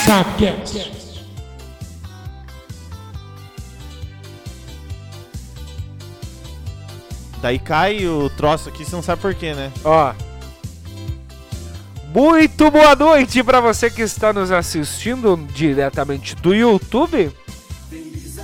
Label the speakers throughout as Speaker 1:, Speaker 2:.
Speaker 1: Sapcast.
Speaker 2: Daí cai o troço aqui, você não sabe por quê, né?
Speaker 3: Ó. Muito boa noite pra você que está nos assistindo diretamente do YouTube.
Speaker 4: Feliz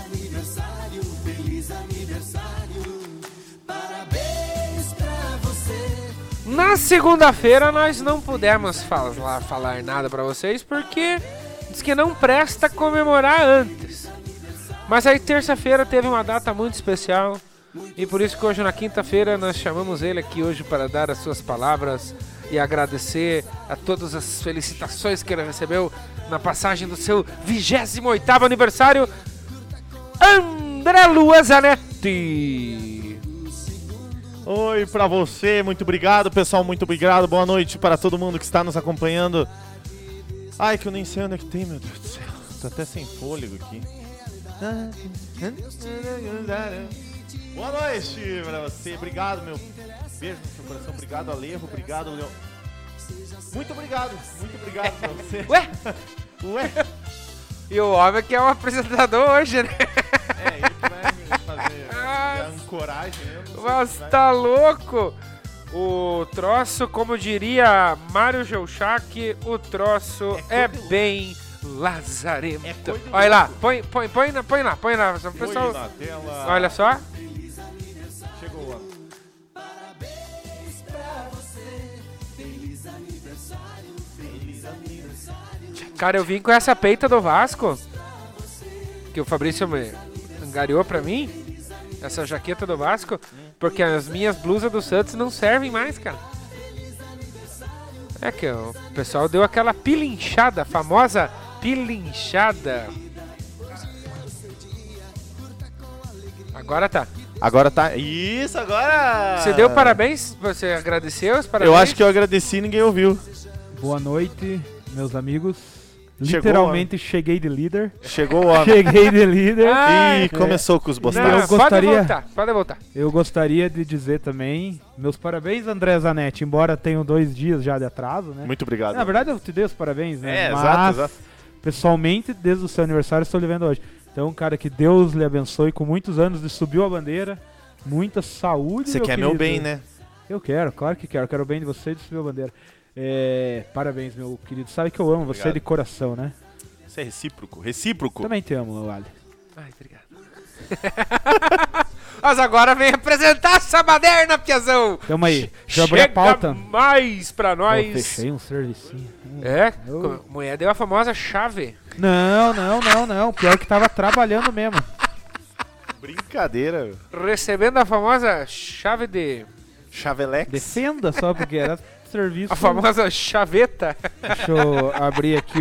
Speaker 4: aniversário, parabéns pra você.
Speaker 3: Na segunda-feira nós não pudemos falar nada pra vocês porque diz que não presta comemorar antes. Mas aí terça-feira teve uma data muito especial e por isso que hoje na quinta-feira nós chamamos ele aqui hoje para dar as suas palavras e agradecer a todas as felicitações que ele recebeu na passagem do seu 28º aniversário, André Luiz Zanetti.
Speaker 2: Oi pra você, muito obrigado, pessoal, muito obrigado. Boa noite para todo mundo que está nos acompanhando. Ai, que eu nem sei onde é que tem, meu Deus do céu. Tô até sem fôlego aqui. Boa noite pra você, obrigado, meu. Beijo no seu coração, obrigado, Alejo, obrigado, Leão. Muito obrigado pra você.
Speaker 3: Ué? E o homem que é um apresentador hoje, né?
Speaker 2: É, ele que vai me fazer a ancoragem.
Speaker 3: Mas tá louco? O troço, como diria Mário Geuchac, o troço é bem lazarento. Olha lá, põe lá. Pessoal,
Speaker 2: na tela.
Speaker 3: olha só.
Speaker 2: Chegou o ano.
Speaker 3: Cara, eu vim com essa peita do Vasco, que o Fabrício me angariou pra mim, essa jaqueta do Vasco, porque as minhas blusas do Santos não servem mais, cara. É que o pessoal deu aquela pilinchada, a famosa pilinchada. Agora tá.
Speaker 2: Agora tá. Isso, agora!
Speaker 3: Você deu parabéns? Você agradeceu os parabéns?
Speaker 2: Eu acho que eu agradeci e ninguém ouviu.
Speaker 5: Boa noite, meus amigos.
Speaker 2: Chegou
Speaker 5: Literalmente cheguei de líder.
Speaker 2: Chegou o ano.
Speaker 5: Cheguei de líder.
Speaker 2: E começou com os
Speaker 3: Não,
Speaker 2: bostagens.
Speaker 5: eu gostaria-
Speaker 3: Pode voltar.
Speaker 5: Eu gostaria de dizer também meus parabéns, André Zanetti, embora tenham 2 dias já de atraso, né?
Speaker 2: Muito obrigado.
Speaker 5: Na verdade, eu te dei os parabéns, né?
Speaker 2: É,
Speaker 5: Mas,
Speaker 2: exato.
Speaker 5: pessoalmente, desde o seu aniversário, estou lhe vendo hoje. Então, cara, que Deus lhe abençoe com muitos anos de subiu a bandeira, muita saúde.
Speaker 2: Você quer meu
Speaker 5: querido.
Speaker 2: bem, né?
Speaker 5: Eu quero, claro que quero. Quero o bem de você e de subiu a bandeira. Parabéns, meu querido. Sabe que eu amo você
Speaker 2: Obrigado.
Speaker 5: de coração, né?
Speaker 2: Isso é recíproco. Recíproco.
Speaker 5: Também te amo, Ali.
Speaker 3: Ai, obrigado. Mas agora vem apresentar essa baderna, piazão.
Speaker 5: Tamo aí. Já abri a
Speaker 3: Chega
Speaker 5: pauta.
Speaker 3: mais pra
Speaker 5: Pô,
Speaker 3: nós.
Speaker 5: fechei um servicinho.
Speaker 3: É?
Speaker 5: Eu-
Speaker 3: Mulher deu a famosa chave.
Speaker 5: Não. Pior que tava trabalhando mesmo.
Speaker 2: Brincadeira.
Speaker 3: Recebendo a famosa chave de...
Speaker 2: Chavelex.
Speaker 5: Defenda só, porque era serviço.
Speaker 3: A famosa chaveta.
Speaker 5: Deixa eu abrir aqui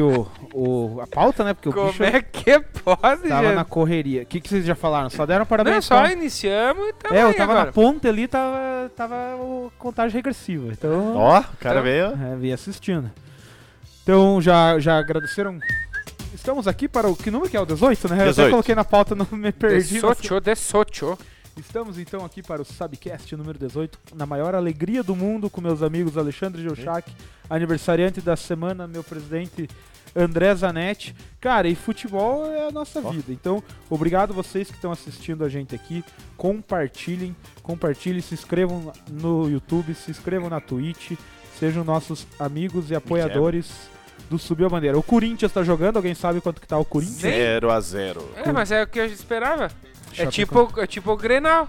Speaker 5: a pauta, né? Porque o
Speaker 3: Como
Speaker 5: bicho
Speaker 3: é que pode,
Speaker 5: tava
Speaker 3: gente?
Speaker 5: na correria. O que vocês já falaram? Só deram parabéns?
Speaker 3: Não, só
Speaker 5: tá?
Speaker 3: iniciamos e tamo
Speaker 5: Eu
Speaker 3: aí
Speaker 5: tava
Speaker 3: agora.
Speaker 5: na ponta ali, tava o contagem regressiva. Então,
Speaker 2: Ó, o cara veio.
Speaker 5: vim assistindo. Então, já agradeceram? Estamos aqui para o... Que número que é? O 18, né? Eu
Speaker 2: 18.
Speaker 5: até coloquei na pauta, não me perdi.
Speaker 3: De Socho.
Speaker 5: Estamos então aqui para o Subcast número 18, na maior alegria do mundo, com meus amigos Alexandre Geuchac, aniversariante da semana, meu presidente André Zanetti. Cara, e futebol é a nossa vida. Então, obrigado vocês que estão assistindo a gente aqui. Compartilhem, se inscrevam no YouTube, se inscrevam na Twitch, sejam nossos amigos e apoiadores do Subiu a Bandeira. O Corinthians tá jogando, alguém sabe quanto que tá o Corinthians?
Speaker 2: 0-0.
Speaker 3: É, mas é o que eu esperava. É
Speaker 5: Chapecoense.
Speaker 3: tipo o Grenal.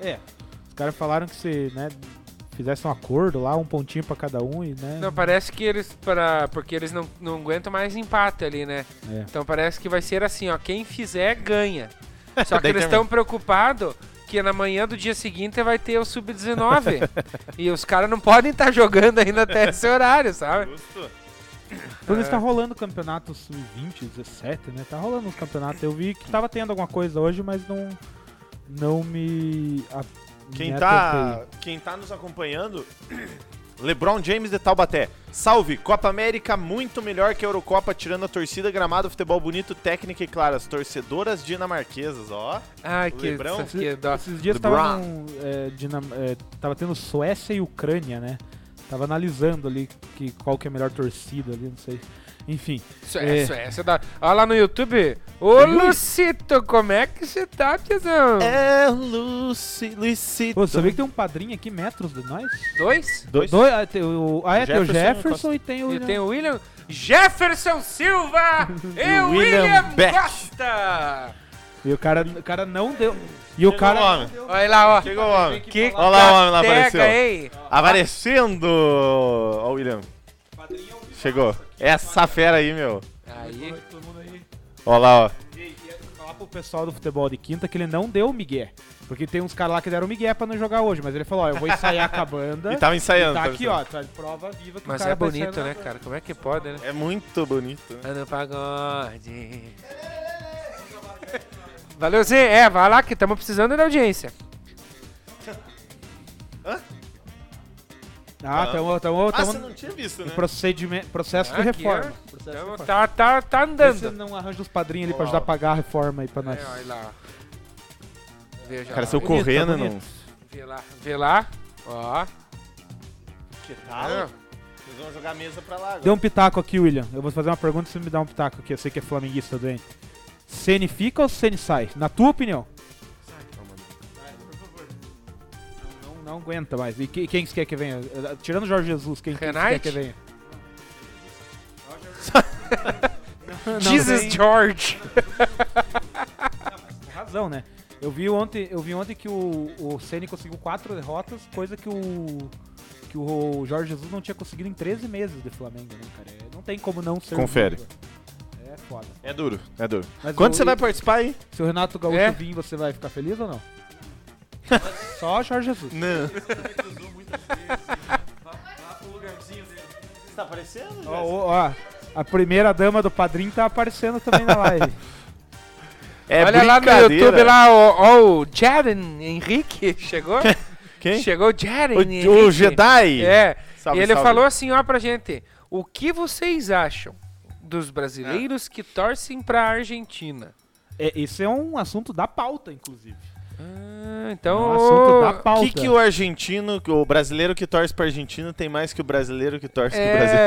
Speaker 5: Os caras falaram que se, né, fizesse um acordo lá, um pontinho pra cada um e, né...
Speaker 3: Não, parece que eles, porque eles não aguentam mais empate ali, né?
Speaker 5: É.
Speaker 3: Então parece que vai ser assim, ó, quem fizer ganha. Só que
Speaker 2: Daí
Speaker 3: eles
Speaker 2: também.
Speaker 3: estão preocupados que na manhã do dia seguinte vai ter o Sub-19. E os caras não podem estar jogando ainda até esse horário, sabe?
Speaker 5: Por isso tá rolando o campeonato sub-20, 17, né? Tá rolando uns campeonatos. Eu vi que tava tendo alguma coisa hoje, mas não me...
Speaker 2: Quem
Speaker 5: me
Speaker 2: tá
Speaker 5: atentei.
Speaker 2: quem tá nos acompanhando, LeBron James de Taubaté. Salve, Copa América muito melhor que a Eurocopa, tirando a torcida, gramado, futebol bonito, técnica e claro, as torcedoras dinamarquesas, ó.
Speaker 3: Ai, que
Speaker 2: Lebrão.
Speaker 3: que dó.
Speaker 5: Esses dias
Speaker 2: LeBron.
Speaker 5: tava tendo Suécia e Ucrânia, né? Tava analisando ali qual que é a melhor torcida ali, não sei. Enfim.
Speaker 3: Isso é da... Olha lá no YouTube. Ô, Lucito, como é que você tá, tiozão?
Speaker 2: É, Lucito.
Speaker 5: Pô, você sabia que tem um padrinho aqui, metros de nós?
Speaker 3: Dois?
Speaker 2: Dois.
Speaker 5: Tem o Jefferson e tem o...
Speaker 3: E tem o William Jefferson Silva e o
Speaker 2: William
Speaker 3: William
Speaker 2: Beck.
Speaker 3: Costa.
Speaker 5: E o cara não deu... E o
Speaker 2: Chegou
Speaker 5: cara...
Speaker 2: o homem.
Speaker 3: Olha lá, ó.
Speaker 2: Chegou o homem.
Speaker 3: Que
Speaker 2: Olha lá o homem lá,
Speaker 3: catega,
Speaker 2: apareceu.
Speaker 3: hein?
Speaker 2: Aparecendo! Ó o William. Chegou. Essa fera aí, meu.
Speaker 3: Aí.
Speaker 2: Ó lá, ó.
Speaker 5: Falar pro pessoal do futebol de quinta que ele não deu o migué. Porque tem uns caras lá que deram o migué pra não jogar hoje. Mas ele falou, ó, eu vou ensaiar com a banda.
Speaker 2: E tava ensaiando.
Speaker 5: Tá
Speaker 2: tava
Speaker 5: aqui,
Speaker 2: ensaiando.
Speaker 5: ó. Tá de prova viva que
Speaker 3: Mas
Speaker 5: o cara
Speaker 3: é
Speaker 5: tá
Speaker 3: bonito,
Speaker 5: ensaiando
Speaker 3: né,
Speaker 5: na
Speaker 3: cara? Como é que pode, né?
Speaker 2: É muito bonito, né?
Speaker 3: Ano pagode. Valeu, Zé. Vai lá que estamos precisando da audiência.
Speaker 5: Ah,
Speaker 2: Ah, você
Speaker 5: tamo
Speaker 2: não tinha visto,
Speaker 5: em
Speaker 2: né?
Speaker 5: processo de
Speaker 3: Aqui,
Speaker 5: reforma.
Speaker 3: ó.
Speaker 5: Processo de reforma.
Speaker 3: Tá
Speaker 5: Vê se
Speaker 3: andando.
Speaker 5: não arranja os padrinhos ali pra
Speaker 2: Ó.
Speaker 5: ajudar a pagar a reforma aí pra nós.
Speaker 3: Olha lá. Veja
Speaker 2: Cara,
Speaker 3: lá.
Speaker 2: se eu
Speaker 5: Bonito,
Speaker 2: correndo,
Speaker 5: bonito.
Speaker 2: não.
Speaker 3: Vê lá. Ó.
Speaker 2: Que
Speaker 3: É.
Speaker 2: tal? Eles vão jogar a mesa pra lá agora.
Speaker 5: Dê um pitaco aqui, William. Eu vou fazer uma pergunta e você me dá um pitaco aqui. Eu sei que é flamenguista doente. Ceni fica ou Ceni sai? Na tua opinião? Não aguenta mais. E quem você quer que venha? Tirando o Jorge Jesus, quem você quer
Speaker 3: Renate?
Speaker 5: que venha?
Speaker 3: Jesus
Speaker 5: tem-
Speaker 3: George.
Speaker 5: Tem razão, né? Eu vi ontem que o Ceni conseguiu 4 derrotas, coisa que o Jorge Jesus não tinha conseguido em 13 meses de Flamengo, né, cara? Não tem como não ser.
Speaker 2: Confere.
Speaker 5: duro. É foda.
Speaker 2: É duro, é duro.
Speaker 5: Mas
Speaker 2: Quando
Speaker 5: o-
Speaker 2: você vai participar aí?
Speaker 5: Se o Renato Gaúcho
Speaker 3: É?
Speaker 5: vir, você vai ficar feliz ou não? Só o Jorge Jesus.
Speaker 2: Não. Você tá aparecendo?
Speaker 5: Ó, a primeira dama do padrinho tá aparecendo também na live.
Speaker 2: É
Speaker 3: Olha lá no
Speaker 2: brincadeira.
Speaker 3: YouTube lá, ó, o Jaden Henrique chegou.
Speaker 2: Quem?
Speaker 3: Chegou o Jaden Henrique.
Speaker 2: O Jedi?
Speaker 3: É.
Speaker 2: Salve,
Speaker 3: e ele
Speaker 2: salve.
Speaker 3: falou assim, ó, pra gente. O que vocês acham dos brasileiros que torcem pra Argentina?
Speaker 5: Esse é um assunto da pauta, inclusive.
Speaker 3: Então...
Speaker 5: É um assunto da
Speaker 2: O
Speaker 5: pauta.
Speaker 2: que o argentino, o brasileiro que torce pra Argentina tem mais que o brasileiro que torce pro Brasil?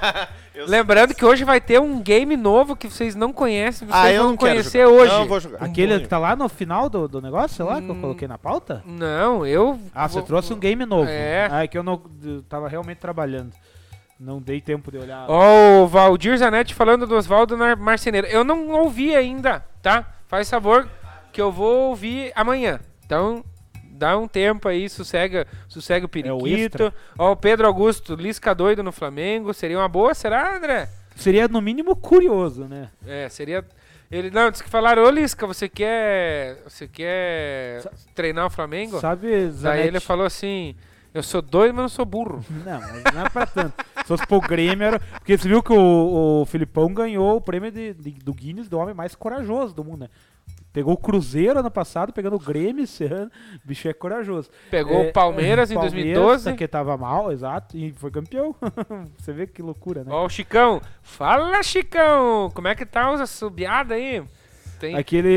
Speaker 3: É. Lembrando que hoje vai ter um game novo que vocês não conhecem, vocês
Speaker 2: eu
Speaker 3: vão
Speaker 2: não quero
Speaker 3: conhecer
Speaker 2: jogar.
Speaker 3: hoje.
Speaker 2: Não, eu vou jogar.
Speaker 5: Aquele que tá lá no final do negócio, sei lá, que eu coloquei na pauta?
Speaker 3: Não, eu...
Speaker 5: Ah, você
Speaker 3: vou-
Speaker 5: trouxe um game novo.
Speaker 3: É.
Speaker 5: Ah, é que eu tava realmente trabalhando. Não dei tempo de olhar.
Speaker 3: Ó, o Valdir Zanetti falando do Oswaldo Marceneiro. Eu não ouvi ainda, tá? Faz favor que eu vou ouvir amanhã. Então, dá um tempo aí, sossega o periquito.
Speaker 5: extra.
Speaker 3: Ó, o Pedro Augusto, Lisca doido no Flamengo. Seria uma boa, será, André?
Speaker 5: Seria no mínimo curioso, né?
Speaker 3: É, seria... Ele, não, disse que falaram, ô Lisca, você quer treinar o Flamengo?
Speaker 5: Sabe,
Speaker 3: Daí
Speaker 5: Zanetti?
Speaker 3: ele falou assim, eu sou doido, mas não sou burro.
Speaker 5: Não, mas não é pra tanto. Se fosse pro Grêmio, era... Porque você viu que o Filipão ganhou o prêmio do Guinness do homem mais corajoso do mundo, né? Pegou o Cruzeiro ano passado, pegando o Grêmio esse ano. O bicho é corajoso.
Speaker 3: Pegou o Palmeiras em 2012.
Speaker 5: Que tava mal, exato, e foi campeão. Você vê que loucura, né?
Speaker 3: Ó, o Chicão. Fala, Chicão! Como é que tá os assobiados aí? Tem...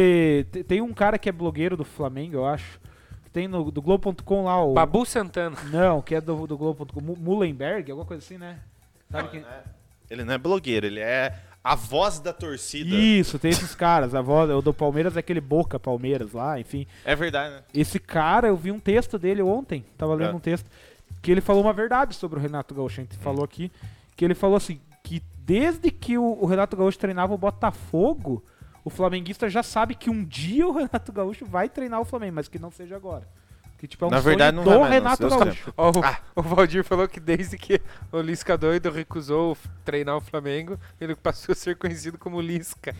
Speaker 5: Tem um cara que é blogueiro do Flamengo, eu acho. Que tem do Globo.com lá o...
Speaker 3: Babu Santana.
Speaker 5: Não, que é do Globo.com. Mullenberg, alguma coisa assim, né? Sabe quem...
Speaker 2: Ele não é blogueiro, ele é a voz da torcida.
Speaker 5: Isso, tem esses caras. A voz, o do Palmeiras é aquele Boca Palmeiras lá, enfim.
Speaker 2: É verdade, né?
Speaker 5: Esse cara, eu vi um texto dele ontem, tava lendo um texto, que ele falou uma verdade sobre o Renato Gaúcho. A gente falou aqui, que ele falou assim, que desde que o Renato Gaúcho treinava o Botafogo, o flamenguista já sabe que um dia o Renato Gaúcho vai treinar o Flamengo, mas que não seja agora. Que tipo, é um
Speaker 2: Na verdade,
Speaker 5: sonho
Speaker 2: não
Speaker 5: do
Speaker 2: vai mais, não,
Speaker 5: Renato
Speaker 2: se Deus
Speaker 5: Gaúcho.
Speaker 3: Ó, o Valdir falou que desde que o Lisca doido recusou treinar o Flamengo, ele passou a ser conhecido como Lisca.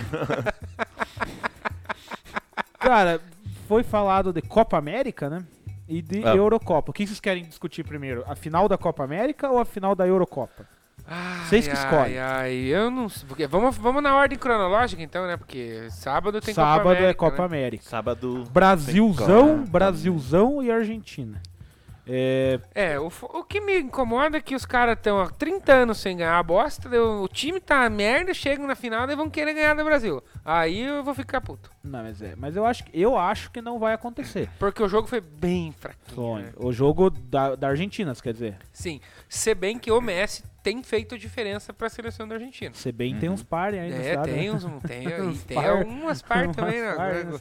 Speaker 5: Cara, foi falado de Copa América, né? E de Eurocopa. O que vocês querem discutir primeiro? A final da Copa América ou a final da Eurocopa? Vocês que escolhem.
Speaker 3: Eu não sei. Porque vamos na ordem cronológica então, né? Porque sábado tem Copa
Speaker 5: Sábado
Speaker 3: América.
Speaker 5: é Copa
Speaker 3: né?
Speaker 5: América.
Speaker 2: Sábado.
Speaker 5: Brasilzão,
Speaker 2: Tem
Speaker 5: Brasilzão e Argentina.
Speaker 3: O que me incomoda é que os caras estão há 30 anos sem ganhar a bosta, o time tá uma merda, chegam na final e vão querer ganhar do Brasil. Aí eu vou ficar puto.
Speaker 5: Não, mas eu acho que não vai acontecer.
Speaker 3: Porque o jogo foi bem fraquinho. Né?
Speaker 5: O jogo da Argentina, quer dizer.
Speaker 3: Sim, se bem que o Messi tem feito diferença pra seleção da Argentina.
Speaker 5: Se bem tem uns pares aí na cidade.
Speaker 3: Tem
Speaker 5: né?
Speaker 3: uns, tem
Speaker 5: par,
Speaker 3: algumas partes também, né?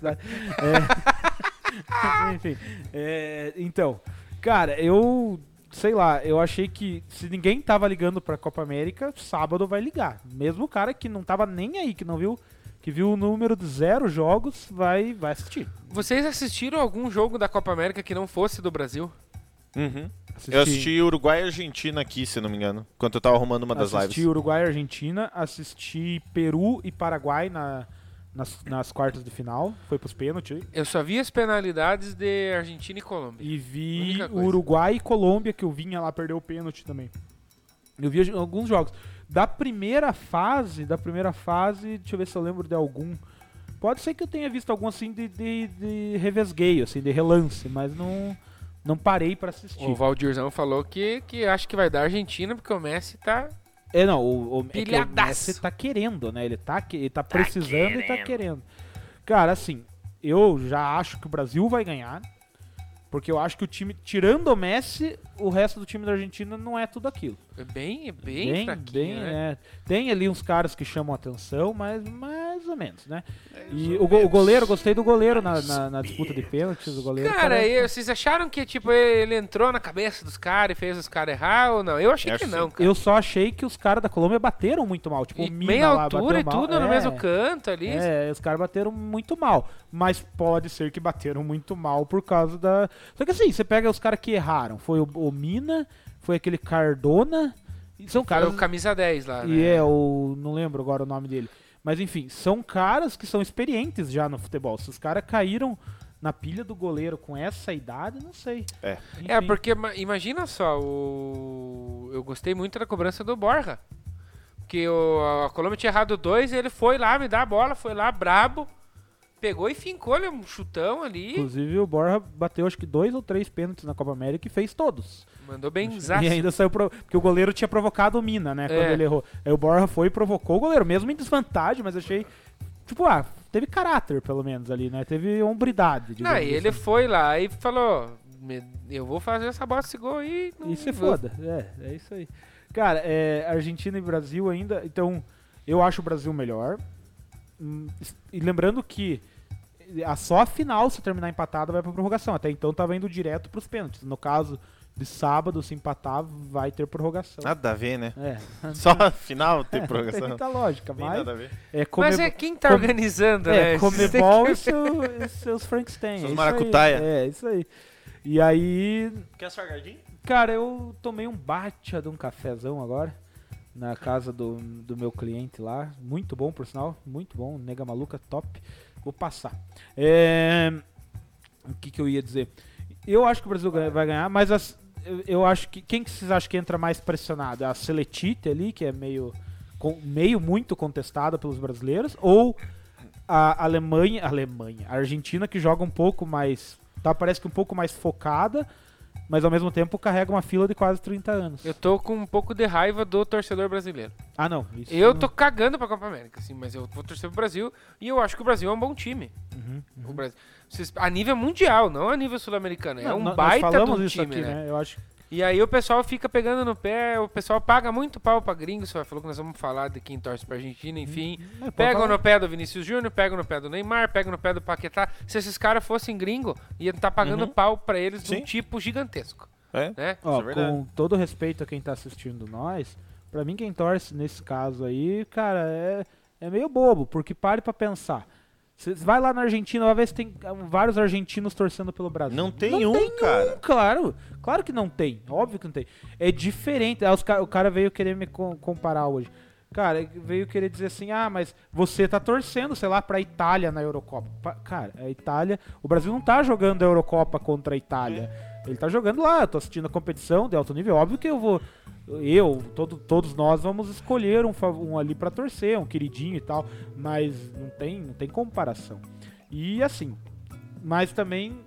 Speaker 5: Enfim, então, cara, eu sei lá, eu achei que se ninguém tava ligando pra Copa América, sábado vai ligar. Mesmo o cara que não tava nem aí, que viu o número de 0 jogos, vai assistir.
Speaker 3: Vocês assistiram algum jogo da Copa América que não fosse do Brasil?
Speaker 2: Uhum. Eu assisti Uruguai e Argentina aqui, se não me engano, enquanto eu tava arrumando uma das lives.
Speaker 5: Assisti Uruguai e Argentina, assisti Peru e Paraguai nas quartas de final, foi pros pênaltis.
Speaker 3: Eu só vi as penalidades de Argentina e Colômbia.
Speaker 5: E vi Uruguai e Colômbia, que eu vinha lá perder o pênalti também. Eu vi alguns jogos. Da primeira fase, deixa eu ver se eu lembro de algum. Pode ser que eu tenha visto algum assim de revesgueio, assim, de relance, mas não parei pra assistir.
Speaker 3: O Valdirzão falou que acha que vai dar Argentina, porque o Messi tá...
Speaker 5: o Messi tá querendo, né? Ele tá precisando e tá querendo. Cara, assim, eu já acho que o Brasil vai ganhar, porque eu acho que o time, tirando o Messi, o resto do time da Argentina não é tudo aquilo.
Speaker 3: É bem fraquinho, né?
Speaker 5: Tem ali uns caras que chamam atenção, mas mais ou menos, né? E o goleiro, gostei do goleiro na disputa de pênaltis. O goleiro
Speaker 3: cara, vocês acharam que tipo ele entrou na cabeça dos caras e fez os caras errar ou não? Eu achei que não, cara.
Speaker 5: Eu só achei que os caras da Colômbia bateram muito mal. Tipo,
Speaker 3: e
Speaker 5: o Mina
Speaker 3: meia
Speaker 5: lá
Speaker 3: altura
Speaker 5: bateu
Speaker 3: e tudo
Speaker 5: mal.
Speaker 3: no mesmo canto ali.
Speaker 5: Os caras bateram muito mal. Mas pode ser que bateram muito mal por causa da... Só que assim, você pega os caras que erraram. Foi o Mina, foi aquele Cardona... São caras...
Speaker 3: o camisa 10 lá,
Speaker 5: e
Speaker 3: né?
Speaker 5: não lembro agora o nome dele. Mas enfim, são caras que são experientes já no futebol. Se os caras caíram na pilha do goleiro com essa idade, não sei. Enfim.
Speaker 3: Porque imagina só, eu gostei muito da cobrança do Borja. Porque a Colômbia tinha errado 2 e ele foi lá me dar a bola, foi lá brabo, pegou e fincou um chutão ali.
Speaker 5: Inclusive o Borja bateu acho que 2 ou 3 pênaltis na Copa América e fez todos.
Speaker 3: Mandou bem
Speaker 5: E
Speaker 3: exato.
Speaker 5: ainda saiu porque o goleiro tinha provocado o Mina, né? Quando ele errou. Aí o Borja foi e provocou o goleiro, mesmo em desvantagem, mas achei... Tipo, teve caráter, pelo menos, ali, né? Teve hombridade.
Speaker 3: Não, e ele foi lá e falou, eu vou fazer essa bosta, esse gol aí.
Speaker 5: E se foda. É isso aí. Cara, Argentina e Brasil ainda... Então, eu acho o Brasil melhor. E lembrando que só a final, se terminar empatada, vai pra prorrogação. Até então tava indo direto pros pênaltis. No caso de sábado, se empatar, vai ter prorrogação.
Speaker 2: Nada a ver, né? Só a final tem prorrogação.
Speaker 5: Tem muita lógica, mas...
Speaker 2: Nada a ver.
Speaker 3: Mas quem tá organizando, né?
Speaker 5: Comebol e seus Frankenstein.
Speaker 2: Seus maracutaia.
Speaker 5: Isso aí. E aí...
Speaker 2: Quer sargadinho?
Speaker 5: Cara, eu tomei um baita de um cafezão agora. Na casa do meu cliente lá. Muito bom, por sinal. Muito bom. Nega maluca, top. Vou passar. O que eu ia dizer? Eu acho que o Brasil vai ganhar, mas eu acho que... Quem que vocês acham que entra mais pressionado? A Seletite ali, que é meio muito contestada pelos brasileiros? Ou a Alemanha... A Argentina, que joga um pouco mais... Parece que um pouco mais focada, mas ao mesmo tempo carrega uma fila de quase 30 anos.
Speaker 3: Eu tô com um pouco de raiva do torcedor brasileiro.
Speaker 5: Ah, não.
Speaker 3: Eu tô cagando pra Copa América, assim, mas eu vou torcer pro Brasil e eu acho que o Brasil é um bom time. O Brasil, a nível mundial, não a nível sul-americano. É um baita de um time,
Speaker 5: aqui, né? Eu acho.
Speaker 3: E aí o pessoal fica pegando no pé, o pessoal paga muito pau pra gringo. Você falou que nós vamos falar de quem torce pra Argentina, enfim. Pegam no pé do Vinícius Júnior, pegam no pé do Neymar, pegam no pé do Paquetá. Se esses caras fossem gringo, ia estar pagando pau pra eles de um tipo gigantesco. Né?
Speaker 5: Ó, com todo respeito a quem tá assistindo nós, pra mim quem torce nesse caso aí, cara, é meio bobo, porque pare pra pensar. Você vai lá na Argentina, vai ver se tem vários argentinos torcendo pelo Brasil.
Speaker 2: Não tem cara.
Speaker 5: Claro que não tem. Óbvio que não tem. É diferente. O cara veio querer me comparar hoje. Cara, veio querer dizer assim, mas você tá torcendo, sei lá, pra Itália na Eurocopa. Cara, a Itália... O Brasil não tá jogando a Eurocopa contra a Itália. Ele tá jogando lá, eu tô assistindo a competição de alto nível. Óbvio que todos nós vamos escolher um ali pra torcer, um queridinho e tal, mas não tem comparação. E assim, mas também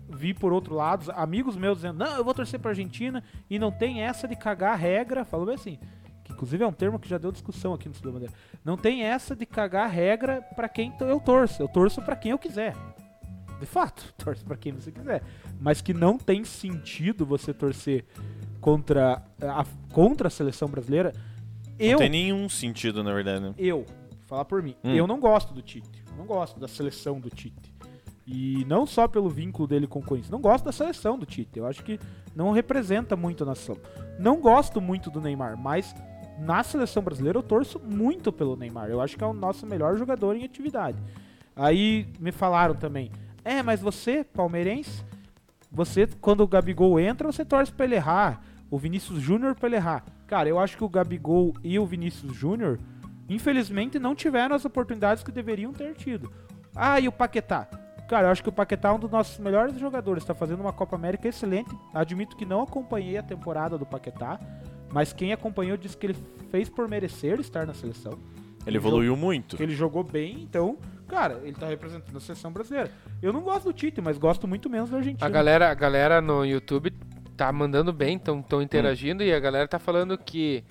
Speaker 5: vi por outro lado, amigos meus dizendo, não, eu vou torcer pra Argentina e não tem essa de cagar a regra, falou bem assim, que inclusive é um termo que já deu discussão aqui no Sul da Bandeira. Não tem essa de cagar a regra pra quem eu torço pra quem eu quiser. De fato, torço pra quem você quiser. Mas que não tem sentido você torcer contra a seleção brasileira.
Speaker 2: Não tem nenhum sentido, na verdade, né?
Speaker 5: Vou falar por mim. Eu não gosto do Tite. Não gosto da seleção do Tite. E não só pelo vínculo dele com o Corinthians. Não gosto da seleção do Tite. Eu acho que não representa muito a nação. Não gosto muito do Neymar, mas na seleção brasileira eu torço muito pelo Neymar. Eu acho que é o nosso melhor jogador em atividade. Aí me falaram também, mas você, palmeirense, você, quando o Gabigol entra, você torce pra ele errar. O Vinícius Júnior pra ele errar. Cara, eu acho que o Gabigol e o Vinícius Júnior, infelizmente, não tiveram as oportunidades que deveriam ter tido. E o Paquetá? Cara, eu acho que o Paquetá é um dos nossos melhores jogadores. Tá fazendo uma Copa América excelente. Admito que não acompanhei a temporada do Paquetá, mas quem acompanhou disse que ele fez por merecer estar na seleção.
Speaker 2: Ele evoluiu muito.
Speaker 5: Que ele jogou bem, então, cara, ele tá representando a seleção brasileira. Eu não gosto do Tite, mas gosto muito menos da Argentina.
Speaker 3: A galera no YouTube tá mandando bem, tão interagindo, e a galera tá falando que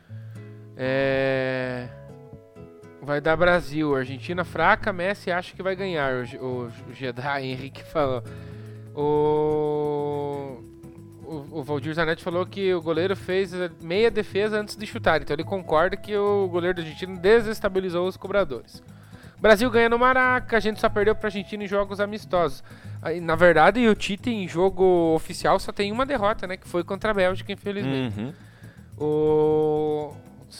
Speaker 3: vai dar Brasil, Argentina fraca, Messi acha que vai ganhar, o Jedi Henrique falou. O Valdir Zanetti falou que o goleiro fez meia defesa antes de chutar, então ele concorda que o goleiro da Argentina desestabilizou os cobradores. Brasil ganha no Maraca, a gente só perdeu pra Argentina em jogos amistosos. Na verdade, o Tite em jogo oficial só tem uma derrota, né? Que foi contra a Bélgica, infelizmente. O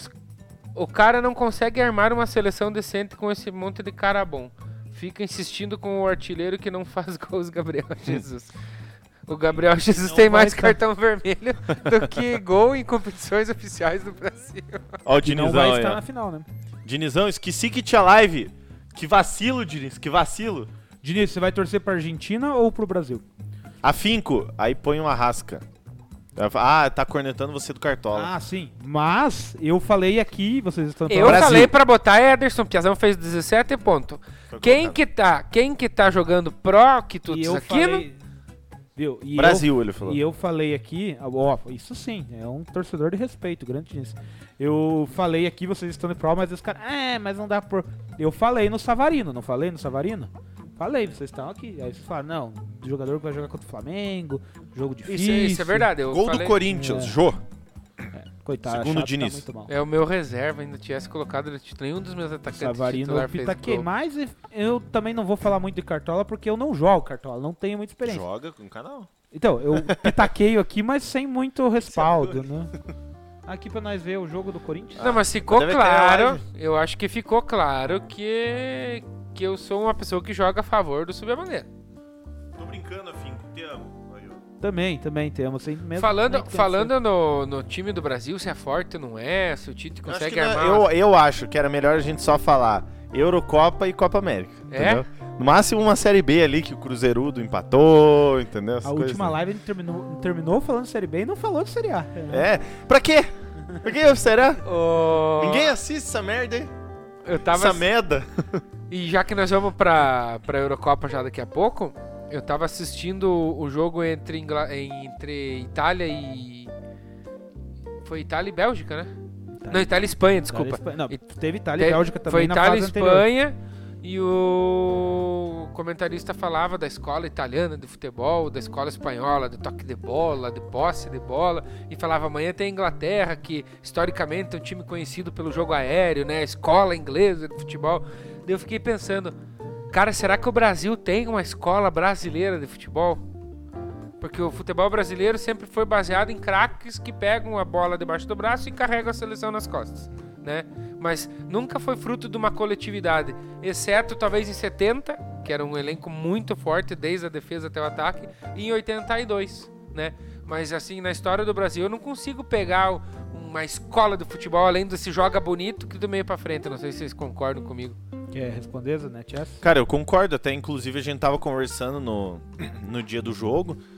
Speaker 3: cara não consegue armar uma seleção decente com esse monte de cara bom. Fica insistindo com o artilheiro que não faz gols, Gabriel Jesus. O Gabriel Jesus
Speaker 5: não
Speaker 3: tem mais
Speaker 5: estar.
Speaker 3: cartão vermelho do que gol em competições oficiais do Brasil.
Speaker 2: Ó, o
Speaker 5: não
Speaker 2: Dinizão
Speaker 5: vai
Speaker 2: aí,
Speaker 5: estar
Speaker 2: ó.
Speaker 5: na final, né?
Speaker 2: Dinizão, esqueci que tinha live. Que vacilo, Diniz, que vacilo.
Speaker 5: Diniz, você vai torcer pra Argentina ou pro Brasil?
Speaker 2: Afinco, aí põe um Arrasca. Tá cornetando você do Cartola.
Speaker 5: Sim. Mas eu falei aqui, vocês estão
Speaker 3: Eu
Speaker 2: Brasil.
Speaker 3: falei pra botar Ederson, Piazão fez 17 pontos.
Speaker 2: Foi
Speaker 3: Quem
Speaker 2: colocado.
Speaker 3: que tá jogando pró que tu
Speaker 5: E eu
Speaker 3: aqui
Speaker 5: falei, viu? E
Speaker 2: Brasil, ele falou.
Speaker 5: E eu falei aqui, isso sim, é um torcedor de respeito, grande Diniz. Eu falei aqui, vocês estão de prova, mas os caras, mas não dá por... Eu falei no Savarino, não falei no Savarino? Falei, vocês estão aqui. Aí vocês falaram, não, o jogador que vai jogar contra o Flamengo, jogo difícil.
Speaker 3: Isso é verdade. Eu
Speaker 2: Gol
Speaker 3: falei,
Speaker 2: do Corinthians, Jô.
Speaker 5: Coitado,
Speaker 2: Segundo
Speaker 5: chato,
Speaker 2: Diniz.
Speaker 5: tá muito mal.
Speaker 3: é o meu reserva, ainda tivesse colocado nenhum dos meus atacantes
Speaker 5: Savarino
Speaker 3: titular
Speaker 5: eu
Speaker 3: fez
Speaker 5: pitaquei,
Speaker 3: gol.
Speaker 5: mas eu também não vou falar muito de Cartola porque eu não jogo Cartola, não tenho muita experiência.
Speaker 2: Joga com o canal.
Speaker 5: Então, eu pitaqueio aqui, mas sem muito respaldo, né? Aqui pra nós ver o jogo do Corinthians.
Speaker 3: Não, mas ficou
Speaker 2: deve ter
Speaker 3: claro,
Speaker 2: live.
Speaker 3: eu acho que ficou claro que eu sou uma pessoa que joga a favor do Subir a Bandeira.
Speaker 2: Tô brincando, Afinco. Te amo.
Speaker 5: Também temos. Sem mesmo,
Speaker 3: Falando no time do Brasil, se é forte ou não é, se o Tite consegue armar...
Speaker 2: Eu acho que era melhor a gente só falar Eurocopa e Copa América. Entendeu? No máximo uma Série B ali que o Cruzeirudo empatou, entendeu? Essas
Speaker 5: A
Speaker 2: coisas
Speaker 5: última
Speaker 2: assim.
Speaker 5: live ele terminou falando de Série B e não falou de Série A.
Speaker 2: Pra quê? Pra que será?
Speaker 3: O-
Speaker 2: Ninguém assiste essa merda aí.
Speaker 3: Eu tava...
Speaker 2: Essa merda.
Speaker 3: E já que nós vamos pra Eurocopa já daqui a pouco, eu tava assistindo o jogo entre Itália e... Foi Itália e Bélgica, né? Não, Itália e Espanha, desculpa.
Speaker 5: Não, teve Itália e Bélgica também
Speaker 3: Foi
Speaker 5: na
Speaker 3: Itália e
Speaker 5: fase anterior.
Speaker 3: Espanha e o comentarista falava da escola italiana de futebol, da escola espanhola, de toque de bola, de posse de bola, e falava amanhã tem a Inglaterra, que historicamente é um time conhecido pelo jogo aéreo, né? A escola inglesa de futebol. Daí eu fiquei pensando, cara, será que o Brasil tem uma escola brasileira de futebol? Porque o futebol brasileiro sempre foi baseado em craques que pegam a bola debaixo do braço e carregam a seleção nas costas, né? Mas nunca foi fruto de uma coletividade, exceto talvez em 70, que era um elenco muito forte, desde a defesa até o ataque, e em 82, né? Mas assim, na história do Brasil, eu não consigo pegar uma escola de futebol além desse joga bonito que do meio pra frente. Não sei se vocês concordam comigo.
Speaker 5: Quer responder, Zanetti?
Speaker 2: Cara, eu concordo. Até inclusive a gente tava conversando no dia do jogo.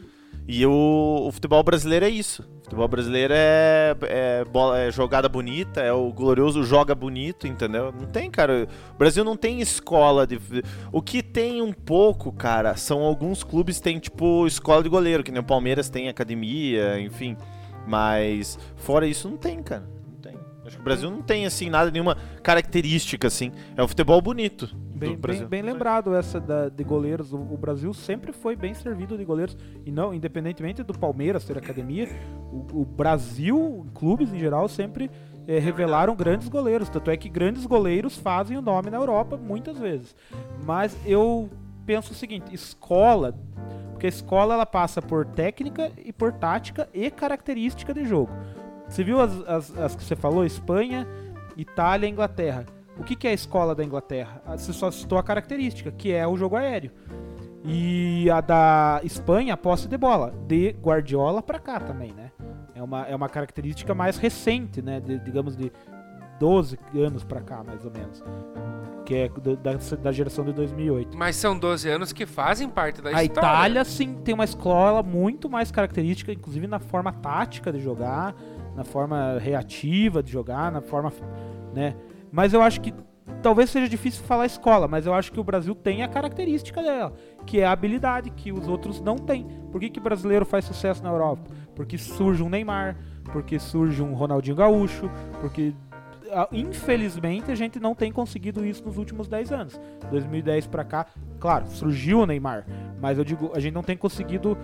Speaker 2: E o futebol brasileiro é isso. O futebol brasileiro é jogada bonita, é o glorioso joga bonito, entendeu? Não tem, cara. O Brasil não tem escola de... O que tem um pouco, cara, são alguns clubes que tem, tipo, escola de goleiro, que nem o Palmeiras tem academia, enfim. Mas fora isso não tem, cara. Não tem. Acho que o Brasil não tem, assim, nada, nenhuma característica, assim. É um futebol bonito do Brasil.
Speaker 5: Bem lembrado essa de goleiros. O Brasil sempre foi bem servido de goleiros. E não, independentemente do Palmeiras ter academia, o Brasil, clubes em geral, sempre revelaram grandes goleiros. Tanto é que grandes goleiros fazem o nome na Europa muitas vezes. Mas eu penso o seguinte, escola... Porque a escola ela passa por técnica e por tática e característica de jogo. Você viu as que você falou? Espanha, Itália e Inglaterra. O que é a escola da Inglaterra? Você só citou a característica, que é o jogo aéreo. E a da Espanha, a posse de bola. De Guardiola pra cá também, né? É uma característica mais recente, né? Digamos de 12 anos pra cá, mais ou menos. Que é da geração de 2008.
Speaker 3: Mas são 12 anos que fazem parte da
Speaker 5: A
Speaker 3: história.
Speaker 5: Itália, sim, tem uma escola muito mais característica, inclusive na forma tática de jogar, na forma reativa de jogar, na forma, né? Mas eu acho que talvez seja difícil falar escola, mas eu acho que o Brasil tem a característica dela, que é a habilidade que os outros não têm. Por que o brasileiro faz sucesso na Europa? Porque surge um Neymar, porque surge um Ronaldinho Gaúcho, porque... Infelizmente a gente não tem conseguido isso nos últimos 10 anos. 2010 pra cá, claro, surgiu o Neymar, mas eu digo, a gente não tem conseguido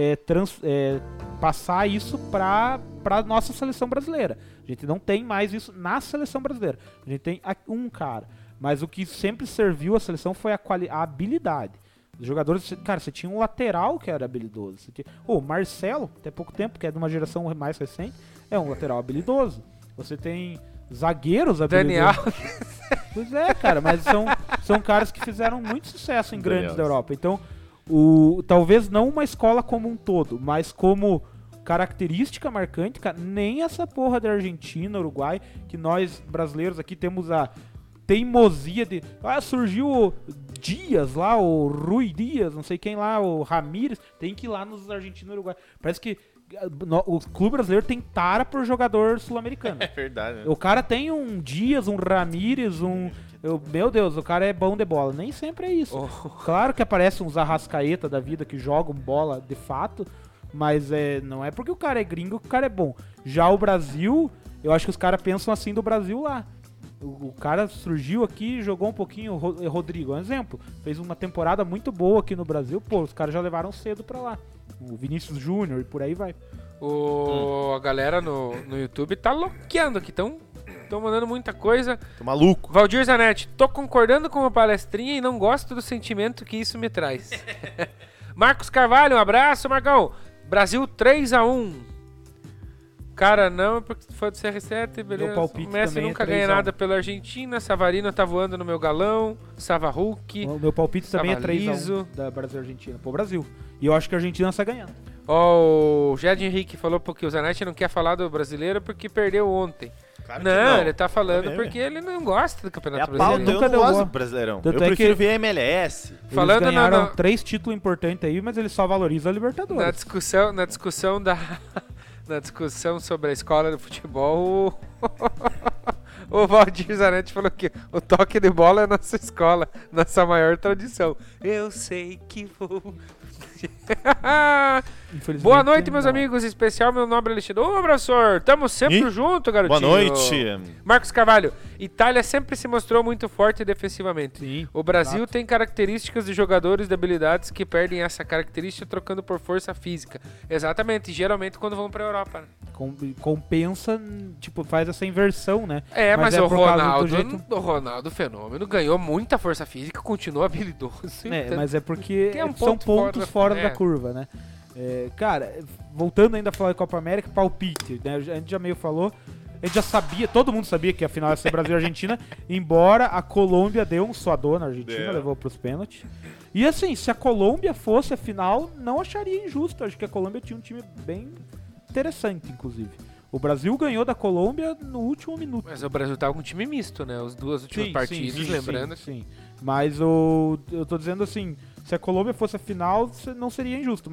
Speaker 5: passar isso pra nossa seleção brasileira. A gente não tem mais isso na seleção brasileira. A gente tem um cara, mas o que sempre serviu a seleção foi a habilidade. Os jogadores, cara, você tinha um lateral que era habilidoso. O Marcelo, até pouco tempo, que é de uma geração mais recente, é um lateral habilidoso. Você tem zagueiros habilidosos.
Speaker 3: Daniel.
Speaker 5: Pois é, cara, mas são caras que fizeram muito sucesso em grandes da Europa. Então, talvez não uma escola como um todo, mas como característica marcante, cara, nem essa porra da Argentina, Uruguai, que nós brasileiros aqui temos a teimosia de... surgiu o Dias lá, o Rui Dias, não sei quem lá, o Ramírez, tem que ir lá nos argentinos e Uruguai. Parece que o clube brasileiro tem tara por jogador sul-americano.
Speaker 2: É verdade. Né?
Speaker 5: O cara tem um Dias, um Ramírez, meu Deus, o cara é bom de bola. Nem sempre é isso. Claro que aparece uns Arrascaeta da vida que jogam bola de fato, mas não é porque o cara é gringo que o cara é bom. Já o Brasil, eu acho que os caras pensam assim do Brasil lá. O cara surgiu aqui, jogou um pouquinho, Rodrigo, um exemplo. Fez uma temporada muito boa aqui no Brasil, os caras já levaram cedo pra lá. O Vinícius Júnior e por aí vai.
Speaker 3: A galera no YouTube tá loqueando aqui, estão mandando muita coisa.
Speaker 2: Tô maluco.
Speaker 3: Valdir Zanetti, tô concordando com a palestrinha e não gosto do sentimento que isso me traz. Marcos Carvalho, um abraço, Marcão. Brasil 3-1. Cara, não, porque foi do CR7, beleza.
Speaker 5: Meu palpite
Speaker 3: O Messi
Speaker 5: também
Speaker 3: nunca
Speaker 5: é
Speaker 3: ganha
Speaker 5: 3-1.
Speaker 3: nada pela Argentina. Savarino tá voando no meu galão. Sava Hulk.
Speaker 5: O meu palpite também é
Speaker 3: Savalizo.
Speaker 5: 3-1 da Brasil e Argentina pro Brasil. E eu acho que a Argentina sai ganhando.
Speaker 3: O Jed Henrique falou porque o Zanetti não quer falar do brasileiro porque perdeu ontem.
Speaker 2: Claro que
Speaker 3: Não, ele tá falando
Speaker 2: Também,
Speaker 3: porque ele não gosta do
Speaker 2: É
Speaker 3: Campeonato
Speaker 2: a pauta,
Speaker 3: Brasileiro.
Speaker 5: Nunca
Speaker 2: eu
Speaker 5: deu
Speaker 2: não gosto
Speaker 5: boa.
Speaker 2: do Brasileirão.
Speaker 5: Tanto
Speaker 2: Eu
Speaker 5: é
Speaker 2: prefiro
Speaker 5: que-
Speaker 2: ver MLS.
Speaker 3: Falando
Speaker 5: Eles ganharam
Speaker 3: na-
Speaker 5: 3 títulos importantes aí, mas eles só valorizam a Libertadores.
Speaker 3: Na discussão na discussão sobre a escola de futebol, o Valdir Zanetti falou que o toque de bola é nossa escola, nossa maior tradição. Eu sei que vou...
Speaker 5: Infelizmente,
Speaker 3: Boa noite, meus
Speaker 5: não.
Speaker 3: amigos, em especial meu nobre Alexandre. Ô, professor, tamo sempre
Speaker 2: Ih,
Speaker 3: junto, garotinho.
Speaker 2: Boa noite.
Speaker 3: Marcos Carvalho, Itália sempre se mostrou muito forte defensivamente.
Speaker 5: Sim,
Speaker 3: O Brasil
Speaker 5: exato.
Speaker 3: tem características de jogadores de habilidades que perdem essa característica trocando por força física. Exatamente, geralmente quando vão pra Europa. Né?
Speaker 5: Compensa, tipo, faz essa inversão, né?
Speaker 3: Mas
Speaker 5: é
Speaker 3: o
Speaker 5: por causa do
Speaker 3: Ronaldo,
Speaker 5: jeito-
Speaker 3: o Ronaldo Fenômeno ganhou muita força física, continua habilidoso. então-
Speaker 5: Mas é porque
Speaker 3: Que é um
Speaker 5: são
Speaker 3: ponto
Speaker 5: pontos fora
Speaker 3: fora
Speaker 5: da
Speaker 3: da-
Speaker 5: curva, né? Cara, voltando ainda a falar de Copa América, palpite, né? A gente já meio falou, a gente já sabia, todo mundo sabia que a final ia ser Brasil e Argentina, embora a Colômbia deu um suador na Argentina,
Speaker 2: Deu.
Speaker 5: levou pros pênaltis. E assim, se a Colômbia fosse a final, não acharia injusto, acho que a Colômbia tinha um time bem interessante, inclusive. O Brasil ganhou da Colômbia no último minuto.
Speaker 3: Mas o Brasil tava com um time misto, né? Os duas últimas partidas, lembrando.
Speaker 5: Sim. Mas eu tô dizendo assim, se a Colômbia fosse a final, não seria injusto. Mas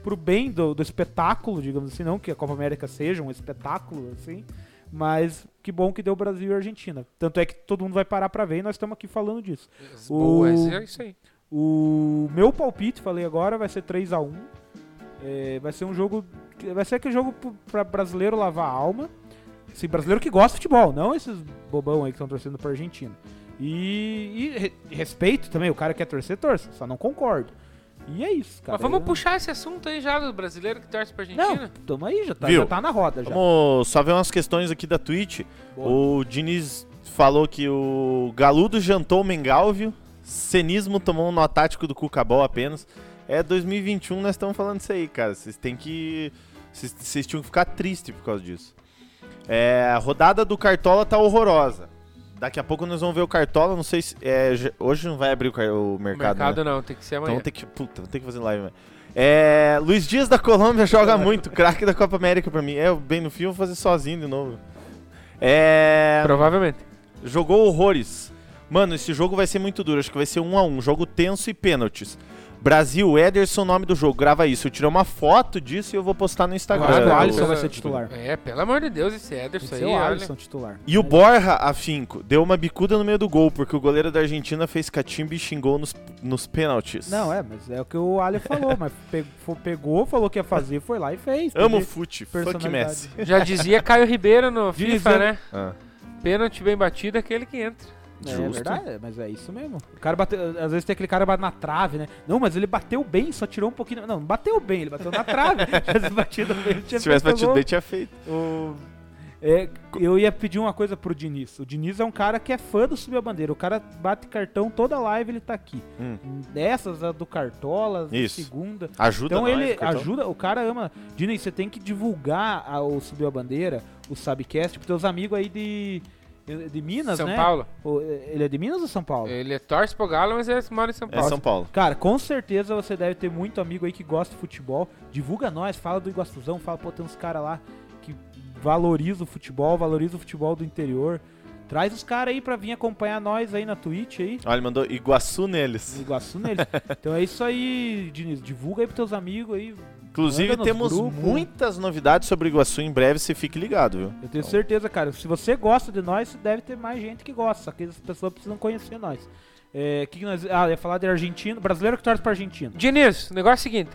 Speaker 5: pro bem do espetáculo, digamos assim, não que a Copa América seja um espetáculo, assim, mas que bom que deu Brasil e Argentina. Tanto é que todo mundo vai parar pra ver e nós estamos aqui falando disso.
Speaker 3: Boa, é isso aí.
Speaker 5: O meu palpite, falei agora, vai ser 3-1. Vai ser um jogo... Vai ser aquele jogo pra brasileiro lavar a alma. Assim, brasileiro que gosta de futebol, não esses bobão aí que estão torcendo pra Argentina. E respeito também, o cara que quer torcer, torce, só não concordo. E é isso, cara.
Speaker 3: Mas vamos puxar esse assunto aí já do brasileiro que torce pra Argentina?
Speaker 5: Não, tamo aí, já
Speaker 2: Viu?
Speaker 5: tá na roda já.
Speaker 2: Vamos só ver umas questões aqui da Twitch.
Speaker 5: Boa.
Speaker 2: O Diniz falou que o Galudo jantou o Mengalvio, Cenismo tomou um nó tático do Cucabol apenas. 2021, nós estamos falando isso aí, cara. Vocês têm que... Vocês tinham que ficar tristes por causa disso. A rodada do Cartola tá horrorosa. Daqui a pouco nós vamos ver o Cartola, não sei se... hoje não vai abrir o mercado, né?
Speaker 3: Não, tem que ser amanhã.
Speaker 2: Então tem que fazer live, mano. Luiz Dias da Colômbia joga muito, craque da Copa América pra mim. Bem no fim eu vou fazer sozinho de novo.
Speaker 3: Provavelmente.
Speaker 2: Jogou horrores. Mano, esse jogo vai ser muito duro, acho que vai ser 1-1, jogo tenso e pênaltis. Brasil, Ederson, nome do jogo, grava isso. Eu tirei uma foto disso e eu vou postar no Instagram.
Speaker 5: Acho que o
Speaker 3: Cara,
Speaker 5: Alisson
Speaker 3: eu-
Speaker 5: vai ser titular.
Speaker 3: Pelo amor de Deus, esse Ederson
Speaker 5: Tem
Speaker 3: aí,
Speaker 5: que ser o
Speaker 3: olha.
Speaker 5: Alisson titular.
Speaker 2: E o Borja, afinco, deu uma bicuda no meio do gol, porque o goleiro da Argentina fez catimba e xingou nos pênaltis.
Speaker 5: Não, mas é o que o Ali falou, mas pegou, falou que ia fazer, foi lá e fez.
Speaker 2: Amo
Speaker 5: Teve
Speaker 2: fute, fuck
Speaker 5: personalidade.
Speaker 2: Messi.
Speaker 3: Já dizia Caio Ribeiro no FIFA,
Speaker 5: Dizendo-
Speaker 3: né?
Speaker 2: Ah.
Speaker 3: Pênalti bem batido é aquele que entra.
Speaker 5: É
Speaker 2: Justo.
Speaker 5: verdade, mas é isso mesmo. O cara bateu, às vezes tem aquele cara que bate na trave, né? Não, mas ele bateu bem, só tirou um pouquinho. Não bateu bem, ele bateu na trave. Se tivesse batido bem, ele tinha
Speaker 2: Se tivesse
Speaker 5: feito
Speaker 2: batido
Speaker 5: gol.
Speaker 2: bem, tinha feito.
Speaker 5: Eu ia pedir uma coisa pro Diniz. O Diniz é um cara que é fã do Subir a Bandeira. O cara bate cartão toda live, ele tá aqui. Dessas, a do Cartola, a
Speaker 2: Isso.
Speaker 5: segunda.
Speaker 2: Ajuda
Speaker 5: Então
Speaker 2: nós,
Speaker 5: ele
Speaker 2: cartão.
Speaker 5: ajuda, o cara ama. Diniz, você tem que divulgar o Subiu a Bandeira, o Sabcast, pros teus amigos aí de Minas,
Speaker 3: São
Speaker 5: né?
Speaker 3: Paulo.
Speaker 5: Ele é de Minas ou São Paulo?
Speaker 3: Ele torce pro Galo, mas ele mora em São
Speaker 2: É
Speaker 3: Paulo.
Speaker 2: São Paulo.
Speaker 5: Cara, com certeza você deve ter muito amigo aí que gosta de futebol. Divulga nós, fala do Iguaçuzão, fala, pô, tem uns caras lá que valoriza o futebol do interior. Traz os caras aí pra vir acompanhar nós aí na Twitch aí.
Speaker 2: Olha, ele mandou Iguaçu
Speaker 5: No
Speaker 2: neles.
Speaker 5: Iguaçu neles. Então é isso aí, Diniz. Divulga aí pros teus amigos aí.
Speaker 2: Inclusive,
Speaker 5: Manda nos
Speaker 2: temos
Speaker 5: grupos.
Speaker 2: muitas novidades sobre Iguaçu em breve, você fique ligado, viu?
Speaker 5: Eu tenho certeza, cara. Se você gosta de nós, deve ter mais gente que gosta. Só que as pessoas precisam conhecer nós. Que nós. Ia falar de argentino. Brasileiro que torce pra Argentina.
Speaker 3: Diniz, o negócio é o seguinte.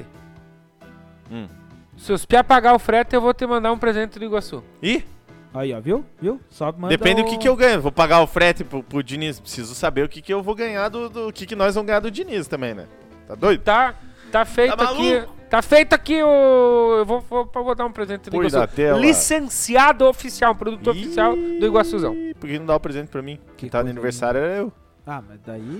Speaker 2: Hum.
Speaker 3: Se os pia pagar o frete, eu vou te mandar um presente do Iguaçu.
Speaker 2: Ih,
Speaker 5: Aí, ó, viu? Só manda
Speaker 2: depende do que eu ganho. Vou pagar o frete pro Diniz. Preciso saber o que eu vou ganhar do que nós vamos ganhar do Diniz também, né? Tá doido?
Speaker 3: Tá feito
Speaker 2: Tá
Speaker 3: aqui.
Speaker 2: maluco?
Speaker 3: Tá feito aqui o. Eu vou dar um presente do
Speaker 2: Põe
Speaker 3: Iguaçu.
Speaker 2: da tela.
Speaker 3: Licenciado oficial, um produto oficial do Iguaçuzão.
Speaker 2: Ih, por que não dá o presente pra mim? Quem tá no
Speaker 5: coisa
Speaker 2: aniversário era eu.
Speaker 5: Ah, mas daí.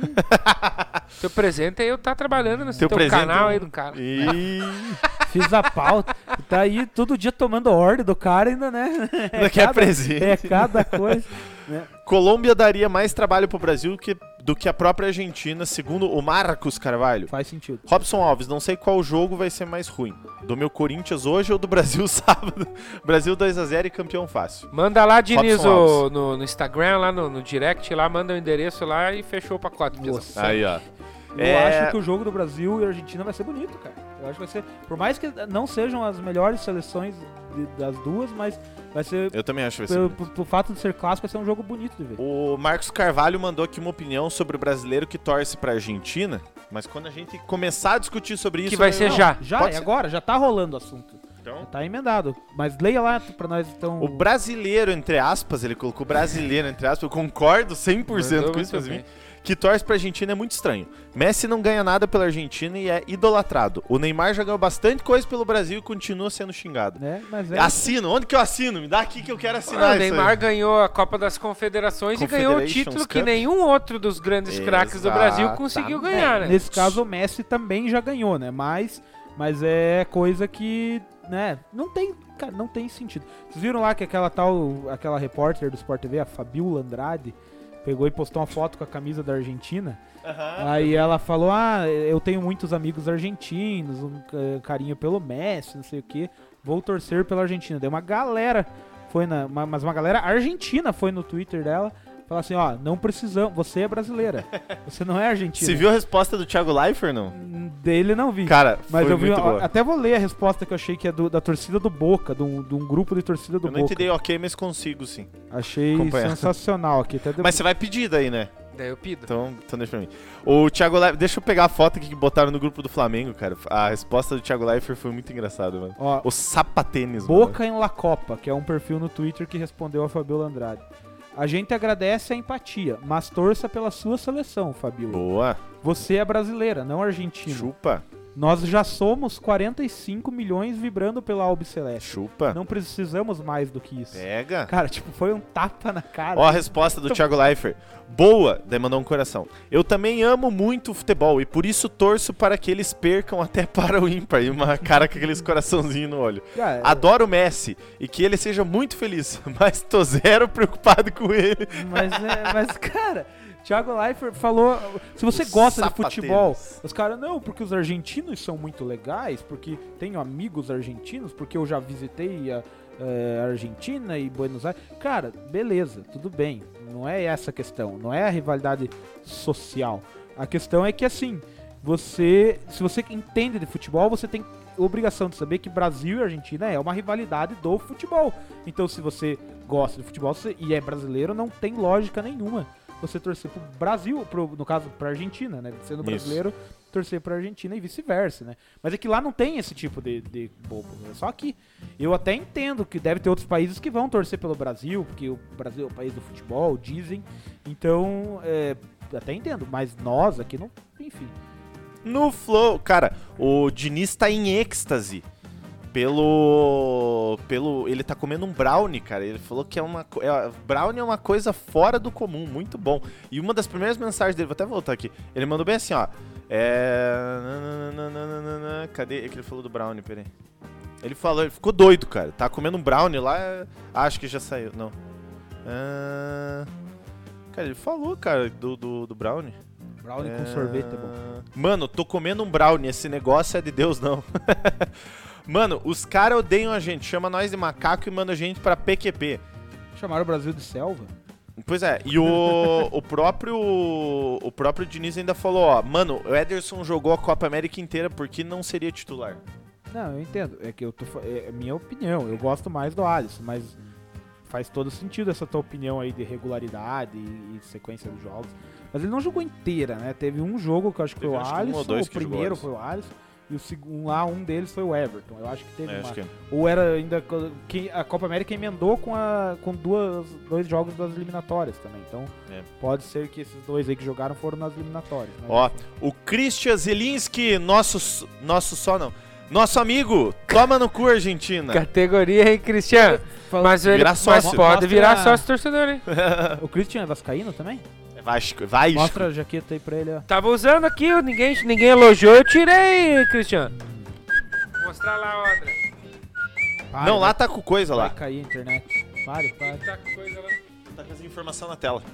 Speaker 3: Teu presente aí eu tá trabalhando no
Speaker 2: Teu
Speaker 3: teu
Speaker 2: presente
Speaker 3: canal
Speaker 2: é-
Speaker 3: aí do cara.
Speaker 2: Ih,
Speaker 5: Fiz a pauta. Tá aí todo dia tomando ordem do cara ainda, né?
Speaker 2: ainda quer presente.
Speaker 5: É cada coisa. Né?
Speaker 2: Colômbia daria mais trabalho pro Brasil do que a própria Argentina, segundo o Marcos Carvalho.
Speaker 5: Faz sentido.
Speaker 2: Robson Alves, não sei qual jogo vai ser mais ruim. Do meu Corinthians hoje ou do Brasil sábado? Brasil 2-0 e campeão fácil.
Speaker 3: Manda lá, Diniz,
Speaker 2: Robson Alves.
Speaker 3: no Instagram, lá no direct, lá, manda o endereço lá e fechou o pacote. Pizão.
Speaker 5: Nossa.
Speaker 2: Aí, ó.
Speaker 5: Eu acho que o jogo do Brasil e Argentina vai ser bonito, cara. Eu acho que vai ser. Por mais que não sejam as melhores seleções das duas, mas vai ser.
Speaker 2: Eu também acho que vai ser.
Speaker 5: Pelo fato de ser clássico, vai ser um jogo bonito de ver.
Speaker 2: O Marcos Carvalho mandou aqui uma opinião sobre o brasileiro que torce pra Argentina, mas quando a gente começar a discutir sobre isso...
Speaker 3: Que vai ser já.
Speaker 5: Já,
Speaker 2: Pode
Speaker 5: é
Speaker 2: ser.
Speaker 5: agora, já tá rolando o assunto.
Speaker 2: Então,
Speaker 5: Já tá emendado. Mas leia lá pra nós, então.
Speaker 2: o brasileiro, entre aspas, ele colocou brasileiro, entre aspas, eu concordo 100% com isso,
Speaker 3: Mandou
Speaker 2: mas
Speaker 3: muito
Speaker 2: mim,
Speaker 3: bem.
Speaker 2: que torce pra Argentina é muito estranho. Messi não ganha nada pela Argentina e é idolatrado. O Neymar já ganhou bastante coisa pelo Brasil e continua sendo xingado.
Speaker 5: Né? Mas é.
Speaker 2: Assino, onde que eu assino? Me dá aqui que eu quero
Speaker 3: Ah,
Speaker 2: assinar
Speaker 3: o
Speaker 2: isso aí.
Speaker 3: Neymar ganhou a Copa das Confederações e ganhou o
Speaker 2: Confederations
Speaker 3: título que
Speaker 2: Cup.
Speaker 3: nenhum outro dos grandes craques do Brasil conseguiu ganhar, né?
Speaker 5: Nesse caso, o Messi também já ganhou, né? Mas é coisa que, né? Não tem, cara, não tem sentido. Vocês viram lá que aquela repórter do Sport TV, a Fabiola Andrade, pegou e postou uma foto com a camisa da Argentina. Aí ela falou, eu tenho muitos amigos argentinos, um carinho pelo Messi, não sei o que, vou torcer pela Argentina. Daí uma galera mas uma galera argentina foi no Twitter dela Falar assim, ó, não precisamos, você é brasileira, você não é argentina.
Speaker 2: Você viu a resposta do Thiago Leifert, não?
Speaker 5: Dele não vi.
Speaker 2: Cara,
Speaker 5: Mas
Speaker 2: foi
Speaker 5: eu vi,
Speaker 2: muito boa.
Speaker 5: até vou ler a resposta que eu achei que é da torcida do Boca, de um grupo de torcida do
Speaker 2: Eu não
Speaker 5: Boca.
Speaker 2: entendi ok, mas consigo sim.
Speaker 5: Achei
Speaker 2: Acompanhar.
Speaker 5: sensacional aqui. Até
Speaker 2: Mas você vai pedir daí, né?
Speaker 3: Daí eu pido.
Speaker 2: Então deixa pra mim. O Thiago Leifert, deixa eu pegar a foto aqui que botaram no grupo do Flamengo, cara. A resposta do Thiago Leifert foi muito engraçada, mano.
Speaker 5: Ó,
Speaker 2: O sapatênis, mano.
Speaker 5: Boca em La Copa, que é um perfil no Twitter que respondeu a Fabiola Andrade. A gente agradece a empatia, mas torça pela sua seleção, Fabiola.
Speaker 2: Boa.
Speaker 5: Você é brasileira, não argentina.
Speaker 2: Chupa.
Speaker 5: Nós já somos 45 milhões vibrando pela Albiceleste.
Speaker 2: Chupa.
Speaker 5: Não precisamos mais do que isso.
Speaker 2: Pega.
Speaker 5: Cara, tipo, foi um tapa na cara.
Speaker 2: Ó a resposta do Thiago Leifert. Boa, daí mandou um coração. Eu também amo muito o futebol e por isso torço para que eles percam até para o ímpar. E uma cara com aqueles coraçãozinhos no olho.
Speaker 5: Cara,
Speaker 2: Adoro o Messi e que ele seja muito feliz, mas tô zero preocupado com ele.
Speaker 5: mas, cara, Thiago Leifert falou, se você gosta de
Speaker 2: sapatênis.
Speaker 5: futebol, os caras, não, porque os argentinos são muito legais, porque tenho amigos argentinos, porque eu já visitei a Argentina e Buenos Aires. Cara, beleza, tudo bem, não é essa a questão, não é a rivalidade social. A questão é que, assim, se você entende de futebol, você tem obrigação de saber que Brasil e Argentina é uma rivalidade do futebol. Então, se você gosta de futebol e é brasileiro, não tem lógica nenhuma você torcer pro Brasil, no caso, pra Argentina, né? Sendo brasileiro, torcer pra Argentina e vice-versa, né? Mas é que lá não tem esse tipo de bobo, é só aqui. Eu até entendo que deve ter outros países que vão torcer pelo Brasil, porque o Brasil é o país do futebol, dizem. Então, até entendo, mas nós aqui não, enfim.
Speaker 2: No Flow, cara, o Diniz tá em êxtase ele tá comendo um brownie, cara. Ele falou que brownie é uma coisa fora do comum, muito bom. E uma das primeiras mensagens dele, vou até voltar aqui, ele mandou bem assim, ó. Cadê? É que ele falou do brownie, peraí. Ele ficou doido, cara. Tá comendo um brownie lá, acho que já saiu, não. Cara, ele falou, cara, do brownie.
Speaker 5: Brownie com sorvete é bom.
Speaker 2: Mano, tô comendo um brownie, esse negócio é de Deus, não. Mano, os caras odeiam a gente, chama nós de macaco e manda a gente pra PQP.
Speaker 5: Chamaram o Brasil de selva?
Speaker 2: Pois é, e o próprio Diniz ainda falou, ó, mano, o Ederson jogou a Copa América inteira, por que não seria titular?
Speaker 5: Não, eu entendo, é que é minha opinião, eu gosto mais do Alisson, mas faz todo sentido essa tua opinião aí de regularidade e sequência dos jogos. Mas ele não jogou inteira, né? Teve um jogo que eu acho que foi o Alisson, o primeiro foi o Alisson. E o segundo lá, um deles foi o Everton. Eu acho que teve uma. Ou era ainda. A Copa América emendou com dois jogos das eliminatórias também. Então, pode ser que esses dois aí que jogaram foram nas eliminatórias.
Speaker 2: Ó, o Christian Zelinski, nosso amigo, toma no cu, Argentina.
Speaker 3: Categoria, hein, Cristiano? Mas pode virar sócio torcedor, hein?
Speaker 5: O Christian é vascaíno também?
Speaker 2: Vasco.
Speaker 5: Mostra a jaqueta aí pra ele, ó.
Speaker 3: Tava usando aqui, ninguém elogiou, eu tirei, Cristiano. Vou mostrar lá, André.
Speaker 2: Não, lá tá com coisa lá.
Speaker 5: Vai cair a internet. Pare.
Speaker 3: Tá com coisa lá.
Speaker 2: Tá com as informações na tela.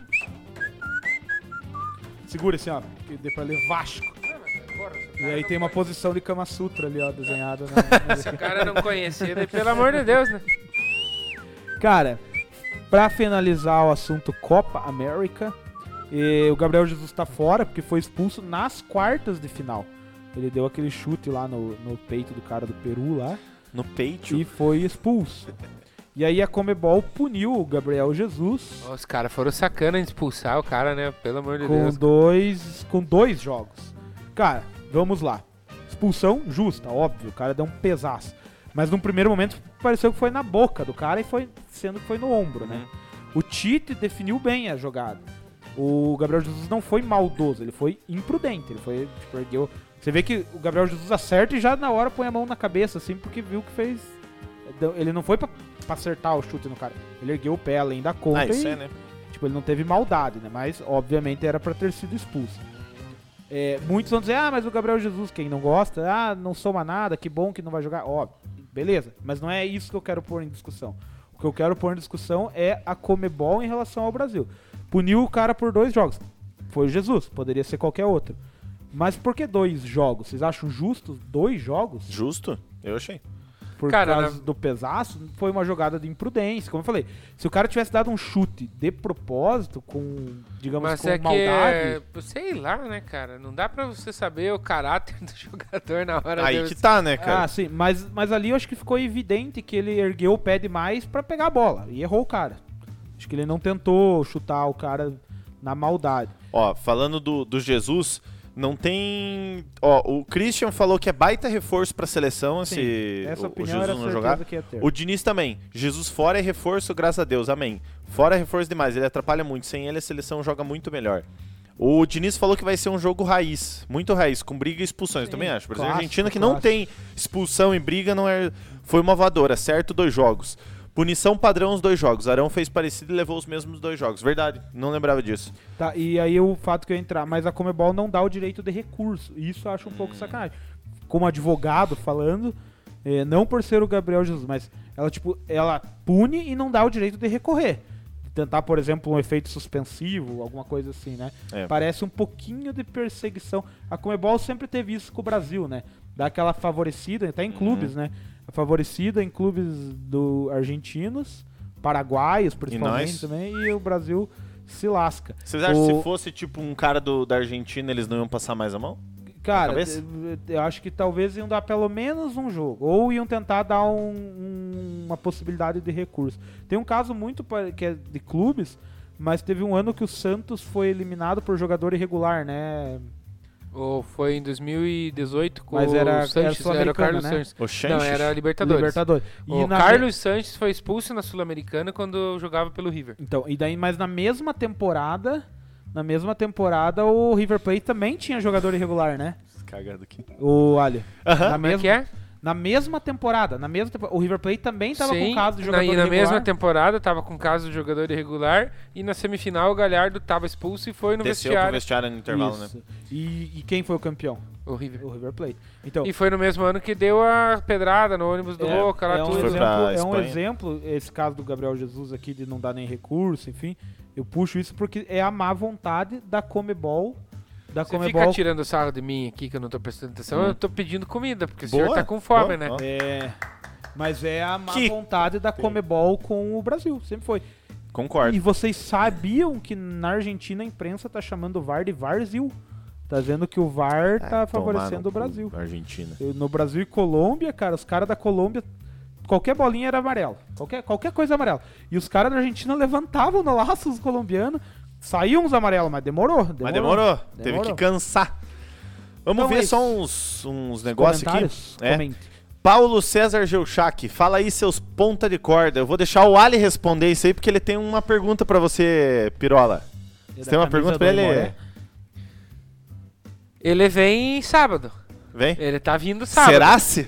Speaker 5: Segura assim, ó, que dê pra ler Vasco. E aí tem uma posição de Kama Sutra ali, ó, desenhada.
Speaker 3: Se o cara não conhecia, daí, pelo amor de Deus, né?
Speaker 5: Cara, pra finalizar o assunto Copa América, o Gabriel Jesus tá fora porque foi expulso nas quartas de final. Ele deu aquele chute lá no peito do cara do Peru lá.
Speaker 2: No peito?
Speaker 5: E foi expulso. E aí a Conmebol puniu o Gabriel Jesus.
Speaker 3: Os caras foram sacana em expulsar o cara, né? Pelo amor de Deus.
Speaker 5: Com dois jogos. Cara, vamos lá. Expulsão justa, óbvio. O cara deu um pesaço. Mas num primeiro momento pareceu que foi na boca do cara e sendo que foi no ombro, né? O Tite definiu bem a jogada. O Gabriel Jesus não foi maldoso, ele foi imprudente. Ele foi, tipo, ergueu. Você vê que o Gabriel Jesus acerta e já na hora põe a mão na cabeça, assim, porque viu que fez. Ele não foi pra acertar o chute no cara. Ele ergueu o pé além da conta.
Speaker 2: Isso é, né?
Speaker 5: Tipo, ele não teve maldade, né? Mas, obviamente, era pra ter sido expulso. Muitos vão dizer, mas o Gabriel Jesus, quem não gosta, não soma nada, que bom que não vai jogar. Ó, beleza, mas não é isso que eu quero pôr em discussão. O que eu quero pôr em discussão é a Conmebol em relação ao Brasil. Puniu o cara por 2 jogos. Foi o Jesus, poderia ser qualquer outro. Mas por que 2 jogos? Vocês acham justos 2 jogos?
Speaker 2: Justo? Eu achei.
Speaker 5: por
Speaker 3: Cara,
Speaker 5: causa do pesaço, foi uma jogada de imprudência. Como eu falei, se o cara tivesse dado um chute de propósito, com, digamos,
Speaker 3: Mas
Speaker 5: com
Speaker 3: é
Speaker 5: maldade...
Speaker 3: que, sei lá, né, cara? Não dá pra você saber o caráter do jogador na hora
Speaker 2: Aí
Speaker 3: de...
Speaker 2: que tá, né, cara?
Speaker 5: Ah, sim, mas ali eu acho que ficou evidente que ele ergueu o pé demais pra pegar a bola e errou o cara. Acho que ele não tentou chutar o cara na maldade.
Speaker 2: Ó, falando do Jesus, não tem... Ó, o Christian falou que é baita reforço pra seleção
Speaker 5: Sim,
Speaker 2: se
Speaker 5: essa
Speaker 2: o
Speaker 5: opinião era
Speaker 2: Jesus não
Speaker 5: certeza
Speaker 2: jogar.
Speaker 5: que ia ter.
Speaker 2: O Diniz também. Jesus fora é reforço, graças a Deus, amém. Fora é reforço demais, ele atrapalha muito. Sem ele a seleção joga muito melhor. O Diniz falou que vai ser um jogo raiz, muito raiz, com briga e expulsões,
Speaker 5: Sim,
Speaker 2: também acho. Brasil e
Speaker 5: clássico,
Speaker 2: Argentina que não
Speaker 5: clássico.
Speaker 2: tem expulsão e briga, não é... foi uma voadora, certo? 2 jogos. Punição padrão os 2 jogos. Arão fez parecido e levou os mesmos 2 jogos. Verdade, não lembrava disso.
Speaker 5: Tá, e aí o fato que eu ia entrar, mas a Conmebol não dá o direito de recurso. E isso eu acho um pouco sacanagem. Como advogado falando, não por ser o Gabriel Jesus, mas ela pune e não dá o direito de recorrer. Tentar, por exemplo, um efeito suspensivo, alguma coisa assim, né?
Speaker 2: É.
Speaker 5: Parece um pouquinho de perseguição. A Conmebol sempre teve isso com o Brasil, né? Dá aquela favorecida, até em clubes, né? Favorecida em clubes do argentinos, paraguaios principalmente
Speaker 2: nós?
Speaker 5: também, e o Brasil se lasca.
Speaker 2: Vocês acham que se fosse tipo um cara da Argentina, eles não iam passar mais a mão?
Speaker 5: Cara,
Speaker 2: cabeça?
Speaker 5: eu acho que talvez iam dar pelo menos um jogo. Ou iam tentar dar uma possibilidade de recurso. Tem um caso muito que é de clubes, mas teve um ano que o Santos foi eliminado por jogador irregular, né?
Speaker 3: Ou foi em 2018 com
Speaker 5: Mas era
Speaker 3: o Sanches, era o
Speaker 5: Sul-Americana,
Speaker 3: Carlos
Speaker 5: né?
Speaker 3: Sanches.
Speaker 2: O Sanches?
Speaker 3: Não, era Libertadores.
Speaker 5: Libertadores.
Speaker 3: O
Speaker 5: na
Speaker 3: Carlos Sanches foi expulso na Sul-Americana quando jogava pelo River.
Speaker 5: Então, e daí, mas na mesma temporada, o River Plate também tinha jogador irregular, né?
Speaker 2: Cagado aqui.
Speaker 5: O Ali.
Speaker 2: Aham.
Speaker 3: Como é que é?
Speaker 5: Na mesma temporada, o River Plate também tava com caso de jogador
Speaker 3: e na
Speaker 5: irregular.
Speaker 3: mesma temporada tava com caso de jogador irregular e na semifinal o Galhardo tava expulso e foi no
Speaker 2: Desceu
Speaker 3: vestiário.
Speaker 2: pro vestiário no intervalo, né?
Speaker 5: Isso. E quem foi o campeão?
Speaker 3: O River.
Speaker 5: O River Plate. Então,
Speaker 3: E foi no mesmo ano que deu a pedrada no ônibus do Boca, lá
Speaker 5: é um
Speaker 3: tudo.
Speaker 2: Foi pra
Speaker 5: exemplo,
Speaker 2: Espanha.
Speaker 5: esse caso do Gabriel Jesus aqui de não dar nem recurso, enfim. Eu puxo isso porque é a má vontade da Conmebol.
Speaker 3: Você fica tirando sarro de mim aqui que eu não tô prestando atenção, eu tô pedindo comida, porque o senhor
Speaker 2: Boa,
Speaker 3: tá com fome,
Speaker 2: boa,
Speaker 3: né?
Speaker 2: ó.
Speaker 5: Mas é a má
Speaker 2: Que-
Speaker 5: vontade da Conmebol com o Brasil, sempre foi.
Speaker 2: Concordo.
Speaker 5: E vocês sabiam que na Argentina a imprensa tá chamando o VAR de Varzil? Tá dizendo que o VAR tá favorecendo o Brasil.
Speaker 2: Argentina.
Speaker 5: No Brasil e Colômbia, cara, os caras da Colômbia, qualquer bolinha era amarelo. Qualquer coisa amarela. E os caras da Argentina levantavam no laço os colombianos. Saíam uns amarelos, mas demorou.
Speaker 2: Mas demorou. Teve que cansar. Vamos
Speaker 5: Então,
Speaker 2: ver
Speaker 5: mas-
Speaker 2: só uns negócios aqui.
Speaker 5: Comentários?
Speaker 2: É.
Speaker 5: Comente.
Speaker 2: Paulo César Geuchac, fala aí seus ponta de corda. Eu vou deixar o Ali responder isso aí, porque ele tem uma pergunta pra você, Pirola. Você tem uma pergunta pra ele?
Speaker 3: Ele vem sábado.
Speaker 2: Vem.
Speaker 3: Ele tá vindo sábado.
Speaker 2: Será-se?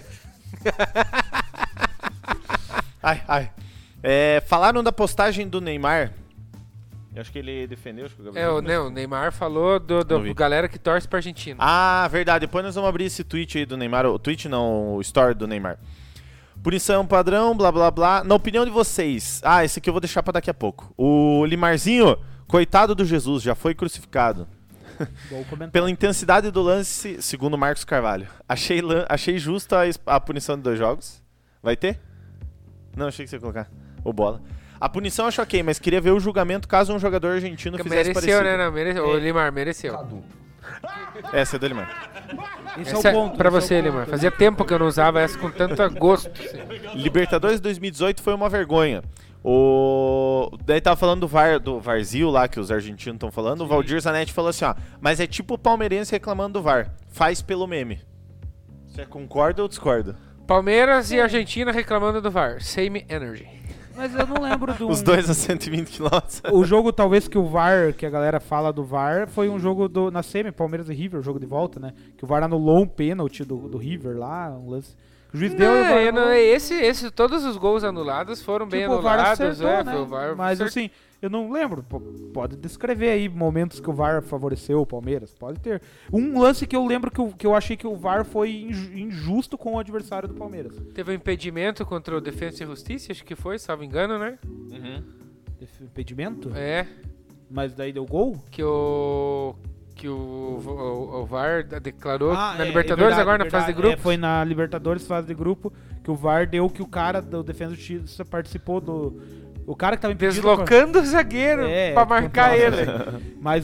Speaker 2: Ai. Falaram da postagem do Neymar. Eu acho que ele defendeu. Acho que o Gabriel
Speaker 3: O Neymar falou do
Speaker 2: Não vi.
Speaker 3: galera que torce pra Argentina.
Speaker 2: Ah, verdade. Depois nós vamos abrir esse tweet aí do Neymar. O tweet não, o story do Neymar. Punição padrão, blá blá blá. Na opinião de vocês. Ah, esse aqui eu vou deixar pra daqui a pouco. O Limarzinho, coitado do Jesus, já foi crucificado.
Speaker 5: Bom comentário.
Speaker 2: Pela intensidade do lance, segundo Marcos Carvalho. Achei justa a punição de 2 jogos. Vai ter? Não, achei que você ia colocar. Ô, bola. A punição eu acho ok, mas queria ver o julgamento caso um jogador argentino fizesse
Speaker 3: Mereceu,
Speaker 2: parecido.
Speaker 3: né? Não, mereceu. O Limar mereceu.
Speaker 2: Essa é do Limar.
Speaker 5: Esse
Speaker 3: Essa
Speaker 5: é o ponto.
Speaker 3: pra
Speaker 5: esse é o
Speaker 3: você,
Speaker 5: ponto.
Speaker 3: Limar. Fazia tempo que eu não usava essa com tanto gosto. assim.
Speaker 2: Libertadores 2018 foi uma vergonha. Daí tava falando do Varzil lá, que os argentinos estão falando. O Valdir Zanetti falou assim, ó. Mas é tipo o palmeirense reclamando do VAR. Faz pelo meme. Você concorda ou discorda?
Speaker 3: Palmeiras e Argentina reclamando do VAR. Same energy.
Speaker 5: Mas eu não lembro do.
Speaker 2: Os dois a 120 km.
Speaker 5: O jogo, talvez, que o VAR, que a galera fala do VAR, foi um jogo na semi, Palmeiras e River, o jogo de volta, né? Que o VAR anulou um pênalti do River lá, um lance. O juiz deu e o VAR anulou.
Speaker 3: Todos os gols anulados foram bem
Speaker 5: Tipo, o VAR
Speaker 3: anulados.
Speaker 5: acertou, né?
Speaker 3: Foi o VAR
Speaker 5: Mas
Speaker 3: acertou.
Speaker 5: assim, eu não lembro. Pode descrever aí momentos que o VAR favoreceu o Palmeiras. Pode ter. Um lance que eu lembro que eu achei que o VAR foi injusto com o adversário do Palmeiras.
Speaker 3: Teve um impedimento contra o Defensa e Justiça, acho que foi, salvo engano, né?
Speaker 5: Impedimento?
Speaker 3: É,
Speaker 5: Mas daí deu gol?
Speaker 3: que Que o VAR declarou na
Speaker 5: é
Speaker 3: Libertadores,
Speaker 5: verdade,
Speaker 3: agora na fase de grupos.
Speaker 5: foi na Libertadores, fase de grupo, que o VAR deu que o cara do Defesa do Chile participou do... O cara que tava impedido...
Speaker 3: Deslocando o zagueiro pra marcar ele.
Speaker 5: Mas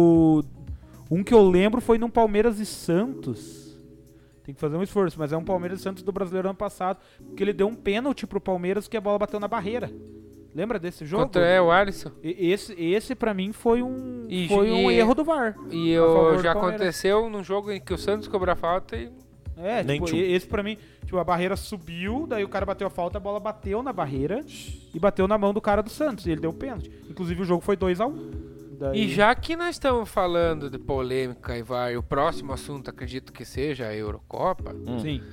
Speaker 5: um que eu lembro foi num Palmeiras e Santos. Tem que fazer um esforço, mas é um Palmeiras e Santos do Brasileirão ano passado, que ele deu um pênalti pro Palmeiras que a bola bateu na barreira. Lembra desse jogo?
Speaker 3: Contra o Alisson.
Speaker 5: Esse pra mim foi um
Speaker 3: E
Speaker 5: erro do VAR.
Speaker 3: E
Speaker 5: a favor do
Speaker 3: já
Speaker 5: Palmeiras.
Speaker 3: aconteceu num jogo em que o Santos cobrou a falta e...
Speaker 2: Nem tchum.
Speaker 5: Esse pra mim, tipo, a barreira subiu, daí o cara bateu a falta, a bola bateu na barreira e bateu na mão do cara do Santos, e ele deu o pênalti. Inclusive o jogo foi 2-1.
Speaker 3: E já que nós estamos falando de polêmica e vai, o próximo assunto acredito que seja a Eurocopa.
Speaker 5: Sim.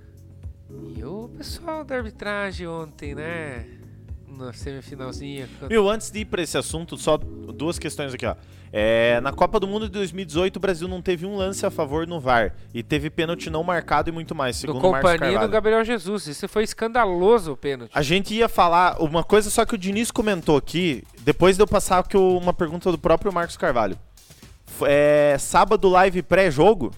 Speaker 3: E o pessoal da arbitragem ontem, né? Na semifinalzinha.
Speaker 2: Meu, antes de ir pra esse assunto, só duas questões aqui, ó. Na Copa do Mundo de 2018, o Brasil não teve um lance a favor no VAR. E teve pênalti não marcado e muito mais,
Speaker 3: Do
Speaker 2: segundo o Marcos
Speaker 3: companhia
Speaker 2: Carvalho.
Speaker 3: do Gabriel Jesus. Isso foi escandaloso o pênalti.
Speaker 2: A gente ia falar uma coisa só que o Diniz comentou aqui, depois de eu passar uma pergunta do próprio Marcos Carvalho. Sábado live pré-jogo?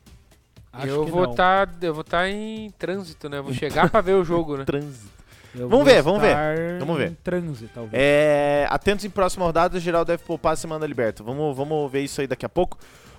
Speaker 3: Eu vou estar em trânsito, né? Vou chegar pra ver o jogo, né?
Speaker 2: Trânsito.
Speaker 5: Eu
Speaker 2: Vamos
Speaker 5: vou
Speaker 2: ver, vamos ver.
Speaker 5: estar
Speaker 2: Vamos ver.
Speaker 5: em transe, talvez.
Speaker 2: Atentos em próxima rodada, o geral deve poupar a semana liberta. Vamos ver isso aí daqui a pouco.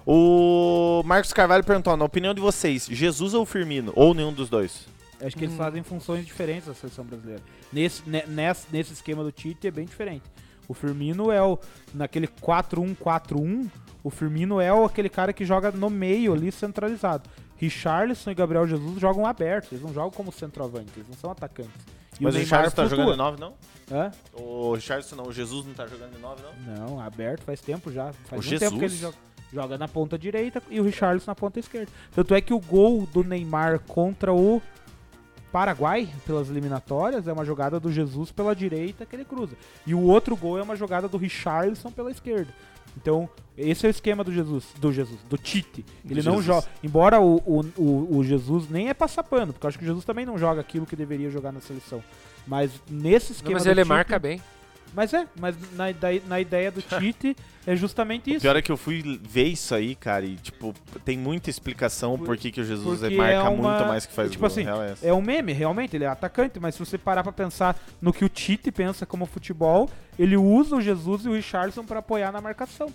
Speaker 2: O Marcos Carvalho perguntou, na opinião de vocês, Jesus ou Firmino? Ou nenhum dos dois?
Speaker 5: Acho que eles fazem funções diferentes da seleção brasileira. Nesse esquema do Tite é bem diferente. O Firmino naquele 4-1-4-1, o Firmino é aquele cara que joga no meio ali, centralizado. Richarlison e Gabriel Jesus jogam abertos, eles não jogam como centroavante, eles não são atacantes. E
Speaker 2: Mas o Richarlison tá jogando de 9, não?
Speaker 5: Hã?
Speaker 2: O Richarlison não, o Jesus não tá jogando de 9, não?
Speaker 5: Não, aberto faz tempo já. Faz
Speaker 2: O
Speaker 5: muito tempo que ele
Speaker 2: Jesus?
Speaker 5: joga na ponta direita e o Richarlison na ponta esquerda. Tanto é que o gol do Neymar contra o Paraguai, pelas eliminatórias, é uma jogada do Jesus pela direita que ele cruza. E o outro gol é uma jogada do Richarlison pela esquerda. Então, esse é o esquema do Tite. Ele não joga. Embora o Jesus nem é passar pano, porque eu acho que o Jesus também não joga aquilo que deveria jogar na seleção. Mas nesse esquema
Speaker 3: Mas
Speaker 5: do
Speaker 3: ele
Speaker 5: Tite,
Speaker 3: marca bem.
Speaker 5: Mas na ideia do Tite é justamente
Speaker 2: O
Speaker 5: isso.
Speaker 2: pior é que eu fui ver isso aí, cara, e tipo, tem muita explicação por que o Jesus
Speaker 5: Porque
Speaker 2: marca muito mais que faz
Speaker 5: tipo
Speaker 2: gol.
Speaker 5: assim,
Speaker 2: Real é essa.
Speaker 5: é um meme, realmente, ele é atacante, mas se você parar pra pensar no que o Tite pensa como futebol, ele usa o Jesus e o Richarlison pra apoiar na marcação.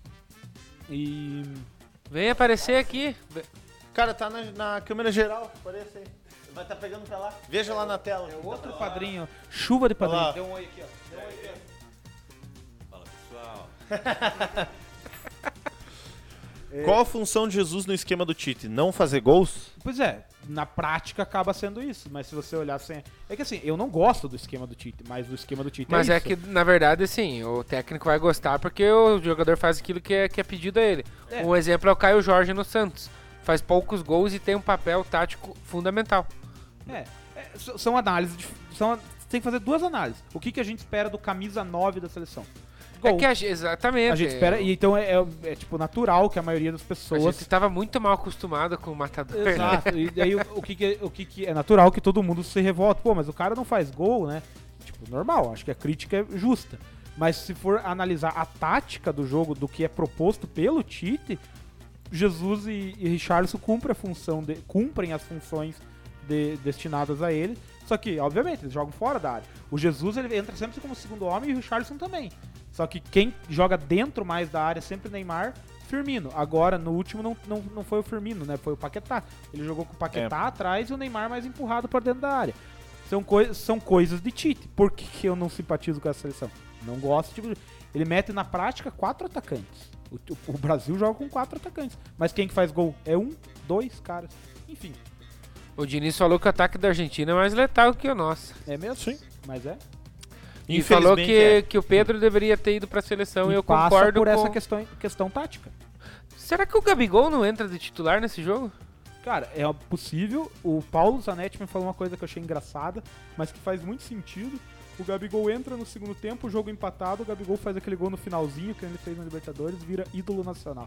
Speaker 5: E...
Speaker 3: Vem aparecer aqui.
Speaker 2: Cara, tá na câmera geral, aparece aí. Vai estar pegando pra lá. Veja lá na tela.
Speaker 5: É outro padrinho, chuva de padrinho.
Speaker 2: Olha lá.
Speaker 5: Deu um oi aqui, ó.
Speaker 1: Fala, pessoal.
Speaker 2: Qual a função de Jesus no esquema do Tite? Não fazer gols?
Speaker 5: Pois é, na prática acaba sendo isso, mas se você olhar sem... É que assim, eu não gosto do esquema do Tite, mas o esquema do Tite
Speaker 3: Mas
Speaker 5: é
Speaker 3: é
Speaker 5: isso.
Speaker 3: que, na verdade, assim, o técnico vai gostar porque o jogador faz aquilo que é pedido a ele.
Speaker 5: É.
Speaker 3: Um exemplo é o Caio Jorge no Santos. Faz poucos gols e tem um papel tático fundamental.
Speaker 5: São análises... Tem que fazer duas análises. O que a gente espera do camisa 9 da seleção? Gol.
Speaker 3: Exatamente.
Speaker 5: A gente espera, e então é tipo natural que a maioria das
Speaker 3: A
Speaker 5: pessoas...
Speaker 3: gente estava muito mal acostumado com o matador. né?
Speaker 5: Exato, e daí o que é natural que todo mundo se revolta. Pô, mas o cara não faz gol, né? Tipo, normal, acho que a crítica é justa. Mas se for analisar a tática do jogo, do que é proposto pelo Tite, Jesus e Richarlison cumprem as funções destinadas a ele. Só que, obviamente, eles jogam fora da área. O Jesus ele entra sempre como segundo homem e o Richarlison também. Só que quem joga dentro mais da área é sempre o Neymar, Firmino. Agora, no último, não foi o Firmino, né? Foi o Paquetá. Ele jogou com o Paquetá atrás e o Neymar mais empurrado para dentro da área. São coisas de Tite. Por que eu não simpatizo com essa seleção? Não gosto. Tipo, ele mete na prática 4 atacantes. O Brasil joga com 4 atacantes. Mas quem que faz gol? É 1, 2 caras. Enfim.
Speaker 3: O Diniz falou que o ataque da Argentina é mais letal que o nosso.
Speaker 5: É mesmo?
Speaker 2: Sim.
Speaker 5: Mas é.
Speaker 3: E falou
Speaker 2: Infelizmente,
Speaker 3: que o Pedro deveria ter ido pra seleção e eu
Speaker 5: passa
Speaker 3: concordo
Speaker 5: por
Speaker 3: com...
Speaker 5: essa questão tática.
Speaker 3: Será que o Gabigol não entra de titular nesse jogo?
Speaker 5: Cara, é possível. O Paulo Zanetti me falou uma coisa que eu achei engraçada, mas que faz muito sentido. O Gabigol entra no segundo tempo, o jogo empatado, o Gabigol faz aquele gol no finalzinho que ele fez na Libertadores, vira ídolo nacional.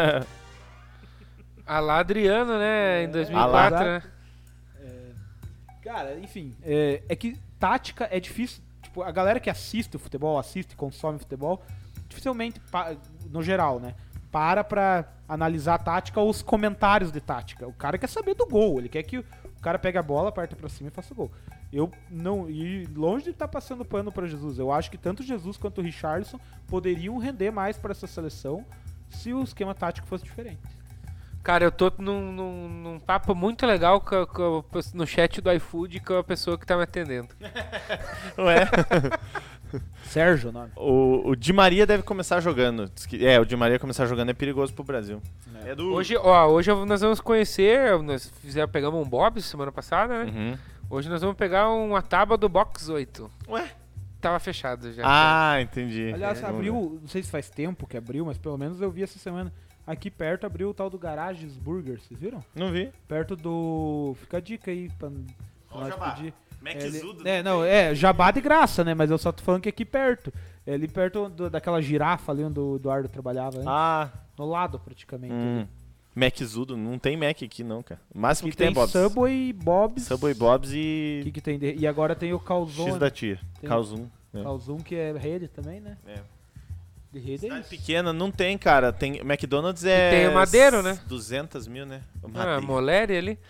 Speaker 3: A lá Adriano, né? Em 2004,
Speaker 5: Alá.
Speaker 3: né?
Speaker 5: Cara, enfim, é que tática é difícil. Tipo, a galera que assiste o futebol, assiste, consome futebol, dificilmente, no geral, né? pra analisar a tática ou os comentários de tática. O cara quer saber do gol, ele quer que o cara pegue a bola, parta pra cima e faça o gol. Eu não, e longe de estar passando pano pra Jesus, eu acho que tanto Jesus quanto o Richarlison poderiam render mais pra essa seleção se o esquema tático fosse diferente.
Speaker 3: Cara, eu tô num papo muito legal no chat do iFood com a pessoa que tá me atendendo.
Speaker 2: Ué.
Speaker 5: Sérgio, o nome.
Speaker 2: O Di Maria deve começar jogando. O Di Maria começar jogando é perigoso pro Brasil. É do...
Speaker 3: Hoje nós vamos conhecer, pegamos um Bob semana passada, né?
Speaker 2: Uhum.
Speaker 3: Hoje nós vamos pegar uma tábua do Box 8.
Speaker 2: Ué?
Speaker 3: Tava fechado já.
Speaker 2: Ah, entendi.
Speaker 5: Aliás, abriu, não sei se faz tempo que abriu, mas pelo menos eu vi essa semana. Aqui perto abriu o tal do Garages Burger, vocês viram?
Speaker 2: Não vi.
Speaker 5: Perto do... Fica a dica aí pra
Speaker 2: Ó,
Speaker 5: nós
Speaker 2: jabá.
Speaker 5: pedir.
Speaker 2: Maczudo.
Speaker 5: Jabá de graça, né? Mas eu só tô falando que é aqui perto. É ali perto daquela girafa ali onde o Eduardo trabalhava, né?
Speaker 2: Ah.
Speaker 5: No lado, praticamente.
Speaker 2: Maczudo. Não tem Mac aqui, não, cara. O máximo
Speaker 5: Aqui
Speaker 2: que tem é Bob's.
Speaker 5: Subway, Bob's.
Speaker 2: Subway, Bob's
Speaker 5: O
Speaker 2: e...
Speaker 5: que tem e agora tem o Calzone.
Speaker 2: X da tia.
Speaker 5: Tem-
Speaker 2: Calzone. É.
Speaker 5: Calzone, que é rede também, né?
Speaker 2: É.
Speaker 5: De rede é
Speaker 2: Cidade
Speaker 5: isso.
Speaker 2: pequena não tem, cara. Tem McDonald's é...
Speaker 3: tem o Madeiro, né?
Speaker 2: 200 mil, né? O
Speaker 3: Ah,
Speaker 2: Madeiro.
Speaker 3: Moleri ali.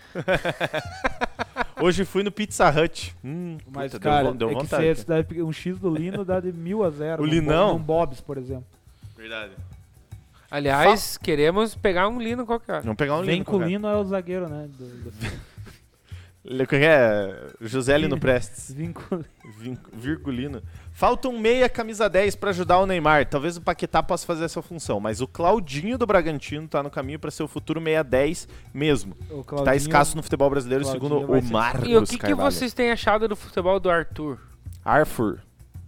Speaker 2: Hoje fui no Pizza Hut.
Speaker 5: Mas,
Speaker 2: puta,
Speaker 5: cara,
Speaker 2: deu
Speaker 5: é que
Speaker 2: vontade.
Speaker 5: se é
Speaker 2: cara.
Speaker 5: cidade pequena, um X do Lino dá de 1.000 a 0.
Speaker 2: O Linão?
Speaker 5: Num Bob's, por exemplo.
Speaker 2: Verdade.
Speaker 3: Aliás, queremos pegar um Lino qualquer.
Speaker 2: Vamos pegar um
Speaker 5: Vem
Speaker 2: Lino.
Speaker 5: com o Lino é o zagueiro, né?
Speaker 2: José Lino Prestes.
Speaker 5: Vinculino.
Speaker 2: Virgulino. Falta um meia camisa 10 pra ajudar o Neymar. Talvez o Paquetá possa fazer essa função, mas o Claudinho do Bragantino tá no caminho pra ser o futuro meia 10 mesmo.
Speaker 5: O
Speaker 2: Tá
Speaker 5: Claudinho-
Speaker 2: escasso no futebol brasileiro,
Speaker 5: Claudinho
Speaker 2: segundo
Speaker 5: vai
Speaker 2: o
Speaker 5: ser-
Speaker 2: Marcos
Speaker 3: E o que
Speaker 2: Carvalho.
Speaker 3: vocês têm achado do futebol do Arthur?
Speaker 2: Arthur.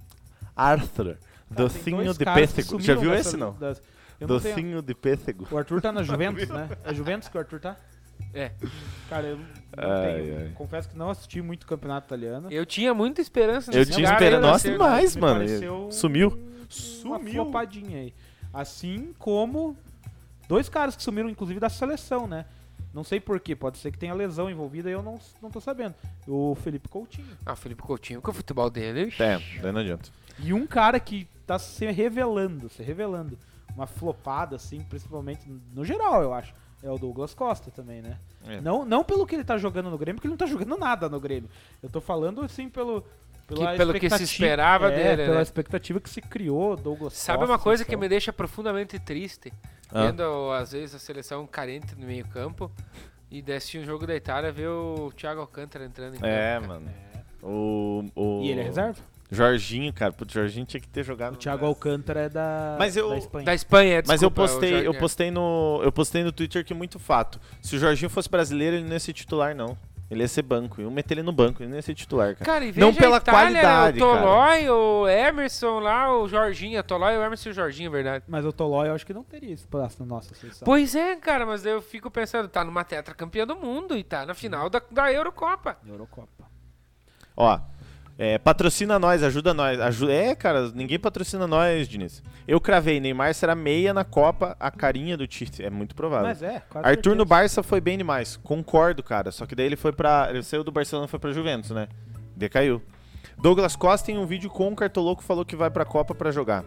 Speaker 5: Cara,
Speaker 2: Docinho
Speaker 5: tem dois
Speaker 2: de
Speaker 5: caras que
Speaker 2: pêssego.
Speaker 5: sumiram
Speaker 2: Já viu
Speaker 5: dessa-
Speaker 2: esse, não?
Speaker 5: Eu não tenho.
Speaker 2: Docinho de pêssego.
Speaker 5: O Arthur tá na Juventus, né? É Juventus que o Arthur tá?
Speaker 3: É.
Speaker 5: Cara, eu não
Speaker 2: Ai,
Speaker 5: tenho.
Speaker 2: ai.
Speaker 5: Confesso que não assisti muito campeonato italiano.
Speaker 3: Eu tinha muita esperança
Speaker 2: Eu
Speaker 3: nesse
Speaker 2: tinha
Speaker 3: cara,
Speaker 2: esperança.
Speaker 3: ele
Speaker 2: Nossa,
Speaker 3: vai ser-
Speaker 2: demais,
Speaker 5: Me
Speaker 2: mano.
Speaker 5: pareceu
Speaker 2: Sumiu.
Speaker 5: Uma
Speaker 2: Sumiu.
Speaker 5: flopadinha aí. Assim como dois caras que sumiram, inclusive, da seleção, né? Não sei porquê, pode ser que tenha lesão envolvida e eu não tô sabendo. O Felipe Coutinho.
Speaker 3: Ah, o Felipe Coutinho, com o futebol dele.
Speaker 2: Daí não adianta.
Speaker 5: E um cara que tá se revelando. Uma flopada, assim, principalmente no geral, eu acho. É o Douglas Costa também, né?
Speaker 2: É.
Speaker 5: Não pelo que ele tá jogando no Grêmio, porque ele não tá jogando nada no Grêmio. Eu tô falando, assim, pelo
Speaker 3: que se esperava dele,
Speaker 5: pela
Speaker 3: né?
Speaker 5: expectativa que se criou, Douglas
Speaker 3: Sabe
Speaker 5: Costa.
Speaker 3: uma coisa que
Speaker 5: seleção.
Speaker 3: me deixa profundamente triste?
Speaker 2: Ah.
Speaker 3: Vendo, às vezes, a seleção carente no meio campo e desce um jogo da Itália, ver o Thiago Alcântara entrando em campo.
Speaker 2: É,
Speaker 3: cara.
Speaker 2: mano. O...
Speaker 5: E ele é reserva?
Speaker 2: Jorginho, cara. Putz, Jorginho tinha que ter jogado.
Speaker 5: O Thiago Alcântara é da,
Speaker 2: Mas eu-
Speaker 5: da Espanha.
Speaker 3: Da Espanha,
Speaker 2: Mas eu
Speaker 3: desculpa, o
Speaker 2: postei no Twitter que muito fato. Se o Jorginho fosse brasileiro, ele não ia ser titular, não. Ele ia ser banco. Iam meter ele no banco, ele não ia ser titular, cara.
Speaker 3: Cara, e veja
Speaker 2: Não pela
Speaker 3: a Itália,
Speaker 2: qualidade,
Speaker 3: o Tolói, o Emerson lá, o Jorginho. Tolói, o Emerson e o Jorginho, é verdade.
Speaker 5: Mas o Tolói eu acho que não teria espaço na nossa seleção.
Speaker 3: Pois é, cara, mas daí eu fico pensando, tá numa tetracampeã do mundo e tá na final da Eurocopa.
Speaker 5: Eurocopa.
Speaker 2: Ó, patrocina nós, ajuda nós. Cara, ninguém patrocina nós, Diniz. Eu cravei, Neymar será meia na Copa, a carinha do Tite. É muito provável.
Speaker 5: Mas quase
Speaker 2: Arthur no
Speaker 5: certeza.
Speaker 2: Barça foi bem demais. Concordo, cara. Só que daí ele saiu do Barcelona e foi pra Juventus, né? Decaiu. Douglas Costa em um vídeo com o Cartoloco falou que vai pra Copa pra jogar.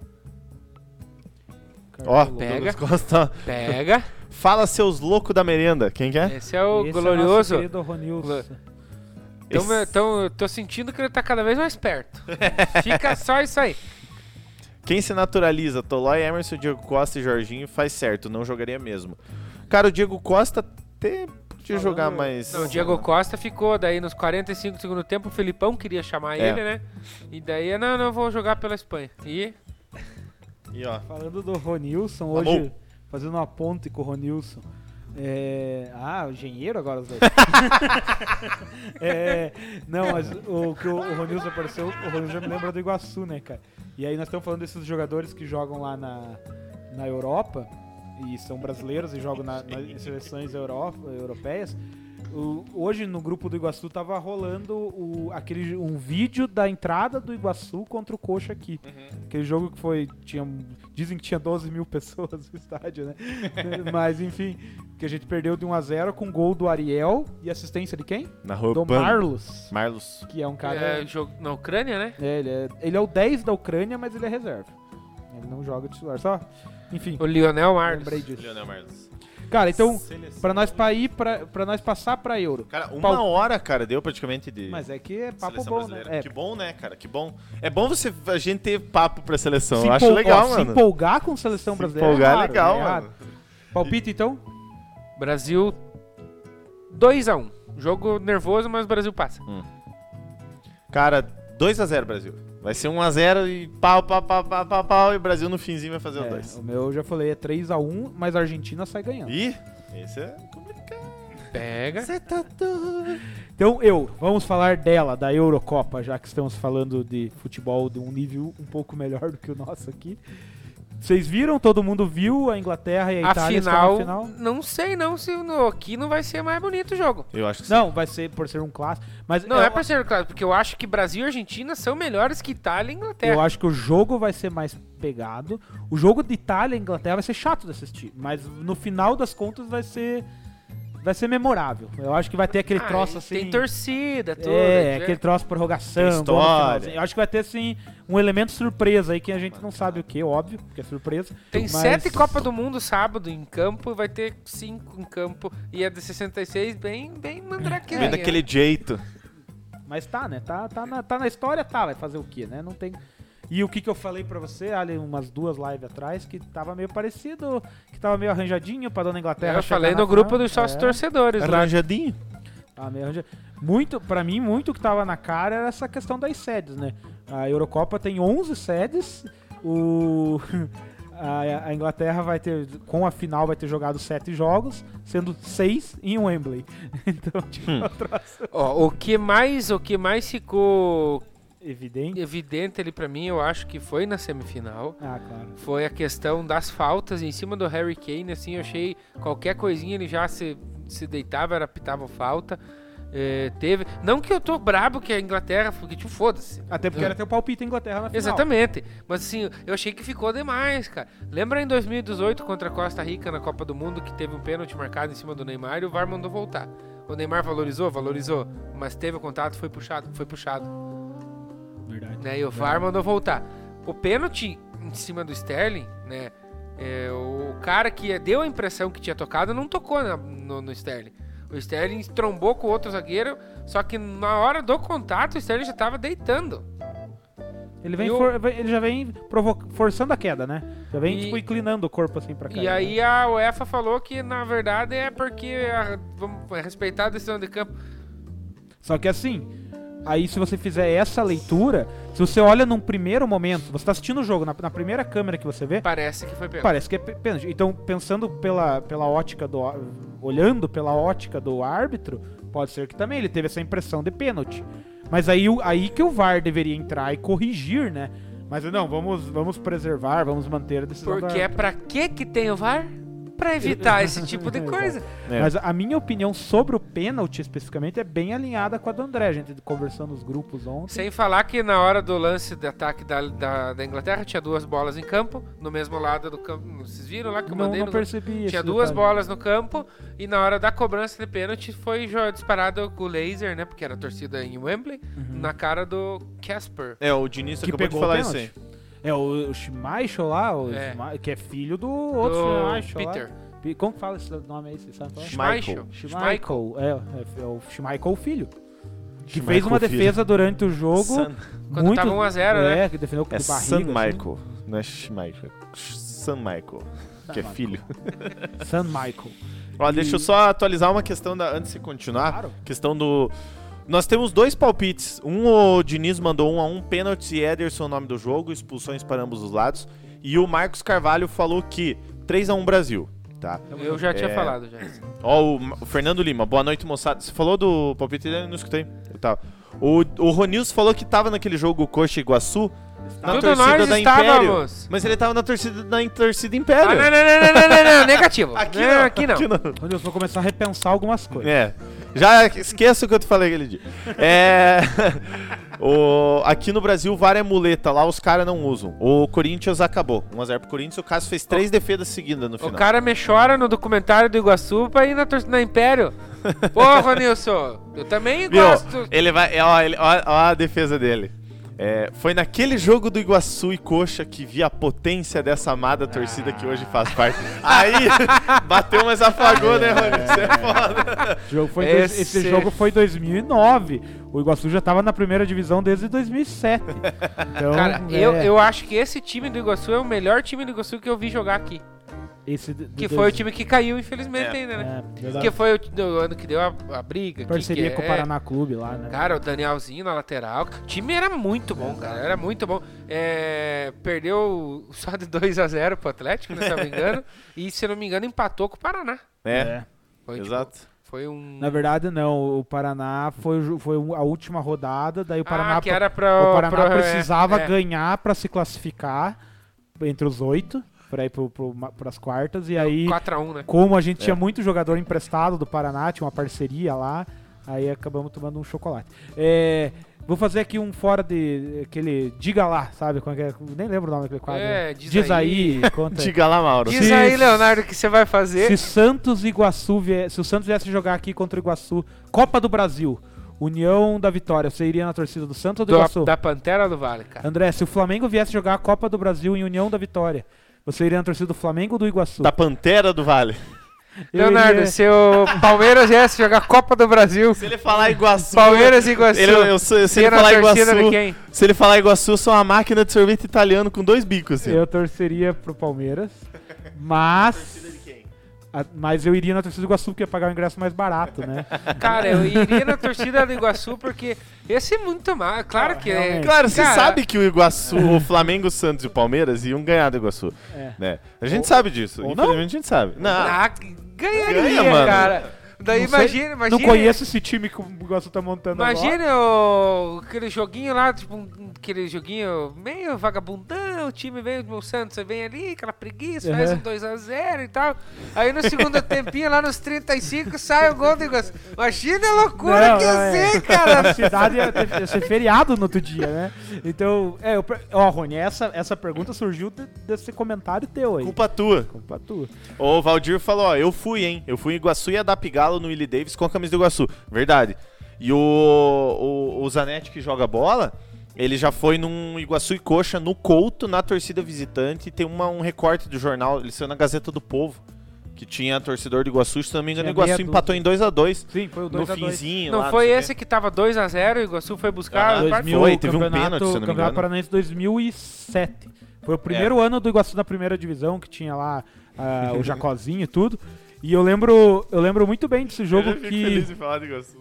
Speaker 2: Ó,
Speaker 5: Cartoloco.
Speaker 3: Pega.
Speaker 2: Douglas Costa.
Speaker 3: Pega.
Speaker 2: Fala, seus loucos da merenda. Quem que é?
Speaker 3: Esse é o
Speaker 5: Esse é nosso
Speaker 3: glorioso.
Speaker 5: querido Ronilson.
Speaker 3: Então eu tô sentindo que ele tá cada vez mais perto. Fica só isso aí.
Speaker 2: Quem se naturaliza? Tolói, Emerson, Diego Costa e Jorginho faz certo, não jogaria mesmo. Cara, o Diego Costa até podia jogar mais...
Speaker 3: Não, o Diego Costa ficou, daí nos 45 do segundo tempo o Felipão queria chamar ele, né? E daí, não vou jogar pela Espanha. E
Speaker 2: E ó,
Speaker 5: Falando do Ronilson,
Speaker 2: Tá
Speaker 5: hoje,
Speaker 2: bom.
Speaker 5: fazendo uma ponte com o Ronilson. O engenheiro agora os dois. Não, mas o que o Ronilson apareceu, o Ronilson já me lembra do Iguaçu, né, cara? E aí nós estamos falando desses jogadores que jogam lá na Europa e são brasileiros e jogam nas seleções europeias. Hoje no grupo do Iguaçu tava rolando um vídeo da entrada do Iguaçu contra o Coxa aqui. Aquele jogo que dizem que tinha 12 mil pessoas no estádio, né? Mas enfim, que a gente perdeu de 1-0 com gol do Ariel e assistência de quem?
Speaker 2: na rua
Speaker 5: Do Marlos,
Speaker 2: Marlos.
Speaker 5: que é um cara...
Speaker 3: jogo na Ucrânia, né?
Speaker 5: Ele é o 10 da Ucrânia, mas ele é reserva. Ele não joga titular, só. Enfim,
Speaker 3: O Lionel Marlos.
Speaker 5: lembrei disso.
Speaker 2: Leonel Marlos.
Speaker 5: Cara, então,
Speaker 2: Seleção.
Speaker 5: pra nós passar pra Euro.
Speaker 2: Cara, uma
Speaker 5: Pau-
Speaker 2: hora, cara, deu praticamente de
Speaker 5: Mas é que é papo
Speaker 2: seleção
Speaker 5: bom, né?
Speaker 2: brasileira. Que bom, né, cara? Que bom. É bom a gente ter papo pra seleção.
Speaker 5: Se
Speaker 2: Eu acho
Speaker 5: empol-
Speaker 2: legal,
Speaker 5: ó,
Speaker 2: mano.
Speaker 5: Se empolgar com seleção
Speaker 2: Se
Speaker 5: brasileira.
Speaker 2: empolgar é
Speaker 5: raro,
Speaker 2: legal,
Speaker 5: né?
Speaker 2: mano.
Speaker 5: Palpite, então?
Speaker 3: Brasil 2-1. Jogo nervoso, mas o Brasil passa.
Speaker 2: Cara, 2x0 Brasil. Vai ser 1x0 e pau, e o Brasil no finzinho vai fazer o 2.
Speaker 5: O meu, eu já falei, é 3-1, mas a Argentina sai ganhando.
Speaker 2: Ih, esse é complicado.
Speaker 3: Pega.
Speaker 2: Você tá doido.
Speaker 5: Então, vamos falar dela, da Eurocopa, já que estamos falando de futebol de um nível um pouco melhor do que o nosso aqui. Vocês viram? Todo mundo viu a Inglaterra e a Itália estão
Speaker 3: Afinal,
Speaker 5: na final?
Speaker 3: não sei não se aqui não vai ser mais bonito o jogo.
Speaker 2: Eu acho que sim.
Speaker 5: Não, vai ser por ser um clássico. Mas
Speaker 3: Não é pra ser claro, porque eu acho que Brasil e Argentina são melhores que Itália e Inglaterra.
Speaker 5: eu acho que o jogo vai ser mais pegado. O jogo de Itália e Inglaterra vai ser chato de assistir, mas no final das contas vai ser memorável. Eu acho que vai ter aquele troço assim.
Speaker 3: Tem torcida, tudo.
Speaker 5: Aquele troço prorrogação,
Speaker 2: Tem
Speaker 5: gol no
Speaker 2: história.
Speaker 5: finalzinho. Eu acho que vai ter assim um elemento surpresa aí que a gente não sabe o que, óbvio, porque é surpresa.
Speaker 3: Tem
Speaker 5: mas-
Speaker 3: 7 Copa do Mundo sábado em campo e vai ter 5 em campo. E a de 66 bem mandrakezinha.
Speaker 2: Vem daquele jeito.
Speaker 5: Mas tá, né? Tá na história, tá. Vai fazer o quê, né? Não tem. E o que eu falei pra você, ali, umas 2 lives atrás, que tava meio parecido, que tava meio arranjadinho pra dona Inglaterra.
Speaker 3: Eu
Speaker 5: chegar
Speaker 3: falei
Speaker 5: na
Speaker 3: no grupo
Speaker 5: final.
Speaker 3: dos sócios
Speaker 5: É.
Speaker 3: torcedores. Lá.
Speaker 2: Arranjadinho.
Speaker 5: Ah, meio arranjadinho. Pra mim, muito que tava na cara era essa questão das sedes, né? A Eurocopa tem 11 sedes, a Inglaterra vai ter, com a final, vai ter jogado 7 jogos, sendo 6 em Wembley. Então, tipo, é um troço
Speaker 3: Ó, o que mais ficou
Speaker 5: evidente.
Speaker 3: evidente ali pra mim, eu acho que foi na semifinal.
Speaker 5: Ah, claro.
Speaker 3: Foi a questão das faltas em cima do Harry Kane, assim, eu achei qualquer coisinha ele já se deitava, era pitava falta. Teve. Não que eu tô brabo que a Inglaterra, porque tipo, foda-se.
Speaker 5: Até porque era teu palpite Inglaterra na final.
Speaker 3: Exatamente. Mas assim, eu achei que ficou demais, cara. Lembra em 2018 contra a Costa Rica na Copa do Mundo que teve um pênalti marcado em cima do Neymar e o VAR mandou voltar. O Neymar valorizou, mas teve o contato, foi puxado.
Speaker 5: Verdade.
Speaker 3: Né? E o VAR mandou voltar. O pênalti em cima do Sterling, né? O cara que deu a impressão que tinha tocado não tocou no Sterling. O Sterling trombou com o outro zagueiro, só que na hora do contato o Sterling já tava deitando.
Speaker 5: Ele,
Speaker 3: E
Speaker 5: ele já vem forçando a queda, né? Já vem,
Speaker 3: E-
Speaker 5: tipo, inclinando o corpo assim pra cá.
Speaker 3: E aí a UEFA falou que na verdade é porque vamos respeitar a decisão de campo.
Speaker 5: Só que assim, aí se você fizer essa leitura, se você olha num primeiro momento, você tá assistindo o jogo, na primeira câmera que você vê,
Speaker 3: Parece que foi pênalti.
Speaker 5: parece que é pênalti. Então, pensando pela ótica olhando pela ótica do árbitro, pode ser que também ele teve essa impressão de pênalti. Mas aí que o VAR deveria entrar e corrigir, né? Mas não, vamos preservar, vamos manter a decisão do
Speaker 3: Porque é
Speaker 5: árbitro.
Speaker 3: pra que tem o VAR? Pra evitar esse tipo de coisa.
Speaker 2: É.
Speaker 5: Mas a minha opinião sobre o pênalti especificamente é bem alinhada com a do André. A gente conversando nos grupos ontem.
Speaker 3: Sem falar que na hora do lance de ataque da Inglaterra tinha 2 bolas em campo, no mesmo lado do campo. Vocês viram lá que eu mandei
Speaker 5: não
Speaker 3: no
Speaker 5: percebi
Speaker 3: Tinha
Speaker 5: esse
Speaker 3: 2
Speaker 5: detalhe.
Speaker 3: bolas no campo e na hora da cobrança de pênalti foi disparado com o laser, né? Porque era a torcida em Wembley, na cara do Casper.
Speaker 2: O Diniz
Speaker 5: Que
Speaker 2: acabou de
Speaker 5: pegou
Speaker 2: falar
Speaker 5: o
Speaker 2: isso aí.
Speaker 5: pênalti. É o Schmeichel lá, que é filho do outro
Speaker 3: Do
Speaker 5: Schmeichel
Speaker 3: Peter.
Speaker 5: lá. Como que fala esse nome aí, você sabe falar?
Speaker 3: Schmeichel.
Speaker 5: Schmeichel. É o Schmeichel filho. Que
Speaker 2: Schmeichel
Speaker 5: fez uma
Speaker 2: filho.
Speaker 5: defesa durante o jogo.
Speaker 3: Quando
Speaker 5: muito,
Speaker 3: tava 1 a 0, né?
Speaker 5: Que defendeu com
Speaker 2: É
Speaker 5: de barriga.
Speaker 2: San
Speaker 5: assim.
Speaker 2: Michael, não é Schmeichel. San Michael, que é
Speaker 5: Michael.
Speaker 2: filho.
Speaker 5: San Michael.
Speaker 2: Ó, deixa eu só atualizar uma questão antes de continuar.
Speaker 5: Claro.
Speaker 2: Questão do... Nós temos 2 palpites. O Diniz mandou 1-1, pênaltis e Ederson o nome do jogo, expulsões para ambos os lados. E o Marcos Carvalho falou que 3-1 Brasil, tá?
Speaker 3: Eu já tinha falado já.
Speaker 2: Ó, o Fernando Lima, boa noite, moçada. Você falou do palpite dele? Eu não escutei. O Ronilson falou que tava naquele jogo Coxa Iguaçu, na
Speaker 3: Tudo
Speaker 2: torcida
Speaker 3: nós
Speaker 2: da Império.
Speaker 3: estávamos.
Speaker 2: Mas ele tava na torcida Império.
Speaker 3: Não, negativo.
Speaker 2: Aqui
Speaker 3: Não,
Speaker 2: não,
Speaker 3: aqui não.
Speaker 5: Onde eu vou começar a repensar algumas coisas.
Speaker 2: É. Já esqueça o que eu te falei aquele dia. Aqui no Brasil o VAR é muleta, lá os caras não usam. O Corinthians acabou. 1x0 pro Corinthians, o Cássio fez 3 defesas seguidas no
Speaker 3: O
Speaker 2: final.
Speaker 3: cara me chora no documentário do Iguaçu pra ir na Império. Porra, Nilson, eu também
Speaker 2: Viu?
Speaker 3: gosto.
Speaker 2: Ele vai. Ó a defesa dele. Foi naquele jogo do Iguaçu e Coxa que vi a potência dessa amada torcida que hoje faz parte. Aí, bateu, mas afagou, né, Rony? Isso é foda.
Speaker 5: Esse jogo foi 2009. O Iguaçu já tava na primeira divisão desde 2007. Então,
Speaker 3: Cara, eu acho que esse time do Iguaçu é o melhor time do Iguaçu que eu vi jogar aqui. Que foi o time que caiu, infelizmente, ainda, né? Que foi o ano que deu a briga.
Speaker 5: Parceria com o Paraná Clube lá, né?
Speaker 3: Cara, o Danielzinho na lateral. O time era muito bom, cara. Era muito bom. Perdeu só de 2-0 pro Atlético, né, se eu não me engano. E, se eu não me engano, empatou com o Paraná. Foi,
Speaker 2: exato.
Speaker 3: Foi um...
Speaker 5: Na verdade, não. O Paraná foi a última rodada. Daí o Paraná,
Speaker 3: que era
Speaker 5: o Paraná precisava ganhar pra se classificar entre os 8. Pra ir pras quartas, e aí
Speaker 3: 4-1, né?
Speaker 5: Como a gente tinha muito jogador emprestado do Paraná, tinha uma parceria lá, aí acabamos tomando um chocolate. Vou fazer aqui um fora de aquele Diga Lá, sabe? Nem lembro o nome daquele quadro. Diz aí. Conta.
Speaker 2: Diga lá, Mauro.
Speaker 3: Diz aí, Leonardo, o que você vai fazer.
Speaker 5: Se o Santos viesse jogar aqui contra o Iguaçu, Copa do Brasil, União da Vitória, você iria na torcida do Santos ou do Iguaçu?
Speaker 3: Da Pantera ou do Vale, cara?
Speaker 5: André, se o Flamengo viesse jogar a Copa do Brasil em União da Vitória, você iria na torcida do Flamengo ou do Iguaçu?
Speaker 2: Da Pantera do Vale.
Speaker 3: Leonardo, se o Palmeiras viesse jogar Copa do Brasil...
Speaker 2: Se ele falar Iguaçu...
Speaker 3: Palmeiras e Iguaçu...
Speaker 2: Se ele falar Iguaçu... Se ele falar Iguaçu, eu sou uma máquina de sorvete italiano com 2 bicos. Assim.
Speaker 5: Eu torceria pro Palmeiras, mas eu iria na torcida do Iguaçu porque ia pagar o ingresso mais barato, né?
Speaker 3: Cara, eu iria na torcida do Iguaçu porque esse é muito mal. Claro que é.
Speaker 2: Claro, você sabe que o Iguaçu, o Flamengo, o Santos e o Palmeiras iam ganhar do Iguaçu. Né? A gente sabe disso. Infelizmente a gente sabe.
Speaker 3: Ganharia,
Speaker 2: mano.
Speaker 3: Cara. Daí imagina.
Speaker 5: Não conheço esse time que o Iguaçu tá montando agora.
Speaker 3: Imagina aquele joguinho lá, tipo, aquele joguinho meio vagabundão, o time veio do Santos, você vem ali, aquela preguiça, faz um 2-0 e tal. Aí no segundo tempinho, lá nos 35, sai o gol do Iguaçu. Imagina a loucura que ia ser, cara.
Speaker 5: A cidade ia ser feriado no outro dia, né? Então, Rony, essa pergunta surgiu desse comentário teu aí.
Speaker 2: Culpa tua. O Valdir falou, ó, eu fui em Iguaçu e ia dar Galo no Willie Davis com a camisa do Iguaçu. Verdade. E o Zanetti, que joga bola, ele já foi num Iguaçu e Coxa, no Couto, na torcida visitante. E tem um recorte do jornal, ele saiu na Gazeta do Povo, que tinha torcedor do Iguaçu. Se não me engano, o Iguaçu empatou em 2-2.
Speaker 5: Sim, foi o 2-2.
Speaker 2: No finzinho
Speaker 3: não
Speaker 2: lá.
Speaker 3: Não foi esse que tava 2-0 e o Iguaçu foi buscar?
Speaker 2: Teve um pênalti, se não me engano.
Speaker 5: Campeonato Paranaense 2007. Foi o primeiro ano do Iguaçu na primeira divisão, que tinha lá o Jacozinho e tudo. E eu lembro muito bem desse jogo
Speaker 2: eu fico feliz de falar do Iguaçu.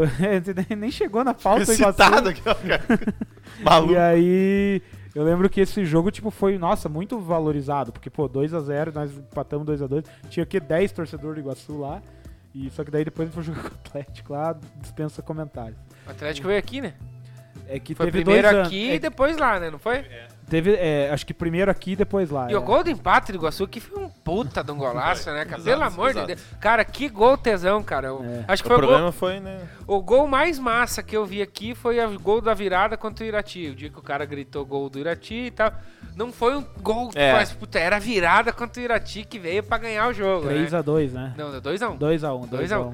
Speaker 5: Nem chegou na pauta do
Speaker 2: Iguaçu. Aqui, ó, cara. Maluco.
Speaker 5: E aí, eu lembro que esse jogo, tipo, foi, nossa, muito valorizado. Porque, 2-0, nós empatamos 2-2. Tinha, 10 torcedores do Iguaçu lá. Só que daí depois a gente foi jogar com o Atlético lá, dispensa comentários.
Speaker 3: O Atlético veio aqui, né?
Speaker 5: Que
Speaker 3: foi
Speaker 5: teve
Speaker 3: primeiro aqui e depois lá, né? Não foi?
Speaker 5: Teve, acho que primeiro aqui e depois lá.
Speaker 3: E o gol do empate do Iguaçu que foi um puta de um golaço, né, cara? Pelo amor de Deus. Cara, que gol tesão, cara. Acho que foi
Speaker 2: o problema foi, né?
Speaker 3: O gol mais massa que eu vi aqui foi o gol da virada contra o Irati. O dia que o cara gritou gol do Irati e tal. Não foi um gol, mas puta, era a virada contra o Irati que veio pra ganhar o jogo.
Speaker 5: 3-2, né?
Speaker 3: Não, 2-1.
Speaker 5: 2-1.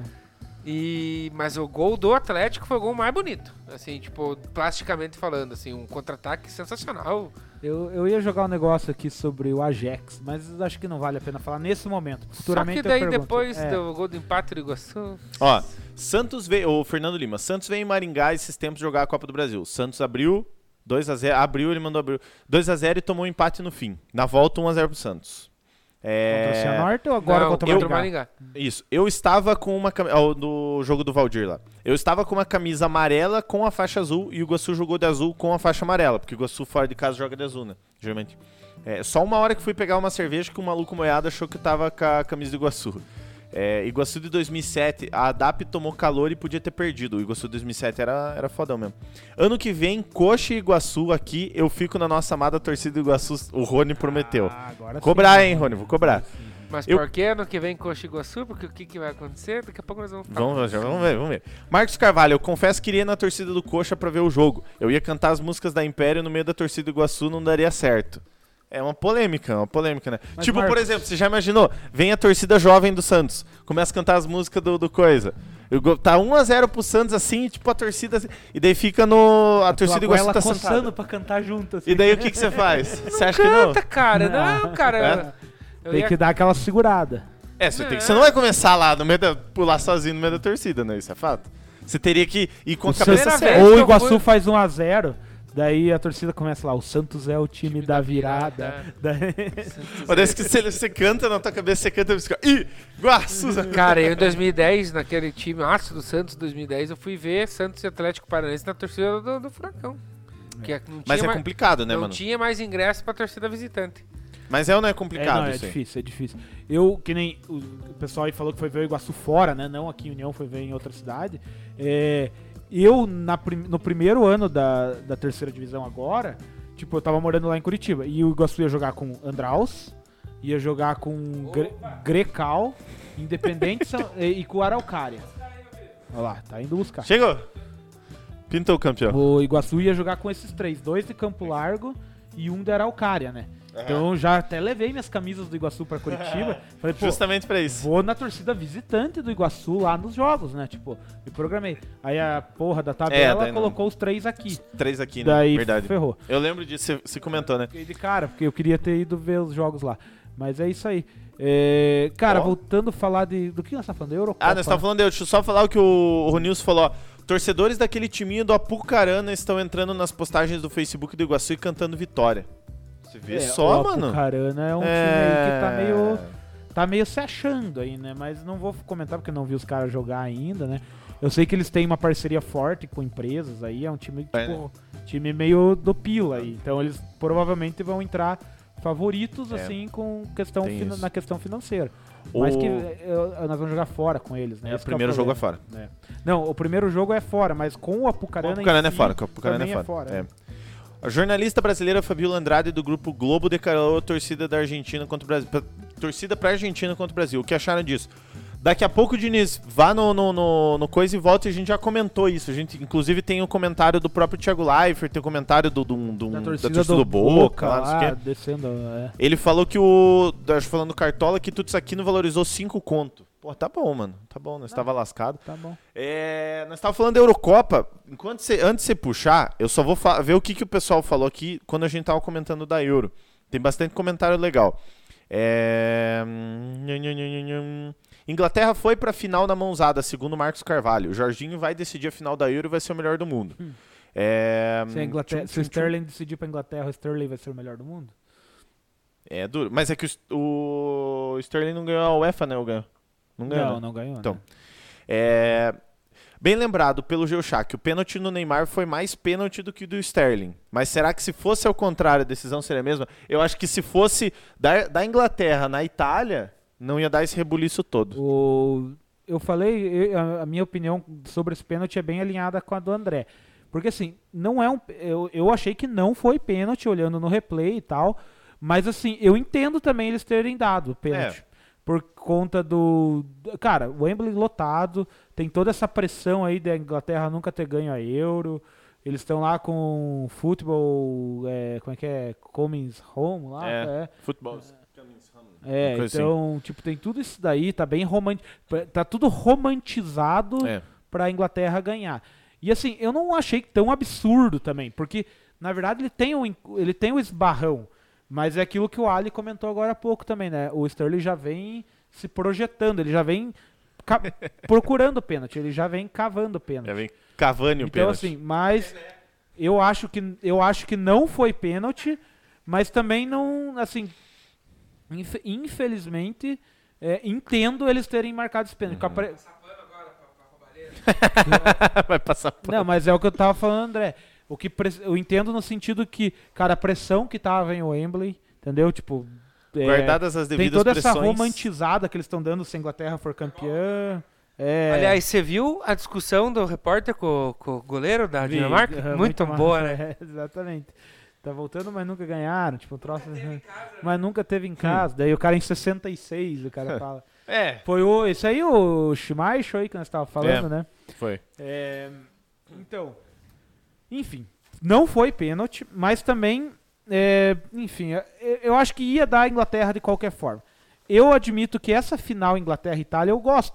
Speaker 3: Mas o gol do Atlético foi o gol mais bonito. Assim, tipo, plasticamente falando, assim, um contra-ataque sensacional.
Speaker 5: Eu ia jogar um negócio aqui sobre o Ajax, mas acho que não vale a pena falar nesse momento. Futuramente
Speaker 3: só que daí depois do gol do empate do Iguaçu...
Speaker 2: Ó, Santos veio... O Fernando Lima. Santos veio em Maringá esses tempos jogar a Copa do Brasil. Santos abriu 2-0. Abriu, ele mandou abrir 2-0 e tomou um empate no fim. Na volta, 1-0 pro Santos.
Speaker 5: Contra o Cianorte ou agora contra o Maringá?
Speaker 2: Isso. Eu estava com uma camisa... no jogo do Valdir lá. Eu estava com uma camisa amarela com a faixa azul e o Iguaçu jogou de azul com a faixa amarela, porque o Iguaçu fora de casa joga de azul, né? Geralmente. Só uma hora que fui pegar uma cerveja que o maluco moiado achou que eu tava com a camisa do Iguaçu. Iguaçu de 2007, a ADAP tomou calor e podia ter perdido. O Iguaçu de 2007 era fodão mesmo. Ano que vem, Coxa e Iguaçu aqui, eu fico na nossa amada torcida do Iguaçu. O Rony prometeu. Cobrar, hein, Rony? Vou cobrar.
Speaker 3: Mas por que ano que vem Coxa e Iguaçu? Porque o que vai acontecer? Daqui a pouco nós vamos falar.
Speaker 2: Vamos ver. Marcos Carvalho, eu confesso que iria na torcida do Coxa pra ver o jogo. Eu ia cantar as músicas da Império no meio da torcida do Iguaçu, não daria certo. É uma polêmica, né? Mas tipo, Marcos, por exemplo, você já imaginou? Vem a torcida jovem do Santos, começa a cantar as músicas do Coisa. Tá 1x0 pro Santos, assim, tipo, a torcida... Assim, e daí fica no... A torcida do Iguaçu
Speaker 5: ela
Speaker 2: tá
Speaker 5: coçando
Speaker 2: sentada.
Speaker 5: pra cantar junto, assim.
Speaker 2: E daí o que você faz? Você acha que não?
Speaker 3: Canta, cara. Não, cara. Eu
Speaker 5: Tem
Speaker 3: ia-
Speaker 5: que dar aquela segurada.
Speaker 2: Você não vai começar lá no meio pular sozinho no meio da torcida, né? Isso é fato. Você teria que ir com a
Speaker 5: O
Speaker 2: cabeça
Speaker 3: Santos-
Speaker 2: certa.
Speaker 3: É,
Speaker 5: Ou o
Speaker 3: eu
Speaker 5: Iguaçu
Speaker 3: fui-
Speaker 5: faz 1x0, daí a torcida começa lá, o Santos é o time da virada. Daí-
Speaker 2: Parece que você canta na tua cabeça, você canta e fica... Ih, Iguaçu!
Speaker 3: Cara, eu em 2010, naquele time aço do Santos, 2010, eu fui ver Santos e Atlético Paranaense na torcida do Furacão. Que não
Speaker 2: Mas
Speaker 3: tinha
Speaker 2: é complicado, né,
Speaker 3: não
Speaker 2: mano?
Speaker 3: tinha mais ingresso pra torcida visitante.
Speaker 2: Mas ou não é complicado
Speaker 5: não, é
Speaker 2: isso aí?
Speaker 5: difícil, é difícil. Eu, que nem o pessoal aí falou que foi ver o Iguaçu fora, né? Não aqui em União, foi ver em outra cidade. Eu, no primeiro ano da terceira divisão agora, tipo, eu tava morando lá em Curitiba. E o Iguaçu ia jogar com Andraus, ia jogar com Grecal, Independente e com Araucária. Olha lá, tá indo buscar.
Speaker 2: Chegou! Pintou o campeão.
Speaker 5: O Iguaçu ia jogar com esses três, 2 de Campo Largo e 1 da Araucária, né? Então já até levei minhas camisas do Iguaçu pra Curitiba. Falei, pô,
Speaker 2: Justamente pra isso.
Speaker 5: vou na torcida visitante do Iguaçu lá nos jogos, né? Tipo, me programei. Aí a porra da tabela
Speaker 2: daí não.
Speaker 5: colocou os 3 aqui.
Speaker 2: 3 aqui, né?
Speaker 5: Daí
Speaker 2: Verdade.
Speaker 5: ferrou.
Speaker 2: Eu lembro disso, você comentou, né?
Speaker 5: Fiquei de cara, porque eu queria ter ido ver os jogos lá. Mas é isso aí. Cara,
Speaker 2: Ó.
Speaker 5: voltando a falar do que nós tá falando? Da Eurocopa.
Speaker 2: Nós estávamos falando, deixa eu só falar o que o Ronilson falou, ó. Torcedores daquele timinho do Apucarana estão entrando nas postagens do Facebook do Iguaçu e cantando vitória. Você vê só,
Speaker 5: o
Speaker 2: mano.
Speaker 5: Apucarana é um time aí que tá meio se achando aí, né? Mas não vou comentar porque não vi os caras jogar ainda, né? Eu sei que eles têm uma parceria forte com empresas aí, é um time, tipo, time meio do pila aí. Então eles provavelmente vão entrar favoritos, assim, com questão
Speaker 2: tem isso.
Speaker 5: na questão financeira. Mas que nós vamos jogar fora com eles, né?
Speaker 2: O
Speaker 5: Esse que
Speaker 2: primeiro
Speaker 5: o
Speaker 2: jogo é
Speaker 5: problema.
Speaker 2: fora.
Speaker 5: Não, o primeiro jogo é fora, mas com o Apucarana
Speaker 2: O Apucarana
Speaker 5: em
Speaker 2: é
Speaker 5: si,
Speaker 2: fora, o Apucarana
Speaker 5: também
Speaker 2: é fora.
Speaker 5: né?
Speaker 2: A jornalista brasileira Fabiola Andrade do Grupo Globo declarou a torcida da Argentina contra o Brasil. Torcida pra Argentina contra o Brasil. O que acharam disso? Daqui a pouco, Diniz, vá no coisa e volta, e a gente já comentou isso. A gente, inclusive, tem o comentário do próprio Thiago Leifert, tem o comentário da torcida do Boca, lá, não sei o quê.
Speaker 5: Descendo,
Speaker 2: Ele falou que falando do Cartola, que tudo isso aqui não valorizou 5 conto. Pô, tá bom, mano. Tá bom, nós tava lascado.
Speaker 5: Tá bom.
Speaker 2: Nós tava falando da Eurocopa. Antes de você puxar, eu só vou ver o que o pessoal falou aqui quando a gente tava comentando da Euro. Tem bastante comentário legal. Inglaterra foi pra final na mãozada, segundo Marcos Carvalho. O Jorginho vai decidir a final da Euro e vai ser o melhor do mundo.
Speaker 5: Se o Sterling decidir pra Inglaterra, o Sterling vai ser o melhor do mundo?
Speaker 2: É duro. Mas é que o Sterling não ganhou a UEFA, né? Não ganhou. Né?
Speaker 5: Não ganhou.
Speaker 2: Então,
Speaker 5: né?
Speaker 2: Bem lembrado pelo Geuchac, o pênalti no Neymar foi mais pênalti do que o do Sterling. Mas será que se fosse ao contrário, a decisão seria a mesma? Eu acho que se fosse da Inglaterra na Itália, não ia dar esse rebuliço todo.
Speaker 5: Eu falei, a minha opinião sobre esse pênalti é bem alinhada com a do André. Porque assim, não é eu achei que não foi pênalti olhando no replay e tal. Mas assim, eu entendo também eles terem dado o pênalti. Por conta cara, o Wembley lotado, tem toda essa pressão aí da Inglaterra nunca ter ganho a Euro. Eles estão lá com futebol, como é que é? Comings Home lá?
Speaker 2: Futebol.
Speaker 5: Então, tipo, tem tudo isso daí, tá bem tá tudo romantizado pra Inglaterra ganhar. E assim, eu não achei tão absurdo também, porque na verdade ele tem o esbarrão. Mas é aquilo que o Ali comentou agora há pouco também, né? O Sterling já vem se projetando, ele já vem procurando pênalti, ele já vem cavando pênalti.
Speaker 2: Já vem cavando o pênalti.
Speaker 5: Então assim, mas eu acho que não foi pênalti, mas também não, assim, infelizmente, entendo eles terem marcado esse pênalti.
Speaker 2: Vai passar pano.
Speaker 5: Não, mas é o que eu tava falando, André. Eu entendo no sentido que, cara, a pressão que tava em Wembley, entendeu? Tipo,
Speaker 2: guardadas as devidas
Speaker 5: tem toda
Speaker 2: pressões.
Speaker 5: essa romantizada que eles estão dando se a Inglaterra for campeã.
Speaker 3: Aliás, você viu a discussão do repórter com o goleiro da Dinamarca? Muito boa, né?
Speaker 5: Exatamente. Tá voltando, mas nunca ganharam. Tipo, um troço. Mas nunca teve em casa. Daí o cara em 66, o cara fala. Foi esse aí, o Schmeichel aí que nós tava falando, né?
Speaker 2: Foi.
Speaker 5: Então, enfim, não foi pênalti, mas também, enfim, eu acho que ia dar a Inglaterra de qualquer forma. Eu admito que essa final Inglaterra e Itália eu gosto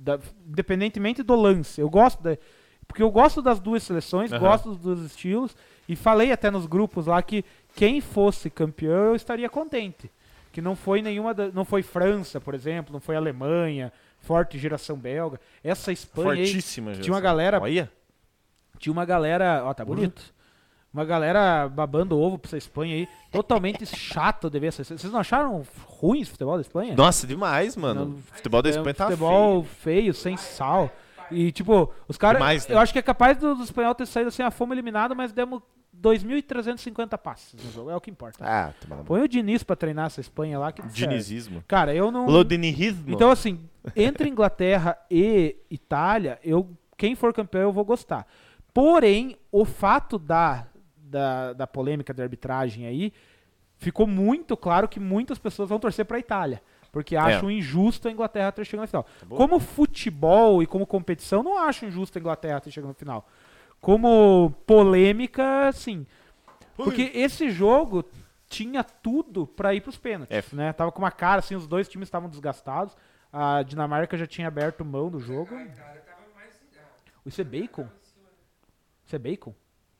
Speaker 5: independentemente do lance. Porque eu gosto das duas seleções, gosto dos estilos, e falei até nos grupos lá que quem fosse campeão eu estaria contente. Que não foi não foi França, por exemplo, não foi Alemanha, forte geração belga. Essa Espanha
Speaker 2: Fortíssima,
Speaker 5: aí, tinha uma galera...
Speaker 2: Olha.
Speaker 5: Tinha uma galera... Ó, tá bonito. Uma galera babando ovo pra essa Espanha aí. Totalmente chato de ver. Vocês não acharam ruim esse futebol da Espanha?
Speaker 2: Nossa, demais, mano. O futebol da Espanha tá
Speaker 5: futebol feio, sem sal. E, tipo, os caras...
Speaker 2: Demais, né?
Speaker 5: Eu acho que é capaz do espanhol ter saído assim, fomos eliminados, mas demos 2.350 passes no jogo. É o que importa.
Speaker 2: Ah, tá bom.
Speaker 5: Põe o Diniz pra treinar essa Espanha lá. Que
Speaker 2: Dinizismo.
Speaker 5: cara, eu não...
Speaker 2: Lodinismo.
Speaker 5: Então, assim, entre Inglaterra e Itália, quem for campeão eu vou gostar. Porém, o fato da polêmica da arbitragem aí, ficou muito claro que muitas pessoas vão torcer pra Itália. Porque acham injusto a Inglaterra ter chegado na final. Como futebol e como competição, não acho injusto a Inglaterra ter chegado na final. Como polêmica, sim. Porque esse jogo tinha tudo pra ir pros pênaltis. Né? Tava com uma cara, assim, os dois times estavam desgastados. A Dinamarca já tinha aberto mão do jogo. Isso é bacon? Isso é bacon?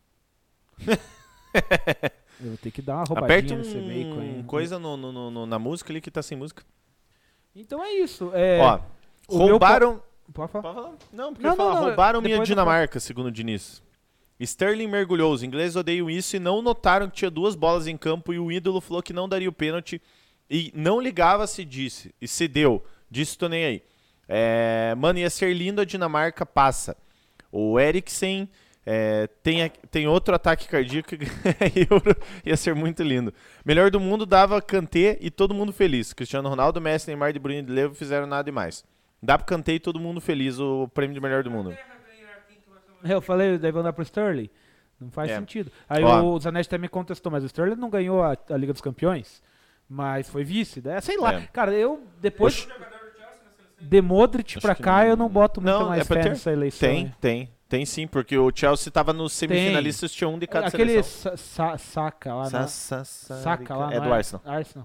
Speaker 5: Eu vou ter que dar uma roubadinha
Speaker 2: Aperta
Speaker 5: nesse bacon aí.
Speaker 2: coisa na música ali que tá sem música.
Speaker 5: Então é isso.
Speaker 2: Ó, roubaram...
Speaker 5: Pode falar?
Speaker 2: Pode falar? Não, porque
Speaker 5: Não,
Speaker 2: eu ia falar,
Speaker 5: não,
Speaker 2: roubaram minha
Speaker 5: depois eu
Speaker 2: Dinamarca, segundo o Diniz. Sterling mergulhou. Os ingleses odeiam isso e não notaram que tinha 2 bolas em campo e o ídolo falou que não daria o pênalti e não ligava se disse. E se deu. Disse, tô nem aí. Mano, ia ser lindo, a Dinamarca passa. O Eriksen tem outro ataque cardíaco ia ser muito lindo. Melhor do mundo dava Kanté e todo mundo feliz. Cristiano Ronaldo, Messi, Neymar, De Bruyne e Levo fizeram nada demais. Dá pro Kanté e todo mundo feliz o prêmio de melhor do mundo.
Speaker 5: Eu falei, daí vão dar pro Sterling. Não faz sentido. Aí o Zanetti também contestou, mas o Sterling não ganhou a Liga dos Campeões, mas foi vice. Sei lá. Cara, eu depois... De Modric pra cá, eu não boto muito mais fé nessa eleição.
Speaker 2: Tem sim, porque o Chelsea tava nos semifinalistas, tinha um de cada
Speaker 5: aquele
Speaker 2: seleção.
Speaker 5: Saka lá, né? Saka lá,
Speaker 2: do Arsenal.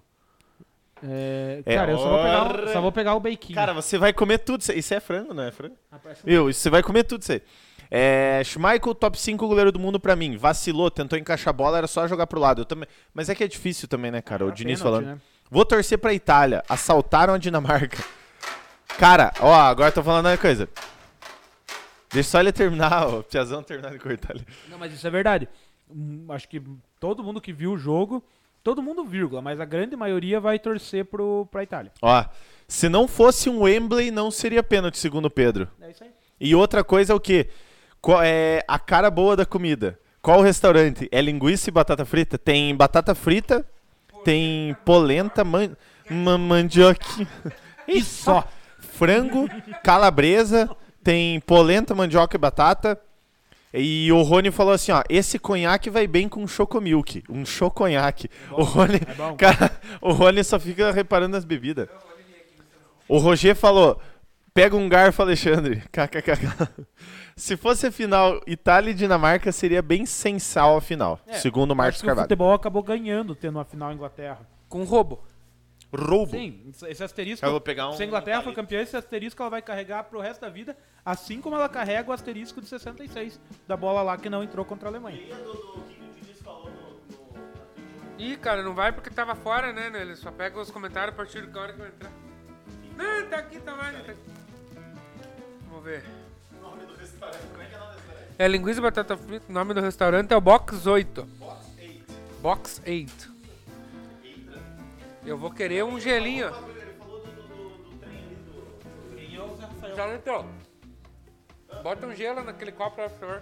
Speaker 5: Cara, eu só vou pegar o bacon.
Speaker 2: Cara, você vai comer tudo. Isso é frango, não é frango? Você vai comer tudo isso aí. Schmeichel, top 5 goleiro do mundo pra mim. Vacilou, tentou encaixar a bola, era só jogar pro lado. Eu também... Mas é que é difícil também, né, cara? O Diniz falando. Né? Vou torcer pra Itália. Assaltaram a Dinamarca. Cara, agora eu tô falando uma coisa. Deixa só ele terminar, o Piazão terminar de cortar ali.
Speaker 5: Não, mas isso é verdade. Acho que todo mundo que viu o jogo, todo mundo, vírgula, mas a grande maioria vai torcer pra Itália.
Speaker 2: Se não fosse um Wembley, não seria pênalti, segundo o Pedro.
Speaker 5: É isso aí.
Speaker 2: E outra coisa é o quê? Qual é a cara boa da comida? Qual o restaurante? É linguiça e batata frita? Tem batata frita, tem polenta, mandioquinha. Isso! Frango, calabresa, tem polenta, mandioca e batata. E o Rony falou assim, esse conhaque vai bem com chocomilk. Um choconhaque. O Rony, cara, o Rony só fica reparando nas bebidas. O Roger falou, pega um garfo, Alexandre. KKK. Se fosse a final Itália e Dinamarca, seria bem sem sal a final, segundo o Marcos Carvalho.
Speaker 5: O futebol acabou ganhando, tendo uma final Inglaterra.
Speaker 3: Com roubo.
Speaker 5: Sim, esse asterisco.
Speaker 2: Eu vou pegar
Speaker 5: se a Inglaterra for campeã, esse asterisco ela vai carregar pro resto da vida, assim como ela carrega o asterisco de 66 da bola lá que não entrou contra a Alemanha.
Speaker 3: Ih, cara, não vai porque tava fora, né? Ele só pega os comentários a partir da hora que vai entrar. Não, tá aqui, tá mais. Vamos ver.
Speaker 1: O nome do restaurante, como é que é o nome do restaurante?
Speaker 3: É linguiça e batata frita. O nome do restaurante é o Box 8. Box 8. Eu vou querer um gelinho.
Speaker 1: Ele falou do trem ali do...
Speaker 3: Já entrou. Bota um gelo naquele copo lá, por favor.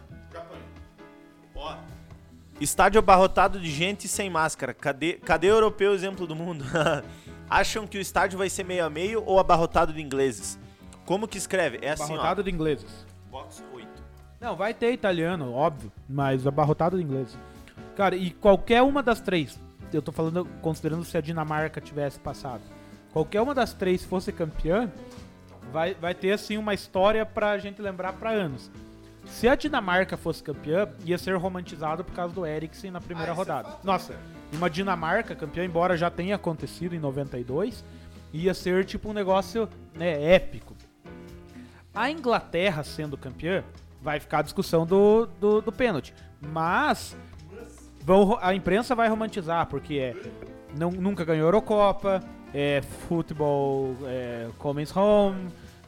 Speaker 2: Estádio abarrotado de gente sem máscara. Cadê o europeu exemplo do mundo? Acham que o estádio vai ser meio a meio ou abarrotado de ingleses? Como que escreve? É assim,
Speaker 5: Abarrotado de ingleses.
Speaker 2: Box 8.
Speaker 5: Não, vai ter italiano, óbvio, mas abarrotado de ingleses. Cara, e qualquer uma das três, eu tô falando considerando se a Dinamarca tivesse passado, qualquer uma das três fosse campeã, vai ter assim uma história pra gente lembrar pra anos. Se a Dinamarca fosse campeã, ia ser romantizado por causa do Eriksen na primeira rodada. Nossa, uma Dinamarca campeã, embora já tenha acontecido em 92, ia ser tipo um negócio, né, épico. A Inglaterra sendo campeã, vai ficar a discussão do pênalti. Mas a imprensa vai romantizar, porque nunca ganhou Eurocopa, futebol Comens Home,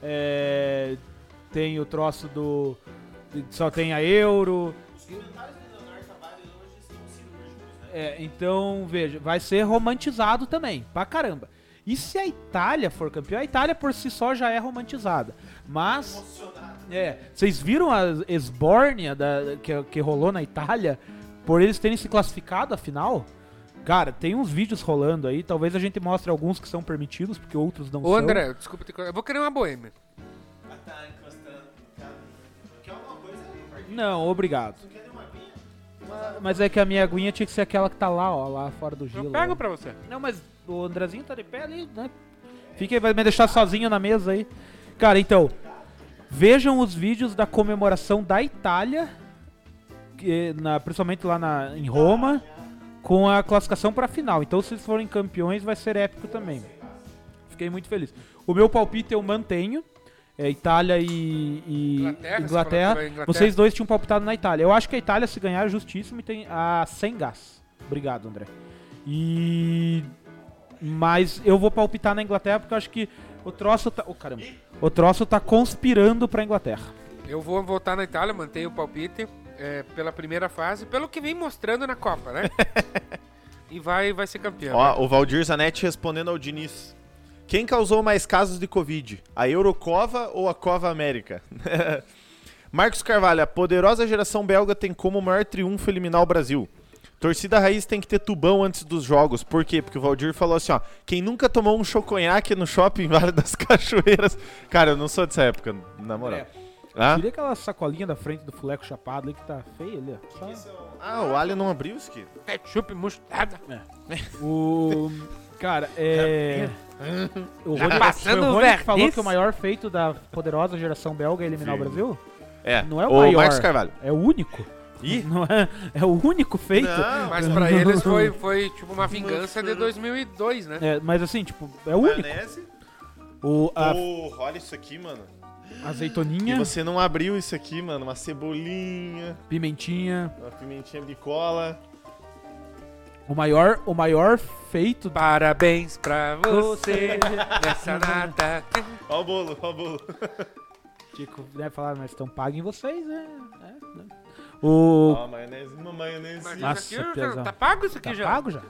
Speaker 5: tem o troço só tem a Euro. Então, veja, vai ser romantizado também, pra caramba. E se a Itália for campeã, a Itália por si só já é romantizada. Mas, vocês viram a esbórnia que rolou na Itália por eles terem se classificado à final? Cara, tem uns vídeos rolando aí, talvez a gente mostre alguns que são permitidos, porque outros não são.
Speaker 3: Ô André, desculpa, eu vou querer uma boêmia.
Speaker 1: Tá encostando. Quer alguma coisa?
Speaker 5: Não, obrigado. Mas é que a minha aguinha tinha que ser aquela que tá lá fora do gelo.
Speaker 3: Eu pego pra você.
Speaker 5: Não, mas o Andrezinho tá de pé ali, né? Fica aí, vai me deixar sozinho na mesa aí. Cara, então, vejam os vídeos da comemoração da Itália, principalmente lá em Roma, com a classificação pra final. Então, se eles forem campeões, vai ser épico também. Fiquei muito feliz. O meu palpite eu mantenho. Itália e Inglaterra. Vocês dois tinham palpitado na Itália. Eu acho que a Itália, se ganhar, é justíssimo e tem sem gás. Obrigado, André. Mas eu vou palpitar na Inglaterra porque eu acho que o troço tá... O troço tá conspirando pra Inglaterra.
Speaker 3: Eu vou votar na Itália, mantenho o palpite pela primeira fase, pelo que vem mostrando na Copa, né? E vai ser campeão.
Speaker 2: Ó, o Valdir Zanetti respondendo ao Diniz. Quem causou mais casos de Covid? A Eurocova ou a Cova América? Marcos Carvalho, a poderosa geração belga tem como maior triunfo eliminar o Brasil. Torcida raiz tem que ter tubão antes dos jogos. Por quê? Porque o Valdir falou assim, ó. Quem nunca tomou um choconhaque no shopping Vale das Cachoeiras... Cara, eu não sou dessa época, na moral.
Speaker 5: Tira aquela sacolinha da frente do fuleco chapado ali que tá feia ali, ó.
Speaker 2: O alho não abriu isso aqui?
Speaker 3: Ketchup, mostarda.
Speaker 5: Cara, o
Speaker 3: Já
Speaker 5: Rony,
Speaker 3: passando
Speaker 5: foi o
Speaker 3: o
Speaker 5: Rony que
Speaker 3: verniz.
Speaker 5: falou que o maior feito da poderosa geração belga é eliminar o Brasil? Não é o
Speaker 2: Ô,
Speaker 5: maior,
Speaker 2: Marcos Carvalho.
Speaker 5: é o único.
Speaker 2: Ih?
Speaker 5: Não é o único feito.
Speaker 2: Não,
Speaker 3: Mas pra eles foi tipo uma vingança de 2002, né?
Speaker 5: Mas assim, tipo, é o único.
Speaker 2: Maionese?
Speaker 5: A
Speaker 2: Olha isso aqui, mano. E
Speaker 5: azeitoninha,
Speaker 2: você não abriu isso aqui, mano. Uma cebolinha,
Speaker 5: pimentinha.
Speaker 2: uma pimentinha bicola.
Speaker 5: O maior feito...
Speaker 3: Parabéns pra você nessa data.
Speaker 2: Ó o bolo.
Speaker 5: Tico, né, falar, mas estão pagos em vocês, né?
Speaker 2: Ó, maionese, uma maionese.
Speaker 3: Mas
Speaker 5: Nossa,
Speaker 3: isso aqui,
Speaker 5: pesão.
Speaker 3: tá pago isso aqui
Speaker 5: Tá
Speaker 3: já?
Speaker 5: pago já?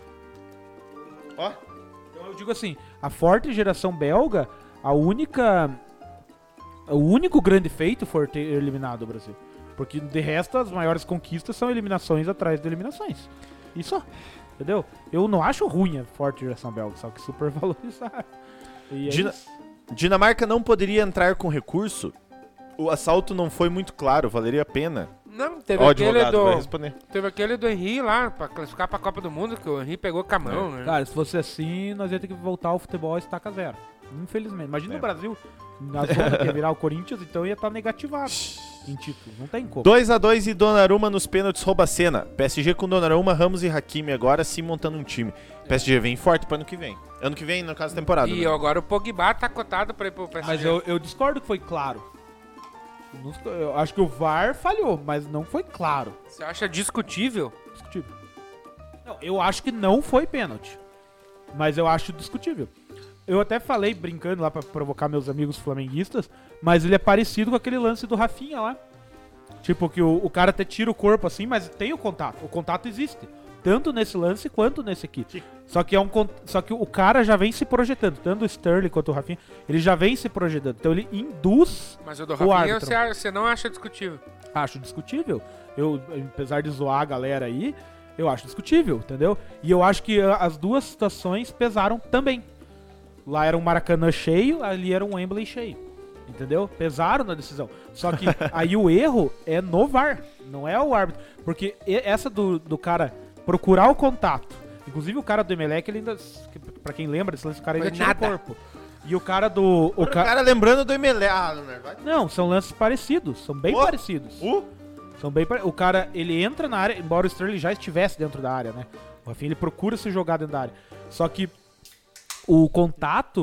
Speaker 2: Ó.
Speaker 5: Então eu digo assim, a forte geração belga, o único grande feito foi ter eliminado o Brasil. Porque de resto, as maiores conquistas são eliminações atrás de eliminações. E só, entendeu? Eu não acho ruim a forte geração belga, só que super valorizar. E
Speaker 2: Dinamarca não poderia entrar com recurso? O assalto não foi muito claro, valeria a pena?
Speaker 3: Não, teve
Speaker 2: Ó,
Speaker 3: aquele
Speaker 2: advogado, vai responder.
Speaker 3: Teve aquele do Henry lá, pra classificar pra Copa do Mundo, que o Henry pegou com a mão, né?
Speaker 5: Cara, se fosse assim, nós ia ter que voltar ao futebol estaca zero. Infelizmente. Imagina o Brasil na zona que ia virar o Corinthians, então ia estar negativado em títulos. Não tem como.
Speaker 2: 2-2 e Donnarumma nos pênaltis rouba a cena. PSG com Donnarumma, Ramos e Hakimi agora sim montando um time. PSG vem forte para ano que vem. Ano que vem, no caso, temporada.
Speaker 3: E
Speaker 2: né?
Speaker 3: agora o Pogba tá cotado pra ir pro PSG.
Speaker 5: Mas eu discordo que foi claro. Eu acho que o VAR falhou, mas não foi claro.
Speaker 3: Você acha discutível?
Speaker 5: Discutível. Não, eu acho que não foi pênalti. Mas eu acho discutível. Eu até falei, brincando lá pra provocar meus amigos flamenguistas, mas ele é parecido com aquele lance do Rafinha lá. Tipo, que o cara até tira o corpo assim, mas tem o contato. O contato existe. Tanto nesse lance quanto nesse aqui. Só que o cara já vem se projetando. Tanto o Sterling quanto o Rafinha, ele já vem se projetando. Então ele induz
Speaker 3: Mas o do
Speaker 5: o
Speaker 3: Rafinha
Speaker 5: árbitro.
Speaker 3: você não acha discutível?
Speaker 5: Acho discutível. Eu, apesar de zoar a galera aí, eu acho discutível, entendeu? E eu acho que as duas situações pesaram também. Lá era um Maracanã cheio, ali era um Wembley cheio. Entendeu? Pesaram na decisão. Só que aí o erro é no VAR, não é o árbitro. Porque essa do cara procurar o contato. Inclusive o cara do Emelec, ele ainda, pra quem lembra desse lance, o cara ainda
Speaker 3: Foi
Speaker 5: tira
Speaker 3: nada.
Speaker 5: o corpo. E o cara do...
Speaker 2: O cara lembrando do Emelec.
Speaker 5: Não, são lances parecidos, são bem parecidos. O cara, ele entra na área, embora o Sterling já estivesse dentro da área, né? O Rafinha, ele procura se jogar dentro da área. Só que o contato,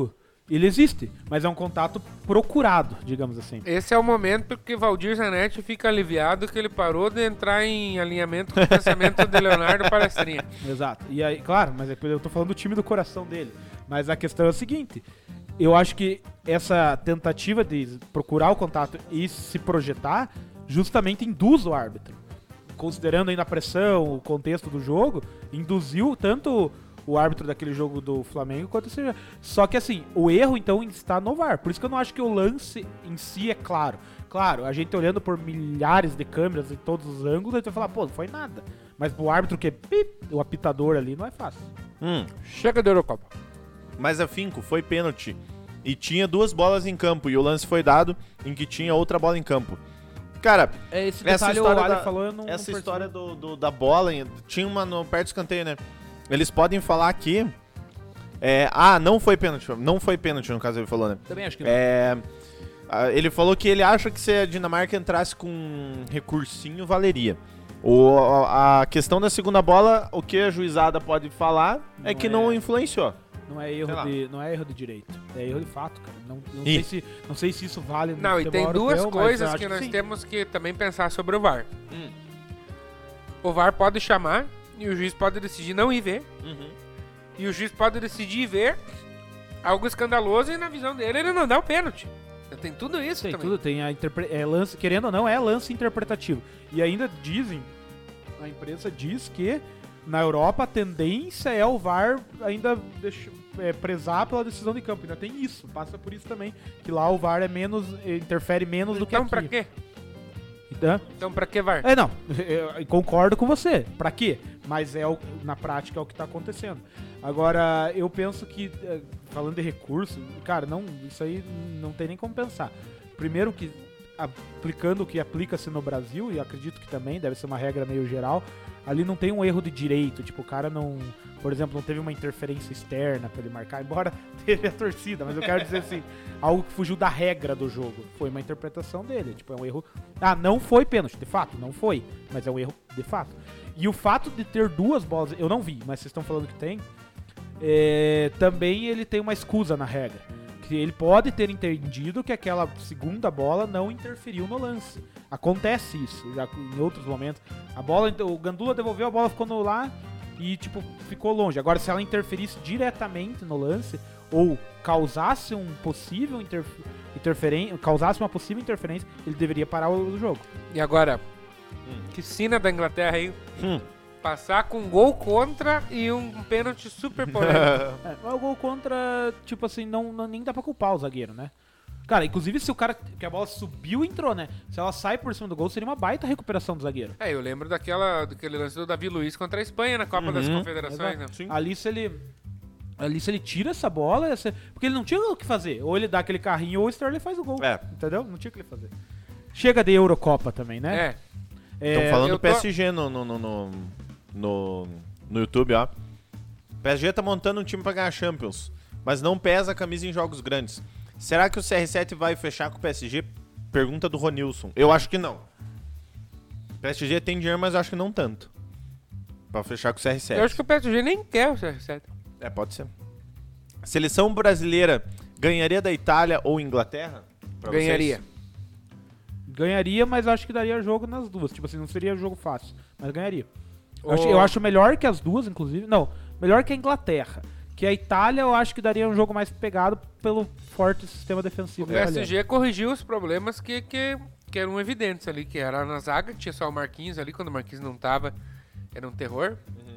Speaker 5: Ele existe, mas é um contato procurado, digamos assim.
Speaker 3: Esse é o momento que Valdir Zanetti fica aliviado que ele parou de entrar em alinhamento com o pensamento de Leonardo Palestrinha.
Speaker 5: Exato. E aí, claro, mas eu tô falando do time do coração dele. Mas a questão é a seguinte, eu acho que essa tentativa de procurar o contato e se projetar justamente induz o árbitro. Considerando ainda a pressão, o contexto do jogo, induziu tanto o árbitro daquele jogo do Flamengo quanto seja. Só que assim, o erro então está no VAR. Por isso que eu não acho que o lance em si é claro. Claro, a gente olhando por milhares de câmeras em todos os ângulos, a gente vai falar, pô, não foi nada. Mas pro árbitro que é o apitador ali, não é fácil.
Speaker 3: Chega da Eurocopa.
Speaker 2: Mas afinco, foi pênalti. E tinha 2 bolas em campo. E o lance foi dado em que tinha outra bola em campo. Cara,
Speaker 5: Esse
Speaker 2: essa
Speaker 5: detalhe
Speaker 2: história,
Speaker 5: o Ali
Speaker 2: da,
Speaker 5: falou, eu não
Speaker 2: essa
Speaker 5: percebi.
Speaker 2: história da bola, tinha uma no perto do escanteio, né? Eles podem falar que... não foi pênalti. Não foi pênalti, no caso ele falou, né?
Speaker 5: Também acho que não.
Speaker 2: Ele falou que ele acha que se a Dinamarca entrasse com um recursinho, valeria. A questão da segunda bola, o que a juizada pode falar é que não influenciou.
Speaker 5: Não é erro de direito, é erro de fato, cara. Não sei se isso vale no
Speaker 3: Não, e tem
Speaker 5: futebol
Speaker 3: duas
Speaker 5: europeu, mas
Speaker 3: coisas
Speaker 5: eu acho
Speaker 3: que nós
Speaker 5: sim.
Speaker 3: temos que também pensar sobre o VAR. O VAR pode chamar e o juiz pode decidir não ir ver. E o juiz pode decidir ir ver algo escandaloso e na visão dele ele não dá o pênalti. Tem tudo isso
Speaker 5: Tem
Speaker 3: também.
Speaker 5: tudo, tem lance, querendo ou não, é lance interpretativo. E ainda dizem, a imprensa diz que na Europa a tendência é o VAR ainda prezar pela decisão de campo. Ainda tem isso, passa por isso também, que lá o VAR interfere menos do que
Speaker 3: Então
Speaker 5: aqui.
Speaker 3: pra quê? Então pra que VAR?
Speaker 5: Não, eu concordo com você. Pra quê? Mas na prática é o que tá acontecendo. Agora, eu penso que, falando de recurso, cara, isso aí não tem nem como pensar. Primeiro que, aplicando o que aplica-se no Brasil, e acredito que também deve ser uma regra meio geral, ali não tem um erro de direito. Tipo, o cara não, por exemplo, não teve uma interferência externa pra ele marcar, embora teve a torcida, mas eu quero dizer assim, algo que fugiu da regra do jogo. Foi uma interpretação dele, tipo, é um erro. Não foi pênalti, de fato, não foi, mas é um erro de fato. E o fato de ter 2 bolas, eu não vi, mas vocês estão falando que tem, também ele tem uma escusa na regra. Que ele pode ter entendido que aquela segunda bola não interferiu no lance. Acontece isso, já em outros momentos. O Gandula devolveu, a bola ficou no lá e, tipo, ficou longe. Agora, se ela interferisse diretamente no lance, ou causasse um possível causasse uma possível interferência, ele deveria parar o jogo.
Speaker 3: E agora, que sina da Inglaterra aí, passar com um gol contra e um pênalti super polêmico.
Speaker 5: O gol contra, tipo assim, nem dá pra culpar o zagueiro, né? Cara, inclusive se o cara, que a bola subiu e entrou, né? Se ela sai por cima do gol, seria uma baita recuperação do zagueiro.
Speaker 3: Eu lembro daquele lance do Davi Luiz contra a Espanha na Copa das Confederações, né?
Speaker 2: Sim.
Speaker 5: Ali se ele tira essa bola, porque ele não tinha o que fazer. Ou ele dá aquele carrinho ou o Sterling faz o gol. Entendeu? Não tinha o que ele fazer. Chega de Eurocopa também, né?
Speaker 2: Estão falando
Speaker 3: eu
Speaker 2: do PSG no YouTube, ó. O PSG tá montando um time pra ganhar Champions, mas não pesa a camisa em jogos grandes. Será que o CR7 vai fechar com o PSG? Pergunta do Ronilson. Eu acho que não. O PSG tem dinheiro, mas eu acho que não tanto. Pra fechar com o CR7.
Speaker 3: Eu acho que o PSG nem quer o CR7.
Speaker 2: Pode ser. Seleção brasileira ganharia da Itália ou Inglaterra? Pra
Speaker 3: Ganharia.
Speaker 2: vocês?
Speaker 5: Ganharia, mas acho que daria jogo nas duas. Tipo assim, não seria jogo fácil, mas ganharia. Eu acho melhor que as duas, inclusive. Não, melhor que a Inglaterra. Que a Itália eu acho que daria um jogo mais pegado pelo forte sistema defensivo
Speaker 3: O PSG corrigiu os problemas que eram evidentes ali, que era na zaga, tinha só o Marquinhos ali, quando o Marquinhos não tava, era um terror.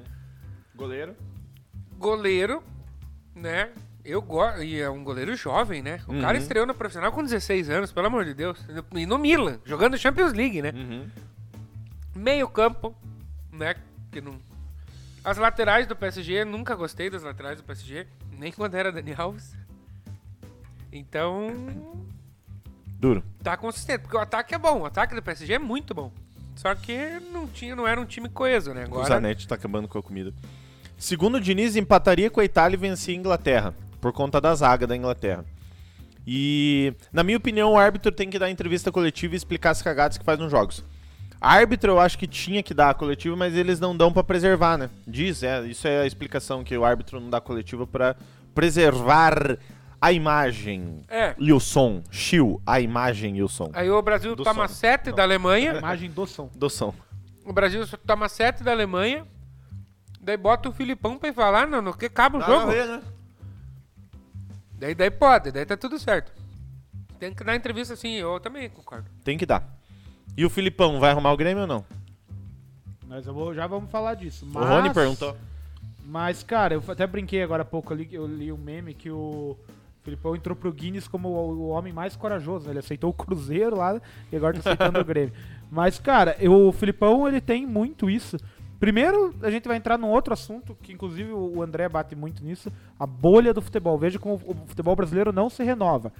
Speaker 3: Goleiro, né? E é um goleiro jovem, né? O cara estreou no profissional com 16 anos, pelo amor de Deus. E no Milan, jogando Champions League, né? Meio campo, né? Que não... As laterais do PSG, nunca gostei das laterais do PSG, nem quando era Dani Alves. Então,
Speaker 2: Duro.
Speaker 3: tá consistente, porque o ataque é bom, o ataque do PSG é muito bom. Só que não era um time coeso, né?
Speaker 2: O
Speaker 3: Agora,
Speaker 2: Zanetti tá acabando com a comida. Segundo o Diniz, empataria com a Itália e vencia a Inglaterra, por conta da zaga da Inglaterra. E, na minha opinião, o árbitro tem que dar entrevista coletiva e explicar as cagadas que faz nos jogos. Árbitro eu acho que tinha que dar a coletiva, mas eles não dão pra preservar, né? Isso é a explicação, que o árbitro não dá coletiva pra preservar a imagem
Speaker 3: É.
Speaker 2: e o som. Chiu, a imagem e o som.
Speaker 3: Aí o Brasil
Speaker 2: Do
Speaker 3: toma
Speaker 2: som.
Speaker 3: 7 da
Speaker 5: A
Speaker 3: Alemanha.
Speaker 5: imagem do som.
Speaker 2: Do som.
Speaker 3: O Brasil toma 7 da Alemanha. Daí bota o Filipão pra ir falar, não, que acaba o jogo.
Speaker 2: né?
Speaker 3: Daí pode, daí tá tudo certo. Tem que dar entrevista assim, eu também concordo.
Speaker 2: Tem que dar. E o Filipão vai arrumar o Grêmio ou não?
Speaker 5: Mas já vamos falar disso. Mas,
Speaker 2: O Rony perguntou.
Speaker 5: Mas, cara, eu até brinquei agora há pouco ali, eu li um meme que o Filipão entrou pro Guinness como o homem mais corajoso, né? Ele aceitou o Cruzeiro lá e agora tá aceitando o Grêmio. Mas, cara, o Filipão, ele tem muito isso. Primeiro, a gente vai entrar num outro assunto, que inclusive o André bate muito nisso, a bolha do futebol. Veja como o futebol brasileiro não se renova.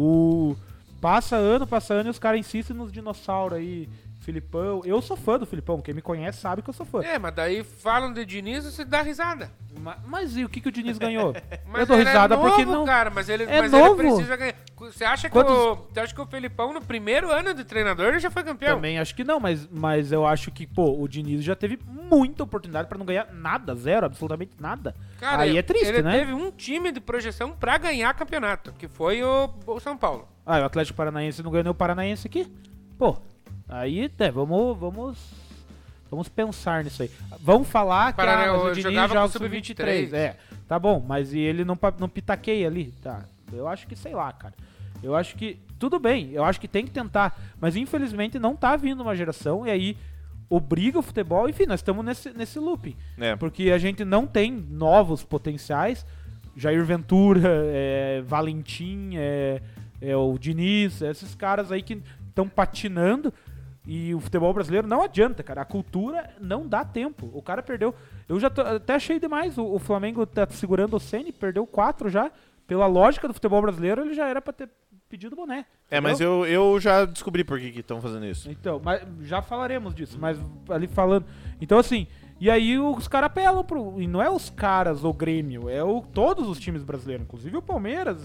Speaker 5: Passa ano e os caras insistem nos dinossauros aí, Filipão. Eu sou fã do Filipão, quem me conhece sabe que eu sou fã.
Speaker 3: É, mas daí falam de Diniz e você dá risada.
Speaker 5: Mas e o que o Diniz ganhou?
Speaker 3: Mas
Speaker 5: eu dou
Speaker 3: ele
Speaker 5: risada
Speaker 3: é novo,
Speaker 5: porque não...
Speaker 3: cara, mas ele
Speaker 5: É novo.
Speaker 3: precisa ganhar. Você acha que o Felipão, no primeiro ano de treinador, ele já foi campeão?
Speaker 5: Também acho que não, mas eu acho que, o Diniz já teve muita oportunidade pra não ganhar nada, zero, absolutamente nada.
Speaker 3: Cara,
Speaker 5: aí é triste,
Speaker 3: ele
Speaker 5: né?
Speaker 3: teve um time de projeção pra ganhar campeonato, que foi o São Paulo.
Speaker 5: Ah, o Atlético Paranaense não ganhou nem o Paranaense aqui? Pô, aí, vamos pensar nisso aí. Vamos falar que mas o Diniz
Speaker 3: jogava
Speaker 5: joga
Speaker 3: com
Speaker 5: sub-23. É, tá bom, mas e ele não pitaqueia ali? Tá, eu acho que, sei lá, cara. Eu acho que, tudo bem, eu acho que tem que tentar, mas infelizmente não tá vindo uma geração e aí obriga o futebol, enfim, nós estamos nesse looping.
Speaker 2: É.
Speaker 5: Porque a gente não tem novos potenciais, Jair Ventura, Valentim, o Diniz, esses caras aí que estão patinando e o futebol brasileiro não adianta, cara. A cultura não dá tempo. O cara perdeu. Eu já até achei demais. O Flamengo tá segurando o Ceni, perdeu 4 já. Pela lógica do futebol brasileiro, ele já era pra ter pedido boné.
Speaker 2: É, mas eu já descobri por que estão fazendo isso.
Speaker 5: Então, mas já falaremos disso, mas ali falando. Então, assim, e aí os caras apelam pro. E não é os caras, o Grêmio, todos os times brasileiros, inclusive o Palmeiras.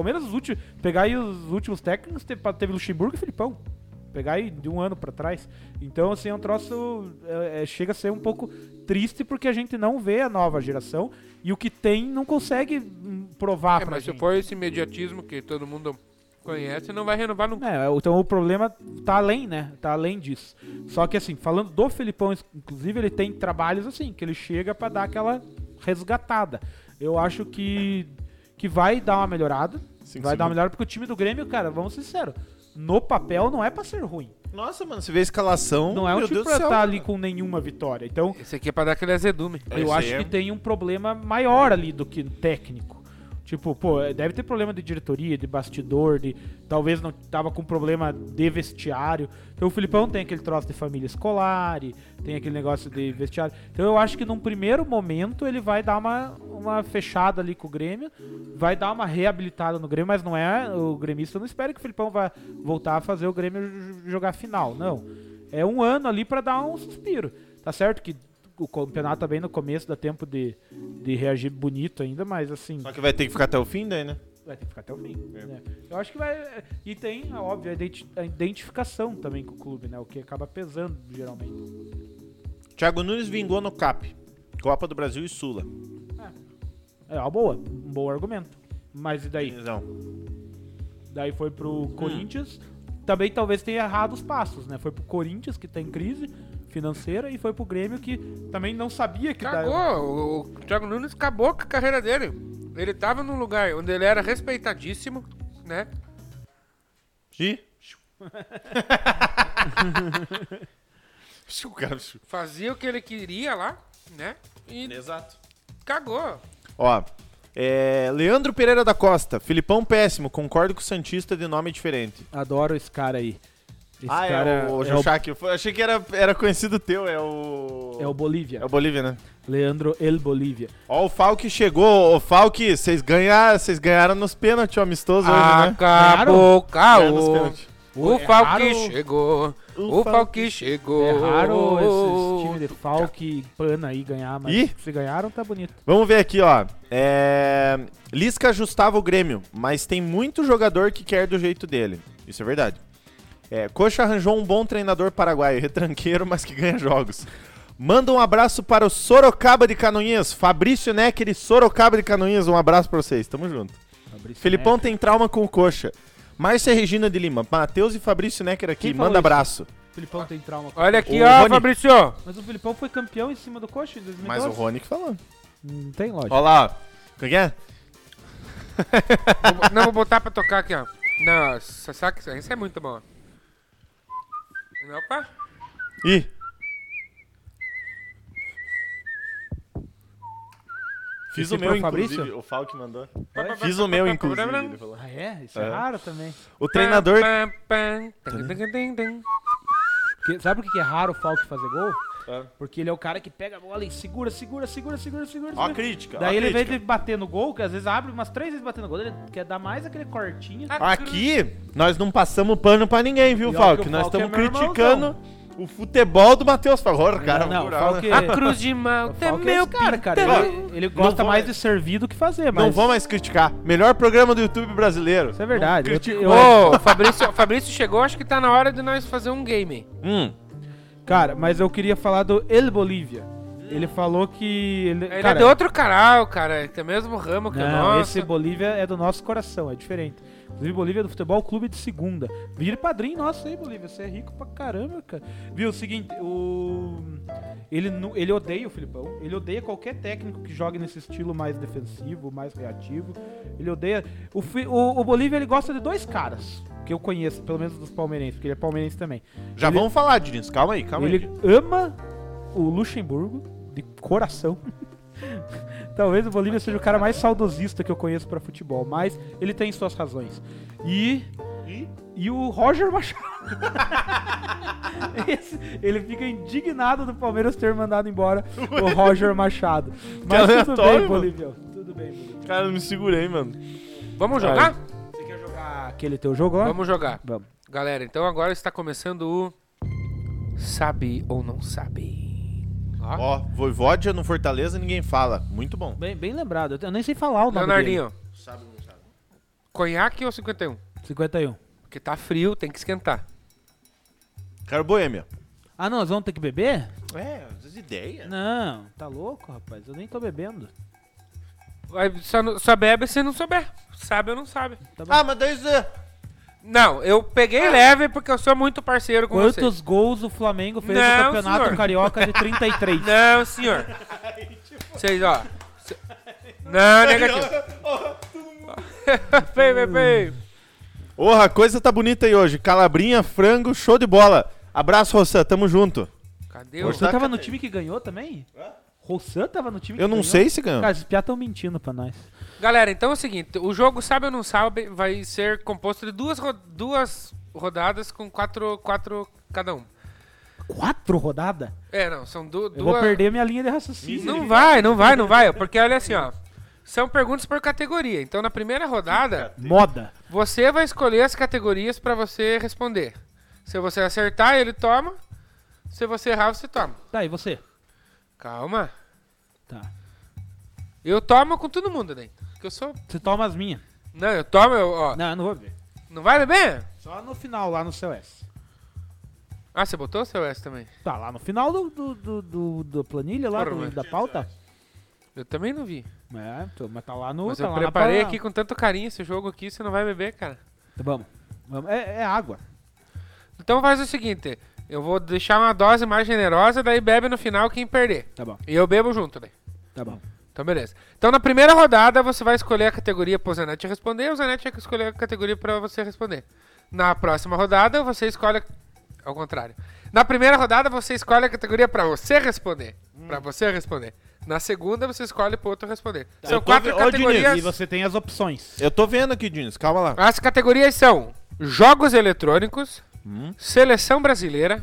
Speaker 5: Pegar aí os últimos técnicos, teve Luxemburgo e Filipão. Pegar aí de um ano pra trás. Então, assim, é um troço. Chega a ser um pouco triste porque a gente não vê a nova geração e o que tem não consegue provar pra
Speaker 3: Mas
Speaker 5: gente.
Speaker 3: se for esse imediatismo que todo mundo conhece, não vai renovar nunca.
Speaker 5: Então o problema tá além, né? Tá além disso. Só que assim, falando do Filipão, inclusive, ele tem trabalhos assim, que ele chega pra dar aquela resgatada. Eu acho que vai dar uma melhorada. Vai dar uma melhorada porque o time do Grêmio, cara, vamos ser sinceros, no papel não é pra ser ruim.
Speaker 2: Nossa, mano, você vê a escalação.
Speaker 5: Não é um
Speaker 2: meu
Speaker 5: time
Speaker 2: Deus
Speaker 5: pra
Speaker 2: do céu,
Speaker 5: estar ali
Speaker 2: cara.
Speaker 5: com nenhuma vitória. Então,
Speaker 3: Esse aqui é pra dar aquele azedume.
Speaker 5: eu
Speaker 2: Esse
Speaker 5: acho
Speaker 2: aí é-
Speaker 5: que tem um problema maior ali do que técnico. Tipo, deve ter problema de diretoria, de bastidor, talvez não tava com problema de vestiário. Então o Filipão tem aquele troço de família escolar, tem aquele negócio de vestiário. Então eu acho que num primeiro momento ele vai dar uma fechada ali com o Grêmio, vai dar uma reabilitada no Grêmio, mas não é, o gremista não espera que o Filipão vá voltar a fazer o Grêmio jogar final, não. É um ano ali pra dar um suspiro. Tá certo que o campeonato tá bem no começo, dá tempo de reagir bonito ainda, mas assim...
Speaker 2: Só que vai ter que ficar até o fim daí, né?
Speaker 5: Vai ter que ficar até o fim. Né? Eu acho que vai... E tem, óbvio, a identificação também com o clube, né? O que acaba pesando, geralmente.
Speaker 2: Thiago Nunes vingou no CAP. Copa do Brasil e Sula.
Speaker 5: É uma boa, um bom argumento. Mas e daí?
Speaker 2: Não.
Speaker 5: Daí foi pro Corinthians. Também talvez tenha errado os passos, né? Foi pro Corinthians, que tá em crise financeira, e foi pro Grêmio, que também não sabia que...
Speaker 3: Cagou! O Thiago Nunes acabou com a carreira dele. Ele tava num lugar onde ele era respeitadíssimo, né?
Speaker 2: E? O cara...
Speaker 3: Fazia o que ele queria lá, né? E
Speaker 2: Exato.
Speaker 3: cagou.
Speaker 2: Ó, Leandro Pereira da Costa. Filipão péssimo, concordo com o Santista de nome diferente.
Speaker 5: Adoro esse cara aí. Esse
Speaker 2: cara é o Joshak. Achei que era conhecido teu, é o
Speaker 5: Bolívia.
Speaker 2: É o Bolívia, né?
Speaker 5: Leandro El Bolívia.
Speaker 2: Ó, o Falk chegou. Ô, Falk, vocês ganharam nos pênaltis, o amistoso hoje, né?
Speaker 3: Acabou,
Speaker 2: Ganharam nos
Speaker 3: caô.
Speaker 2: pênaltis.
Speaker 3: O
Speaker 5: É
Speaker 3: Falk
Speaker 5: raro-
Speaker 3: chegou. O Falk chegou.
Speaker 5: É raro esses times de Falk e Pana aí ganhar, mas
Speaker 2: Ih.
Speaker 5: se ganharam, tá bonito.
Speaker 2: Vamos ver aqui, ó. Lisca ajustava o Grêmio, mas tem muito jogador que quer do jeito dele. Isso é verdade. Coxa arranjou um bom treinador paraguaio, retranqueiro, mas que ganha jogos. Manda um abraço para o Sorocaba de Canoinhas. Fabrício Necker e Sorocaba de Canoinhas, um abraço pra vocês. Tamo junto.
Speaker 5: Fabrício
Speaker 2: Felipão
Speaker 5: Necker.
Speaker 2: tem trauma com o coxa. Márcia Regina de Lima. Matheus e Fabrício Necker aqui.
Speaker 5: Quem falou
Speaker 2: Manda
Speaker 5: isso?
Speaker 2: abraço.
Speaker 5: O Felipão tem trauma.
Speaker 3: Olha aqui,
Speaker 2: Ô,
Speaker 3: ó,
Speaker 2: Rony.
Speaker 3: Fabrício.
Speaker 5: Mas o Felipão foi campeão em cima do Coxa em 2012.
Speaker 2: Mas o Rony que falou.
Speaker 5: Não tem lógica.
Speaker 2: Ó lá, ó. Como é?
Speaker 3: Não, vou botar pra tocar aqui, ó. Nossa, saca isso é muito bom. Opa.
Speaker 2: Ih. Fiz
Speaker 5: Esse
Speaker 2: o meu,
Speaker 5: pro
Speaker 2: inclusive.
Speaker 5: Fabrício?
Speaker 2: O Falk mandou.
Speaker 3: É?
Speaker 2: Fiz o meu, inclusive. Ele falou.
Speaker 5: Ah, é? Isso é
Speaker 2: É.
Speaker 5: raro também.
Speaker 2: O treinador...
Speaker 5: Porque, sabe por que é raro o Falk fazer gol?
Speaker 2: É.
Speaker 5: Porque ele é o cara que pega a bola e segura.
Speaker 2: Ó a crítica.
Speaker 5: Daí
Speaker 2: ó a
Speaker 5: ele, em vez
Speaker 2: crítica.
Speaker 5: de bater no gol, que às vezes abre umas 3 vezes batendo no gol, ele quer dar mais aquele cortinho.
Speaker 2: Aqui, nós não passamos pano pra ninguém, viu,
Speaker 5: E olha
Speaker 2: Falk?
Speaker 5: que o
Speaker 2: Nós
Speaker 5: Falk é
Speaker 2: estamos
Speaker 5: meu
Speaker 2: criticando o futebol do Matheus Favor, cara.
Speaker 5: Não,
Speaker 2: moral,
Speaker 5: o Falk
Speaker 2: né?
Speaker 5: é...
Speaker 3: A cruz de
Speaker 5: O
Speaker 3: malta é
Speaker 5: Falk é
Speaker 3: meu
Speaker 5: esse cara, cara.
Speaker 2: Ó,
Speaker 5: Ele gosta
Speaker 2: vou
Speaker 5: mais
Speaker 2: mais-
Speaker 5: de servir do que fazer, mas...
Speaker 2: Não vou mais criticar. Melhor programa do YouTube brasileiro.
Speaker 5: Isso é verdade.
Speaker 2: Não critico.
Speaker 3: Ô, o Fabrício chegou, acho que tá na hora de nós fazer um game.
Speaker 5: Cara, mas eu queria falar do El Bolívia. Ele falou que...
Speaker 3: Ele
Speaker 5: cara,
Speaker 3: é de outro canal, cara. Tem o mesmo ramo que o
Speaker 5: Não,
Speaker 3: nosso.
Speaker 5: esse Bolívia é do nosso coração, é diferente. Inclusive, Bolívia é do Futebol Clube de Segunda. Vire padrinho nosso aí, Bolívia. Você é rico pra caramba, cara. Viu, o seguinte, ele odeia o Filipão. Ele odeia qualquer técnico que jogue nesse estilo mais defensivo, mais reativo. Ele odeia... O Bolívia, ele gosta de 2 caras, que eu conheço, pelo menos dos palmeirenses, porque ele é palmeirense também.
Speaker 2: Já
Speaker 5: Ele-
Speaker 2: vamos falar, Diniz. Calma aí, calma
Speaker 5: Ele
Speaker 2: aí.
Speaker 5: ama o Luxemburgo, de coração. Talvez o Bolívia seja o cara mais saudosista que eu conheço pra futebol, mas ele tem suas razões. E o Roger Machado. Ele fica indignado do Palmeiras ter mandado embora o Roger Machado. Mas tudo
Speaker 2: aleatório,
Speaker 5: bem,
Speaker 2: mano.
Speaker 5: Bolívia. Tudo bem, Bolívia.
Speaker 2: Cara, eu me segurei, mano.
Speaker 3: Vamos jogar?
Speaker 5: Você quer jogar aquele teu jogo lá?
Speaker 3: Vamos jogar.
Speaker 5: Vamos.
Speaker 3: Galera, então agora está começando o Sabe ou Não Sabe. Ó,
Speaker 2: Ó, Voivodia no Fortaleza, ninguém fala. Muito bom.
Speaker 5: Bem lembrado. Eu nem sei falar o nome
Speaker 3: Leonardinho,
Speaker 2: Sabe ou não sabe?
Speaker 3: conhaque ou 51?
Speaker 5: dele. 51.
Speaker 3: Porque tá frio, tem que esquentar.
Speaker 2: Quero Boêmia.
Speaker 5: Ah, não, nós vamos ter que beber?
Speaker 2: É, as ideias.
Speaker 5: Não, tá louco, rapaz. Eu nem tô bebendo.
Speaker 3: Só bebe se não souber. Sabe ou não sabe.
Speaker 5: Tá bom.
Speaker 2: Ah, mas daí você...
Speaker 3: Não, eu peguei leve porque eu sou muito parceiro com você.
Speaker 5: Quantos gols o Flamengo fez
Speaker 3: Não,
Speaker 5: no Campeonato
Speaker 3: senhor.
Speaker 5: Carioca de 33?
Speaker 3: Não, senhor. Vocês, ó. Não, negativo. Vem.
Speaker 2: Porra, a coisa tá bonita aí hoje. Calabrinha, frango, show de bola. Abraço, Roçan, tamo junto.
Speaker 3: Cadê
Speaker 5: O
Speaker 3: o...
Speaker 5: Rossan
Speaker 2: Tá,
Speaker 5: tava
Speaker 2: cara.
Speaker 5: no time que ganhou também? Rossan tava no time que
Speaker 2: Eu não
Speaker 5: ganhou?
Speaker 2: sei se ganhou.
Speaker 5: Cara, esses piá tão mentindo pra nós.
Speaker 3: Galera, então é o seguinte. O jogo Sabe ou Não Sabe vai ser composto de duas rodadas com quatro cada um.
Speaker 5: 4 rodadas?
Speaker 3: É, não, são duas...
Speaker 5: Eu vou perder minha linha de raciocínio.
Speaker 3: Não vai. Porque olha assim, ó. São perguntas por categoria. Então na primeira rodada,
Speaker 5: Moda.
Speaker 3: você vai escolher as categorias pra você responder. Se você acertar, ele toma. Se você errar, você toma.
Speaker 5: Tá, e você?
Speaker 3: Calma.
Speaker 5: Tá.
Speaker 3: Eu tomo com todo mundo, né? Porque eu sou...
Speaker 5: Você toma as minhas.
Speaker 3: Não, eu tomo, ó.
Speaker 5: Não, eu não vou beber.
Speaker 3: Não vai beber?
Speaker 5: Só no final, lá no seu S.
Speaker 3: Ah, você botou o seu S também?
Speaker 5: Tá, lá no final do planilha, lá
Speaker 3: Porra, mas-
Speaker 5: da pauta.
Speaker 3: Eu também não vi.
Speaker 5: É, mas tá lá no...
Speaker 3: Mas
Speaker 5: tá
Speaker 3: eu
Speaker 5: lá na
Speaker 3: preparei
Speaker 5: pauta.
Speaker 3: aqui com tanto carinho esse jogo aqui, você não vai beber, cara.
Speaker 5: Vamos. É água.
Speaker 3: Então faz o seguinte, eu vou deixar uma dose mais generosa, daí bebe no final quem perder.
Speaker 5: Tá bom,
Speaker 3: E eu bebo junto, daí.
Speaker 5: tá bom.
Speaker 3: Então beleza. Então na primeira rodada você vai escolher a categoria pro Zanetti responder, e o Zanetti vai escolher a categoria pra você responder. Na próxima rodada você escolhe... Ao contrário. Na primeira rodada você escolhe a categoria pra você responder. Pra você responder. Na segunda você escolhe pro outro responder. São
Speaker 2: Eu tô
Speaker 3: 4
Speaker 2: ve- Ô,
Speaker 3: categorias.
Speaker 5: E você tem as opções.
Speaker 2: Eu tô vendo aqui, Diniz, calma lá.
Speaker 3: As categorias são jogos eletrônicos, seleção brasileira,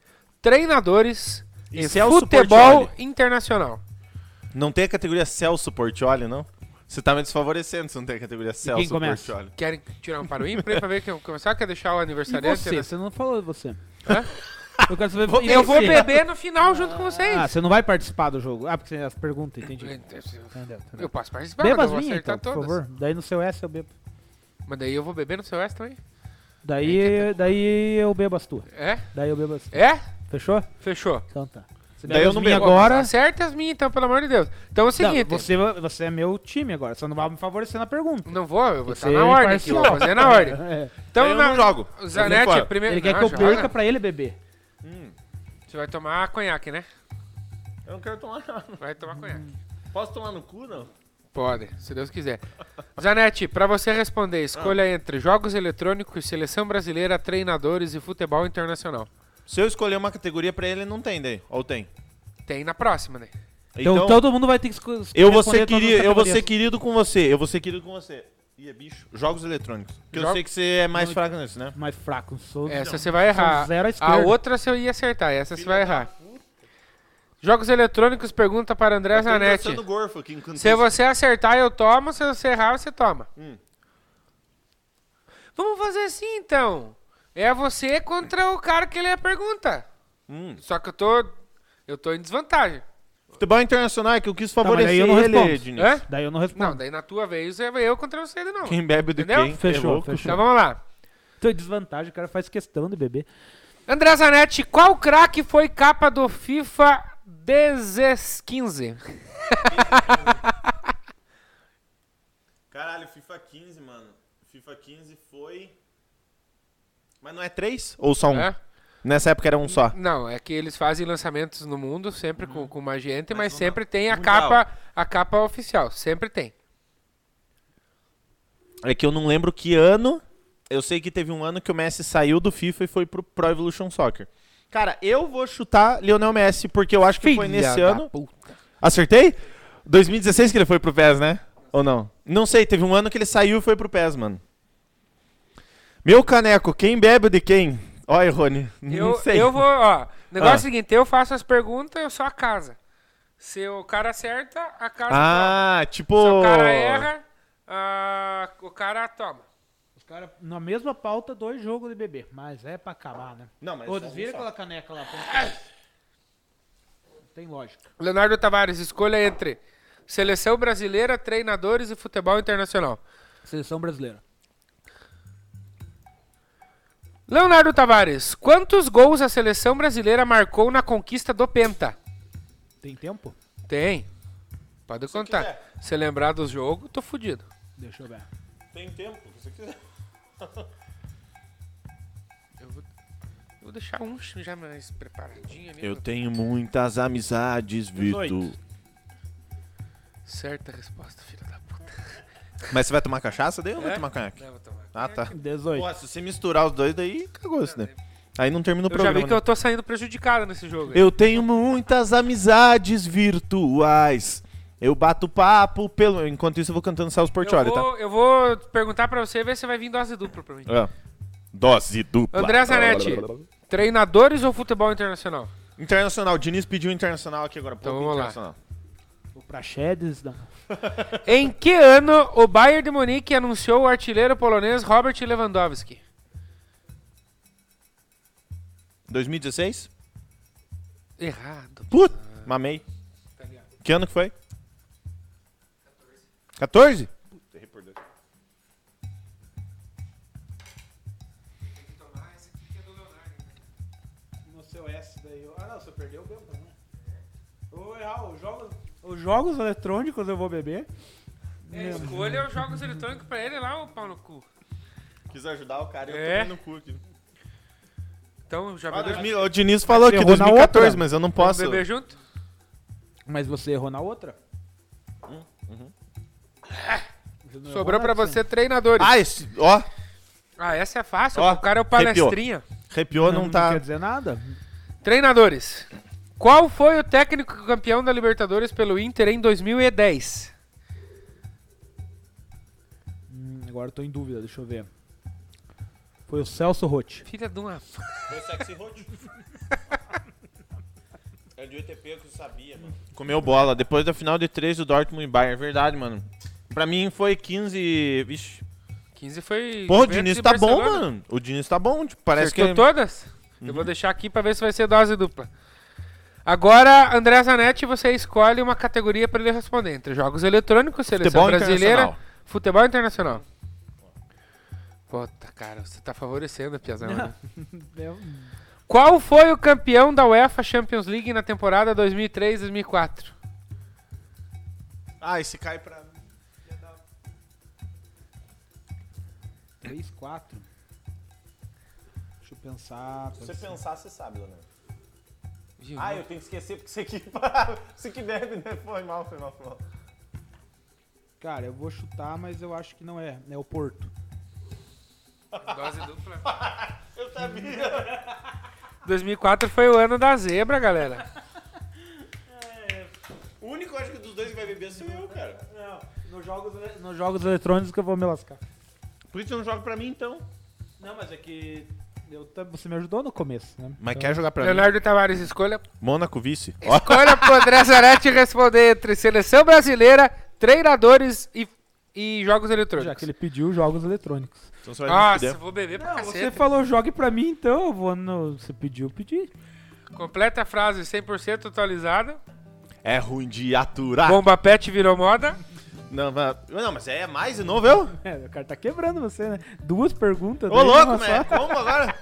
Speaker 3: treinadores
Speaker 2: E
Speaker 3: e
Speaker 2: Celso
Speaker 3: futebol
Speaker 2: Portiolli.
Speaker 3: internacional.
Speaker 2: Não tem a categoria Celso Portiolli, não? Você tá me desfavorecendo se não tem a categoria Celso
Speaker 5: começa?
Speaker 2: Portiolli.
Speaker 3: Querem tirar um para o ímpar pra ver quem começar? Quer deixar o
Speaker 5: E
Speaker 3: aniversariante?
Speaker 5: você?
Speaker 3: né?
Speaker 5: Você não falou de você.
Speaker 3: Hã?
Speaker 5: Eu quero saber...
Speaker 2: Vou-
Speaker 5: e
Speaker 3: Eu vou
Speaker 5: você?
Speaker 3: beber no final junto com vocês.
Speaker 5: Ah, você não vai participar do jogo. Ah, porque as perguntas, entendi.
Speaker 3: Eu
Speaker 5: Entendeu.
Speaker 3: posso participar,
Speaker 5: Beba
Speaker 3: mas
Speaker 5: as
Speaker 3: eu vou
Speaker 5: minhas,
Speaker 3: acertar
Speaker 5: então, por
Speaker 3: todas.
Speaker 5: favor. Daí no seu S eu bebo.
Speaker 3: Mas daí eu vou beber no seu S também?
Speaker 5: Daí eu bebo as tuas.
Speaker 3: É?
Speaker 5: Daí eu bebo as tuas.
Speaker 3: É?
Speaker 5: Fechou?
Speaker 3: Fechou.
Speaker 5: Então tá. Você
Speaker 2: Daí
Speaker 5: deve
Speaker 2: eu
Speaker 5: as
Speaker 2: não
Speaker 5: minhas
Speaker 2: bebo.
Speaker 5: agora.
Speaker 3: Acerta as minhas, então, pelo amor de Deus. Então é o seguinte.
Speaker 5: Não, você é meu time agora, você não vai me favorecer na pergunta.
Speaker 3: Não vou, eu vou
Speaker 5: Tem que
Speaker 3: estar
Speaker 5: ser
Speaker 3: na ordem aqui, vou
Speaker 5: imparcial.
Speaker 3: fazer na ordem.
Speaker 5: É.
Speaker 3: Então,
Speaker 2: Daí eu não jogo.
Speaker 3: O
Speaker 2: Eu
Speaker 3: Zanetti,
Speaker 2: fora.
Speaker 3: primeiro...
Speaker 5: Ele quer
Speaker 3: Não,
Speaker 5: que eu
Speaker 3: joga.
Speaker 5: perca pra ele beber.
Speaker 3: Você vai tomar conhaque, né?
Speaker 2: Eu não quero tomar nada.
Speaker 3: Vai tomar conhaque.
Speaker 2: Posso tomar no cu, não?
Speaker 3: Pode, se Deus quiser. Zanetti, pra você responder, escolha entre jogos eletrônicos, seleção brasileira, treinadores e futebol internacional.
Speaker 2: Se eu escolher uma categoria pra ele, não tem daí. Ou tem?
Speaker 3: Tem na próxima, né?
Speaker 5: Então todo mundo vai ter que
Speaker 2: eu vou
Speaker 5: responder
Speaker 2: ser
Speaker 5: todas as
Speaker 2: querido, eu vou
Speaker 5: categorias.
Speaker 2: ser querido com você. Eu vou ser querido com você. Ih, é bicho. Jogos eletrônicos. Porque eu
Speaker 3: Jogo-
Speaker 2: sei que você é mais fraco nisso, né?
Speaker 5: Mais fraco. Sou,
Speaker 3: Essa você vai
Speaker 5: sou
Speaker 3: errar.
Speaker 5: zero à
Speaker 3: A
Speaker 5: esquerda.
Speaker 3: outra você ia acertar, essa você vai errar. Jogos eletrônicos, pergunta para André Zanetti.
Speaker 2: Gorfo aqui enquanto
Speaker 3: Se você acertar, eu tomo. Se você errar, você toma. Vamos fazer assim, então. É você contra o cara que lê a pergunta. Só que eu tô em desvantagem.
Speaker 2: Futebol internacional é que eu quis
Speaker 5: mas
Speaker 2: favorecer
Speaker 5: daí eu não
Speaker 2: ele,
Speaker 5: respondo.
Speaker 2: Diniz.
Speaker 3: Hã?
Speaker 5: Daí eu não respondo.
Speaker 3: Não, daí na tua vez é eu contra você de novo.
Speaker 2: Quem bebe do
Speaker 3: Entendeu?
Speaker 2: quem?
Speaker 5: Fechou,
Speaker 2: Errou.
Speaker 5: fechou.
Speaker 3: Então vamos lá.
Speaker 5: Tô em desvantagem, o cara faz questão de beber.
Speaker 3: André Zanetti, qual craque foi capa do FIFA 15?
Speaker 2: Caralho, FIFA 15, mano. FIFA 15 foi... Mas não é 3? Ou só um?
Speaker 3: É?
Speaker 2: Nessa época era um só.
Speaker 3: Não, é que eles fazem lançamentos no mundo, sempre com mais gente, mas
Speaker 2: não
Speaker 3: sempre tem a
Speaker 2: mundial.
Speaker 3: capa oficial. Sempre tem.
Speaker 2: É que eu não lembro que ano. Eu sei que teve um ano que o Messi saiu do FIFA e foi pro Pro Evolution Soccer. Cara, eu vou chutar Lionel Messi porque eu acho que foi nesse
Speaker 3: da
Speaker 2: ano.
Speaker 3: puta.
Speaker 2: Acertei? 2016 que ele foi pro PES, né? Ou não? Não sei, teve um ano que ele saiu e foi pro PES, mano. Meu caneco, quem bebe de quem? Olha, Rony, não sei.
Speaker 3: Eu vou, ó. O negócio é
Speaker 2: Ah.
Speaker 3: o seguinte, eu faço as perguntas, eu só a casa. Se o cara acerta, a casa toma.
Speaker 2: Ah, tipo...
Speaker 3: Se o cara erra, o cara toma.
Speaker 5: Os caras, na mesma pauta, 2 jogos de beber. Mas é pra acabar, né?
Speaker 2: Não, mas
Speaker 5: Ô,
Speaker 2: só
Speaker 5: desvira
Speaker 2: um só.
Speaker 5: aquela caneca lá. Não tem lógica.
Speaker 3: Leonardo Tavares, escolha entre seleção brasileira, treinadores e futebol internacional.
Speaker 5: Seleção brasileira.
Speaker 3: Leonardo Tavares, quantos gols a seleção brasileira marcou na conquista do Penta?
Speaker 5: Tem tempo?
Speaker 3: Tem. Pode contar.
Speaker 2: quiser.
Speaker 3: Se lembrar do jogo, tô fudido.
Speaker 5: Deixa eu ver.
Speaker 2: Tem tempo, se você quiser.
Speaker 3: Eu vou deixar um já mais preparadinho ali.
Speaker 2: Eu tenho muitas amizades, Vitor.
Speaker 5: 18.
Speaker 3: Certa resposta, filho da puta.
Speaker 2: Mas você vai tomar cachaça daí ou vai
Speaker 3: É?
Speaker 2: tomar conhaque?
Speaker 3: Não, vou tomar.
Speaker 2: Ah, tá.
Speaker 5: 18.
Speaker 2: Pô, se você misturar os dois, daí cagou isso, né? Aí não termina o
Speaker 3: Eu já
Speaker 2: programa.
Speaker 3: vi que eu tô saindo prejudicado nesse jogo.
Speaker 2: Eu tenho muitas amizades virtuais. Eu bato papo pelo... Enquanto isso, eu vou cantando Celso Portiolli, tá?
Speaker 3: Eu vou perguntar pra você, ver se vai vir dose dupla pra mim.
Speaker 2: É. Dose dupla.
Speaker 3: André Zanetti, treinadores ou futebol internacional?
Speaker 2: Internacional. O Diniz pediu internacional aqui agora.
Speaker 3: Então
Speaker 2: Pouco
Speaker 3: vamos lá.
Speaker 2: internacional.
Speaker 5: O Praxedes, não.
Speaker 3: Em que ano o Bayern de Munique anunciou o artilheiro polonês Robert Lewandowski?
Speaker 2: 2016?
Speaker 3: Errado.
Speaker 2: Puta, mamei.
Speaker 3: Tá ligado?
Speaker 2: Que ano que foi? 14? Puta, errei por dois.
Speaker 5: No seu S daí. Ah, não, você perdeu o meu também. Eu vou errar. Os jogos eletrônicos eu vou beber.
Speaker 3: Escolha os jogos eletrônicos pra ele lá, o pau no cu.
Speaker 2: Quis ajudar o cara e
Speaker 3: É.
Speaker 2: eu tô no cu aqui.
Speaker 3: Então, já
Speaker 2: Ah,
Speaker 3: bebeu?
Speaker 2: o Diniz falou
Speaker 5: Você
Speaker 2: que
Speaker 5: errou na
Speaker 2: 2014,
Speaker 5: outra.
Speaker 2: mas eu não
Speaker 3: Vamos
Speaker 2: posso.
Speaker 3: beber junto?
Speaker 5: Mas você errou na outra? Você não
Speaker 3: Sobrou
Speaker 5: errou
Speaker 3: pra
Speaker 5: na
Speaker 3: você treinadores.
Speaker 2: Ah, esse, ó,
Speaker 3: Ah, essa é fácil.
Speaker 2: Ó,
Speaker 3: O cara é o
Speaker 2: arrepiou.
Speaker 3: palestrinha.
Speaker 2: arrepiou, não tá...
Speaker 5: quer dizer nada?
Speaker 3: Treinadores. Qual foi o técnico campeão da Libertadores pelo Inter em 2010?
Speaker 5: Agora eu tô em dúvida, deixa eu ver. Foi o Celso Rotti.
Speaker 3: Filha de uma...
Speaker 2: Foi o Sexy Road. É de UTP que eu sabia, mano. Comeu bola. Depois da final de 3 do Dortmund e Bayern. Verdade, mano. Pra mim foi 15... Vixe.
Speaker 3: 15 foi...
Speaker 2: Porra, o
Speaker 3: Juventus
Speaker 2: Diniz
Speaker 3: e
Speaker 2: tá bom,
Speaker 3: Barcelona.
Speaker 2: mano. O Diniz tá bom. Tipo, parece
Speaker 3: Acertou
Speaker 2: que...
Speaker 3: todas? Eu vou deixar aqui pra ver se vai ser dose dupla. Agora, André Zanetti, você escolhe uma categoria pra ele responder. Entre jogos eletrônicos, seleção
Speaker 2: Futebol
Speaker 3: brasileira,
Speaker 2: internacional.
Speaker 3: futebol internacional. Puta, cara, você tá favorecendo a piazão, né? Qual foi o campeão da UEFA Champions League na temporada 2003-2004?
Speaker 2: Ah, esse cai pra...
Speaker 5: 3, 4. Deixa eu pensar.
Speaker 2: Se você pensar, você sabe, Leonardo.
Speaker 3: Viu?
Speaker 2: Ah, eu tenho que esquecer porque você que bebe, né? Foi mal.
Speaker 5: Cara, eu vou chutar, mas eu acho que não é. É o Porto.
Speaker 3: Dose dupla.
Speaker 2: Eu sabia.
Speaker 3: 2004 foi o ano da zebra, galera.
Speaker 2: O único, acho que dos dois que vai beber sou eu, cara.
Speaker 5: Não, nos jogos eletrônicos que eu vou me lascar.
Speaker 2: Por isso você não joga pra mim, então.
Speaker 5: Não, mas é que você me ajudou no começo, né?
Speaker 2: Mas
Speaker 5: Então,
Speaker 2: quer jogar pra mim?
Speaker 3: Leonardo Tavares, escolha.
Speaker 2: Mônaco vice. Ó,
Speaker 3: Escolha pro André Zanetti responder entre seleção brasileira, treinadores e jogos eletrônicos.
Speaker 5: já que ele pediu jogos eletrônicos.
Speaker 2: então você vai me
Speaker 3: Nossa,
Speaker 2: fuder.
Speaker 3: vou beber pra
Speaker 5: Não,
Speaker 3: cacete.
Speaker 5: você falou jogue pra mim, então eu vou no... Você pediu, eu pedi.
Speaker 3: Completa a frase 100% atualizada.
Speaker 2: É ruim de aturar.
Speaker 3: Bomba pet virou moda.
Speaker 2: Não, mas é mais de novo, eu?
Speaker 5: É, o cara tá quebrando você, né? 2 perguntas.
Speaker 2: Ô,
Speaker 5: daí
Speaker 2: louco,
Speaker 5: uma
Speaker 2: mas
Speaker 5: só.
Speaker 2: como agora?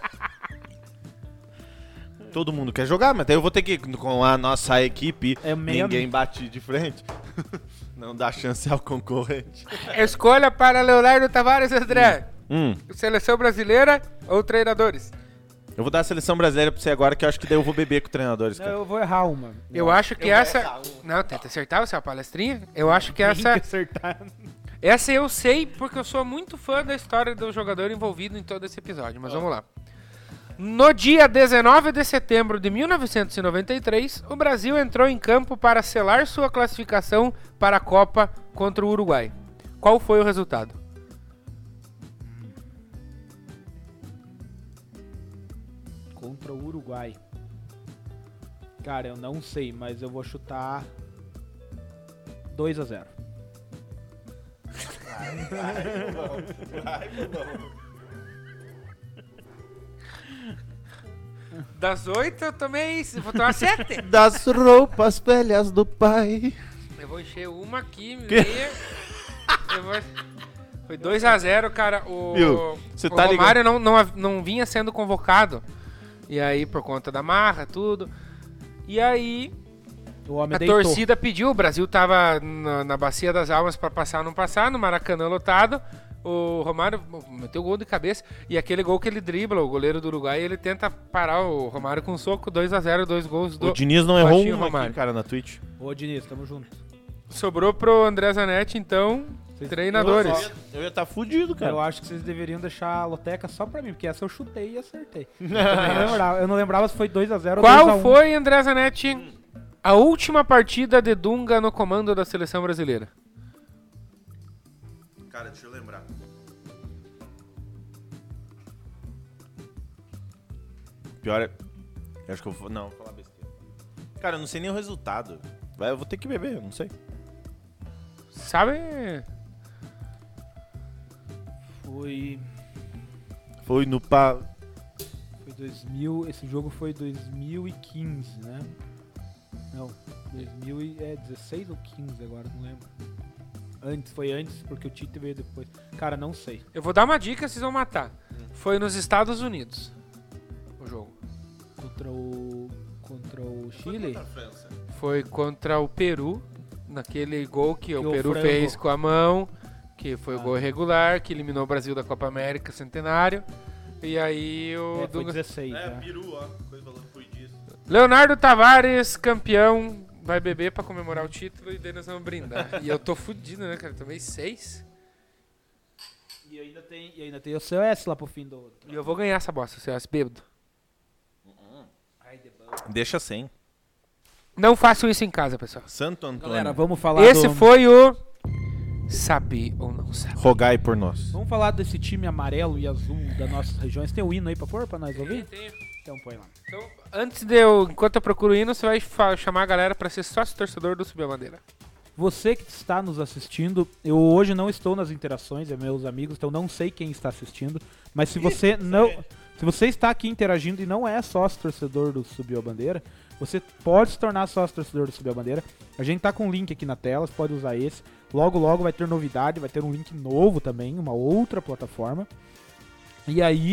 Speaker 2: Todo mundo quer jogar, mas daí eu vou ter que ir com a nossa equipe.
Speaker 5: É meia
Speaker 2: Ninguém
Speaker 5: dúzia.
Speaker 2: bate de frente. Não dá chance ao concorrente.
Speaker 3: Escolha para Leonardo Tavares, André.
Speaker 2: Hum,
Speaker 3: Seleção brasileira ou treinadores?
Speaker 2: eu vou dar a seleção brasileira pra você agora, que eu acho que daí eu vou beber com treinadores,
Speaker 5: Não,
Speaker 2: cara.
Speaker 5: eu vou errar uma.
Speaker 3: Eu acho que
Speaker 2: eu vou
Speaker 3: essa...
Speaker 2: errar
Speaker 3: Não, tenta acertar, você é uma palestrinha. Eu acho que
Speaker 5: Tem
Speaker 3: essa...
Speaker 5: que acertar.
Speaker 3: Essa eu sei porque eu sou muito fã da história do jogador envolvido em todo esse episódio, mas vamos lá. No dia 19 de setembro de 1993, o Brasil entrou em campo para selar sua classificação para a Copa contra o Uruguai. Qual foi o resultado?
Speaker 5: Contra o Uruguai. Cara, eu não sei, mas eu vou chutar 2-0.
Speaker 3: Das 8 eu tomei... Vou tomar 7.
Speaker 2: Das roupas velhas do pai.
Speaker 3: Eu vou encher uma aqui, meia. Eu vou... Foi 2-0, cara. O,
Speaker 2: Viu? Você
Speaker 3: o
Speaker 2: tá
Speaker 3: Romário não vinha sendo convocado. E aí, por conta da marra, tudo. E aí,
Speaker 5: O homem
Speaker 3: a
Speaker 5: deitou.
Speaker 3: torcida pediu. O Brasil tava na Bacia das Almas pra passar, não passar. No Maracanã lotado. O Romário meteu gol de cabeça. E aquele gol que ele dribla, o goleiro do Uruguai, ele tenta parar o Romário com um soco. 2-0, 2 gols do...
Speaker 2: O Diniz não errou
Speaker 3: Baixinho
Speaker 2: uma
Speaker 3: Romário.
Speaker 2: aqui, cara, na Twitch.
Speaker 5: Ô, Diniz, tamo junto.
Speaker 3: Sobrou pro André Zanetti, então, treinadores.
Speaker 2: Eu ia estar fudido, cara.
Speaker 5: Eu acho que vocês deveriam deixar a loteca só pra mim, porque essa eu chutei e acertei. Eu não lembrava se foi 2-0 ou 2-1.
Speaker 3: Qual foi, André Zanetti, a última partida de Dunga no comando da seleção brasileira?
Speaker 2: Cara, deixa eu lembrar. Pior é... Eu acho que eu vou... Não, vou falar besteira. Cara, eu não sei nem o resultado. Eu vou ter que beber, eu não sei.
Speaker 3: Sabe?
Speaker 5: Foi
Speaker 2: Foi
Speaker 5: 2000, esse jogo foi 2015, né? Não, 2016 ou 15 agora, não lembro. Foi antes, porque o Tite veio depois. Cara, não sei.
Speaker 3: Eu vou dar uma dica, vocês vão matar. Foi nos Estados Unidos, o jogo.
Speaker 5: Contra o Chile?
Speaker 3: Foi contra o Peru, naquele gol que o
Speaker 5: o
Speaker 3: Peru
Speaker 5: frango.
Speaker 3: fez com a mão, que foi o gol irregular, que eliminou o Brasil da Copa América Centenário. E aí o
Speaker 5: Foi
Speaker 3: Dunga...
Speaker 5: 16, né?
Speaker 2: peru, ó. Coisa falando foi disso.
Speaker 3: Leonardo Tavares, campeão, vai beber pra comemorar o título e daí nós vamos brindar. E eu tô fudido, né, cara? Tomei 6
Speaker 5: E ainda tem o COS lá pro fim do...
Speaker 3: e eu vou ganhar essa bosta, se eu bêbado.
Speaker 2: Deixa sem.
Speaker 3: Não façam isso em casa, pessoal.
Speaker 2: Santo Antônio.
Speaker 5: Galera, vamos falar
Speaker 3: Esse
Speaker 5: do...
Speaker 3: foi o Sabe ou Não Sabe.
Speaker 2: Rogai por nós.
Speaker 5: Vamos falar desse time amarelo e azul das nossas regiões. Tem o hino aí pra pôr, pra nós ouvir? Então põe lá.
Speaker 3: Então, enquanto eu procuro o hino, você vai chamar a galera pra ser sócio torcedor do Subir a Bandeira.
Speaker 5: Você que está nos assistindo, eu hoje não estou nas interações, é meus amigos, então não sei quem está assistindo, mas se você se você está aqui interagindo e não é sócio torcedor do Subiu a Bandeira, você pode se tornar sócio torcedor do Subiu a Bandeira. A gente tá com um link aqui na tela, você pode usar esse. Logo vai ter novidade, vai ter um link novo também, uma outra plataforma. E aí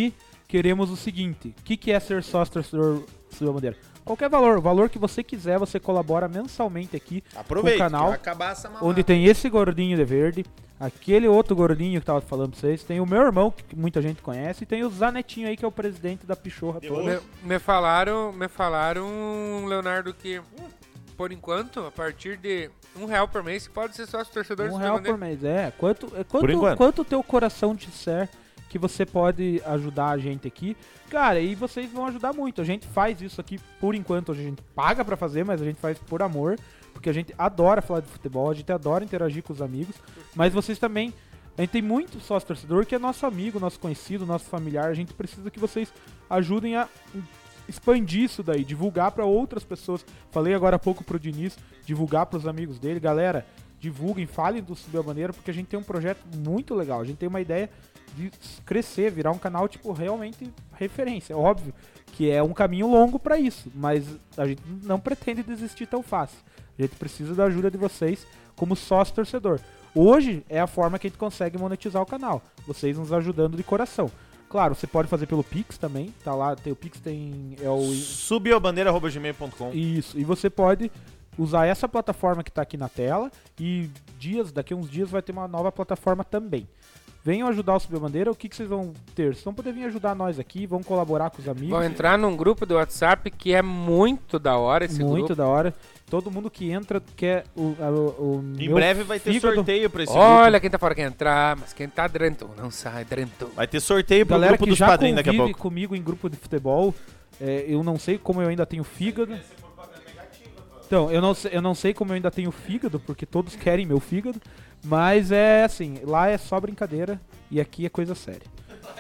Speaker 5: queremos o seguinte. O que é ser sócio torcedor Subiu a Bandeira? Qualquer valor, o valor que você quiser, você colabora mensalmente aqui
Speaker 2: Aproveita,
Speaker 5: com o canal,
Speaker 2: que vai acabar essa mamada.
Speaker 5: onde tem esse gordinho de verde, aquele outro gordinho que tava falando pra vocês, tem o meu irmão, que muita gente conhece, e tem o Zanetinho aí, que é o presidente da pichorra toda.
Speaker 3: Me falaram, Leonardo, que por enquanto, a partir de R$1 por mês, você pode ser sócio torcedor do
Speaker 5: R$1
Speaker 3: Subiu a
Speaker 5: por
Speaker 3: Bandeira.
Speaker 5: mês,
Speaker 2: Por enquanto.
Speaker 5: Quanto o teu coração disser que você pode ajudar a gente aqui, cara, e vocês vão ajudar muito. A gente faz isso aqui por enquanto, a gente paga pra fazer, mas a gente faz por amor, porque a gente adora falar de futebol, a gente adora interagir com os amigos, mas vocês também, a gente tem muito sócio torcedor que é nosso amigo, nosso conhecido, nosso familiar, a gente precisa que vocês ajudem a expandir isso daí, divulgar pra outras pessoas. Falei agora há pouco pro Diniz, divulgar pros amigos dele, galera, divulguem, falem do Subiu a Bandeira, porque a gente tem um projeto muito legal, a gente tem uma ideia de crescer, virar um canal, tipo, realmente referência. É óbvio que é um caminho longo pra isso, mas a gente não pretende desistir tão fácil. A gente precisa da ajuda de vocês como sócio torcedor. Hoje é a forma que a gente consegue monetizar o canal, vocês nos ajudando de coração. Claro, você pode fazer pelo Pix também, tá lá, tem o Pix, é o...
Speaker 2: Subiuabandeira@gmail.com.
Speaker 5: Isso, e você pode usar essa plataforma que tá aqui na tela e daqui a uns dias vai ter uma nova plataforma também. Venham ajudar o Subiu a Bandeira, o que vocês vão ter? Vocês vão poder vir ajudar nós aqui, vão colaborar com os amigos.
Speaker 3: Vão entrar num grupo do WhatsApp que é muito da hora esse grupo.
Speaker 5: Muito da hora. Todo mundo que entra quer o
Speaker 2: Em
Speaker 5: meu
Speaker 2: breve vai ter
Speaker 5: fígado.
Speaker 2: sorteio pra esse grupo.
Speaker 3: Olha, quem tá fora quer entrar, mas quem tá dentro não sai dentro.
Speaker 2: Vai ter sorteio pro
Speaker 5: Galera
Speaker 2: grupo
Speaker 5: que
Speaker 2: dos
Speaker 5: já
Speaker 2: padrinhos daqui a
Speaker 5: convive
Speaker 2: pouco.
Speaker 5: comigo em grupo de futebol, eu não sei como eu ainda tenho fígado. Então, eu não sei como eu ainda tenho fígado, porque todos querem meu fígado, mas é assim, lá é só brincadeira e aqui é coisa séria.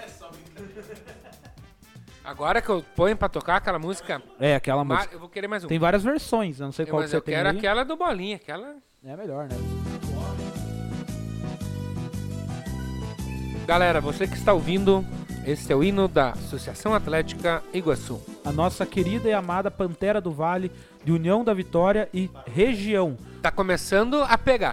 Speaker 3: Agora que eu ponho pra tocar aquela música,
Speaker 5: É, aquela música.
Speaker 3: eu vou querer mais uma.
Speaker 5: Tem várias versões, eu não sei qual que
Speaker 3: Mas
Speaker 5: você
Speaker 3: eu
Speaker 5: tem
Speaker 3: quero
Speaker 5: aí.
Speaker 3: aquela do Bolinha, aquela...
Speaker 5: É melhor, né?
Speaker 3: Galera, você que está ouvindo, esse é o hino da Associação Atlética Iguaçu.
Speaker 5: A nossa querida e amada Pantera do Vale, de União da Vitória e região.
Speaker 3: Tá começando a pegar.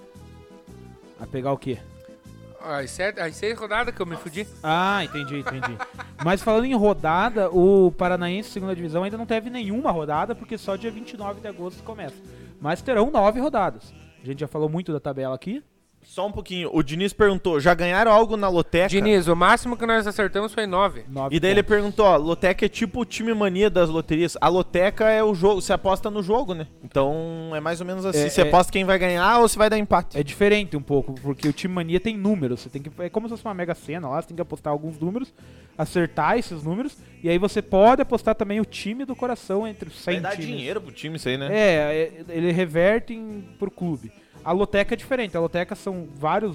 Speaker 5: A pegar o quê?
Speaker 3: As 6 rodadas que eu me fudi.
Speaker 5: Ah, entendi. Mas falando em rodada, o Paranaense segunda divisão ainda não teve nenhuma rodada, porque só dia 29 de agosto começa. Mas terão 9 rodadas. A gente já falou muito da tabela aqui.
Speaker 2: Só um pouquinho. O Diniz perguntou, já ganharam algo na loteca?
Speaker 3: Diniz, o máximo que nós acertamos foi 9.
Speaker 5: 9
Speaker 2: E daí ele
Speaker 5: pontos.
Speaker 2: perguntou, ó, loteca é tipo o time mania das loterias. A loteca é o jogo, você aposta no jogo, né? Então é mais ou menos assim, você aposta quem vai ganhar ou se vai dar empate.
Speaker 5: É diferente um pouco, porque o time mania tem números. Você tem que, é como se fosse uma mega sena lá, você tem que apostar alguns números, acertar esses números, e aí você pode apostar também o time do coração entre os 100
Speaker 2: Vai dar
Speaker 5: times.
Speaker 2: dinheiro pro time isso aí, né?
Speaker 5: Ele reverte pro clube. A loteca é diferente. A loteca são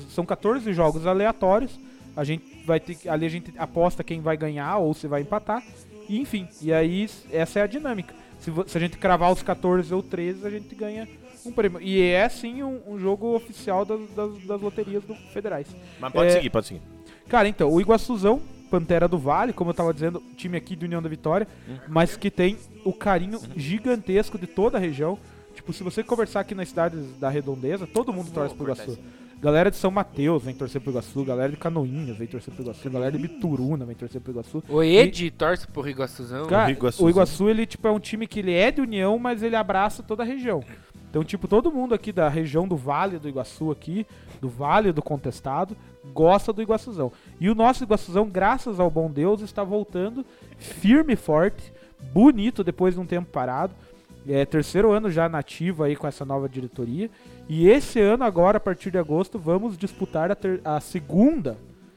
Speaker 5: 14 jogos aleatórios. A gente vai ter, ali a gente aposta quem vai ganhar ou se vai empatar. E enfim, e aí essa é a dinâmica. Se a gente cravar os 14 ou 13, a gente ganha um prêmio. E é sim um jogo oficial das loterias federais.
Speaker 2: Mas pode seguir.
Speaker 5: Cara, então, o Iguaçuzão, Pantera do Vale, como eu tava dizendo, time aqui do União da Vitória, mas que tem o carinho gigantesco de toda a região. Tipo, se você conversar aqui nas cidades da Redondeza, todo mundo torce pro Iguaçu. Galera de São Mateus vem torcer pro Iguaçu, galera de Canoinhas vem torcer pro Iguaçu, galera de Bituruna vem torcer pro Iguaçu.
Speaker 3: O Ed torce pro Iguaçuzão.
Speaker 5: Cara,
Speaker 2: Iguaçuzão.
Speaker 5: o Iguaçu, ele tipo, é um time que ele é de União, mas ele abraça toda a região. Então, tipo, todo mundo aqui da região do Vale do Iguaçu aqui, do Vale do Contestado, gosta do Iguaçuzão. E o nosso Iguaçuzão, graças ao bom Deus, está voltando firme e forte, bonito depois de um tempo parado. É terceiro ano já nativo aí com essa nova diretoria. E esse ano agora, a partir de agosto, vamos disputar a segunda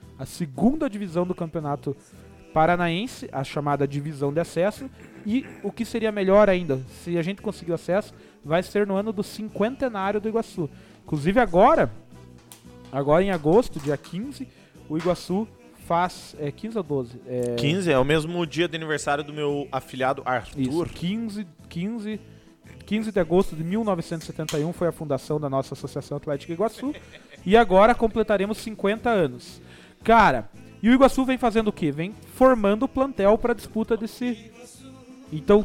Speaker 5: divisão do Campeonato Paranaense, a chamada divisão de acesso. E o que seria melhor ainda, se a gente conseguir acesso, vai ser no ano do cinquentenário do Iguaçu. Inclusive agora em agosto, dia 15, o Iguaçu faz 15 ou 12?
Speaker 2: 15 é o mesmo dia do aniversário do meu afilhado Arthur.
Speaker 5: Isso, 15 de agosto de 1971 foi a fundação da nossa Associação Atlética Iguaçu. E agora completaremos 50 anos. Cara, e o Iguaçu vem fazendo o quê? Vem formando o plantel para disputa desse... Então,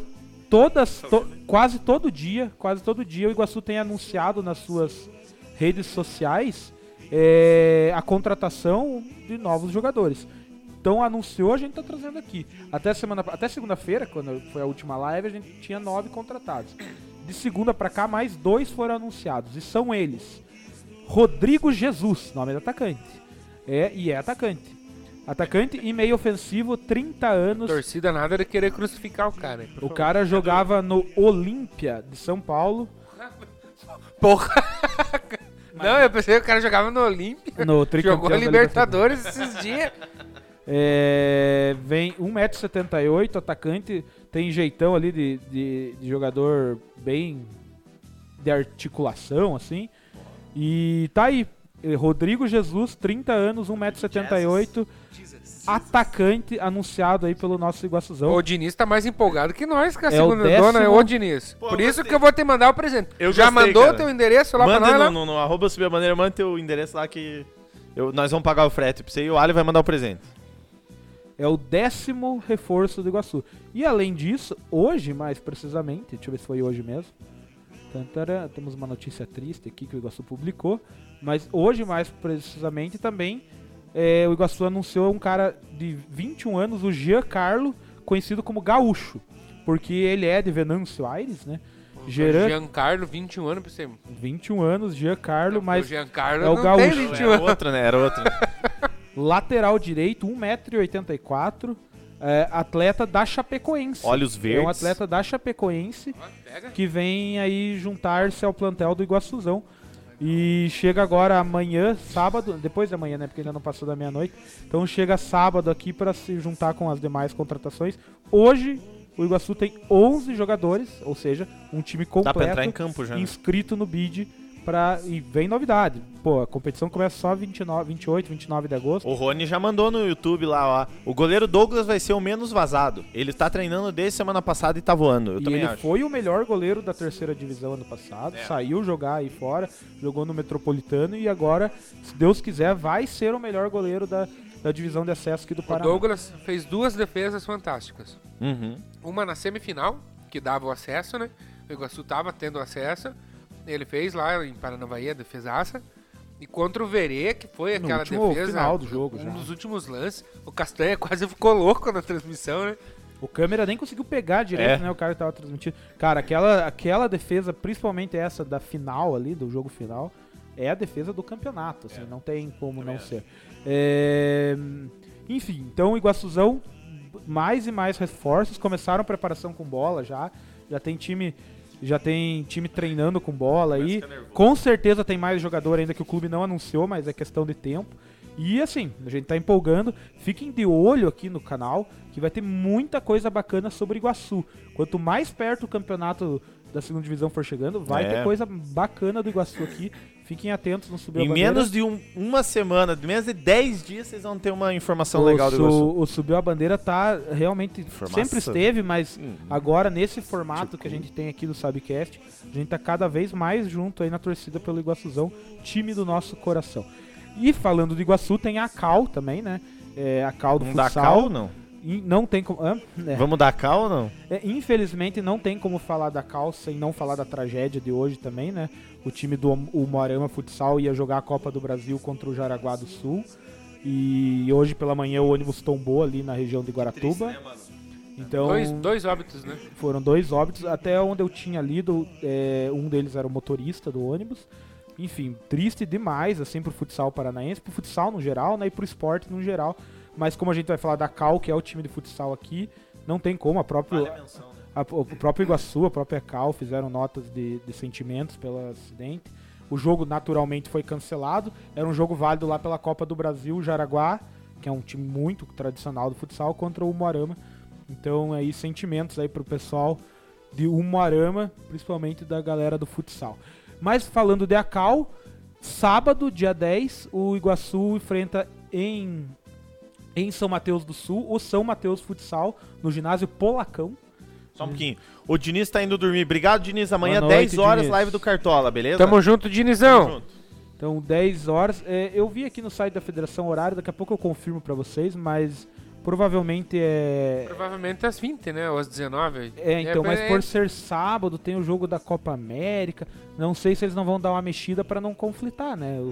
Speaker 5: quase todo dia o Iguaçu tem anunciado nas suas redes sociais a contratação de novos jogadores. Então anunciou, a gente tá trazendo aqui. Até segunda-feira, quando foi a última live, a gente tinha 9 contratados. De segunda pra cá, mais 2 foram anunciados. E são eles: Rodrigo Jesus, nome do atacante. É atacante. Atacante e meio ofensivo, 30 anos.
Speaker 3: Torcida nada de querer crucificar o cara. Hein, por
Speaker 5: O
Speaker 3: favor.
Speaker 5: cara jogava no Olímpia de São Paulo.
Speaker 3: Porra! Não, eu pensei que o cara jogava no Olímpia.
Speaker 5: No tricampeão
Speaker 3: Jogou
Speaker 5: da
Speaker 3: a Libertadores esses dias.
Speaker 5: Vem 1,78 m, atacante. Tem jeitão ali de jogador bem de articulação, assim. E tá aí. Rodrigo Jesus, 30 anos, 1,78 m. Atacante anunciado aí pelo nosso Iguaçuzão.
Speaker 3: O Diniz tá mais empolgado que nós, que a
Speaker 5: É o
Speaker 3: segunda
Speaker 5: décimo-
Speaker 3: dona é o Diniz.
Speaker 2: Pô,
Speaker 3: Por
Speaker 2: eu
Speaker 3: isso
Speaker 2: gostei.
Speaker 3: que eu vou te mandar o presente.
Speaker 2: Eu
Speaker 3: Já
Speaker 2: gostei,
Speaker 3: mandou o
Speaker 2: cara.
Speaker 3: teu endereço lá pra nós?
Speaker 2: Manda
Speaker 3: Lá?
Speaker 2: no arroba subir a bandeira, manda teu endereço lá que nós vamos pagar o frete pra você e o Ali vai mandar o presente.
Speaker 5: É o 10º reforço do Iguaçu. E além disso, hoje, mais precisamente, deixa eu ver se foi hoje mesmo. Tantara, temos uma notícia triste aqui que o Iguaçu publicou. Mas hoje, mais precisamente, também o Iguaçu anunciou um cara de 21 anos, o Giancarlo, conhecido como Gaúcho. Porque ele é de Venâncio Aires, né?
Speaker 3: Giancarlo, 21 anos pra você.
Speaker 5: 21 anos, Giancarlo, mas
Speaker 3: O Giancarlo
Speaker 5: é o
Speaker 3: não
Speaker 5: Gaúcho.
Speaker 3: tem 21
Speaker 2: Era
Speaker 3: anos.
Speaker 2: outro, né? Era outro.
Speaker 5: lateral direito, 1,84 m. Atleta da Chapecoense.
Speaker 2: Olhos verdes.
Speaker 5: É um atleta da Chapecoense
Speaker 3: Pega.
Speaker 5: que vem aí juntar-se ao plantel do Iguaçuzão. E chega agora amanhã, sábado, depois da manhã, né, porque ainda não passou da meia-noite. Então chega sábado aqui para se juntar com as demais contratações. Hoje o Iguaçu tem 11 jogadores, ou seja, um time
Speaker 2: Dá pra entrar em
Speaker 5: completo
Speaker 2: campo já. Né?
Speaker 5: inscrito no BID. E vem novidade. Pô, a competição começa só 28, 29 de agosto.
Speaker 2: O Rony já mandou no YouTube lá, ó. O goleiro Douglas vai ser o menos vazado. Ele tá treinando desde semana passada e tá voando. Eu
Speaker 5: E
Speaker 2: também
Speaker 5: ele
Speaker 2: acho.
Speaker 5: foi o melhor goleiro da terceira divisão ano passado, saiu jogar aí fora, jogou no Metropolitano e agora, se Deus quiser, vai ser o melhor goleiro da divisão de acesso aqui do
Speaker 3: O
Speaker 5: Paraná.
Speaker 3: Douglas fez 2 defesas fantásticas.
Speaker 2: Uhum.
Speaker 3: Uma na semifinal, que dava o acesso, né? O Iguaçu tava tendo acesso. Ele fez lá em Paranavaí a defesaça. E contra o Verê, que foi
Speaker 5: No
Speaker 3: aquela
Speaker 5: último
Speaker 3: defesa.
Speaker 5: final do jogo
Speaker 3: um
Speaker 5: já.
Speaker 3: dos últimos lances. O Castanha quase ficou louco na transmissão, né?
Speaker 5: O câmera nem conseguiu pegar direito,
Speaker 2: É.
Speaker 5: né? O cara que tava transmitindo. Cara, aquela defesa, principalmente essa da final ali, do jogo final, é a defesa do campeonato, assim, não tem como não ser. Enfim, então o Iguaçuzão, mais e mais reforços, começaram a preparação com bola já tem time treinando com bola aí. Com certeza tem mais jogador ainda que o clube não anunciou, mas é questão de tempo. E assim, a gente tá empolgando. Fiquem de olho aqui no canal, que vai ter muita coisa bacana sobre Iguaçu. Quanto mais perto o campeonato da segunda divisão for chegando, vai ter coisa bacana do Iguaçu aqui. Fiquem atentos no Subiu a
Speaker 2: Em
Speaker 5: Bandeira.
Speaker 2: menos de uma semana, menos de 10 dias, vocês vão ter uma informação legal do Iguaçu.
Speaker 5: O Subiu a Bandeira tá realmente...
Speaker 2: Informação.
Speaker 5: Sempre esteve, mas agora nesse formato
Speaker 2: Tipo.
Speaker 5: que a gente tem aqui do Sabcast, a gente tá cada vez mais junto aí na torcida pelo Iguaçuzão, time do nosso coração. E falando do Iguaçu, tem a Cal também, né? A Cal do
Speaker 2: Vamos dar
Speaker 5: futsal.
Speaker 2: cal ou não?
Speaker 5: E não tem como...
Speaker 2: Vamos dar cal ou não?
Speaker 5: Infelizmente não tem como falar da Cal sem não falar da tragédia de hoje também, né? O time do Moarama Futsal ia jogar a Copa do Brasil contra o Jaraguá do Sul. E hoje pela manhã o ônibus tombou ali na região de Guaratuba. Então
Speaker 3: Dois óbitos, né?
Speaker 5: foram 2 óbitos. Até onde eu tinha lido, um deles era o motorista do ônibus. Enfim, triste demais assim pro futsal paranaense, pro futsal no geral, né? E pro esporte no geral. Mas como a gente vai falar da Cal, que é o time de futsal aqui, não tem como. O próprio Iguaçu, a própria Cal fizeram notas de sentimentos pelo acidente. O jogo naturalmente foi cancelado. Era um jogo válido lá pela Copa do Brasil, Jaraguá, que é um time muito tradicional do futsal, contra o Moarama. Então aí sentimentos aí pro pessoal de Umuarama, principalmente da galera do futsal. Mas falando de Acal, sábado, dia 10, o Iguaçu enfrenta em São Mateus do Sul o São Mateus Futsal no ginásio Polacão.
Speaker 2: Só um pouquinho. O Diniz tá indo dormir. Obrigado, Diniz. Amanhã,
Speaker 5: Boa noite,
Speaker 2: 10 horas,
Speaker 5: Diniz.
Speaker 2: live do Cartola, beleza?
Speaker 3: Tamo junto, Dinizão.
Speaker 2: Tamo junto.
Speaker 5: Então 10 horas. Eu vi aqui no site da Federação horário, daqui a pouco eu confirmo pra vocês, mas provavelmente
Speaker 3: Provavelmente às 20, né? Ou às 19.
Speaker 5: então, mas por ser sábado, tem o jogo da Copa América. Não sei se eles não vão dar uma mexida pra não conflitar, né?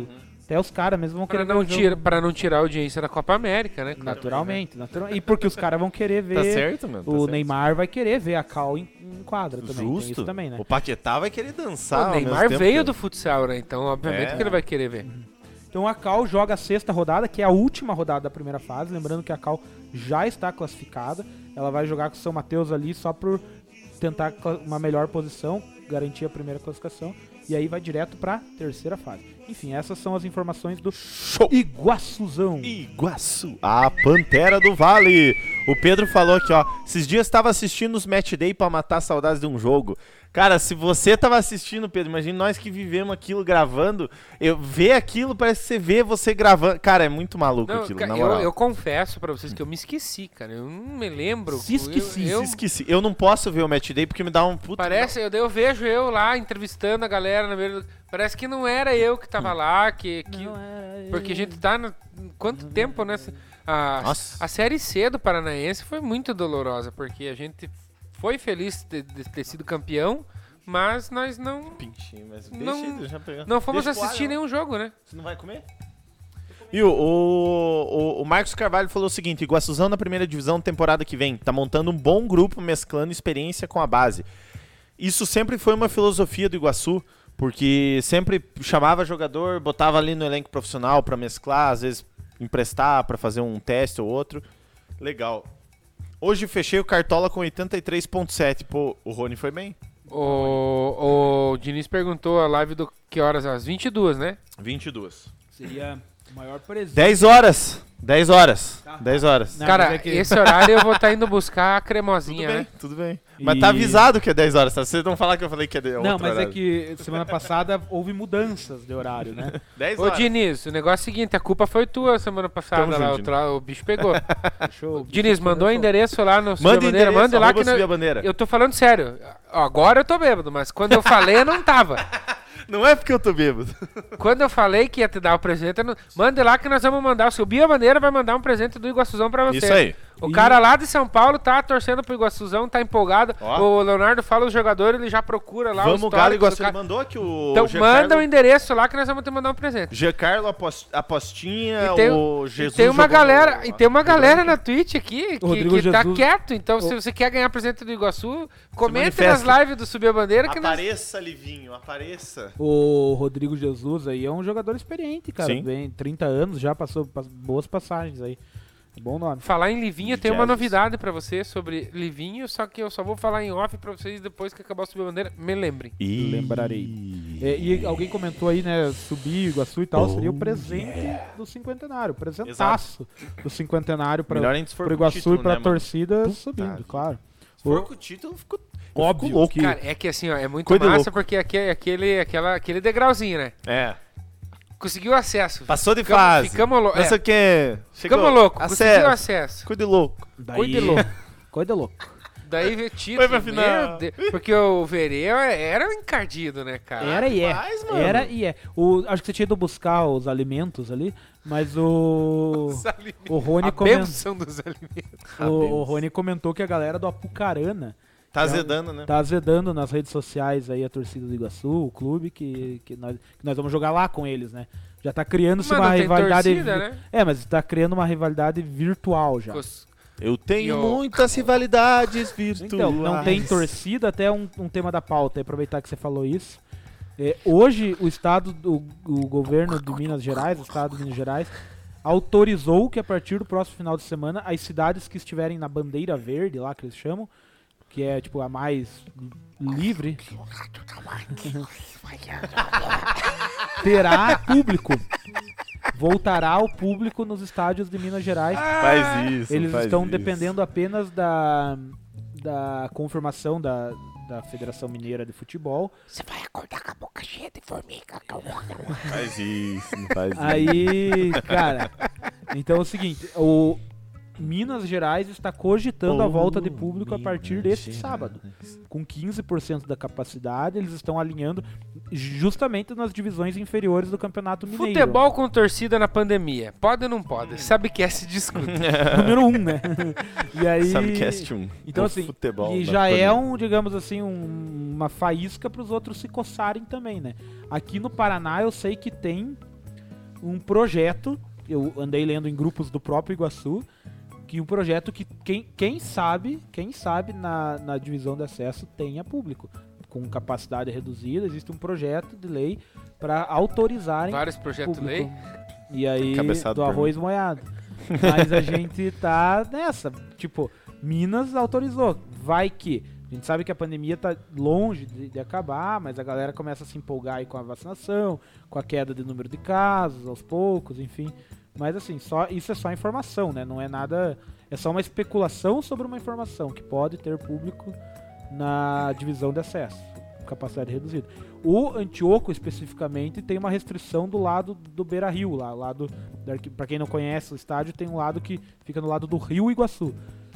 Speaker 5: Até os caras mesmo vão
Speaker 3: Pra
Speaker 5: querer ver
Speaker 3: não,
Speaker 5: o jogo.
Speaker 3: pra não tirar a audiência da Copa América, né? Claro.
Speaker 5: Naturalmente. E porque os caras vão querer ver...
Speaker 2: Tá certo, mano. tá
Speaker 5: O
Speaker 2: certo.
Speaker 5: Neymar vai querer ver a Cal em quadra também. Tem
Speaker 2: Justo.
Speaker 5: isso também, né?
Speaker 2: O Paquetá vai querer dançar.
Speaker 3: O
Speaker 2: ao mesmo
Speaker 3: Neymar
Speaker 2: tempo
Speaker 3: veio
Speaker 2: que-
Speaker 3: do futsal, né? Então, obviamente,
Speaker 2: É.
Speaker 3: que ele vai querer ver.
Speaker 5: Então a Cal joga a 6ª rodada, que é a última rodada da primeira fase. Lembrando que a Cal já está classificada. Ela vai jogar com o São Mateus ali só por tentar uma melhor posição, garantir a primeira classificação. E aí vai direto pra 3ª fase. Enfim, essas são as informações do
Speaker 2: Show!
Speaker 5: Iguaçuzão.
Speaker 2: Iguaçu, a Pantera do Vale. O Pedro falou aqui, ó. Esses dias estava assistindo os Match Day pra matar saudades de um jogo. Cara, se você tava assistindo, Pedro, imagina nós que vivemos aquilo gravando. Ver aquilo parece que você vê você gravando. Cara, é muito maluco
Speaker 3: Não,
Speaker 2: aquilo,
Speaker 3: ca-
Speaker 2: na moral.
Speaker 3: eu confesso pra vocês que eu me esqueci, cara. Eu não me lembro.
Speaker 5: Se esqueci,
Speaker 3: Eu,
Speaker 2: Esqueci. Eu não posso ver o Match Day porque me dá um puto...
Speaker 3: parece, eu vejo eu lá entrevistando a galera na beira do- Parece que não era eu que tava lá, porque a gente tá quanto tempo nessa
Speaker 2: Nossa.
Speaker 3: a série C do Paranaense foi muito dolorosa, porque a gente foi feliz de ter sido campeão, mas nós não
Speaker 2: Pintinho, mas
Speaker 3: Não-
Speaker 2: deixa ele já pegar.
Speaker 3: não fomos
Speaker 2: Deixa pro ar,
Speaker 3: assistir
Speaker 2: não.
Speaker 3: nenhum jogo, né?
Speaker 2: Você não vai comer? E o Marcos Carvalho falou o seguinte: Iguaçuzão na primeira divisão temporada que vem. Tá montando um bom grupo, mesclando experiência com a base. Isso sempre foi uma filosofia do Iguaçu, porque sempre chamava jogador, botava ali no elenco profissional pra mesclar, às vezes emprestar pra fazer um teste ou outro. Legal. Hoje fechei o Cartola com 83.7. Pô, o Rony foi bem.
Speaker 3: O Diniz perguntou a live do que horas? Às 22, né?
Speaker 2: 22.
Speaker 5: Seria o maior presente.
Speaker 2: 10 horas. 10 horas.
Speaker 5: Tá.
Speaker 2: 10 horas.
Speaker 5: Não,
Speaker 3: Cara,
Speaker 5: mas é que-
Speaker 3: esse horário eu vou estar indo buscar a
Speaker 2: Tudo
Speaker 3: cremosinha,
Speaker 2: bem,
Speaker 3: né?
Speaker 2: tudo bem.
Speaker 5: E-
Speaker 2: Mas tá avisado que é 10 horas, tá? Vocês não falar que eu falei que é
Speaker 5: Não,
Speaker 2: outro
Speaker 5: mas
Speaker 2: horário.
Speaker 5: é que semana passada houve mudanças de horário, né?
Speaker 2: 10
Speaker 3: Ô
Speaker 2: horas.
Speaker 3: Diniz, o negócio é o seguinte, a culpa foi tua semana passada
Speaker 2: Tamo
Speaker 3: lá,
Speaker 2: junto,
Speaker 3: o bicho pegou.
Speaker 5: Show.
Speaker 3: Diniz, mandou o endereço lá no Subir a
Speaker 2: Manda
Speaker 3: Bandeira,
Speaker 2: endereço,
Speaker 3: manda lá que
Speaker 2: subir a
Speaker 3: nós...
Speaker 2: bandeira.
Speaker 3: Eu tô falando sério, ó, agora eu tô bêbado, mas quando eu falei eu não tava.
Speaker 2: Não é porque eu tô bêbado.
Speaker 3: Quando eu falei que ia te dar o presente, eu não... manda lá que nós vamos mandar. O Subir a Bandeira vai mandar um presente do Iguaçuzão pra você.
Speaker 2: Isso aí.
Speaker 3: O cara lá de São Paulo tá torcendo pro Iguaçuzão, tá empolgado.
Speaker 2: Ó.
Speaker 3: O Leonardo fala os jogadores, ele já procura lá
Speaker 2: Vamos,
Speaker 3: o
Speaker 2: Galo
Speaker 3: histórico do
Speaker 2: Iguaçu. Ele
Speaker 3: cara.
Speaker 2: mandou aqui o
Speaker 3: Então
Speaker 2: Giancarlo-
Speaker 3: manda o endereço lá que nós vamos te mandar um presente.
Speaker 2: Giancarlo Apostinha,
Speaker 3: E tem-
Speaker 2: o
Speaker 3: E
Speaker 2: Jesus
Speaker 3: tem uma
Speaker 2: jogou
Speaker 3: galera,
Speaker 2: no-
Speaker 3: e tem uma galera na Twitch aqui
Speaker 5: O Rodrigo
Speaker 3: que tá
Speaker 5: Jesus-
Speaker 3: quieto. Então, se você quer ganhar presente do Iguaçu, comente nas
Speaker 2: manifeste.
Speaker 3: lives do Subir a Bandeira que nós...
Speaker 2: Apareça, Livinho, apareça.
Speaker 5: O Rodrigo Jesus aí é um jogador experiente, cara.
Speaker 2: Sim.
Speaker 5: Bem, 30 anos, já passou boas passagens aí. Bom nome.
Speaker 3: Falar em Livinho,
Speaker 2: De
Speaker 3: tem uma
Speaker 2: Jesus.
Speaker 3: novidade pra você sobre Livinho, só que eu só vou falar em off pra vocês depois que acabar o Subir a Bandeira. Me lembrem.
Speaker 5: Lembrarei. E alguém comentou aí, né, subir Iguaçu e tal, seria o presente do cinquentenário, o presentaço do cinquentenário para
Speaker 2: Melhor ainda se for
Speaker 5: o
Speaker 2: com
Speaker 5: Iguaçu
Speaker 2: título,
Speaker 5: e pra
Speaker 2: né, mano?
Speaker 5: torcida subindo,
Speaker 2: vida.
Speaker 5: claro.
Speaker 2: Se for com o título, ficou
Speaker 5: Óbvio
Speaker 2: ficou louco.
Speaker 5: que-
Speaker 3: Cara, é que assim, ó, é muito
Speaker 2: Coisa de
Speaker 3: massa
Speaker 2: louco.
Speaker 3: porque aquele degrauzinho, né?
Speaker 2: É.
Speaker 3: Conseguiu acesso.
Speaker 2: Passou de
Speaker 3: Ficamos-
Speaker 2: fase.
Speaker 3: ficamos lou-
Speaker 2: Não sei
Speaker 3: é.
Speaker 2: o que.
Speaker 3: Ficamos loucos, conseguiu acesso.
Speaker 2: Cuide louco.
Speaker 3: Cuide louco.
Speaker 5: Coisa louco.
Speaker 3: Daí veio título.
Speaker 2: Foi pra final.
Speaker 3: meu Deus, porque o Verê era um encardido, né, cara?
Speaker 5: Era e é.
Speaker 2: Rapaz, mano.
Speaker 5: Era e é. Acho que você tinha ido buscar os alimentos ali, mas o Rony
Speaker 3: A
Speaker 5: comentou.
Speaker 3: benção dos alimentos.
Speaker 5: O Rony comentou que a galera do Apucarana
Speaker 2: Tá azedando, né?
Speaker 5: tá azedando nas redes sociais aí a torcida do Iguaçu, o clube, que nós vamos jogar lá com eles, né? Já tá criando-se
Speaker 3: Mas
Speaker 5: uma
Speaker 3: não tem
Speaker 5: rivalidade.
Speaker 3: torcida, né?
Speaker 5: É, mas tá criando uma rivalidade virtual já.
Speaker 2: Eu tenho
Speaker 3: E o-
Speaker 2: muitas rivalidades virtuais.
Speaker 5: Então, não tem torcida, até um tema da pauta, aproveitar que você falou isso. Hoje, o governo de Minas Gerais, o estado de Minas Gerais, autorizou que a partir do próximo final de semana, as cidades que estiverem na bandeira verde, lá que eles chamam, que é tipo a mais livre, terá público. Voltará ao público nos estádios de Minas Gerais.
Speaker 2: Faz isso.
Speaker 5: Eles
Speaker 2: faz
Speaker 5: estão
Speaker 2: isso.
Speaker 5: dependendo apenas da confirmação da Federação Mineira de Futebol.
Speaker 3: Você vai acordar com a boca cheia de formiga.
Speaker 2: Faz isso, não faz isso.
Speaker 5: Aí, cara, então é o seguinte, o Minas Gerais está cogitando a volta de público a partir deste sábado. Com 15% da capacidade, eles estão alinhando justamente nas divisões inferiores do Campeonato Mineiro.
Speaker 3: Futebol com torcida na pandemia. Pode ou não pode? Sabe que é se discute.
Speaker 5: Número 1, né? E aí...
Speaker 2: Samcast 1.
Speaker 5: Então,
Speaker 2: O
Speaker 5: assim,
Speaker 2: futebol
Speaker 5: e
Speaker 2: da
Speaker 5: já é
Speaker 2: pandemia.
Speaker 5: digamos assim, uma faísca para os outros se coçarem também, né? Aqui no Paraná eu sei que tem um projeto, eu andei lendo em grupos do próprio Iguaçu, que um projeto que quem sabe na divisão de acesso tenha público. Com capacidade reduzida, existe um projeto de lei para autorizarem
Speaker 3: Vários projetos de
Speaker 5: público.
Speaker 3: lei.
Speaker 5: E aí,
Speaker 2: Cabeçado
Speaker 5: do
Speaker 2: por
Speaker 5: arroz moiado. Mas a gente tá nessa. Tipo, Minas autorizou. Vai que. A gente sabe que a pandemia tá longe de acabar, mas a galera começa a se empolgar aí com a vacinação, com a queda de número de casos, aos poucos, enfim. Mas assim, isso é só informação, né? Não é nada. É só uma especulação sobre uma informação que pode ter público na divisão de acesso, capacidade reduzida. O Antioco, especificamente, tem uma restrição do lado do Beira-Rio, para quem não conhece o estádio, tem um lado que fica no lado do Rio Iguaçu.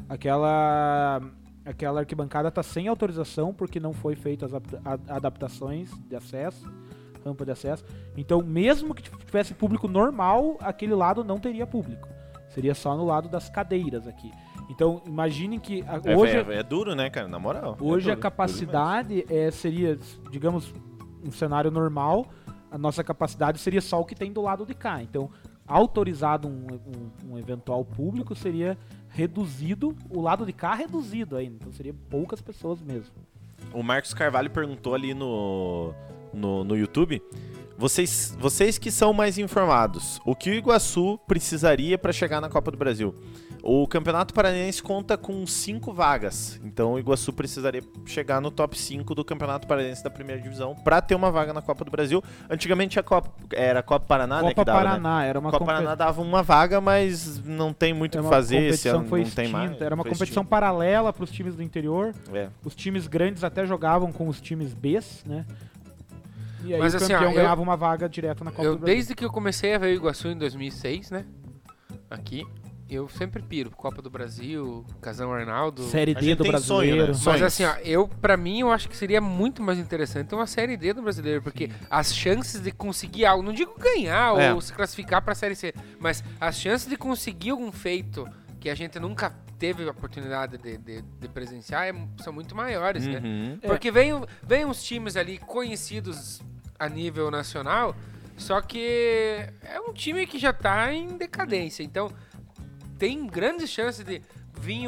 Speaker 5: Aquela arquibancada está sem autorização porque não foi feitas as adaptações de acesso, rampa de acesso. Então, mesmo que tivesse público normal, aquele lado não teria público. Seria só no lado das cadeiras aqui. Então, imaginem que hoje...
Speaker 2: É duro, né, cara? Na moral.
Speaker 5: Hoje
Speaker 2: é
Speaker 5: a
Speaker 2: duro,
Speaker 5: capacidade seria, digamos, um cenário normal, a nossa capacidade seria só o que tem do lado de cá. Então, autorizado um eventual público seria reduzido, o lado de cá reduzido ainda. Então, seria poucas pessoas mesmo.
Speaker 2: O Marcos Carvalho perguntou ali no YouTube, vocês que são mais informados, o que o Iguaçu precisaria para chegar na Copa do Brasil? O Campeonato Paranaense conta com 5 vagas, então o Iguaçu precisaria chegar no top 5 do Campeonato Paranaense da primeira divisão para ter uma vaga na Copa do Brasil. Antigamente era a Copa Paraná, né, que dava,
Speaker 5: Paraná,
Speaker 2: né?
Speaker 5: era uma
Speaker 2: Copa Paraná dava uma vaga, mas não tem muito o que fazer, esse ano
Speaker 5: foi
Speaker 2: não tem mais.
Speaker 5: Era uma
Speaker 2: foi
Speaker 5: competição
Speaker 2: extinta.
Speaker 5: paralela para os times do interior.
Speaker 2: É.
Speaker 5: Os times grandes até jogavam com os times Bs, né? E aí
Speaker 3: Mas
Speaker 5: o
Speaker 3: assim,
Speaker 5: campeão
Speaker 3: ó,
Speaker 5: ganhava uma vaga direto na Copa do Brasil.
Speaker 3: Desde que eu comecei a ver o Iguaçu em 2006, né? Aqui, eu sempre piro. Copa do Brasil, Casão Arnaldo.
Speaker 5: Série
Speaker 2: A
Speaker 5: D
Speaker 2: gente
Speaker 5: do
Speaker 2: tem sonho,
Speaker 5: brasileiro.
Speaker 2: né?
Speaker 3: Mas
Speaker 2: Sonhos.
Speaker 3: assim, ó, pra mim, eu acho que seria muito mais interessante uma Série D do brasileiro, porque as chances de conseguir algo, não digo ganhar
Speaker 2: É.
Speaker 3: ou se classificar pra Série C, mas as chances de conseguir algum feito que a gente nunca teve a oportunidade de presenciar são muito maiores, né?
Speaker 2: Uhum.
Speaker 3: Porque vem uns times ali conhecidos a nível nacional, só que é um time que já tá em decadência, então tem grandes chances de vir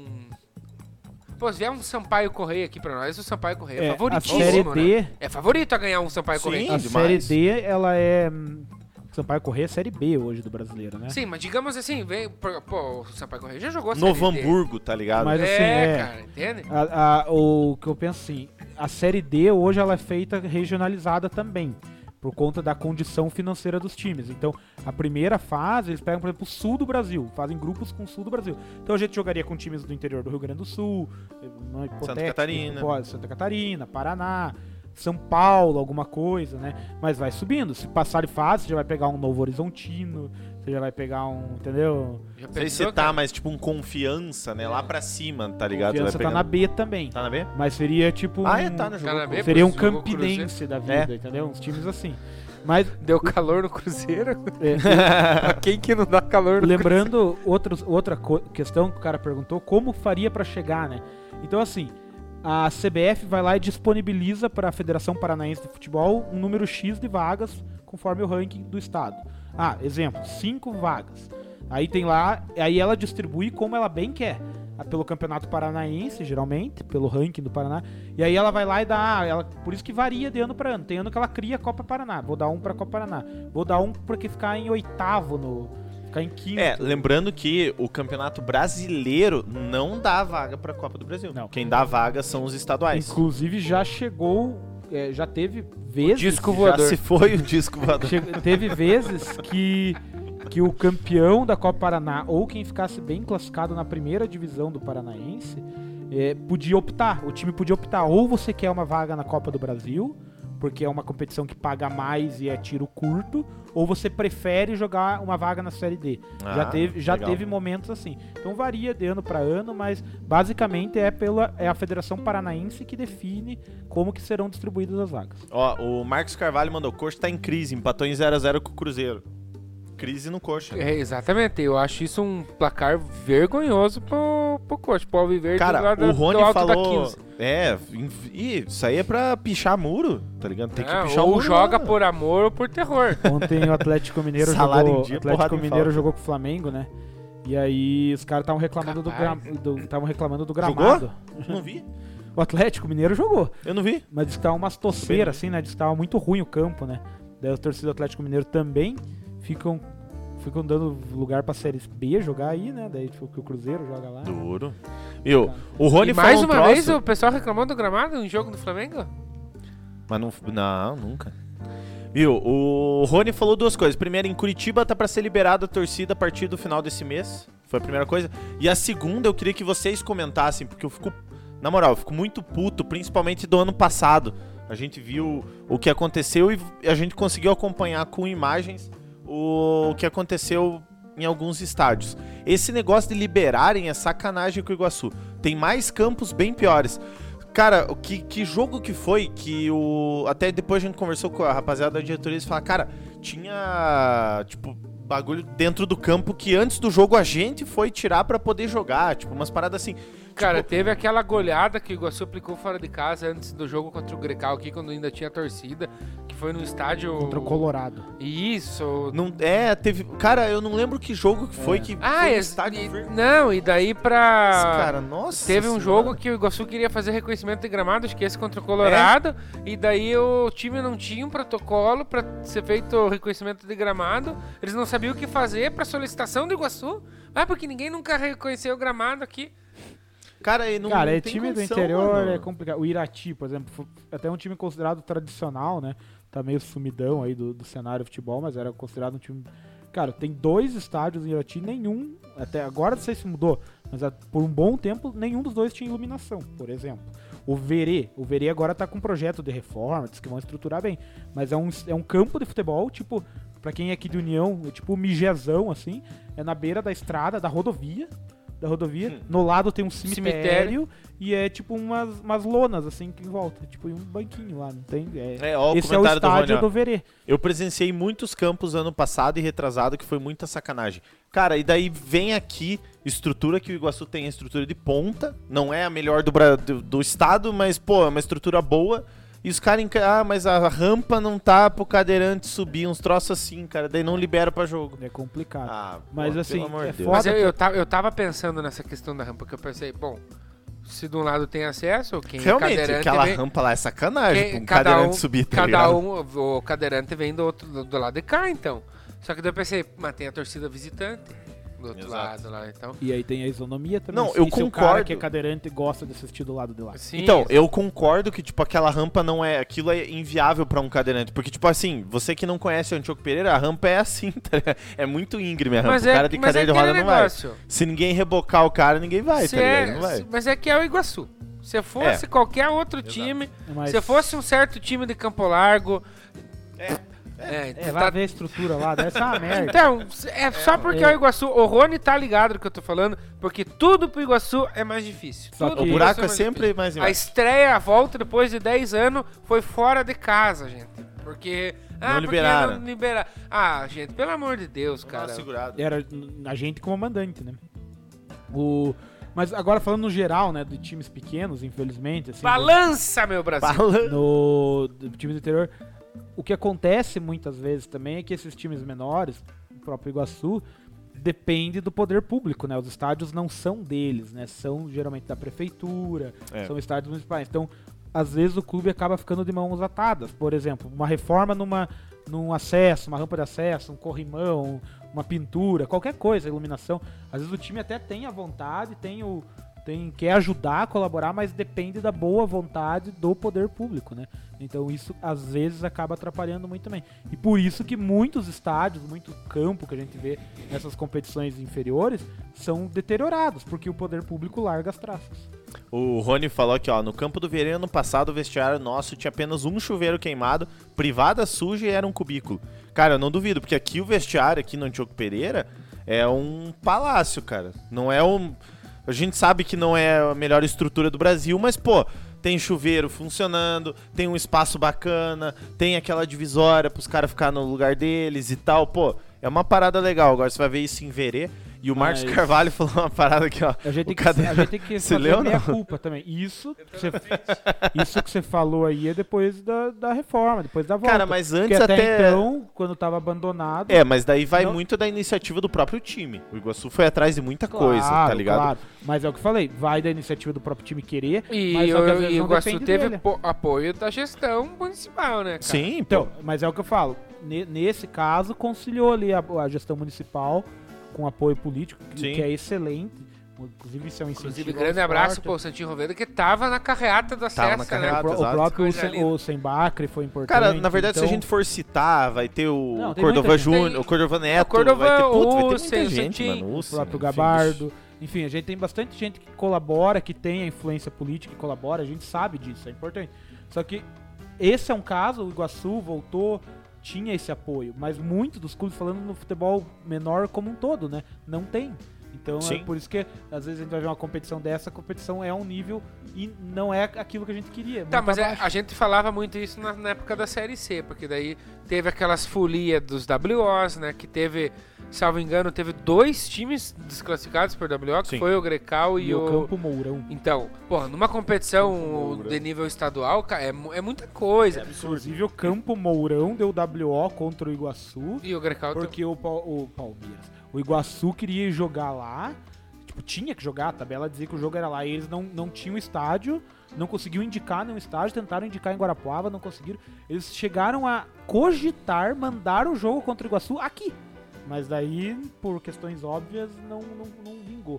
Speaker 3: Pô, se vier um Sampaio Correia aqui pra nós, o Sampaio Correia é
Speaker 5: A
Speaker 3: favoritíssimo,
Speaker 5: Série
Speaker 3: né?
Speaker 5: D,
Speaker 3: É favorito a ganhar um Sampaio
Speaker 2: Sim.
Speaker 3: Correia.
Speaker 5: a
Speaker 2: demais.
Speaker 5: Série D, ela é... Sampaio Corrêa é Série B hoje do brasileiro, né?
Speaker 3: Sim, mas digamos assim, pô, o Sampaio Correia já jogou a
Speaker 2: Novo
Speaker 3: Série D.
Speaker 2: Hamburgo, tá ligado?
Speaker 5: Mas assim,
Speaker 3: Cara, entende?
Speaker 5: O que eu penso assim, a Série D hoje ela é feita regionalizada também, por conta da condição financeira dos times. Então, a primeira fase, eles pegam, por exemplo, o sul do Brasil, fazem grupos com o sul do Brasil. Então, a gente jogaria com times do interior do Rio Grande do Sul, Santa Catarina, Paraná, São Paulo, alguma coisa, né? Mas vai subindo. Se passar de fase, você já vai pegar um Novo Horizontino, você já vai pegar um, entendeu?
Speaker 3: Já
Speaker 2: Não sei se
Speaker 3: pensou,
Speaker 2: tá,
Speaker 3: cara?
Speaker 2: mas tipo um Confiança, né? Lá pra cima, tá ligado?
Speaker 5: Confiança
Speaker 2: Vai
Speaker 5: tá na B também.
Speaker 2: Tá na B?
Speaker 5: Mas seria tipo
Speaker 2: Ah, tá no jogo.
Speaker 3: Tá na B,
Speaker 5: seria um
Speaker 3: pô, jogou
Speaker 5: Campinense da vida, entendeu? Uns times assim. Mas
Speaker 3: Deu calor no Cruzeiro?
Speaker 5: é,
Speaker 3: Pra quem que não dá calor no
Speaker 5: lembrando outra questão que o cara perguntou, como faria pra chegar, né? Então assim, a CBF vai lá e disponibiliza para a Federação Paranaense de Futebol um número X de vagas conforme o ranking do estado. Ah, exemplo, 5 vagas. Aí tem lá, aí ela distribui como ela bem quer. Pelo Campeonato Paranaense, geralmente, pelo ranking do Paraná. E aí ela vai lá e dá, por isso que varia de ano para ano. Tem ano que ela cria a Copa Paraná. Vou dar um pra Copa Paraná. Vou dar um porque ficar em 8º, ficar em 5º.
Speaker 2: É, lembrando que o Campeonato Brasileiro não dá vaga pra Copa do Brasil.
Speaker 5: Não.
Speaker 2: Quem dá vaga são os estaduais.
Speaker 5: Inclusive já chegou, já teve vezes...
Speaker 3: disco
Speaker 2: Já
Speaker 3: voador.
Speaker 2: se foi o disco voador.
Speaker 5: Teve vezes que o campeão da Copa Paraná ou quem ficasse bem classificado na primeira divisão do Paranaense podia optar. O time podia optar, ou você quer uma vaga na Copa do Brasil, porque é uma competição que paga mais e é tiro curto, ou você prefere jogar uma vaga na Série D. Já
Speaker 2: legal.
Speaker 5: teve momentos assim. Então varia de ano para ano, mas basicamente é a Federação Paranaense que define como que serão distribuídas as vagas.
Speaker 2: Ó, o Marcos Carvalho mandou, Coxa tá em crise, empatou em 0x0 com o Cruzeiro. Crise no Coxa.
Speaker 3: É, exatamente, eu acho isso um placar vergonhoso pro Coxa, pro Alviverde
Speaker 2: Cara,
Speaker 3: lá
Speaker 2: o Rony
Speaker 3: do alto da
Speaker 2: falou...
Speaker 3: 15.
Speaker 2: Isso aí é pra pichar muro, tá ligado? Tem que pichar
Speaker 3: ou
Speaker 2: muro.
Speaker 3: joga
Speaker 2: lá.
Speaker 3: por amor ou por terror.
Speaker 5: Ontem o Atlético Mineiro
Speaker 2: Salário
Speaker 5: jogou,
Speaker 2: em dia,
Speaker 5: Atlético
Speaker 2: porrada em
Speaker 5: Mineiro
Speaker 2: falta.
Speaker 5: jogou com o Flamengo, né? E aí os caras estavam reclamando do
Speaker 2: Jogou?
Speaker 5: gramado.
Speaker 2: Não vi.
Speaker 5: O Atlético Mineiro jogou,
Speaker 2: Eu não vi.
Speaker 5: mas disse que tava umas toceiras, assim, né? Disse que tava muito ruim o campo, né? Daí os torcedores do Atlético Mineiro também ficam dando lugar pra Série B jogar aí, né? Daí tipo, que o Cruzeiro joga lá.
Speaker 2: Duro. Viu? O Rony
Speaker 3: E mais
Speaker 2: falou um
Speaker 3: uma vez
Speaker 2: troço-
Speaker 3: o pessoal reclamou do gramado em jogo do Flamengo?
Speaker 2: Mas não, nunca. Viu? O Rony falou duas coisas. Primeiro, em Curitiba tá pra ser liberada a torcida a partir do final desse mês. Foi a primeira coisa. E a segunda, eu queria que vocês comentassem, porque eu fico... Na moral, eu fico muito puto, principalmente do ano passado. A gente viu o que aconteceu e a gente conseguiu acompanhar com imagens o que aconteceu em alguns estádios. Esse negócio de liberarem é sacanagem com o Iguaçu. Tem mais campos bem piores. Cara, que jogo que foi que o... Até depois a gente conversou com a rapaziada da diretoria e eles falaram, cara, tinha, tipo, bagulho dentro do campo que antes do jogo a gente foi tirar pra poder jogar, tipo, umas paradas assim.
Speaker 3: Cara,
Speaker 2: Tipo,
Speaker 3: teve aquela goleada que o Iguaçu aplicou fora de casa antes do jogo contra o Grecal aqui, quando ainda tinha torcida, que foi no estádio...
Speaker 5: Contra o Colorado.
Speaker 3: Isso.
Speaker 2: não, teve... Cara, eu não lembro que jogo que foi que
Speaker 3: Ah,
Speaker 2: foi no
Speaker 3: esse...
Speaker 2: estádio verde.
Speaker 3: Não, e daí pra...
Speaker 2: Cara, nossa
Speaker 3: Teve um
Speaker 2: senhora.
Speaker 3: jogo que o Iguaçu queria fazer reconhecimento de gramado, acho que esse contra o Colorado, e daí o time não tinha um protocolo pra ser feito o reconhecimento de gramado, eles não sabiam o que fazer pra solicitação do Iguaçu, porque ninguém nunca reconheceu o gramado aqui.
Speaker 2: Cara, e não,
Speaker 5: Cara,
Speaker 2: não
Speaker 5: é
Speaker 2: tem
Speaker 5: time do
Speaker 2: condição,
Speaker 5: interior,
Speaker 2: mano.
Speaker 5: é complicado. O Irati, por exemplo, foi até um time considerado tradicional, né? Tá meio sumidão aí do cenário de futebol, mas era considerado um time... Cara, tem 2 estádios em Irati, nenhum... Até agora não sei se mudou, mas por um bom tempo nenhum dos dois tinha iluminação, por exemplo. O Verê agora tá com um projeto de reforma, diz que vão estruturar bem. Mas é um campo de futebol, tipo... Pra quem é aqui de União, é tipo um migezão, assim. É na beira da estrada, da rodovia. No lado tem um cemitério e é tipo umas lonas assim que em volta, tipo um banquinho lá, não tem?
Speaker 2: Ó, o
Speaker 5: Esse é o
Speaker 2: comentário do Rony,
Speaker 5: estádio
Speaker 2: ó.
Speaker 5: do Verê.
Speaker 2: Eu presenciei muitos campos ano passado e retrasado que foi muita sacanagem. Cara, e daí vem aqui, estrutura que o Iguaçu tem, a estrutura de ponta, não é a melhor do estado, mas, pô, é uma estrutura boa. E os caras, mas a rampa não tá pro cadeirante subir, uns troços assim, cara, daí não libera pra jogo.
Speaker 5: É complicado.
Speaker 2: Ah,
Speaker 5: Mas,
Speaker 2: pô,
Speaker 5: assim,
Speaker 2: pelo amor
Speaker 5: é
Speaker 2: de Deus.
Speaker 5: foda.
Speaker 3: Mas eu tava pensando nessa questão da rampa, que eu pensei, bom, se de um lado tem acesso, quem é
Speaker 2: Realmente,
Speaker 3: cadeirante
Speaker 2: aquela
Speaker 3: vem...
Speaker 2: rampa lá é sacanagem
Speaker 3: Quem-
Speaker 2: pra um
Speaker 3: cada
Speaker 2: cadeirante
Speaker 3: um-
Speaker 2: subir, tá
Speaker 3: Cada
Speaker 2: ligado?
Speaker 3: o cadeirante vem do lado de cá, então. Só que daí eu pensei, mas tem a torcida visitante do outro
Speaker 2: Exato.
Speaker 3: lado lá, então.
Speaker 5: E aí tem a isonomia também.
Speaker 2: Não,
Speaker 5: se,
Speaker 2: eu
Speaker 5: se o cara
Speaker 2: concordo.
Speaker 5: que é cadeirante gosta de assistir do lado de lá.
Speaker 3: Sim,
Speaker 2: Então, eu concordo que, tipo, aquela rampa não é... Aquilo é inviável pra um cadeirante. Porque, tipo assim, você que não conhece o Antioco Pereira, a rampa é assim, tá ligado? É muito íngreme a rampa.
Speaker 3: mas
Speaker 2: O cara de cadeira de roda
Speaker 3: aquele
Speaker 2: não vai.
Speaker 3: negócio.
Speaker 2: Se ninguém rebocar o cara, ninguém vai,
Speaker 3: Se
Speaker 2: tá ligado?
Speaker 3: é-
Speaker 2: Não vai.
Speaker 3: Mas é que é o Iguaçu. Se fosse qualquer outro time,
Speaker 5: Mas,
Speaker 3: se fosse um certo time de Campo Largo...
Speaker 5: vai ver a estrutura lá, deve ser uma merda.
Speaker 3: Então, é só porque é o Iguaçu. O Rony tá ligado no que eu tô falando, porque tudo pro Iguaçu é mais difícil.
Speaker 5: Só
Speaker 3: Tudo
Speaker 5: que-
Speaker 2: O
Speaker 3: pro
Speaker 2: buraco
Speaker 3: Iguaçu
Speaker 2: é
Speaker 3: mais
Speaker 2: sempre
Speaker 3: difícil.
Speaker 2: mais
Speaker 3: A
Speaker 2: embaixo.
Speaker 3: estreia, a volta depois de 10 anos, foi fora de casa, gente. Porque...
Speaker 2: Não liberaram.
Speaker 3: Não liberaram. Ah, gente, pelo amor de Deus, cara.
Speaker 2: Segurado.
Speaker 5: Era a gente como mandante, né? Mas agora falando no geral, né, de times pequenos, infelizmente, assim,
Speaker 3: Balança, meu Brasil.
Speaker 5: no time do interior, o que acontece muitas vezes também é que esses times menores, o próprio Iguaçu, depende do poder público, né? Os estádios não são deles, né? São geralmente da prefeitura, são estádios municipais. Então, às vezes o clube acaba ficando de mãos atadas. Por exemplo, uma reforma num acesso, uma rampa de acesso, um corrimão, uma pintura, qualquer coisa, iluminação. Às vezes o time até tem a vontade, quer ajudar, colaborar, mas depende da boa vontade do poder público, né? Então isso às vezes acaba atrapalhando muito também. E por isso que muitos estádios, muito campo que a gente vê nessas competições inferiores são deteriorados, porque o poder público larga as traças.
Speaker 2: O Rony falou aqui, ó, no campo do Verê, ano passado, o vestiário nosso tinha apenas um chuveiro queimado, privada suja e era um cubículo. Cara, eu não duvido, porque aqui o vestiário, aqui no Antioco Pereira, é um palácio, cara. Não é um... A gente sabe que não é a melhor estrutura do Brasil, mas, pô, tem chuveiro funcionando, tem um espaço bacana, tem aquela divisória pros caras ficar no lugar deles e tal, pô, é uma parada legal. Agora você vai ver isso em Verê. E o Marcos
Speaker 5: Mas-
Speaker 2: Carvalho falou uma parada aqui, ó.
Speaker 5: A gente tem que,
Speaker 2: Cadê?
Speaker 5: a gente tem que
Speaker 2: Você
Speaker 5: fazer
Speaker 2: leu
Speaker 5: a
Speaker 2: ou
Speaker 5: minha
Speaker 2: não?
Speaker 5: culpa também. Isso que você falou aí é depois da reforma, depois da volta.
Speaker 2: Cara, mas
Speaker 5: Porque
Speaker 2: antes
Speaker 5: até
Speaker 2: até...
Speaker 5: então, quando tava abandonado...
Speaker 2: Mas daí vai
Speaker 5: Não-
Speaker 2: muito da iniciativa do próprio time. O Iguaçu foi atrás de muita coisa, tá ligado?
Speaker 5: Claro, mas é o que eu falei, vai da iniciativa do próprio time querer,
Speaker 3: E
Speaker 5: mas só que às vezes
Speaker 3: o
Speaker 5: não
Speaker 3: Iguaçu
Speaker 5: depende
Speaker 3: teve
Speaker 5: dele.
Speaker 3: apoio da gestão municipal, né, cara?
Speaker 2: Sim,
Speaker 5: Então,
Speaker 2: pô.
Speaker 5: mas é o que eu falo, nesse caso, conciliou ali a gestão municipal com apoio político,
Speaker 2: Sim.
Speaker 5: que é excelente. Inclusive, isso é um incentivo.
Speaker 3: Inclusive,
Speaker 5: ao
Speaker 3: grande abraço
Speaker 5: esporte.
Speaker 3: pro Santinho Roveda, que tava na carreata do
Speaker 2: Tava
Speaker 3: acesso,
Speaker 2: na carreata.
Speaker 3: né?
Speaker 5: O
Speaker 2: Exato.
Speaker 5: próprio
Speaker 3: Coisa linda.
Speaker 5: o Sembacre foi importante.
Speaker 2: Cara, na verdade, se a
Speaker 5: então-
Speaker 2: gente for citar, vai ter o
Speaker 5: Não, tem
Speaker 2: Cordova
Speaker 5: muita gente.
Speaker 2: Júnior,
Speaker 3: Tem-
Speaker 2: o Cordova Neto,
Speaker 3: Cordova,
Speaker 2: vai ter, putz, vai ter
Speaker 3: o
Speaker 2: muita
Speaker 3: Sen-
Speaker 2: gente,
Speaker 3: Santinho,
Speaker 2: mano.
Speaker 5: o
Speaker 2: Nossa,
Speaker 5: próprio
Speaker 2: enfim,
Speaker 5: Gabardo. Enfim, a gente tem bastante gente que colabora, que tem a influência política que colabora, a gente sabe disso, é importante. Só que esse é um caso, o Iguaçu voltou, tinha esse apoio, mas muitos dos clubes, falando no futebol menor como um todo, né, não tem. Então
Speaker 2: Sim.
Speaker 5: é por isso que às vezes a gente vai ver uma competição dessa, a competição é um nível e não é aquilo que a gente queria.
Speaker 3: Tá,
Speaker 5: muito
Speaker 3: mas
Speaker 5: abaixo.
Speaker 3: a gente falava muito isso na época da Série C, porque daí teve aquelas folias dos WOs, né? Que teve, salvo engano, teve 2 times desclassificados por WO, que
Speaker 2: Sim.
Speaker 3: foi o Grecal e,
Speaker 5: E o Campo Mourão.
Speaker 3: Então, porra, numa competição de nível estadual, cara, é muita coisa.
Speaker 5: Inclusive o Campo Mourão deu WO contra o Iguaçu.
Speaker 3: E o Grecal
Speaker 5: Porque o Palmeiras, o Iguaçu queria jogar lá, tipo, tinha que jogar, a tabela dizia que o jogo era lá, e eles não tinham estádio, não conseguiam indicar nenhum estádio, tentaram indicar em Guarapuava, não conseguiram. Eles chegaram a cogitar mandar o jogo contra o Iguaçu aqui, mas daí, por questões óbvias, não vingou.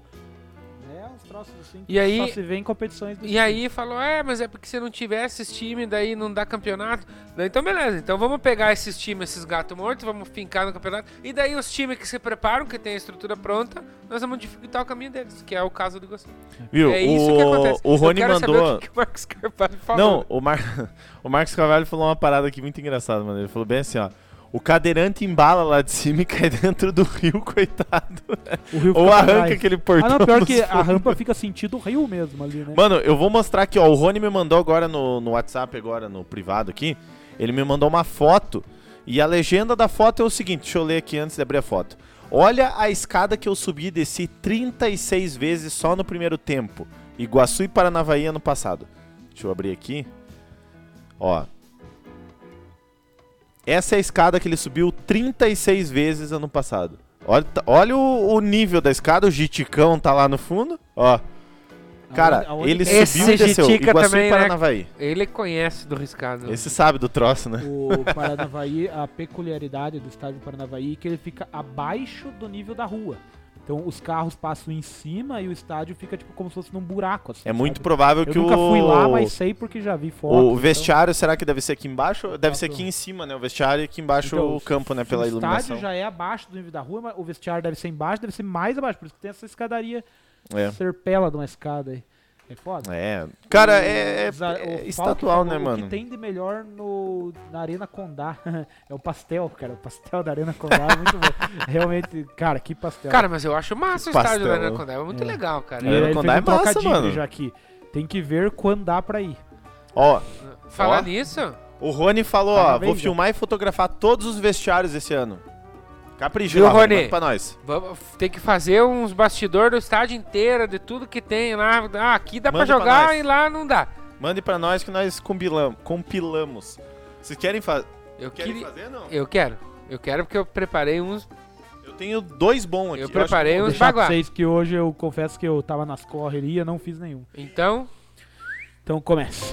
Speaker 5: É uns troços assim que
Speaker 3: E aí-
Speaker 5: só se vê em competições desse
Speaker 3: E aí falou, mas é porque se não tivesse esses times, daí não dá campeonato. Daí, então beleza, então vamos pegar esses times, esses gatos mortos, vamos fincar no campeonato. E daí os times que se preparam, que tem a estrutura pronta, nós vamos dificultar o caminho deles, que é o caso do Iguaçu.
Speaker 2: Viu?
Speaker 3: É isso que acontece.
Speaker 2: O Rony
Speaker 3: Eu quero saber
Speaker 2: mandou...
Speaker 3: o que o Marcos Carvalho falou.
Speaker 2: Não, o Marcos Carvalho falou uma parada aqui muito engraçada, mano. Ele falou bem assim, ó. O cadeirante embala lá de cima e cai dentro do rio, coitado.
Speaker 5: O Rio
Speaker 2: Ou
Speaker 5: fica pra
Speaker 2: arranca
Speaker 5: trás.
Speaker 2: aquele portão.
Speaker 5: Ah, não, pior
Speaker 2: nos
Speaker 5: que a
Speaker 2: fundos.
Speaker 5: rampa fica sentido o rio mesmo ali, né?
Speaker 2: Mano, eu vou mostrar aqui, ó. O Rony me mandou agora no WhatsApp, agora no privado aqui. Ele me mandou uma foto. E a legenda da foto é o seguinte, deixa eu ler aqui antes de abrir a foto. Olha a escada que eu subi e desci 36 vezes só no primeiro tempo. Iguaçu e Paranavaí ano passado. Deixa eu abrir aqui. Ó. Essa é a escada que ele subiu 36 vezes ano passado. Olha o nível da escada, o Jiticão tá lá no fundo. Ó. Cara,
Speaker 5: Aonde
Speaker 2: ele
Speaker 5: que é?
Speaker 3: Esse
Speaker 2: subiu e desceu.
Speaker 3: Jitica
Speaker 2: Iguaçu
Speaker 3: também,
Speaker 2: e
Speaker 3: né?
Speaker 2: Paranavaí.
Speaker 3: Ele conhece do riscado.
Speaker 2: Esse sabe do troço, né?
Speaker 5: O Paranavaí, a peculiaridade do estádio Paranavaí é que ele fica abaixo do nível da rua. Então os carros passam em cima e o estádio fica tipo como se fosse num buraco. Assim,
Speaker 2: É muito
Speaker 5: sabe?
Speaker 2: provável
Speaker 5: Eu
Speaker 2: que
Speaker 5: nunca fui lá, mas sei porque já vi fotos.
Speaker 2: o vestiário, será que deve ser aqui embaixo? Deve ser
Speaker 5: próprio-
Speaker 2: aqui em cima, né? O vestiário e aqui embaixo
Speaker 5: Então,
Speaker 2: o campo, né?
Speaker 5: se
Speaker 2: Pela
Speaker 5: o
Speaker 2: iluminação.
Speaker 5: estádio já é abaixo do nível da rua, mas o vestiário deve ser embaixo, deve ser mais abaixo. Por isso que tem essa escadaria
Speaker 2: É.
Speaker 5: serpela de uma escada aí. É foda.
Speaker 2: É. Cara,
Speaker 5: O
Speaker 2: é
Speaker 5: Falk
Speaker 2: estadual,
Speaker 5: falou,
Speaker 2: né,
Speaker 5: O
Speaker 2: mano?
Speaker 5: que tem de melhor na Arena Condá é o pastel, cara. O pastel da Arena Condá é muito bom. Realmente, cara, que pastel.
Speaker 3: Cara, mas eu acho massa o
Speaker 2: Pastel.
Speaker 3: estádio da Arena Condá. É muito legal, cara.
Speaker 5: E
Speaker 2: Arena
Speaker 5: ele
Speaker 2: Condá
Speaker 5: fez
Speaker 2: é
Speaker 5: um
Speaker 2: massa,
Speaker 5: trocadilho
Speaker 2: mano.
Speaker 5: já aqui. Tem que ver quando dá pra ir.
Speaker 2: Ó,
Speaker 3: Falar
Speaker 2: Ó.
Speaker 3: nisso,
Speaker 2: o Rony falou, ó,
Speaker 5: Parabéns,
Speaker 2: vou
Speaker 5: né?
Speaker 2: filmar e fotografar todos os vestiários esse ano. Capricha
Speaker 3: Viu,
Speaker 2: lá, Rony,
Speaker 3: Rony?
Speaker 2: manda pra nós.
Speaker 3: vamos ter que fazer uns bastidores do estádio inteiro, de tudo que tem lá. Ah, aqui dá
Speaker 2: Manda
Speaker 3: pra
Speaker 2: pra
Speaker 3: jogar
Speaker 2: nós.
Speaker 3: e lá não dá.
Speaker 2: Mande pra nós que nós compilamos. Vocês querem fazer?
Speaker 3: Eu
Speaker 2: Querem
Speaker 3: queria.
Speaker 2: fazer, não?
Speaker 3: Eu quero porque eu preparei uns.
Speaker 2: Eu tenho 2 bons aqui.
Speaker 3: Eu
Speaker 2: acho
Speaker 3: preparei
Speaker 2: que-
Speaker 3: uns
Speaker 5: Deixar pra
Speaker 3: baguá.
Speaker 5: vocês que hoje eu confesso que eu tava nas correrias, não fiz nenhum.
Speaker 3: Então,
Speaker 5: Então comece.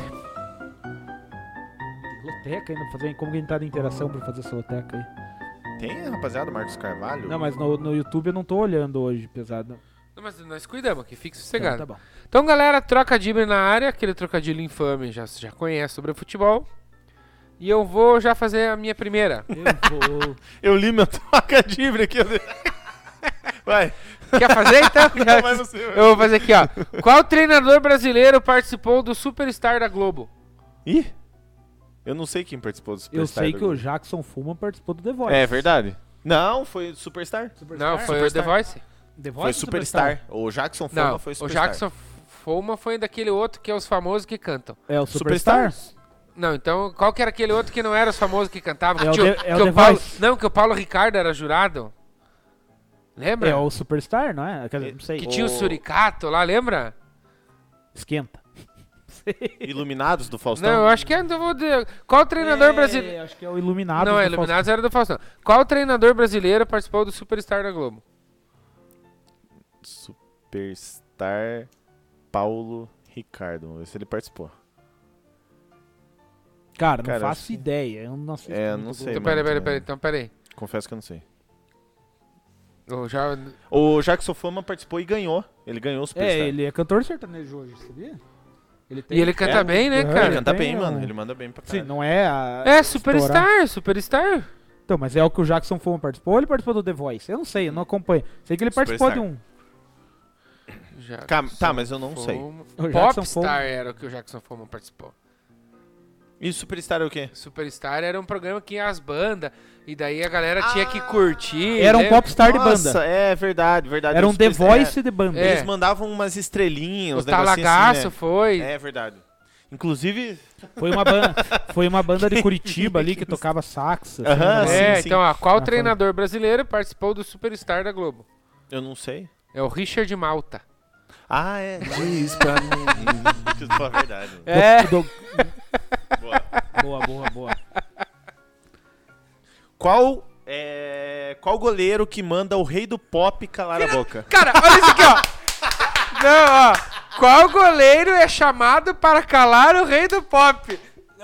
Speaker 5: Loteca ainda fazer, como que a gente tá de interação pra fazer essa loteca aí?
Speaker 2: Tem, rapaziada, Marcos Carvalho?
Speaker 5: Não, mas no YouTube eu não tô olhando hoje, pesado.
Speaker 3: não, mas nós cuidamos aqui, fique
Speaker 5: Então,
Speaker 3: sossegado.
Speaker 5: tá bom.
Speaker 3: Então, galera, trocadilho na área, aquele trocadilho infame, já conhece sobre futebol. E eu vou já fazer a minha primeira.
Speaker 5: Eu vou.
Speaker 2: Eu li meu trocadilho aqui. Vai.
Speaker 3: Quer fazer então?
Speaker 2: Vai você.
Speaker 3: Eu vou fazer aqui, ó. Qual treinador brasileiro participou do Superstar da Globo?
Speaker 2: Ih, eu não sei quem participou do Superstar.
Speaker 5: Eu sei
Speaker 2: da
Speaker 5: que o
Speaker 2: Globo.
Speaker 5: Jackson Fuma participou do The Voice.
Speaker 2: É verdade. Não, foi Superstar.
Speaker 3: Não, foi
Speaker 2: Superstar.
Speaker 3: o The Voice?
Speaker 5: The Voice
Speaker 2: Foi
Speaker 5: ou
Speaker 2: Superstar. O Jackson Foma
Speaker 3: Não,
Speaker 2: foi
Speaker 3: o
Speaker 2: Superstar.
Speaker 3: Jackson Foma foi daquele outro que é os famosos que cantam.
Speaker 5: É o Superstar?
Speaker 3: Não, então qual que era aquele outro que não era os famosos que cantavam?
Speaker 5: É o
Speaker 3: Que
Speaker 5: The- é o
Speaker 3: que
Speaker 5: The
Speaker 3: Paulo,
Speaker 5: Voice.
Speaker 3: não, que o Paulo Ricardo era jurado. Lembra?
Speaker 5: É o Superstar, não é? Quer dizer, não sei.
Speaker 3: Que tinha o Suricato lá, lembra?
Speaker 5: Esquenta.
Speaker 2: Iluminados do Faustão?
Speaker 3: Não, eu acho que é. Qual treinador brasileiro.
Speaker 5: Acho que é o Iluminado.
Speaker 3: Não,
Speaker 5: do
Speaker 3: Iluminados era do Faustão. Qual treinador brasileiro participou do Superstar da Globo?
Speaker 2: Superstar Paulo Ricardo. Vamos ver se ele participou.
Speaker 5: Cara, não
Speaker 2: Cara,
Speaker 5: faço
Speaker 2: acho que-
Speaker 5: ideia. Eu não sei.
Speaker 2: É, não sei.
Speaker 3: Então,
Speaker 2: mano,
Speaker 3: peraí. Então, peraí.
Speaker 2: Confesso que eu não sei.
Speaker 3: Eu já...
Speaker 2: O Jackson Fama participou e ganhou. Ele ganhou o Superstar.
Speaker 5: Ele é cantor sertanejo hoje, sabia?
Speaker 3: E ele canta bem, né,
Speaker 5: Aham,
Speaker 3: cara?
Speaker 2: Ele canta
Speaker 5: tem
Speaker 2: bem, mano.
Speaker 5: um-
Speaker 2: Ele manda bem pra
Speaker 5: Sim,
Speaker 2: caralho.
Speaker 5: não é a...
Speaker 3: É,
Speaker 5: estourar.
Speaker 3: Superstar.
Speaker 5: Então, mas é o que o Jackson Foma participou ou ele participou do The Voice? Eu não sei, eu não acompanho. Sei que ele participou de
Speaker 2: Superstar.
Speaker 5: um.
Speaker 2: Tá, mas eu não sei.
Speaker 5: O Jackson
Speaker 3: Popstar era o que o Jackson Foma participou.
Speaker 2: E o Superstar é o quê?
Speaker 3: Superstar era um programa que ia as bandas, e daí a galera tinha que curtir.
Speaker 5: Era um
Speaker 3: né?
Speaker 5: popstar de
Speaker 2: Nossa,
Speaker 5: banda.
Speaker 2: é verdade.
Speaker 5: Era
Speaker 2: O
Speaker 5: um The
Speaker 2: Superstar-
Speaker 5: Voice de banda.
Speaker 3: É.
Speaker 2: Eles mandavam umas estrelinhas,
Speaker 3: O
Speaker 2: uns negocinhos
Speaker 3: Talagaço
Speaker 2: assim, né?
Speaker 3: foi.
Speaker 2: É verdade. Inclusive...
Speaker 5: Foi uma banda de Curitiba ali que tocava sax. assim,
Speaker 2: Aham,
Speaker 5: né?
Speaker 3: É,
Speaker 2: sim.
Speaker 3: então, ó, qual
Speaker 5: Ah, foi.
Speaker 3: treinador brasileiro participou do Superstar da Globo?
Speaker 2: Eu não sei.
Speaker 3: É o Richard Malta.
Speaker 2: Ah, é. Diz pra mim. Isso foi verdade.
Speaker 3: É.
Speaker 2: Boa. Qual goleiro que manda o rei do pop calar a boca?
Speaker 3: Cara, olha isso aqui, ó. Não, ó. Qual goleiro é chamado para calar o rei do pop?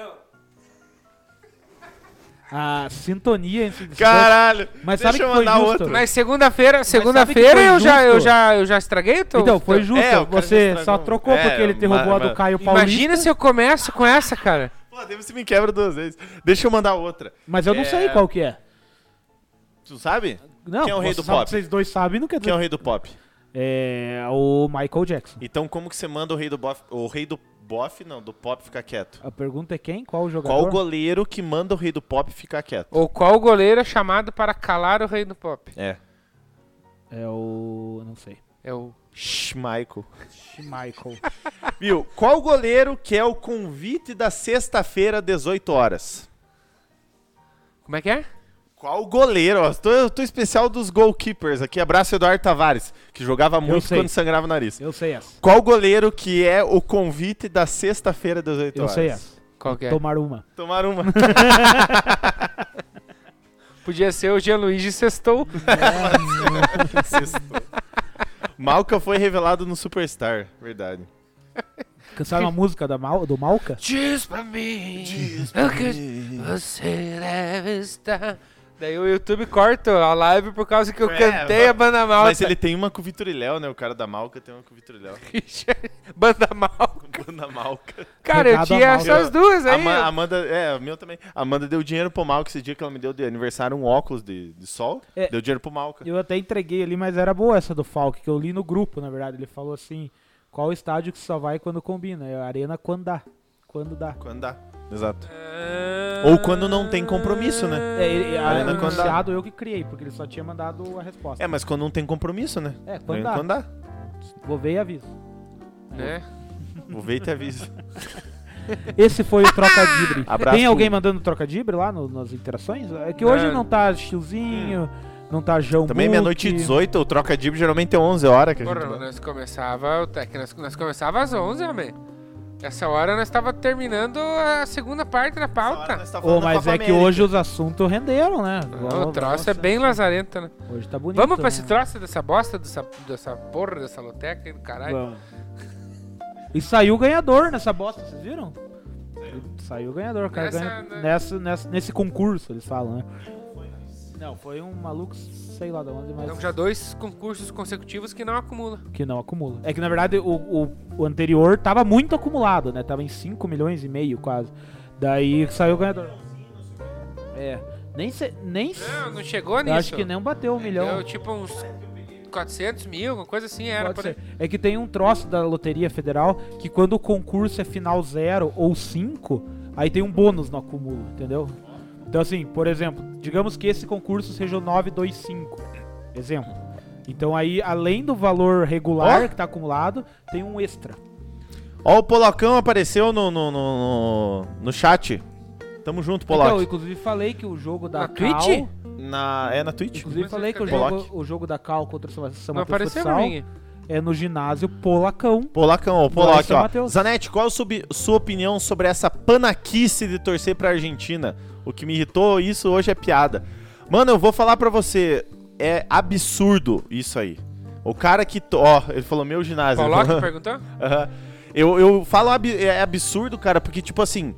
Speaker 5: A sintonia entre esses
Speaker 2: Caralho.
Speaker 5: Mas
Speaker 2: deixa
Speaker 5: sabe que
Speaker 2: eu
Speaker 5: foi
Speaker 2: mandar
Speaker 5: justo?
Speaker 2: outro.
Speaker 3: Mas segunda-feira
Speaker 5: sabe que foi
Speaker 3: eu já estraguei?
Speaker 5: dois. Então, foi justo.
Speaker 2: É, o cara
Speaker 5: Você
Speaker 2: já
Speaker 5: só
Speaker 2: estragou.
Speaker 5: trocou
Speaker 2: É,
Speaker 5: porque ele te roubou a do
Speaker 2: mas-
Speaker 5: Caio Paulista.
Speaker 3: Imagina se eu começo com essa, cara.
Speaker 2: Pô, daí você me quebra 2 vezes. Deixa eu mandar outra.
Speaker 5: Mas eu não sei qual que é.
Speaker 2: Tu sabe?
Speaker 5: Não,
Speaker 2: Quem é o rei
Speaker 5: você
Speaker 2: do
Speaker 5: sabe
Speaker 2: pop?
Speaker 5: que vocês dois sabem, não quer
Speaker 2: Quem é o
Speaker 5: dizer.
Speaker 2: rei do pop?
Speaker 5: É o Michael Jackson.
Speaker 2: Então como que você manda o rei do bof? O rei do bof, não, do pop ficar quieto.
Speaker 5: A pergunta é quem? Qual o jogador?
Speaker 2: Qual o goleiro que manda o rei do pop ficar quieto?
Speaker 3: Ou qual goleiro é chamado para calar o rei do pop?
Speaker 2: É.
Speaker 5: É o... não sei.
Speaker 3: É o...
Speaker 2: Michael.
Speaker 5: Michael.
Speaker 2: Viu? Qual goleiro que é o convite da sexta-feira, 18 horas?
Speaker 3: Como é que é?
Speaker 2: Qual goleiro? Ó, tô especial dos goalkeepers aqui. Abraço Eduardo Tavares, que jogava muito
Speaker 5: sei.
Speaker 2: quando sangrava o nariz.
Speaker 5: Eu sei essa.
Speaker 2: Qual goleiro que é o convite da sexta-feira, 18
Speaker 5: Eu
Speaker 2: horas?
Speaker 5: sei essa.
Speaker 3: Qual que é?
Speaker 5: Tomar uma.
Speaker 2: Tomar uma.
Speaker 3: Podia ser o Gianluigi Sextou.
Speaker 2: Malca foi revelado no Superstar, verdade.
Speaker 5: Cansaram a música do Malca?
Speaker 3: Diz pra mim o que você deve estar. Daí o YouTube corta a live por causa que eu cantei a Banda Malta.
Speaker 2: Mas ele tem uma com o Vitor e Léo, né? O cara da Malca tem uma com o Vitor e Léo.
Speaker 3: Banda Malca.
Speaker 2: Banda Malca.
Speaker 3: Cara, eu
Speaker 5: Recado
Speaker 3: tinha
Speaker 5: a Malca.
Speaker 3: essas duas aí.
Speaker 2: Amanda, o meu também. A Amanda deu dinheiro pro Malca esse dia que ela me deu de aniversário um óculos de sol.
Speaker 5: É.
Speaker 2: Deu dinheiro pro Malca.
Speaker 5: Eu até entreguei ali, mas era boa essa do Falk, que eu li no grupo, na verdade. Ele falou assim, qual estádio que só vai quando combina? É a Arena quando dá. Quando dá.
Speaker 2: Quando dá. Exato.
Speaker 3: Ah.
Speaker 2: Ou quando não tem compromisso, né? Arena
Speaker 5: O
Speaker 2: quando dá.
Speaker 5: enunciado eu que criei, porque ele só tinha mandado a resposta.
Speaker 2: É, mas quando não tem compromisso, né?
Speaker 5: É, quando
Speaker 2: Arena
Speaker 5: dá.
Speaker 2: quando dá.
Speaker 5: Vou ver e aviso.
Speaker 3: Né?
Speaker 2: Vou ver e te aviso.
Speaker 5: Esse foi o Trocadibre.
Speaker 2: Abraço
Speaker 5: Tem alguém
Speaker 2: pro-
Speaker 5: mandando Trocadibre lá nas interações? É que hoje
Speaker 3: Não.
Speaker 5: não tá Chilzinho, não tá João
Speaker 2: Também
Speaker 5: Buck.
Speaker 2: meia-noite e 18, o troca-dib geralmente é 11 horas que a
Speaker 3: Porra,
Speaker 2: gente vai.
Speaker 3: nós começava às 11, homem. Essa hora nós tava terminando a segunda parte da pauta.
Speaker 5: Ô, mas é que hoje os assuntos renderam, né?
Speaker 3: O troço é bem lazarento, né?
Speaker 5: Hoje tá bonito.
Speaker 3: Vamos pra esse
Speaker 5: né?
Speaker 3: troço dessa bosta, dessa porra, dessa loteca aí do caralho.
Speaker 5: Vamos. E saiu o ganhador nessa bosta, vocês viram? Saiu o ganhador, o cara
Speaker 3: Nessa,
Speaker 5: ganha nesse concurso, eles falam, né? Não, foi um maluco, sei lá de onde, mas
Speaker 3: Então já 2 concursos consecutivos que não acumula.
Speaker 5: que não acumula. É que na verdade o anterior tava muito acumulado, né? Tava em 5 milhões e meio quase. Daí saiu o ganhador. É, nem
Speaker 3: Não chegou
Speaker 5: eu
Speaker 3: nisso.
Speaker 5: acho que nem bateu 1 milhão.
Speaker 3: Deu tipo uns 400 mil, uma coisa assim era.
Speaker 5: Pode
Speaker 3: Por
Speaker 5: ser.
Speaker 3: aí.
Speaker 5: É que tem um troço da Loteria Federal que quando o concurso é final 0 ou 5, aí tem um bônus no acúmulo, entendeu? Então assim, por exemplo, digamos que esse concurso seja o 925, exemplo. Então aí, além do valor regular que tá acumulado, tem um extra.
Speaker 2: Ó, o Polocão apareceu no chat. Tamo junto,
Speaker 5: Então,
Speaker 2: Poloc.
Speaker 5: eu inclusive falei que o jogo da
Speaker 3: Na
Speaker 5: Cal...
Speaker 3: Twitch?
Speaker 2: na Twitch.
Speaker 5: Inclusive,
Speaker 3: Mas
Speaker 5: falei que
Speaker 2: Polock.
Speaker 5: o jogo da Cal contra o São Mateus
Speaker 3: Não apareceu pra
Speaker 5: Futsal
Speaker 3: mim.
Speaker 5: é no ginásio Polacão.
Speaker 2: Polacão, ô
Speaker 5: Vai,
Speaker 2: Polock,
Speaker 5: São
Speaker 2: ó.
Speaker 5: Mateus.
Speaker 2: Zanetti, qual a sua opinião sobre essa panaquice de torcer pra Argentina? O que me irritou, isso hoje é piada. Mano, eu vou falar pra você, é absurdo isso aí. O cara que... Ó, ele falou meu ginásio.
Speaker 3: Paulo que perguntou?
Speaker 2: Aham. Eu falo é absurdo, cara, porque, tipo assim,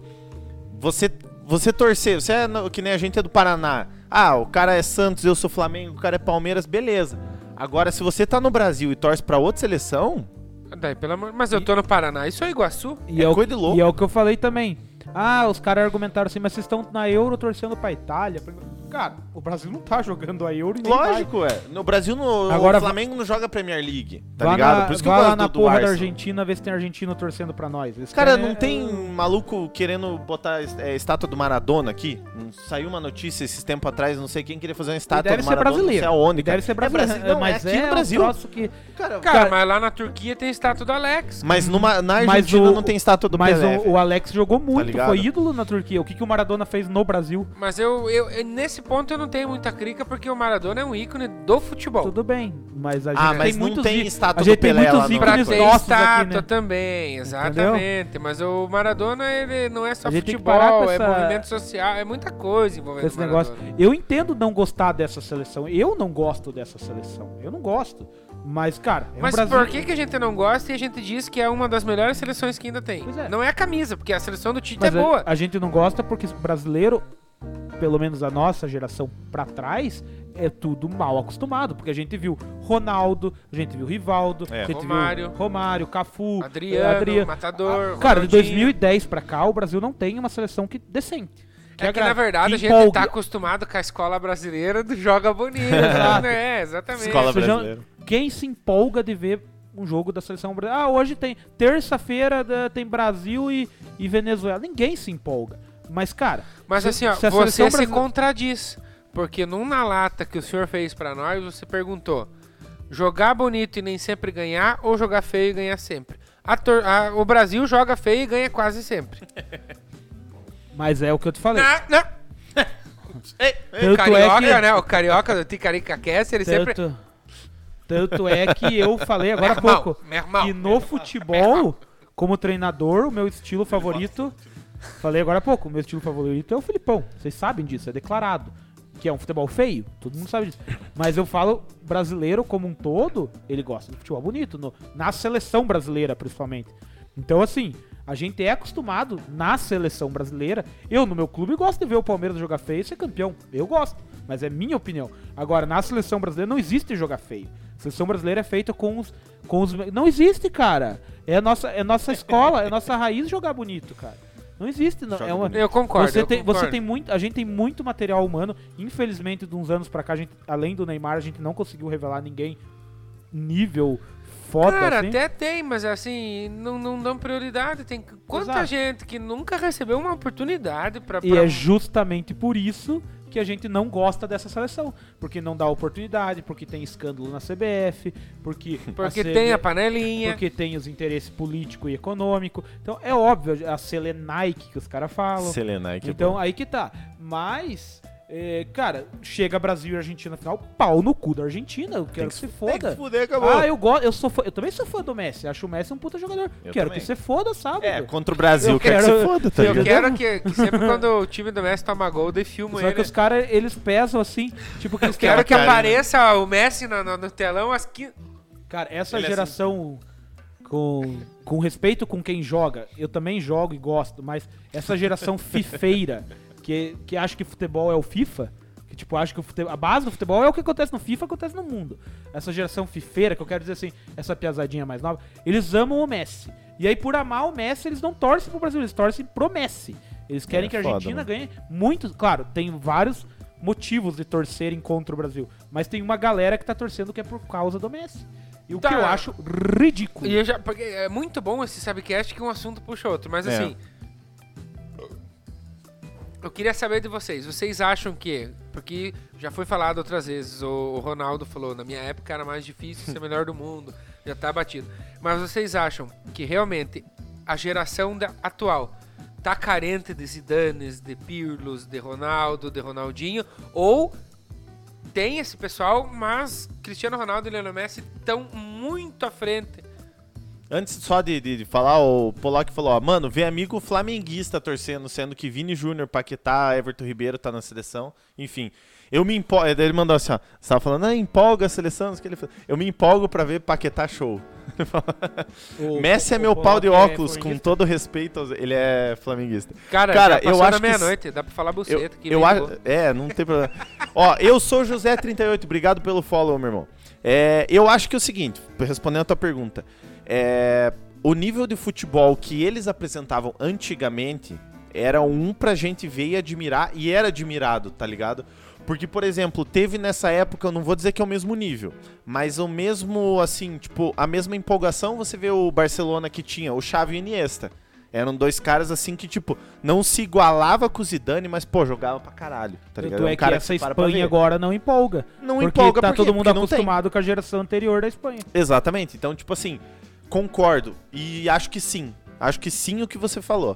Speaker 2: você torcer, você é que nem a gente é do Paraná. Ah, o cara é Santos, eu sou Flamengo, o cara é Palmeiras, beleza. Agora, se você tá no Brasil e torce pra outra seleção,
Speaker 3: Daí, pelo amor... Mas eu tô no Paraná, isso é Iguaçu?
Speaker 5: E
Speaker 2: É
Speaker 5: o-
Speaker 2: coisa de louco.
Speaker 5: E é o que eu falei também. Ah, os caras argumentaram assim, mas vocês estão na Euro torcendo pra Itália. Cara, o Brasil não tá jogando a Euro e nem vai.
Speaker 2: lógico, no Brasil,
Speaker 5: Agora,
Speaker 2: o Flamengo não joga Premier League, tá
Speaker 5: Vá
Speaker 2: ligado?
Speaker 5: na,
Speaker 2: Por isso que eu
Speaker 5: vá lá
Speaker 2: gosto
Speaker 5: na
Speaker 2: do
Speaker 5: porra da
Speaker 2: Arsenal.
Speaker 5: Argentina, ver se tem argentino torcendo pra nós. Eles
Speaker 2: Cara,
Speaker 5: querem-
Speaker 2: não tem maluco querendo botar estátua do Maradona aqui? Saiu uma notícia esses tempos atrás, não sei quem queria fazer uma
Speaker 5: E
Speaker 2: estátua
Speaker 5: deve
Speaker 2: do
Speaker 5: ser
Speaker 2: Maradona,
Speaker 5: brasileiro.
Speaker 2: não sei aonde,
Speaker 5: E
Speaker 2: cara.
Speaker 5: deve ser brasileiro.
Speaker 2: Brasil, não,
Speaker 5: mas
Speaker 2: aqui no Brasil.
Speaker 5: Um troço que...
Speaker 2: Cara,
Speaker 3: Cara, mas lá na Turquia tem estátua do Alex.
Speaker 2: mas na
Speaker 5: Mas
Speaker 2: Argentina
Speaker 5: o-
Speaker 2: não tem estátua do
Speaker 5: Mas
Speaker 2: Pelé.
Speaker 5: o Alex jogou muito,
Speaker 2: ligado?
Speaker 5: foi ídolo na Turquia. O que o Maradona fez no Brasil?
Speaker 3: Mas eu nesse ponto eu não tenho muita crica, porque o Maradona é um ícone do futebol.
Speaker 5: Tudo bem, mas a gente
Speaker 2: Ah, mas
Speaker 5: tem
Speaker 2: não
Speaker 5: muitos
Speaker 2: tem
Speaker 5: í-
Speaker 2: estátua
Speaker 5: a gente
Speaker 2: do
Speaker 5: tem
Speaker 2: Pelé lá
Speaker 5: muitos
Speaker 2: no-
Speaker 3: Pra
Speaker 5: ícones
Speaker 3: ter
Speaker 5: nossos
Speaker 3: estátua
Speaker 5: aqui, né?
Speaker 3: também, exatamente. Mas o Maradona, ele não é só
Speaker 5: A gente tem que parar
Speaker 3: futebol,
Speaker 5: com
Speaker 3: é
Speaker 5: essa-
Speaker 3: movimento social, é muita coisa envolvendo
Speaker 5: Esse
Speaker 3: o
Speaker 5: negócio.
Speaker 3: Maradona.
Speaker 5: Eu entendo não gostar dessa seleção. Eu não gosto dessa seleção. Eu não gosto. Mas, cara, é
Speaker 3: Mas
Speaker 5: um Brasil...
Speaker 3: por que a gente não gosta e a gente diz que é uma das melhores seleções que ainda tem?
Speaker 5: Pois é.
Speaker 3: Não é a camisa, porque a seleção do Tite
Speaker 5: Mas
Speaker 3: é boa.
Speaker 5: a gente não gosta porque brasileiro, pelo menos a nossa geração pra trás, é tudo mal acostumado. Porque a gente viu Ronaldo, a gente viu Rivaldo,
Speaker 2: É.
Speaker 5: a gente
Speaker 3: Romário.
Speaker 5: viu Romário, Cafu,
Speaker 3: Adriano, Matador,
Speaker 5: Cara, de
Speaker 3: Ronaldinho.
Speaker 5: 2010 pra cá, o Brasil não tem uma seleção que decente.
Speaker 3: É que, na verdade, a gente
Speaker 5: empolgue.
Speaker 3: tá acostumado com a escola brasileira do joga bonito,
Speaker 5: Exato.
Speaker 3: né? Exatamente.
Speaker 2: Escola
Speaker 5: Sejam-
Speaker 2: brasileira.
Speaker 5: Quem se empolga de ver um jogo da seleção brasileira? Ah, hoje tem terça-feira tem Brasil e Venezuela. Ninguém se empolga. Mas, cara,
Speaker 3: Mas
Speaker 5: se-
Speaker 3: assim, ó,
Speaker 5: se a
Speaker 3: você
Speaker 5: seleção
Speaker 3: se
Speaker 5: brasileira-
Speaker 3: contradiz. Porque na lata que o senhor fez pra nós, você perguntou: jogar bonito e nem sempre ganhar ou jogar feio e ganhar sempre? O Brasil joga feio e ganha quase sempre.
Speaker 5: Mas é o que eu te falei.
Speaker 3: Não.
Speaker 5: Tanto
Speaker 3: O carioca,
Speaker 5: é que,
Speaker 3: né? O carioca do Ticarica Cast, ele sempre.
Speaker 5: tanto é que eu falei agora há
Speaker 3: Meu irmão,
Speaker 5: pouco
Speaker 3: meu irmão.
Speaker 5: que no futebol, como treinador, o meu estilo favorito... Falei agora há pouco, o meu estilo favorito é o Filipão. Vocês sabem disso, é declarado. Que é um futebol feio, todo mundo sabe disso. Mas eu falo, brasileiro como um todo, ele gosta de futebol bonito, na seleção brasileira principalmente. Então assim, a gente é acostumado na seleção brasileira. Eu no meu clube gosto de ver o Palmeiras jogar feio e ser campeão. Eu gosto, mas é minha opinião. Agora, na seleção brasileira não existe jogar feio. A seleção brasileira é feita com os... Não existe, cara. É nossa escola, é nossa raiz jogar bonito, cara. Não existe, não. É uma...
Speaker 3: Eu concordo.
Speaker 5: Você
Speaker 3: eu
Speaker 5: tem,
Speaker 3: concordo.
Speaker 5: você tem muito, a gente tem muito material humano. Infelizmente, de uns anos pra cá, além do Neymar, a gente não conseguiu revelar ninguém nível foda,
Speaker 3: Cara,
Speaker 5: assim.
Speaker 3: até tem, mas assim, não dão prioridade. Tem quanta
Speaker 5: Exato.
Speaker 3: gente que nunca recebeu uma oportunidade pra...
Speaker 5: E é justamente por isso que a gente não gosta dessa seleção. Porque não dá oportunidade, porque tem escândalo na CBF, porque
Speaker 3: tem a panelinha.
Speaker 5: porque tem os interesses político e econômico. Então, é óbvio, a Selenike que os caras falam.
Speaker 2: Selenai, que
Speaker 5: Então,
Speaker 2: bom.
Speaker 5: aí que tá. Mas, cara, chega Brasil e Argentina na final, pau no cu da Argentina. Eu quero que se
Speaker 2: Tem que
Speaker 5: foda.
Speaker 2: se fuder, acabou.
Speaker 5: Ah, eu gosto, eu também sou fã do Messi. Acho o Messi um puta jogador.
Speaker 2: Eu
Speaker 5: Quero
Speaker 2: também.
Speaker 5: que você foda, sabe?
Speaker 2: É, contra o Brasil,
Speaker 5: Eu
Speaker 2: quero que
Speaker 5: quero-
Speaker 2: se foda, tá
Speaker 3: Eu
Speaker 2: ligado?
Speaker 3: quero que sempre quando o time do Messi toma gol, dê filme
Speaker 5: Só
Speaker 3: ele.
Speaker 5: que os caras, eles pesam assim, tipo que eles
Speaker 3: Quero que
Speaker 2: Carinho.
Speaker 3: apareça o Messi no telão às 15...
Speaker 5: Cara, essa
Speaker 2: Ele é
Speaker 5: geração, com respeito com quem joga, eu também jogo e gosto, mas essa geração fifeira, que acha que futebol é o FIFA, que tipo, acha que a base do futebol é o que acontece no FIFA, acontece no mundo. Essa geração fifeira, que eu quero dizer assim, essa piazadinha mais nova, eles amam o Messi. E aí, por amar o Messi, eles não torcem pro Brasil, eles torcem pro Messi. Eles querem que a
Speaker 2: foda,
Speaker 5: Argentina
Speaker 2: mano.
Speaker 5: ganhe muito. Claro, tem vários motivos de torcerem contra o Brasil, mas tem uma galera que tá torcendo que é por causa do Messi. E o
Speaker 3: Tá.
Speaker 5: que eu acho ridículo.
Speaker 3: E porque é muito bom esse Sabcast que um assunto puxa outro, mas
Speaker 2: É.
Speaker 3: assim... Eu queria saber de vocês. Vocês acham que... Porque já foi falado outras vezes, o Ronaldo falou, na minha época era mais difícil ser melhor do mundo, já tá batido. Mas vocês acham que realmente a geração atual tá carente de Zidanes, de Pirlos, de Ronaldo, de Ronaldinho, ou tem esse pessoal, mas Cristiano Ronaldo e Lionel Messi estão muito à frente.
Speaker 2: Antes só de falar, o Pollock falou, ó, mano, vê amigo flamenguista torcendo, sendo que Vini Júnior, Paquetá, Everton Ribeiro tá na seleção, enfim. Eu me empolgo, ele mandou assim, ó, você tava falando, empolga a seleção, eu me empolgo pra ver Paquetá show. Messi é meu pau de óculos, com todo respeito, ele é flamenguista.
Speaker 3: Cara já passou da meia-noite, dá pra falar buceta.
Speaker 2: Não tem problema. Ó, eu sou José38, obrigado pelo follow, meu irmão. Eu acho que é o seguinte, respondendo a tua pergunta, o nível de futebol que eles apresentavam antigamente era um pra gente ver e admirar, e era admirado, tá ligado? Porque, por exemplo, teve nessa época, eu não vou dizer que é o mesmo nível, mas o mesmo, assim, tipo, a mesma empolgação, você vê o Barcelona que tinha o Xavi e o Iniesta. Eram dois caras, assim, que, tipo, não se igualava com o Zidane, mas, pô, jogava pra caralho, tá ligado?
Speaker 5: Tanto é que essa Espanha agora não empolga.
Speaker 2: Não empolga
Speaker 5: tá todo mundo
Speaker 2: porque não
Speaker 5: acostumado com a geração anterior da Espanha.
Speaker 2: Exatamente. Então, tipo assim, concordo. E acho que sim o que você falou.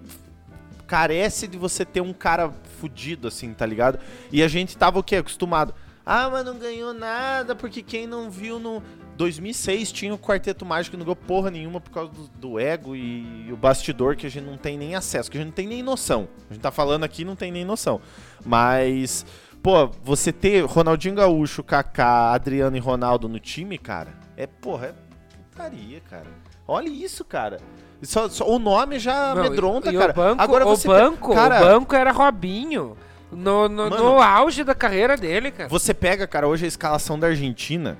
Speaker 2: Carece de você ter um cara fudido, assim, tá ligado? E a gente tava o quê? Acostumado. Ah, mas não ganhou nada, porque quem não viu no... 2006 tinha o Quarteto Mágico que não ganhou porra nenhuma por causa do ego e o bastidor que a gente não tem nem acesso, que a gente não tem nem noção. A gente tá falando aqui e não tem nem noção. Mas, pô, você ter Ronaldinho Gaúcho, Kaká, Adriano e Ronaldo no time, cara, é putaria, cara. Olha isso, cara. O nome já amedronta, cara.
Speaker 3: O banco era Robinho. No auge da carreira dele, cara.
Speaker 2: Você pega, cara, hoje a escalação da Argentina.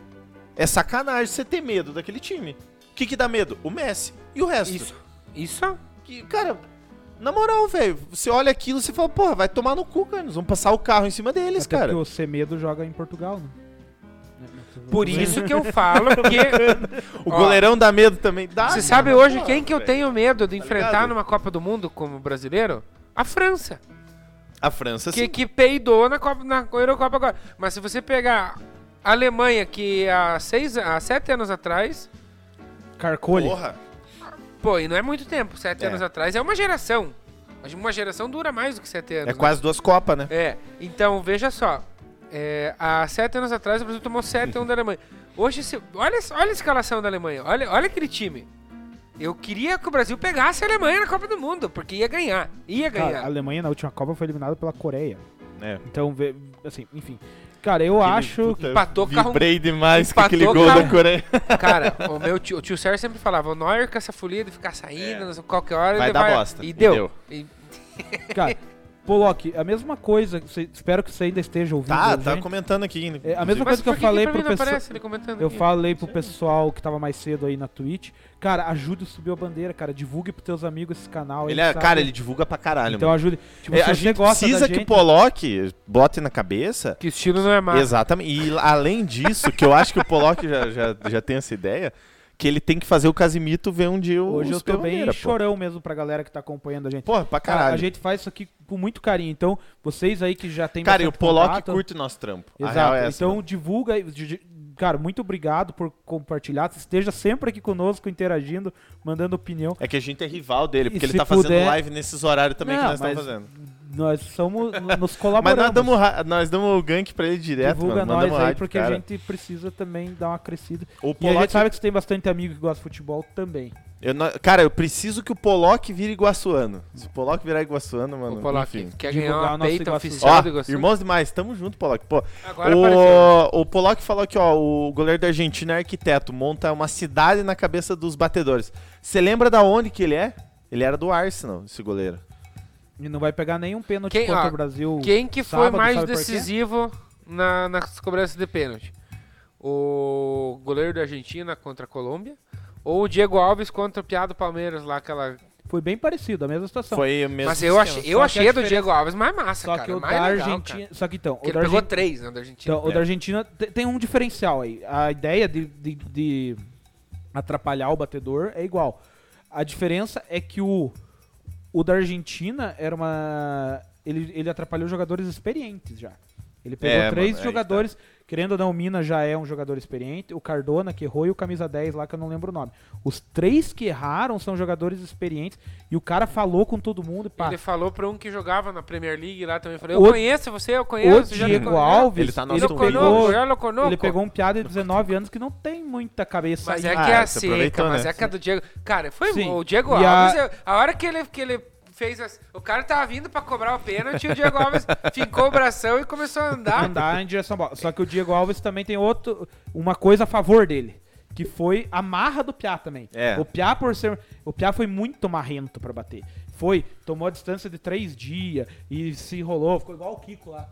Speaker 2: É sacanagem você ter medo daquele time. O que dá medo? O Messi. E o resto?
Speaker 3: Isso?
Speaker 2: Cara, na moral, velho, você olha aquilo e você fala, porra, vai tomar no cu, cara. Nós vamos passar o carro em cima deles,
Speaker 5: até
Speaker 2: cara.
Speaker 5: Porque o Semedo joga em Portugal, né?
Speaker 3: Por isso que eu falo que...
Speaker 2: O goleirão dá medo também.
Speaker 3: Você sabe hoje quem que eu tenho medo de enfrentar numa Copa do Mundo como brasileiro? A França.
Speaker 2: A França, sim.
Speaker 3: Que peidou na Eurocopa agora. Mas se você pegar a Alemanha, que há 7 anos atrás...
Speaker 5: Carcolhe.
Speaker 2: Porra.
Speaker 3: Pô, e não é muito tempo. 7 anos atrás é uma geração. Uma geração dura mais do que 7 anos.
Speaker 2: É quase 2 Copas, né?
Speaker 3: Então, veja só. Há 7 anos atrás o Brasil tomou 7-1 da Alemanha. Hoje, olha a escalação da Alemanha. Olha aquele time. Eu queria que o Brasil pegasse a Alemanha na Copa do Mundo, porque ia ganhar. Cara,
Speaker 5: a Alemanha na última Copa foi eliminada pela Coreia. Então, assim, enfim. Cara, eu acho...
Speaker 3: Empatou carro...
Speaker 2: Vibrei demais com aquele gol da Coreia.
Speaker 3: Cara, o tio Sérgio sempre falava, o Neuer com essa folia de ficar saindo, qualquer hora...
Speaker 2: Vai dar bosta.
Speaker 3: E deu.
Speaker 5: Cara... Pollock, a mesma coisa, espero que você ainda esteja ouvindo.
Speaker 2: Tá comentando aqui.
Speaker 5: A mesma coisa que eu falei pro pessoal. Eu
Speaker 3: aqui?
Speaker 5: Falei pro pessoal que tava mais cedo aí na Twitch. Cara, ajude a subir a bandeira, cara. Divulgue pros teus amigos esse canal.
Speaker 2: Cara, ele divulga pra caralho.
Speaker 5: Então
Speaker 2: mano.
Speaker 5: ajude. Tipo,
Speaker 2: a gente precisa que o Pollock bote na cabeça.
Speaker 3: Que o estilo não é massa.
Speaker 2: Exatamente. E além disso, que eu acho que o Pollock já tem essa ideia. Que ele tem que fazer o Casimito ver um dia
Speaker 5: Hoje eu tô bem chorão mesmo pra galera que tá acompanhando a gente.
Speaker 2: Porra, pra caralho.
Speaker 5: A gente faz isso aqui com muito carinho. Então, vocês aí que já tem
Speaker 2: Cara, e o Pollock curte nosso trampo.
Speaker 5: Exato. Então, divulga. Cara, muito obrigado por compartilhar. Esteja sempre aqui conosco, interagindo, mandando opinião.
Speaker 2: É que a gente é rival dele, porque ele tá fazendo live nesses horários também que nós estamos fazendo.
Speaker 5: Nós somos, nos colaboramos.
Speaker 2: Mas nós damos o gank pra ele direto,
Speaker 5: divulga
Speaker 2: mano.
Speaker 5: Nós aí, porque a gente precisa também dar uma crescida.
Speaker 2: E a
Speaker 5: gente sabe que você tem bastante amigo que gosta de futebol também.
Speaker 2: Cara, eu preciso que o Pollock vire iguaçuano. Se o Pollock virar iguaçuano, mano,
Speaker 3: o Pollock
Speaker 2: enfim.
Speaker 3: Quer ganhar uma peita oficial do Iguaçu.
Speaker 2: Irmãos demais, tamo junto, Pollock. Pô,
Speaker 3: agora
Speaker 2: o Pollock falou que, o goleiro da Argentina é arquiteto, monta uma cidade na cabeça dos batedores. Você lembra da onde que ele é? Ele era do Arsenal, esse goleiro.
Speaker 5: E não vai pegar nenhum pênalti contra o Brasil.
Speaker 3: Quem que foi mais decisivo nas cobranças de pênalti? O goleiro da Argentina contra a Colômbia? Ou o Diego Alves contra o Piá do Palmeiras lá, aquela...
Speaker 5: Foi bem parecido, a mesma situação.
Speaker 2: Foi o mesmo.
Speaker 3: Mas eu achei a do Diego Alves mais massa,
Speaker 5: só
Speaker 3: cara.
Speaker 5: Que o
Speaker 3: mais
Speaker 5: da
Speaker 3: legal,
Speaker 5: Argentina,
Speaker 3: cara.
Speaker 5: Só que então...
Speaker 3: Ele pegou 3, né, da Argentina.
Speaker 5: Então, o da Argentina tem um diferencial aí. A ideia de atrapalhar o batedor é igual. A diferença é que o da Argentina era uma... Ele atrapalhou jogadores experientes já. Ele pegou 3 jogadores querendo ou não, o Mina já é um jogador experiente, o Cardona que errou e o camisa 10 lá que eu não lembro o nome. Os 3 que erraram são jogadores experientes e o cara falou com todo mundo e pá.
Speaker 3: Ele falou pra um que jogava na Premier League lá também. Falei,
Speaker 5: O-
Speaker 3: eu conheço você, eu
Speaker 5: O
Speaker 3: conheço.
Speaker 5: Diego Alves,
Speaker 2: Ele tá no
Speaker 5: ele
Speaker 2: assunto.
Speaker 5: pegou,
Speaker 3: já lo conosco.
Speaker 5: ele pegou um piada de 19 anos que não tem muita cabeça
Speaker 3: Mas
Speaker 5: aí.
Speaker 3: é que é a
Speaker 2: você
Speaker 3: seca,
Speaker 2: aproveitou,
Speaker 3: mas
Speaker 2: né?
Speaker 3: é que a do Diego... Cara, foi
Speaker 5: Sim.
Speaker 3: o Diego
Speaker 5: E
Speaker 3: Alves, a hora que ele fez... O cara tava vindo pra cobrar o pênalti e o Diego Alves fincou o bração e começou a andar.
Speaker 5: Andar em direção à bola. Só que o Diego Alves também tem uma coisa a favor dele, que foi a marra do Piá também.
Speaker 2: É.
Speaker 5: O Piá foi muito marrento pra bater. Tomou a distância de 3 dias e se enrolou, ficou igual o Kiko lá.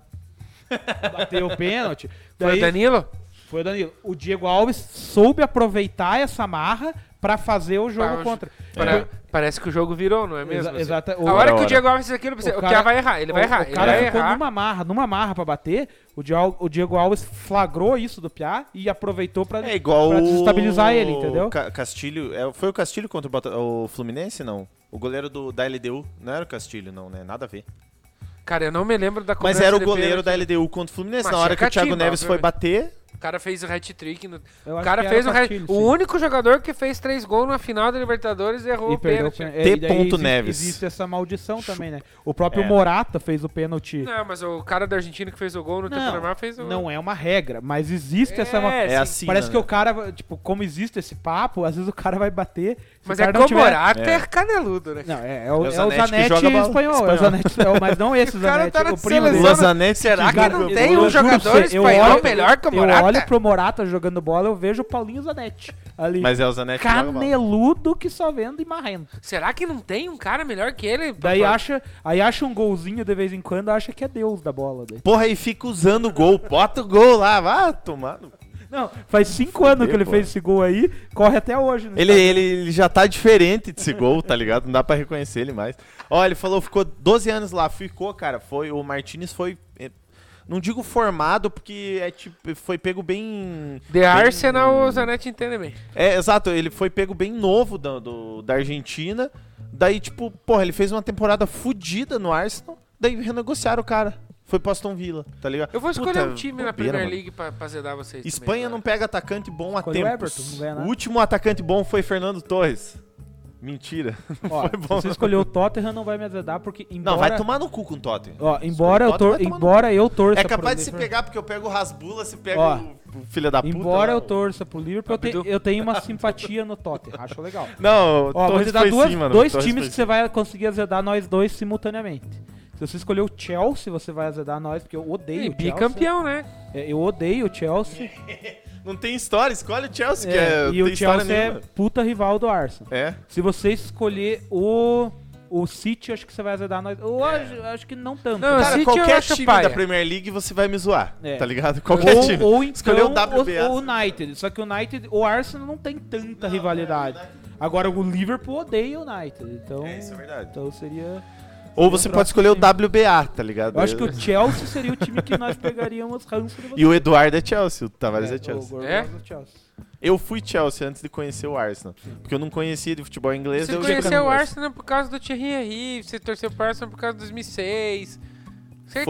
Speaker 5: Bateu o pênalti.
Speaker 3: Foi o
Speaker 5: Daí,
Speaker 3: Danilo?
Speaker 5: foi o Danilo. O Diego Alves soube aproveitar essa marra pra fazer o jogo
Speaker 3: Pra-
Speaker 5: contra.
Speaker 3: Parece que o jogo virou, não é mesmo?
Speaker 5: Exata.
Speaker 3: A hora que
Speaker 2: Hora.
Speaker 3: o Diego Alves fez aquilo,
Speaker 5: O
Speaker 3: o
Speaker 5: cara-
Speaker 3: Piá vai errar, ele vai errar.
Speaker 5: O cara
Speaker 3: ele vai
Speaker 5: ficou
Speaker 3: errar.
Speaker 5: numa marra pra bater. O Diego Alves flagrou isso do Piá e aproveitou pra,
Speaker 2: É igual
Speaker 5: pra desestabilizar ele, entendeu?
Speaker 2: Castilho. Foi o Castilho contra o Fluminense, não? O goleiro da LDU. Não era o Castilho, não, né? Nada a ver.
Speaker 3: Cara, eu não me lembro da
Speaker 2: Mas
Speaker 3: cobrança
Speaker 2: era o
Speaker 3: de
Speaker 2: goleiro
Speaker 3: pênalti.
Speaker 2: da LDU contra o Fluminense.
Speaker 3: Mas
Speaker 2: Na hora
Speaker 3: tinha
Speaker 2: que o Thiago
Speaker 3: catimba,
Speaker 2: Neves foi
Speaker 3: obviamente.
Speaker 2: bater.
Speaker 3: O cara fez o hat-trick.
Speaker 5: Eu
Speaker 3: O
Speaker 5: acho
Speaker 3: cara
Speaker 5: que
Speaker 3: fez
Speaker 5: era
Speaker 3: o hat
Speaker 5: Castilho,
Speaker 3: O
Speaker 5: sim.
Speaker 3: único jogador que fez 3 gols na final da Libertadores errou
Speaker 5: E
Speaker 3: o
Speaker 5: perdeu
Speaker 3: pênalti.
Speaker 5: e daí
Speaker 2: T. Neves.
Speaker 5: Existe essa maldição também, né? O próprio
Speaker 2: É.
Speaker 5: Morata fez o pênalti.
Speaker 3: Não, mas o cara da Argentina que fez o gol no tempo normal fez o
Speaker 5: Não é uma regra, mas existe essa
Speaker 3: É,
Speaker 2: É
Speaker 3: sim.
Speaker 2: assim.
Speaker 5: Parece
Speaker 2: né?
Speaker 5: que o cara, tipo, como existe esse papo, às vezes o cara vai bater. se
Speaker 3: Mas
Speaker 5: o
Speaker 3: é
Speaker 5: cara
Speaker 3: que
Speaker 5: não
Speaker 3: o
Speaker 5: tiver-
Speaker 3: Morata
Speaker 2: É.
Speaker 3: é caneludo, né?
Speaker 5: Não, é o
Speaker 2: Zanetti que
Speaker 5: Zanetti
Speaker 2: joga bola.
Speaker 5: espanhol. É o Zanetti, mas não esse
Speaker 3: O cara
Speaker 5: Zanetti,
Speaker 3: tá na
Speaker 5: o primo dele.
Speaker 3: seleção,
Speaker 2: O Zanetti
Speaker 3: Será que
Speaker 2: joga-
Speaker 3: não
Speaker 5: eu-
Speaker 3: tem
Speaker 5: eu
Speaker 3: um
Speaker 5: juro pra
Speaker 3: jogador
Speaker 5: você, eu
Speaker 3: espanhol
Speaker 5: olho-
Speaker 3: melhor que o
Speaker 5: Eu
Speaker 3: Morata?
Speaker 5: olho pro Morata jogando bola, eu vejo o Paulinho Zanetti ali.
Speaker 2: Mas é o Zanetti que joga bola.
Speaker 5: Caneludo que só vende e marrento.
Speaker 3: Será que não tem um cara melhor que ele?
Speaker 5: Daí acha um golzinho de vez em quando, acha que é Deus da bola. Daí.
Speaker 2: Porra, aí fica usando o gol. Bota o gol lá, vá tomar.
Speaker 5: Não, faz 5 anos que ele
Speaker 2: pô.
Speaker 5: fez esse gol aí, corre até hoje. no
Speaker 2: Ele já tá diferente desse gol, tá ligado? Não dá pra reconhecer ele mais. Ó, ele falou, ficou 12 anos lá. Ficou, cara. O Martinez foi... Não digo formado, porque foi pego bem...
Speaker 3: The
Speaker 2: bem-
Speaker 3: Arsenal, o Zanetti entende bem.
Speaker 2: É, exato. Ele foi pego bem novo da Argentina. Daí, tipo, porra, ele fez uma temporada fodida no Arsenal. Daí renegociaram o cara. Foi pro Aston Villa, tá ligado?
Speaker 3: Eu vou escolher
Speaker 2: Puta,
Speaker 3: um time na
Speaker 2: bobeira,
Speaker 3: Premier
Speaker 2: mano.
Speaker 3: League pra zedar vocês.
Speaker 2: Espanha não pega atacante bom há
Speaker 5: Escolhe o
Speaker 2: tempos.
Speaker 5: Everton, não ganha nada.
Speaker 2: O último atacante bom foi Fernando Torres. Mentira.
Speaker 5: Ó,
Speaker 2: Foi bom.
Speaker 5: se você escolher o Tottenham, não vai me azedar, porque embora...
Speaker 2: Não, vai tomar no cu com o Tottenham.
Speaker 5: Ó, embora eu,
Speaker 2: Tottenham vai tomar no
Speaker 5: embora eu torça
Speaker 2: É capaz
Speaker 5: pro
Speaker 2: de se
Speaker 5: Liverpool-
Speaker 2: pegar, porque eu pego o Rasbula, se pega
Speaker 5: Ó,
Speaker 2: o filho da puta.
Speaker 5: Embora
Speaker 2: lá.
Speaker 5: eu torça pro Liverpool,
Speaker 3: Abdu.
Speaker 5: eu tenho uma simpatia no Tottenham, acho legal.
Speaker 2: Não, o
Speaker 5: Ó, vou
Speaker 2: Torres
Speaker 5: te dar
Speaker 2: foi
Speaker 5: dois
Speaker 2: sim, mano.
Speaker 5: dois
Speaker 2: Torres
Speaker 5: times
Speaker 2: foi
Speaker 5: que você vai conseguir azedar nós dois simultaneamente. Se você escolher o Chelsea, você vai azedar nós, porque eu odeio
Speaker 3: E
Speaker 5: o Chelsea.
Speaker 3: bicampeão, né?
Speaker 5: Eu odeio o Chelsea.
Speaker 2: Não tem história, escolhe o Chelsea, que
Speaker 5: É,
Speaker 2: não
Speaker 5: e o
Speaker 2: tem história
Speaker 5: Chelsea é
Speaker 2: nenhuma.
Speaker 5: puta rival do Arsenal.
Speaker 2: É.
Speaker 5: Se você escolher o City, acho que você vai azedar nós. Eu acho que não tanto.
Speaker 3: Não,
Speaker 5: né?
Speaker 2: Cara,
Speaker 3: City eu
Speaker 2: qualquer
Speaker 3: acho
Speaker 2: time
Speaker 3: paia.
Speaker 2: da Premier League você vai me zoar,
Speaker 5: É.
Speaker 2: tá ligado? Qualquer time.
Speaker 5: Ou então
Speaker 2: Escolheu o WBA.
Speaker 5: o United. Só que o United, o Arsenal não tem tanta rivalidade. Agora o Liverpool odeia o United. Então,
Speaker 2: É, isso é verdade.
Speaker 5: então seria.
Speaker 2: Ou você pode escolher o WBA, tá ligado?
Speaker 5: Eu acho que o Chelsea seria o time que nós pegaríamos ranço de você.
Speaker 2: E o Eduardo é Chelsea, o Tavares é, Chelsea.
Speaker 5: O Gorgoz
Speaker 3: É?
Speaker 5: do Chelsea.
Speaker 2: Eu fui Chelsea antes de conhecer o Arsenal. Porque eu não conhecia de futebol inglês.
Speaker 3: Você
Speaker 2: eu
Speaker 3: conheceu o Arsenal por causa do Thierry Henry, você torceu pro Arsenal por causa de 2006. Certeza.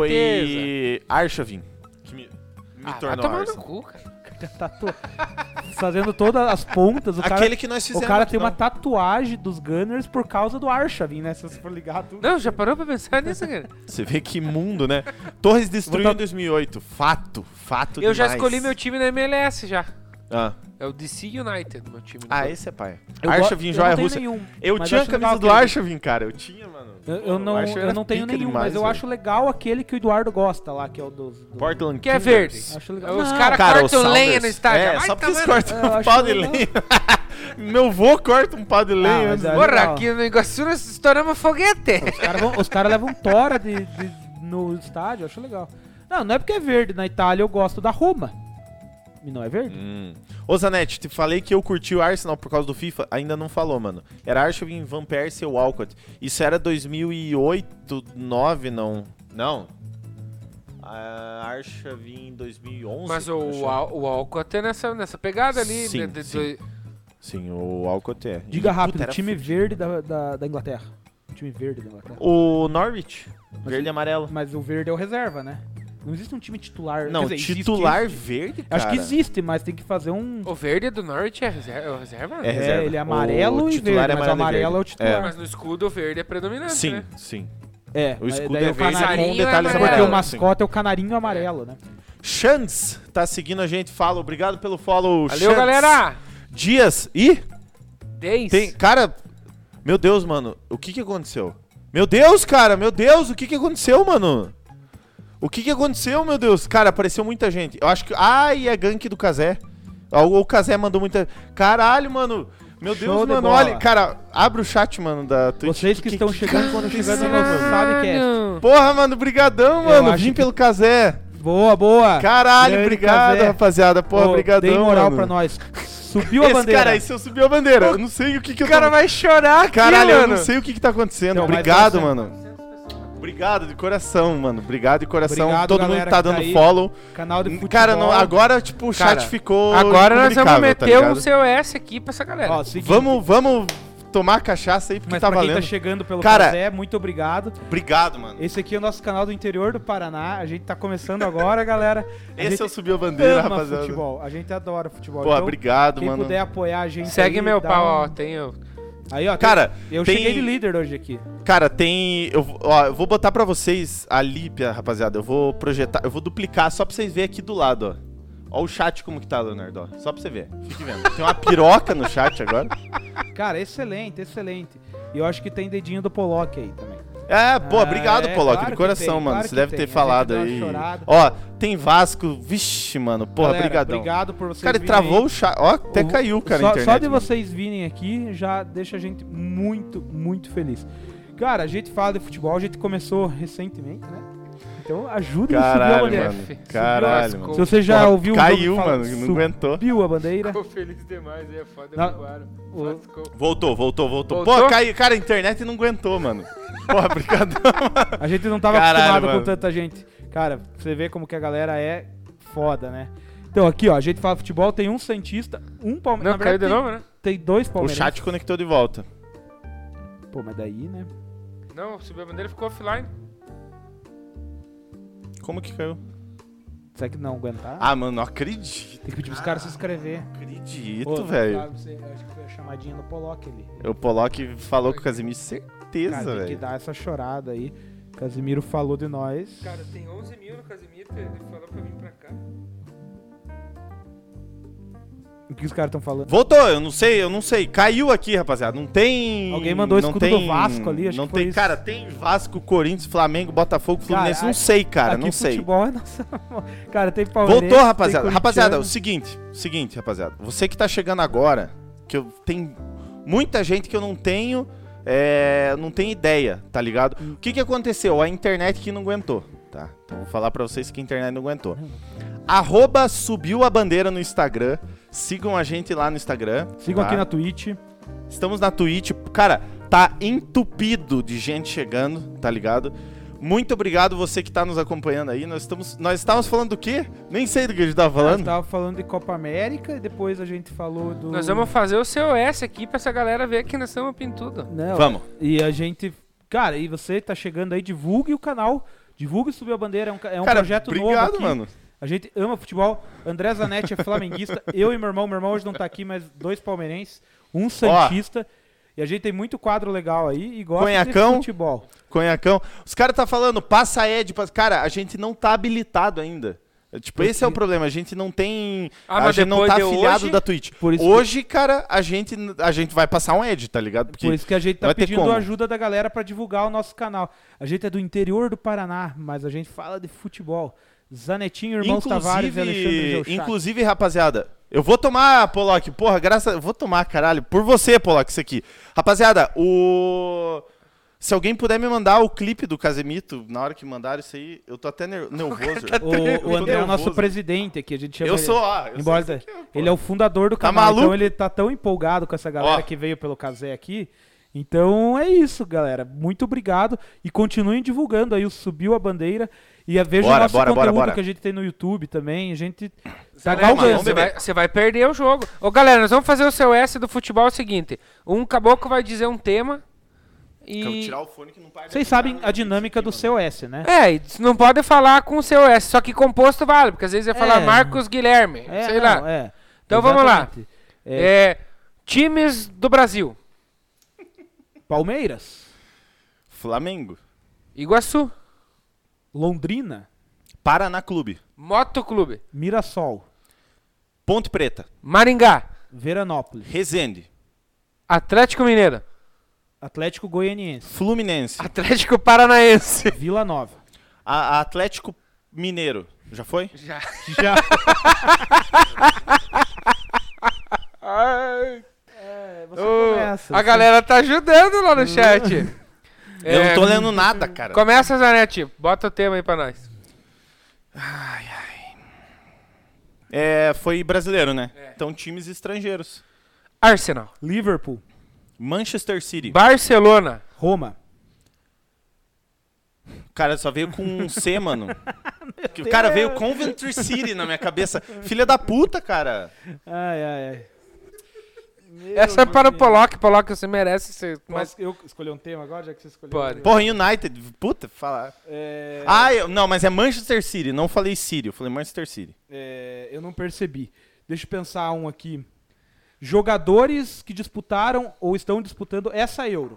Speaker 2: Foi Arshavin que me
Speaker 3: Vai
Speaker 2: tornou
Speaker 3: tomar no
Speaker 2: Arsenal.
Speaker 3: cu, cara.
Speaker 5: Fazendo todas as pontas. O cara,
Speaker 2: Aquele que nós
Speaker 5: o
Speaker 2: fizemos.
Speaker 5: cara tem uma
Speaker 2: não.
Speaker 5: tatuagem dos Gunners por causa do Arshavin, né? Se você for ligar tudo.
Speaker 3: Não, já parou pra pensar nisso, cara?
Speaker 2: Você vê que mundo, né? Torres destruiu
Speaker 5: Vou
Speaker 2: em 2008. Fato
Speaker 3: Eu já
Speaker 2: demais.
Speaker 3: escolhi meu time na MLS já.
Speaker 2: Ah,
Speaker 3: É o DC United, meu time.
Speaker 2: esse é pai.
Speaker 5: Eu
Speaker 2: Arshavin
Speaker 5: eu
Speaker 2: joia
Speaker 5: não tenho
Speaker 2: russa.
Speaker 5: nenhum,
Speaker 2: Eu
Speaker 5: mas
Speaker 2: tinha a
Speaker 5: acho
Speaker 2: camisa
Speaker 5: legal
Speaker 2: do
Speaker 5: aquele-
Speaker 2: Arshavin, cara. Eu tinha, mano.
Speaker 5: Eu
Speaker 2: O Arshavin
Speaker 5: eu
Speaker 2: era
Speaker 5: não tenho
Speaker 2: pica
Speaker 5: nenhum,
Speaker 2: demais,
Speaker 5: mas eu
Speaker 2: velho.
Speaker 5: acho legal aquele que o Eduardo gosta lá, que é o dos...
Speaker 2: Portland
Speaker 3: Que é
Speaker 2: Kingers.
Speaker 3: verde.
Speaker 5: Acho legal.
Speaker 3: Os
Speaker 5: Não,
Speaker 3: caras
Speaker 2: Cara, o
Speaker 3: cortam lenha
Speaker 2: Sounders.
Speaker 3: no estádio.
Speaker 2: É,
Speaker 3: Vai
Speaker 2: só porque eles
Speaker 3: tomar no-
Speaker 2: cortam
Speaker 5: Eu
Speaker 2: um
Speaker 5: acho
Speaker 2: pau de
Speaker 5: legal.
Speaker 2: lenha. Meu vô corta um pau de lenha.
Speaker 5: mas
Speaker 2: antes.
Speaker 5: é-
Speaker 3: Porra,
Speaker 5: legal.
Speaker 3: aqui no Iguaçu nós estouramos foguete.
Speaker 5: Os caras levam tora no estádio, eu acho legal. Não é porque é verde. Na Itália eu gosto da Roma. E não é verde?
Speaker 2: Ô Zanetti, te falei que eu curti o Arsenal por causa do FIFA, ainda não falou, mano. Era Arshavin, Van Persie e Walcott. Isso era 2008, 2009, não. Não. Arshavin 2011.
Speaker 3: Mas
Speaker 2: eu acho.
Speaker 3: o Alcott é nessa pegada ali.
Speaker 2: Sim,
Speaker 3: né,
Speaker 2: sim. Sim, o Walcott é.
Speaker 5: Diga
Speaker 2: E,
Speaker 5: rápido,
Speaker 2: puta, era
Speaker 5: time
Speaker 2: fudido.
Speaker 5: verde da Inglaterra. Time verde da Inglaterra.
Speaker 2: O Norwich, verde e amarelo.
Speaker 5: Mas o verde é o reserva, né? Não existe um time titular.
Speaker 2: Não,
Speaker 5: quer dizer,
Speaker 2: titular
Speaker 5: existe.
Speaker 2: verde, cara.
Speaker 5: Acho que existe, mas tem que fazer um...
Speaker 3: O verde do Norte é reserva?
Speaker 2: É reserva.
Speaker 5: ele é amarelo
Speaker 2: O
Speaker 5: e
Speaker 2: titular
Speaker 5: verde,
Speaker 2: é
Speaker 5: mas o
Speaker 2: amarelo e
Speaker 5: amarelo é o
Speaker 2: verde.
Speaker 5: titular.
Speaker 3: Mas no escudo o verde é predominante,
Speaker 2: Sim,
Speaker 3: né?
Speaker 2: sim.
Speaker 5: É,
Speaker 2: O escudo
Speaker 5: daí
Speaker 2: é
Speaker 5: o
Speaker 2: verde
Speaker 5: canarinho
Speaker 2: com detalhes
Speaker 3: é
Speaker 5: porque
Speaker 2: amarelos.
Speaker 5: o mascote é o canarinho amarelo, né?
Speaker 2: Chance tá seguindo a gente, fala. Obrigado pelo follow,
Speaker 3: Valeu,
Speaker 2: Chance.
Speaker 3: galera!
Speaker 2: Dias. Ih,
Speaker 3: 10.
Speaker 2: tem... Cara, meu Deus, mano. O que aconteceu? Meu Deus, cara, meu Deus. O que aconteceu, mano? O que aconteceu, meu Deus? Cara, apareceu muita gente. Eu acho que... e é gank do Kazé. O Kazé mandou muita... Caralho, mano. Meu
Speaker 5: Show
Speaker 2: Deus,
Speaker 5: de
Speaker 2: mano.
Speaker 5: bola.
Speaker 2: Olha, cara, abre o chat, mano, da Twitch.
Speaker 5: Vocês que estão chegando quando chegando no
Speaker 3: Caralho.
Speaker 5: Sabcast.
Speaker 2: Porra, mano, brigadão,
Speaker 5: Eu
Speaker 2: mano.
Speaker 5: acho
Speaker 2: Vim
Speaker 5: que-
Speaker 2: pelo Kazé.
Speaker 5: Boa, boa.
Speaker 2: Caralho,
Speaker 5: Grande
Speaker 2: obrigado,
Speaker 5: Kazé.
Speaker 2: rapaziada. Porra,
Speaker 5: Ô,
Speaker 2: brigadão,
Speaker 5: dei moral
Speaker 2: mano.
Speaker 5: pra nós. Subiu a
Speaker 2: Esse
Speaker 5: bandeira.
Speaker 2: cara aí, se eu subir a bandeira, eu não sei o que eu
Speaker 3: O cara
Speaker 2: tô...
Speaker 3: vai chorar aqui,
Speaker 2: Caralho, eu
Speaker 3: mano.
Speaker 2: não sei o que tá acontecendo.
Speaker 5: Não, mas
Speaker 2: Obrigado,
Speaker 5: você-
Speaker 2: mano. Obrigado de coração, mano. Obrigado de coração.
Speaker 5: Obrigado,
Speaker 2: Todo mundo
Speaker 5: galera
Speaker 2: que tá
Speaker 5: que
Speaker 2: dando
Speaker 5: tá aí.
Speaker 2: follow.
Speaker 5: Canal de futebol.
Speaker 2: Cara, não, agora, tipo, o chat
Speaker 3: Cara,
Speaker 2: ficou
Speaker 3: Agora nós vamos
Speaker 2: incomunicável,
Speaker 3: meter
Speaker 2: tá
Speaker 3: um
Speaker 2: ligado?
Speaker 3: COS aqui pra essa galera.
Speaker 5: Ó, seguinte,
Speaker 2: Vamos tomar cachaça aí, porque
Speaker 5: mas
Speaker 2: tá
Speaker 5: pra quem
Speaker 2: valendo.
Speaker 5: tá chegando pelo
Speaker 2: Cara-
Speaker 5: Kazé, muito obrigado.
Speaker 2: Obrigado, mano.
Speaker 5: Esse aqui é o nosso canal do interior do Paraná. A gente tá começando agora, galera. A
Speaker 2: Esse
Speaker 5: gente
Speaker 2: eu subi a bandeira,
Speaker 5: ama
Speaker 2: rapaziada.
Speaker 5: futebol. A gente adora futebol.
Speaker 2: Pô,
Speaker 5: Então,
Speaker 2: obrigado,
Speaker 5: quem
Speaker 2: mano.
Speaker 5: puder apoiar a gente
Speaker 3: Segue
Speaker 5: aí,
Speaker 3: meu
Speaker 5: dá
Speaker 3: pau,
Speaker 5: um-
Speaker 3: ó. Tem eu.
Speaker 5: Aí, ó.
Speaker 2: Cara,
Speaker 5: eu
Speaker 2: tem-
Speaker 5: cheguei de líder hoje aqui.
Speaker 2: Cara, tem... eu vou botar pra vocês a Lípia, rapaziada. Eu vou projetar... Eu vou duplicar só pra vocês verem aqui do lado, ó. Ó o chat como que tá, Leonardo, ó. Só pra você ver. Fique vendo. Tem uma piroca no chat agora.
Speaker 5: Cara, excelente, excelente. E eu acho que tem dedinho do Pollock aí também.
Speaker 2: Pô, obrigado, Pollock,
Speaker 5: claro
Speaker 2: de
Speaker 5: que
Speaker 2: coração,
Speaker 5: tem,
Speaker 2: mano.
Speaker 5: claro
Speaker 2: Você
Speaker 5: que
Speaker 2: deve
Speaker 5: tem.
Speaker 2: ter
Speaker 5: A gente
Speaker 2: falado
Speaker 5: deu uma
Speaker 2: aí.
Speaker 5: chorada.
Speaker 2: Ó, tem Vasco. Vixe, mano. Porra,
Speaker 5: Galera,
Speaker 2: brigadão.
Speaker 5: obrigado por vocês
Speaker 2: Cara, ele
Speaker 5: virem aí.
Speaker 2: travou o chat. Ó, até caiu, cara, a
Speaker 5: Só,
Speaker 2: internet.
Speaker 5: só de
Speaker 2: mano.
Speaker 5: vocês virem aqui já deixa a gente muito, muito feliz. Cara, a gente fala de futebol, a gente começou recentemente, né? Então ajuda a subir a
Speaker 2: Caralho,
Speaker 5: bandeira.
Speaker 2: mano.
Speaker 3: F.
Speaker 2: Caralho,
Speaker 3: Subiu
Speaker 2: mano.
Speaker 5: Se você já
Speaker 2: Porra,
Speaker 5: ouviu
Speaker 2: caiu,
Speaker 5: o jogo,
Speaker 2: mano, não aguentou.
Speaker 5: Subiu a bandeira.
Speaker 3: Ficou feliz demais, aí é foda,
Speaker 5: Não.
Speaker 3: derrubaram.
Speaker 5: O-
Speaker 2: Voltou.
Speaker 3: Voltou?
Speaker 2: Pô, caiu. Cara, a internet não aguentou, mano. Porra, brigadão, mano.
Speaker 5: A gente não tava
Speaker 2: Caralho,
Speaker 5: acostumado
Speaker 2: mano.
Speaker 5: com tanta gente. Cara, você vê como que a galera é foda, né? Então aqui, ó, a gente fala futebol, tem um Santista, um Palmeiras.
Speaker 3: Não, caiu de novo, né?
Speaker 5: Tem dois
Speaker 2: O
Speaker 5: Palmeiras.
Speaker 2: chat conectou de volta.
Speaker 5: Pô, mas daí, né?
Speaker 3: Não, subiu a bandeira e ficou offline.
Speaker 2: Como que caiu?
Speaker 5: Será que não aguentar?
Speaker 2: Ah, mano, não acredito.
Speaker 5: Tem que pedir pros caras se inscrever.
Speaker 2: Acredito,
Speaker 5: Ô,
Speaker 2: velho.
Speaker 5: Flávio, acho que foi a chamadinha do Pollock ali.
Speaker 2: O Pollock falou com o Casimiro, certeza,
Speaker 5: Cara, tem que
Speaker 2: velho.
Speaker 5: dar essa chorada aí. Casimiro falou de nós.
Speaker 3: Cara, tem 11 mil no Casimiro, ele falou pra vir pra cá.
Speaker 5: O que os caras estão falando?
Speaker 2: Voltou, eu não sei. Caiu aqui, rapaziada. Não tem.
Speaker 5: Alguém mandou o
Speaker 2: não
Speaker 5: escudo
Speaker 2: tem,
Speaker 5: do Vasco ali, acho
Speaker 2: não
Speaker 5: que foi
Speaker 2: tem,
Speaker 5: isso.
Speaker 2: cara, tem Vasco, Corinthians, Flamengo, Botafogo, Fluminense.
Speaker 5: Cara,
Speaker 2: não sei, cara,
Speaker 5: Aqui
Speaker 2: não sei.
Speaker 5: futebol é nossa. Cara, tem Palmeiras.
Speaker 2: Voltou, rapaziada.
Speaker 5: tem
Speaker 2: Rapaziada, o
Speaker 5: corintiano.
Speaker 2: seguinte, rapaziada. Você que tá chegando agora, que eu tenho muita gente que eu não tenho, não tem ideia, tá ligado? O que aconteceu? A internet que não aguentou, tá? Então vou falar pra vocês que a internet não aguentou. @subiu a bandeira no Instagram. Sigam a gente lá no Instagram.
Speaker 5: Sigam
Speaker 2: tá?
Speaker 5: aqui na Twitch.
Speaker 2: Estamos na Twitch. Cara, tá entupido de gente chegando, tá ligado? Muito obrigado você que tá nos acompanhando aí. Nós estávamos falando do quê? Nem sei do que a gente tava
Speaker 5: Nós
Speaker 2: falando.
Speaker 5: tava falando de Copa América e depois a gente falou do...
Speaker 3: Nós vamos fazer o COS aqui pra essa galera ver que nós estamos pintudo.
Speaker 5: Não,
Speaker 2: Vamos.
Speaker 5: E a gente... Cara, e você tá chegando aí, divulgue o canal. Divulgue o Subiu a Bandeira. É um
Speaker 2: Cara,
Speaker 5: projeto novo
Speaker 2: obrigado,
Speaker 5: aqui.
Speaker 2: mano.
Speaker 5: A gente ama futebol. André Zanetti é flamenguista. Eu e meu irmão hoje não tá aqui, mas 2 palmeirenses, um santista. E a gente tem muito quadro legal aí e gosta
Speaker 2: Conhacão.
Speaker 5: de futebol.
Speaker 2: Conhacão. Os caras tá falando, passa Ed. Cara, a gente não tá habilitado ainda. Tipo, esse é o problema. A gente não tem...
Speaker 3: Ah,
Speaker 2: a
Speaker 3: mas
Speaker 2: gente não
Speaker 3: depois
Speaker 2: tá
Speaker 3: de
Speaker 2: afiliado
Speaker 3: hoje-
Speaker 2: da Twitch.
Speaker 5: Por isso
Speaker 2: Hoje, cara, a gente vai passar um Ed, tá ligado? Porque
Speaker 5: Por isso que a gente tá
Speaker 2: vai ter
Speaker 5: pedindo
Speaker 2: como.
Speaker 5: ajuda da galera pra divulgar o nosso canal. A gente é do interior do Paraná, mas a gente fala de futebol. Zanetinho, Irmãos Tavares e Alexandre Geuchac.
Speaker 2: Inclusive, rapaziada, eu vou tomar, Pollock, porra, eu vou tomar, caralho, por você, Pollock, isso aqui. Rapaziada, se alguém puder me mandar o clipe do Casemito, na hora que mandaram isso aí, eu tô até nervoso.
Speaker 5: O André é o nosso
Speaker 2: nervoso.
Speaker 5: presidente aqui, a gente chama
Speaker 2: Eu
Speaker 5: ele-
Speaker 2: sou,
Speaker 5: Embora
Speaker 2: sei isso aqui, pô.
Speaker 5: ele é o fundador do
Speaker 2: Tá
Speaker 5: canal, então
Speaker 2: maluco?
Speaker 5: ele tá tão empolgado com essa galera
Speaker 2: Ó.
Speaker 5: que veio pelo Casé aqui. Então é isso, galera. Muito obrigado e continuem divulgando aí o Subiu a Bandeira e veja o
Speaker 2: Bora,
Speaker 5: nosso
Speaker 2: bora,
Speaker 5: conteúdo
Speaker 2: bora.
Speaker 5: que a gente tem no YouTube também. A gente tá
Speaker 2: mano,
Speaker 5: galgando.
Speaker 2: vamos beber.
Speaker 3: Você vai perder o jogo. Ô, galera, nós vamos fazer o COS do futebol o seguinte. Um caboclo vai dizer um tema.
Speaker 2: Quero
Speaker 3: E...
Speaker 2: tirar o fone que não para.
Speaker 5: Vocês sabem a dinâmica do COS, né?
Speaker 3: É, e não pode falar com o COS, só que composto vale, porque às vezes ia falar Marcos Guilherme, sei lá.
Speaker 5: É.
Speaker 3: Então vamos lá.
Speaker 5: Exatamente.
Speaker 3: Times do Brasil.
Speaker 5: Palmeiras,
Speaker 2: Flamengo.
Speaker 3: Iguaçu.
Speaker 5: Londrina,
Speaker 2: Paraná Clube.
Speaker 3: Motoclube.
Speaker 5: Mirassol,
Speaker 2: Ponte Preta.
Speaker 3: Maringá.
Speaker 5: Veranópolis,
Speaker 2: Resende.
Speaker 3: Atlético Mineiro.
Speaker 5: Atlético Goianiense,
Speaker 2: Fluminense.
Speaker 3: Atlético Paranaense.
Speaker 5: Vila Nova.
Speaker 2: Atlético Mineiro. Já foi?
Speaker 3: Já.
Speaker 5: Já. Você começa.
Speaker 3: A galera tá ajudando lá no chat.
Speaker 2: Eu não tô lendo nada, cara.
Speaker 3: Começa, Zanetti. Bota o tema aí pra nós.
Speaker 2: Foi brasileiro, né? Então, times estrangeiros.
Speaker 3: Arsenal.
Speaker 5: Liverpool,
Speaker 2: Manchester City.
Speaker 3: Barcelona.
Speaker 5: Roma,
Speaker 2: Cara, só veio com um C, mano. O cara veio Coventry City na minha cabeça. Filha da puta, cara.
Speaker 5: ai.
Speaker 3: Essa é para o Pollock. Pollock, você merece ser.
Speaker 5: Mas eu escolhi um tema agora, já que você escolheu.
Speaker 3: Pode.
Speaker 2: Porra, United. Puta, falar. Não, mas é Manchester City. Não falei City, eu falei Manchester City.
Speaker 5: Eu não percebi. Deixa eu pensar um aqui. Jogadores que disputaram ou estão disputando essa Euro.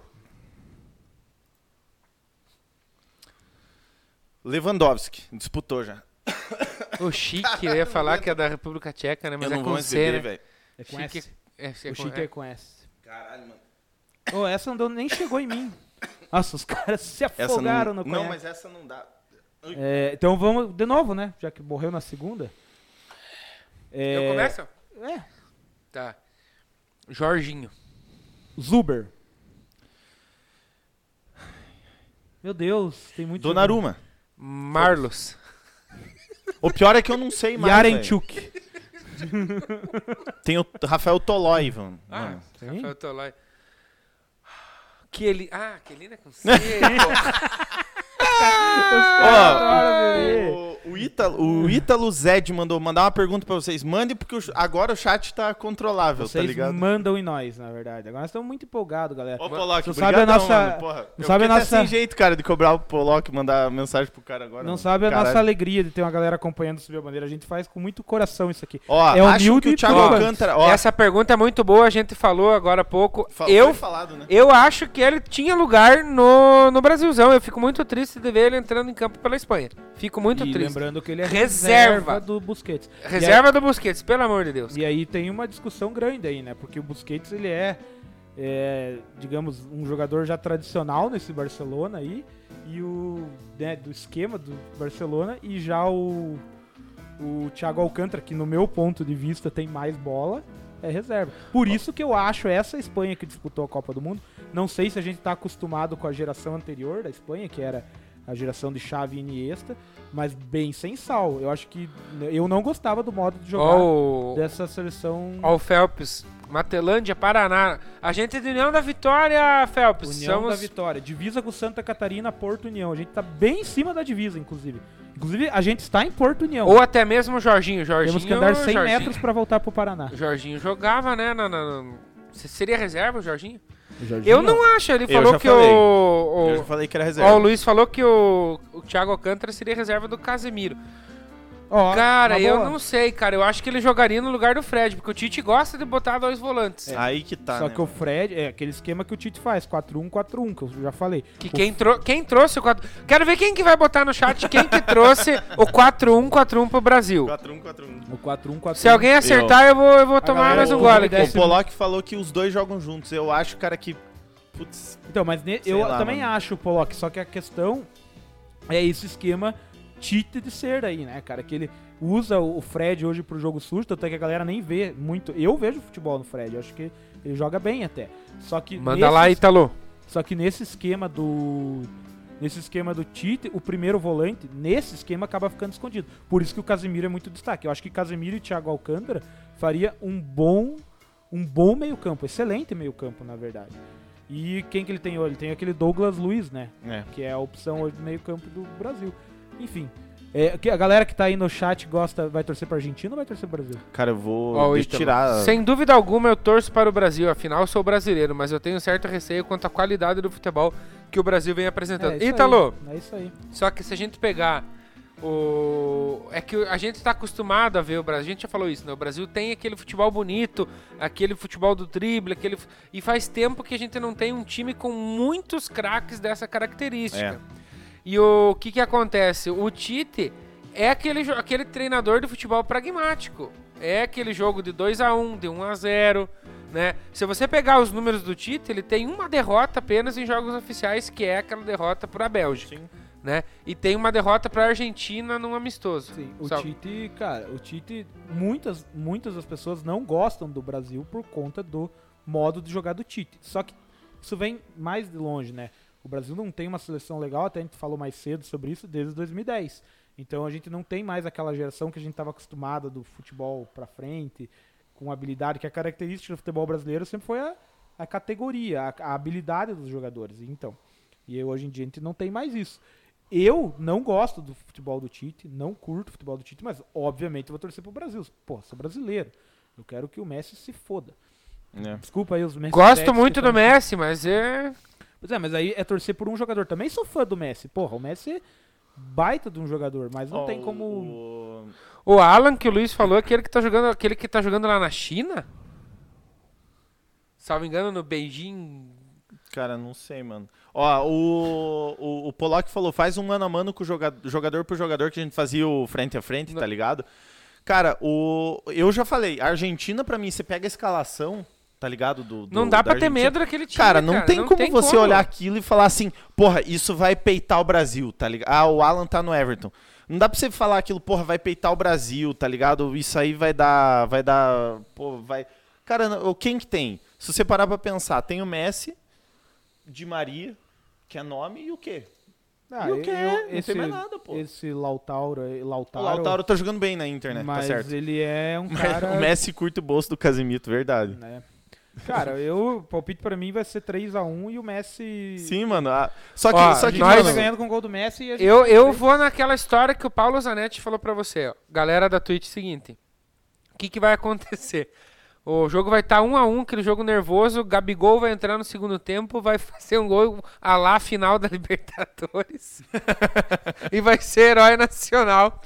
Speaker 2: Lewandowski. Disputou já.
Speaker 3: O Chique, eu ia falar que é da República Tcheca, né? Mas
Speaker 2: eu
Speaker 3: é
Speaker 2: não
Speaker 3: com
Speaker 2: vou mais
Speaker 3: C,
Speaker 2: beber,
Speaker 3: né?
Speaker 2: velho.
Speaker 5: É com
Speaker 3: Chique,
Speaker 5: S.
Speaker 3: é
Speaker 5: O Chique é com S.
Speaker 2: Caralho, mano.
Speaker 5: Oh, essa nem chegou em mim. Nossa, os caras se
Speaker 2: Essa
Speaker 5: afogaram
Speaker 2: não,
Speaker 5: no
Speaker 2: não,
Speaker 5: conhaque.
Speaker 2: mas essa não dá.
Speaker 5: Então vamos de novo, né? Já que morreu na segunda.
Speaker 3: Eu começo?
Speaker 5: É.
Speaker 3: Tá. Jorginho.
Speaker 5: Zuber. Meu Deus, tem muito...
Speaker 2: Donnarumma.
Speaker 3: Marlos.
Speaker 2: O pior é que eu não sei mais,
Speaker 5: Yarenchuk.
Speaker 2: Tem o Rafael Tolói, mano.
Speaker 5: Sim?
Speaker 3: Rafael Tolói. Quelina é com C. pô.
Speaker 2: O Ítalo Zed mandou mandar uma pergunta pra vocês. Mande, porque agora o chat tá controlável,
Speaker 5: Vocês
Speaker 2: tá ligado?
Speaker 5: mandam em nós, na verdade. Agora nós estamos muito empolgados, galera.
Speaker 2: Ô, Pollock,
Speaker 5: Não sabe a nossa...
Speaker 2: mano, porra.
Speaker 5: Não
Speaker 2: Eu
Speaker 5: sabe a
Speaker 2: fiquei até
Speaker 5: nossa...
Speaker 2: sem jeito, cara, de cobrar o Pollock, mandar mensagem pro cara agora.
Speaker 5: Não
Speaker 2: mano.
Speaker 5: sabe a
Speaker 2: Caralho.
Speaker 5: nossa alegria de ter uma galera acompanhando o Subir a Bandeira. A gente faz com muito coração isso aqui.
Speaker 2: Ó,
Speaker 5: É
Speaker 2: acho
Speaker 5: humilde
Speaker 2: que o
Speaker 5: e
Speaker 2: Thiago
Speaker 5: tolerante.
Speaker 2: Alcântara... Ó,
Speaker 3: Essa pergunta é muito boa, a gente falou agora há pouco.
Speaker 2: foi falado, né?
Speaker 3: Eu acho que ele tinha lugar no Brasilzão. Eu fico muito triste de ver ele entrando em campo pela Espanha. Fico muito
Speaker 5: E
Speaker 3: triste.
Speaker 5: lembrando que ele é
Speaker 3: Reserva.
Speaker 5: do Busquets.
Speaker 3: Reserva do Busquets, pelo amor de Deus.
Speaker 5: E aí tem uma discussão grande aí, né? Porque o Busquets, ele digamos, um jogador já tradicional nesse Barcelona aí. E do esquema do Barcelona. E já o Thiago Alcântara, que no meu ponto de vista tem mais bola, é reserva. Por isso que eu acho essa Espanha que disputou a Copa do Mundo. Não sei se a gente tá acostumado com a geração anterior da Espanha, que era a geração de Xavi e Iniesta, mas bem sem sal. Eu acho que eu não gostava do modo de jogar dessa seleção.
Speaker 3: Ó o Phelps, Matelândia, Paraná. A gente é de União da Vitória, Phelps.
Speaker 5: União da Vitória. Divisa com Santa Catarina, Porto União. A gente tá bem em cima da divisa, inclusive. Inclusive, a gente está em Porto União.
Speaker 3: Ou até mesmo o Jorginho.
Speaker 5: Temos que andar 100 metros para voltar pro Paraná.
Speaker 3: O Jorginho jogava, né? Seria reserva o Jorginho?
Speaker 5: Jorginho?
Speaker 3: Eu não acho. Ele falou que
Speaker 2: Eu já falei que era reserva.
Speaker 3: Ó, o Luiz falou que o Thiago Alcântara seria reserva do Casemiro.
Speaker 5: Ó,
Speaker 3: Cara,
Speaker 5: uma
Speaker 3: eu
Speaker 5: boa.
Speaker 3: não sei, cara. Eu acho que ele jogaria no lugar do Fred, porque o Tite gosta de botar dois volantes.
Speaker 2: Aí que tá,
Speaker 5: Só
Speaker 2: né?
Speaker 5: que o Fred, aquele esquema que o Tite faz, 4-1-4-1, que eu já falei.
Speaker 3: Que quem trouxe o 4... Quero ver quem que vai botar no chat quem que trouxe o 4-1-4-1 pro Brasil.
Speaker 2: 4-1-4-1.
Speaker 5: O 4-1-4-1.
Speaker 3: Se alguém acertar, eu vou tomar
Speaker 5: galera
Speaker 3: mais um
Speaker 5: do
Speaker 3: gole
Speaker 5: Rubem
Speaker 3: aqui.
Speaker 2: O Pollock falou que os dois jogam juntos. Eu acho, cara, que... Putz,
Speaker 5: Então, mas
Speaker 2: Sei
Speaker 5: eu
Speaker 2: lá,
Speaker 5: também
Speaker 2: mano.
Speaker 5: acho, Pollock, só que a questão é esse esquema Tite de ser aí, né, cara? Que ele usa o Fred hoje pro jogo sujo, tanto é que a galera nem vê muito. Eu vejo futebol no Fred, eu acho que ele joga bem até. Só que
Speaker 3: Manda lá, Ítalo.
Speaker 5: Só que nesse esquema do Tite, o primeiro volante, nesse esquema, acaba ficando escondido. Por isso que o Casemiro é muito destaque. Eu acho que Casemiro e Thiago Alcântara faria um bom meio-campo, excelente meio-campo, na verdade. E quem que ele tem hoje? Ele tem aquele Douglas Luiz, né?
Speaker 2: é.
Speaker 5: Que é a opção hoje do meio-campo do Brasil. Enfim, A galera que tá aí no chat vai torcer pra Argentina ou vai torcer pro Brasil?
Speaker 2: Cara, eu vou
Speaker 3: Ó, o
Speaker 2: deixa eu
Speaker 3: Ítalo.
Speaker 2: tirar...
Speaker 3: Sem dúvida alguma eu torço para o Brasil, afinal eu sou brasileiro, mas eu tenho certo receio quanto à qualidade do futebol que o Brasil vem apresentando.
Speaker 5: isso
Speaker 3: Ítalo,
Speaker 5: aí, é isso aí.
Speaker 3: só que se a gente pegar é que a gente tá acostumado a ver o Brasil, a gente já falou isso, né? O Brasil tem aquele futebol bonito, aquele futebol do drible, e faz tempo que a gente não tem um time com muitos craques dessa característica. E o que acontece? O Tite é aquele treinador de futebol pragmático. É aquele jogo de 2-1, de 1-0, né? Se você pegar os números do Tite, ele tem uma derrota apenas em jogos oficiais, que é aquela derrota para a Bélgica.
Speaker 2: Sim.
Speaker 3: Né? E tem uma derrota para a Argentina num amistoso.
Speaker 5: Sim,
Speaker 3: Sabe?
Speaker 5: o Tite, muitas das pessoas não gostam do Brasil por conta do modo de jogar do Tite. Só que isso vem mais de longe, né? O Brasil não tem uma seleção legal, até a gente falou mais cedo sobre isso, desde 2010. Então a gente não tem mais aquela geração que a gente estava acostumado do futebol pra frente, com habilidade, que a característica do futebol brasileiro sempre foi a categoria, a habilidade dos jogadores. Então, hoje em dia a gente não tem mais isso. Eu não gosto do futebol do Tite, não curto o futebol do Tite, mas obviamente eu vou torcer pro Brasil. Pô, sou brasileiro. Eu quero que o Messi se foda. Desculpa aí os Messi.
Speaker 3: Gosto muito do Messi, mas é...
Speaker 5: Pois é, mas aí é torcer por um jogador. Também sou fã do Messi. Porra, o Messi é baita de um jogador, mas não tem como...
Speaker 3: O Alan, que o Luiz falou, aquele que tá jogando lá na China? Salvo engano, no Beijing...
Speaker 2: Cara, não sei, mano. Ó, o Pollock falou, faz um mano a mano com o jogador por jogador que a gente fazia o frente a frente, tá ligado? Cara, eu já falei, a Argentina pra mim, você pega a escalação, tá ligado?
Speaker 3: Não dá
Speaker 2: da
Speaker 3: pra ter
Speaker 2: Argentina.
Speaker 3: medo daquele time,
Speaker 2: Cara, não tem como você
Speaker 3: como.
Speaker 2: olhar aquilo e falar assim, porra, isso vai peitar o Brasil, tá ligado? Ah, o Alan tá no Everton. Não dá pra você falar aquilo, porra, vai peitar o Brasil, tá ligado? Isso aí vai dar, pô, vai... Cara, quem que tem? Se você parar pra pensar, tem o Messi, Di Maria, que é nome, e o quê?
Speaker 5: Ah,
Speaker 2: e o quê? Não tem mais nada, pô.
Speaker 5: Esse Lautaro...
Speaker 2: O Lautaro tá jogando bem na Inter, né?
Speaker 5: Mas
Speaker 2: tá certo.
Speaker 5: ele é um cara...
Speaker 2: O Messi curte o bolso do Casemiro, verdade.
Speaker 5: Né? Cara, o palpite pra mim vai ser 3-1 e o Messi...
Speaker 2: Sim, mano. Só que,
Speaker 3: Ó,
Speaker 5: A gente
Speaker 3: nós-
Speaker 5: vai ganhando com o gol do Messi e a gente...
Speaker 3: Eu vou naquela história que o Paulo Zanetti falou pra você, ó. Galera da Twitch, seguinte. O que vai acontecer? O jogo vai estar 1-1, aquele jogo nervoso. O Gabigol vai entrar no segundo tempo, vai fazer um gol a lá final da Libertadores. E vai ser herói nacional.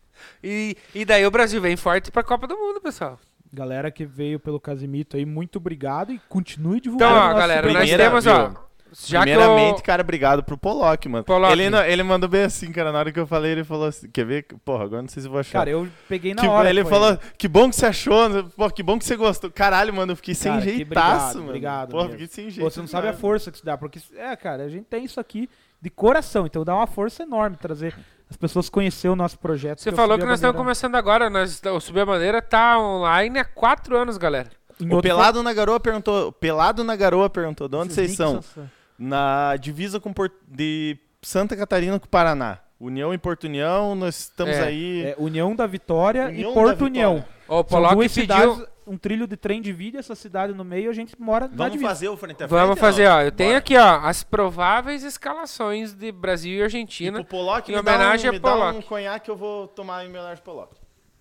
Speaker 3: E daí o Brasil vem forte pra Copa do Mundo, pessoal.
Speaker 5: Galera que veio pelo Casimito aí, muito obrigado e continue divulgando.
Speaker 3: Então, ó,
Speaker 5: nosso
Speaker 3: galera, nós
Speaker 2: primeira,
Speaker 3: temos,
Speaker 2: viu?
Speaker 3: ó... Já
Speaker 2: Primeiramente,
Speaker 3: que
Speaker 2: cara, obrigado pro Pollock, mano.
Speaker 3: Pollock.
Speaker 2: Ele mandou bem assim, cara. Na hora que eu falei, ele falou assim, quer ver? Porra, agora não sei se eu vou achar.
Speaker 5: Cara, eu peguei na
Speaker 2: Que-
Speaker 5: hora.
Speaker 2: ele
Speaker 5: foi.
Speaker 2: falou, que bom que você achou, pô, que bom que você gostou. Caralho, mano, eu fiquei sem
Speaker 5: Cara, que
Speaker 2: jeitaço, mano.
Speaker 5: obrigado
Speaker 2: Porra,
Speaker 5: mesmo.
Speaker 2: fiquei sem jeito.
Speaker 5: Pô, você não sabe a força que isso dá, porque, cara, a gente tem isso aqui de coração, então dá uma força enorme trazer as pessoas conhecer o nosso projeto.
Speaker 3: você
Speaker 5: eu
Speaker 3: falou
Speaker 5: Subir
Speaker 3: que
Speaker 5: a
Speaker 3: nós estamos
Speaker 5: Bandeira
Speaker 3: começando agora. O Subir a Bandeira tá online há 4 anos, galera.
Speaker 5: em
Speaker 2: O
Speaker 5: outro
Speaker 2: Pelado na Garoa perguntou, de onde vocês são?
Speaker 5: São?
Speaker 2: Na divisa de Santa Catarina com o Paraná. União e Porto União, nós estamos aí...
Speaker 5: É, União da Vitória
Speaker 2: União
Speaker 5: e Porto
Speaker 2: da Vitória.
Speaker 5: União.
Speaker 3: Ó, o
Speaker 5: São
Speaker 3: Pollock
Speaker 5: duas
Speaker 3: pediu...
Speaker 5: cidades, um trilho de trem divide essa cidade no meio, a gente mora na
Speaker 2: Vamos
Speaker 5: divisa.
Speaker 2: fazer o frente a frente?
Speaker 3: Vamos fazer, ó. Eu tenho
Speaker 2: Bora.
Speaker 3: aqui, ó, as prováveis escalações de Brasil e
Speaker 2: E
Speaker 3: Argentina.
Speaker 2: pro Pollock,
Speaker 3: em
Speaker 2: me dá
Speaker 3: homenagem a
Speaker 2: me dá
Speaker 3: Pollock.
Speaker 2: um conhaque que eu vou tomar em homenagem ao Pollock.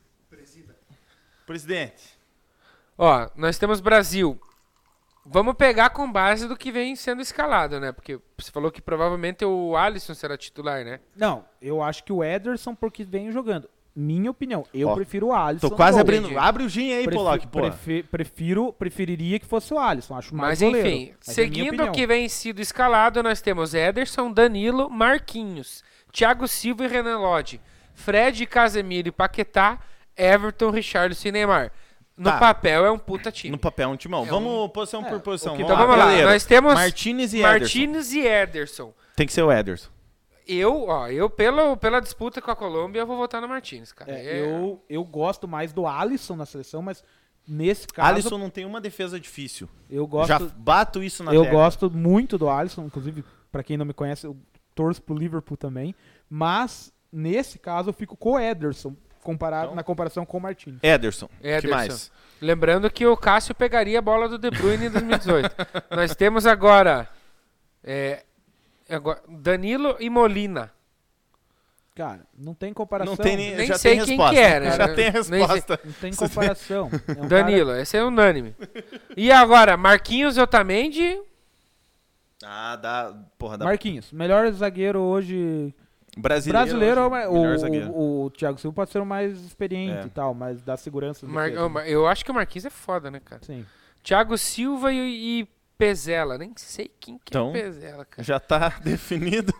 Speaker 2: Presidente.
Speaker 3: Ó, nós temos Brasil. Vamos pegar com base do que vem sendo escalado, né? Porque você falou que provavelmente o Alisson será titular, né?
Speaker 5: Não, eu acho que o Ederson porque vem jogando. Minha opinião, eu
Speaker 2: Ó,
Speaker 5: prefiro o Alisson.
Speaker 2: Tô quase
Speaker 5: no gol.
Speaker 2: abrindo.
Speaker 3: Entendi.
Speaker 2: Abre o gin aí, Pollock, porra.
Speaker 5: Preferiria que fosse o Alisson, acho mais
Speaker 3: Mas
Speaker 5: goleiro.
Speaker 3: enfim,
Speaker 5: Mas é minha
Speaker 3: seguindo
Speaker 5: opinião.
Speaker 3: o que vem sido escalado, nós temos Ederson, Danilo, Marquinhos, Thiago Silva e Renan Lodge, Fred, Casemiro e Paquetá, Everton, Richarlison e Neymar. No
Speaker 2: Tá.
Speaker 3: papel é um puta time.
Speaker 2: No papel, um timão. Vamos posição por posição.
Speaker 5: ok,
Speaker 3: Então vamos lá,
Speaker 2: goleiro.
Speaker 3: nós temos
Speaker 2: Martínez e Ederson.
Speaker 3: Martínez e Ederson.
Speaker 2: Tem que ser o Ederson.
Speaker 3: Eu pela disputa com a Colômbia, eu vou votar no Martínez, cara.
Speaker 5: Eu gosto mais do Alisson na seleção, mas nesse caso
Speaker 2: Alisson não tem uma defesa difícil.
Speaker 5: eu gosto,
Speaker 2: Já bato isso na
Speaker 5: eu
Speaker 2: tecla.
Speaker 5: gosto muito do Alisson, inclusive, pra quem não me conhece, eu torço pro Liverpool também, mas nesse caso eu fico com o Ederson,
Speaker 2: Então?
Speaker 5: na comparação com o Martins.
Speaker 2: Ederson. Que
Speaker 3: Ederson.
Speaker 2: mais?
Speaker 3: Lembrando que o Cássio pegaria a bola do De Bruyne em 2018. Nós temos agora Danilo e Molina.
Speaker 5: Cara, não tem comparação.
Speaker 2: Não tem nem,
Speaker 3: Nem
Speaker 2: já
Speaker 3: sei
Speaker 2: tem
Speaker 3: quem
Speaker 2: resposta.
Speaker 3: que é, né?
Speaker 2: Já tem a
Speaker 3: Nem sei.
Speaker 2: resposta.
Speaker 5: Não tem comparação. É um
Speaker 3: Danilo, esse é unânime. E agora, Marquinhos Otamendi...
Speaker 2: Ah, dá. Porra, dá.
Speaker 5: Marquinhos, melhor zagueiro hoje.
Speaker 2: Brasileiro
Speaker 5: é
Speaker 2: hoje, melhor
Speaker 5: o,
Speaker 2: zagueiro.
Speaker 5: o Thiago Silva pode ser o mais experiente
Speaker 2: É.
Speaker 5: e tal, mas dá segurança. de defesa, né?
Speaker 3: Eu acho que o Marquinhos é foda, né, cara?
Speaker 5: Sim.
Speaker 3: Thiago Silva e Pezela. Nem sei quem que
Speaker 2: Então,
Speaker 3: é Pezela, cara.
Speaker 2: Já tá definido.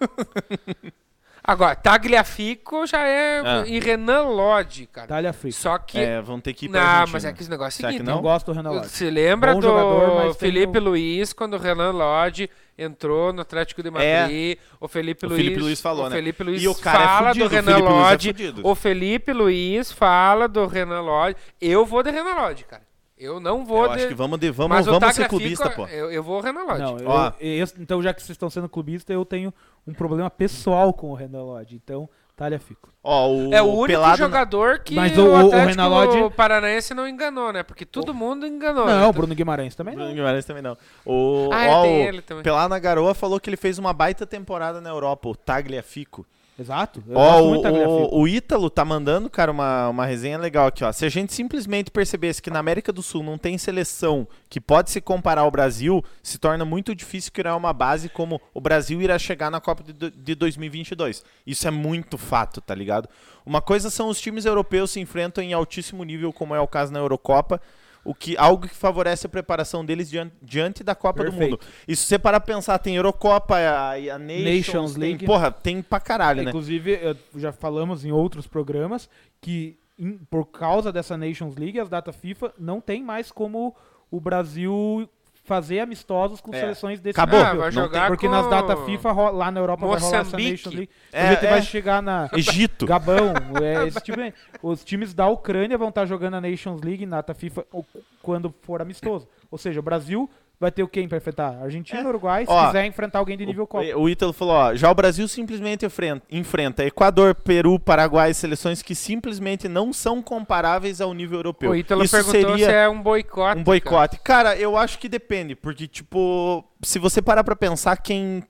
Speaker 3: Agora, Tagliafico já é...
Speaker 2: Ah.
Speaker 3: E Renan Lodge, cara.
Speaker 5: Talha Frica.
Speaker 3: Só que...
Speaker 2: É, vão ter que ir pra
Speaker 3: Não,
Speaker 2: Argentina.
Speaker 3: mas é que esse negócio é o
Speaker 2: Será que
Speaker 3: seguinte.
Speaker 2: não?
Speaker 5: Não gosto do Renan Lodge.
Speaker 3: Você lembra
Speaker 5: Bom
Speaker 3: do
Speaker 5: jogador, mas tem
Speaker 3: Felipe
Speaker 5: um-
Speaker 3: Luiz, quando o Renan Lodge entrou no Atlético de Madrid? O Felipe
Speaker 2: O
Speaker 3: Luiz...
Speaker 2: Felipe Luiz falou,
Speaker 3: o
Speaker 2: né?
Speaker 3: Felipe Luiz
Speaker 2: E o cara é
Speaker 3: fala
Speaker 2: fudido,
Speaker 3: do
Speaker 2: o
Speaker 3: Renan
Speaker 2: Felipe Luiz é
Speaker 3: Lodge.
Speaker 2: fudido.
Speaker 3: O Felipe Luiz fala do Renan Lodge. Eu vou de Renan Lodge, cara. Eu não vou
Speaker 2: Eu acho que vamos
Speaker 3: Mas o
Speaker 2: ser
Speaker 3: Tagliafico,
Speaker 2: clubista, pô.
Speaker 3: Eu vou Renan Lodge.
Speaker 5: Não,
Speaker 2: Ó.
Speaker 5: então já que vocês estão sendo clubistas, eu tenho um problema pessoal com o Renan Lodge. Então, Talha Fico.
Speaker 2: Ó, o
Speaker 3: É o único
Speaker 2: Pelado
Speaker 3: jogador que
Speaker 5: Mas
Speaker 3: o
Speaker 5: o
Speaker 3: Atlético
Speaker 5: Renan Lodge-
Speaker 3: Paranaense não enganou, né? Porque todo mundo enganou.
Speaker 5: Não,
Speaker 3: né?
Speaker 5: o Bruno Guimarães também
Speaker 2: Bruno
Speaker 5: não.
Speaker 2: Guimarães também não.
Speaker 3: Tem ele também.
Speaker 2: Pelado na Garoa falou que ele fez uma baita temporada na Europa, o Tagliafico.
Speaker 5: Exato. Eu
Speaker 2: Ó,
Speaker 5: gosto muito da Talha Fico.
Speaker 2: o Ítalo tá mandando, cara, uma resenha legal aqui, ó. Se a gente simplesmente percebesse que na América do Sul não tem seleção que pode se comparar ao Brasil, se torna muito difícil criar uma base como o Brasil irá chegar na Copa de 2022. Isso é muito fato, tá ligado? Uma coisa são os times europeus se enfrentam em altíssimo nível, como é o caso na Eurocopa, algo que favorece a preparação deles diante da Copa do
Speaker 5: Perfeito.
Speaker 2: Mundo. E se você parar pra pensar, tem Eurocopa, a Nations
Speaker 5: League.
Speaker 2: Tem, porra, tem pra caralho, né?
Speaker 5: Inclusive, já falamos em outros programas que, por causa dessa Nations League, as datas FIFA não tem mais como o Brasil fazer amistosos com
Speaker 2: É.
Speaker 5: seleções desse
Speaker 2: Acabou.
Speaker 5: nível.
Speaker 3: vai
Speaker 2: Não
Speaker 3: jogar
Speaker 5: Porque
Speaker 3: com
Speaker 5: nas datas FIFA, lá na Europa vai rolar essa
Speaker 3: Moçambique.
Speaker 5: Nations League.
Speaker 2: É,
Speaker 5: a gente vai
Speaker 2: é.
Speaker 5: chegar na
Speaker 2: Egito.
Speaker 5: Gabão, esse time, os times da Ucrânia vão estar jogando a Nations League na data FIFA quando for amistoso. Ou seja, o Brasil vai ter o quem para enfrentar? Argentina, Uruguai, se
Speaker 2: Ó,
Speaker 5: quiser enfrentar alguém de nível Copa.
Speaker 2: O Ítalo falou, ó, já o Brasil simplesmente enfrenta Equador, Peru, Paraguai, seleções que simplesmente não são comparáveis ao nível europeu.
Speaker 3: O Ítalo
Speaker 2: Isso
Speaker 3: perguntou
Speaker 2: seria
Speaker 3: se é um boicote.
Speaker 2: um boicote. Cara, eu acho que depende, porque, tipo, se você parar pra pensar, quem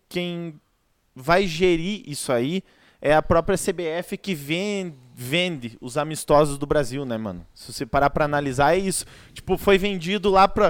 Speaker 2: vai gerir isso aí é a própria CBF que vende os amistosos do Brasil, né, mano? Se você parar pra analisar, é isso. Tipo, foi vendido lá pra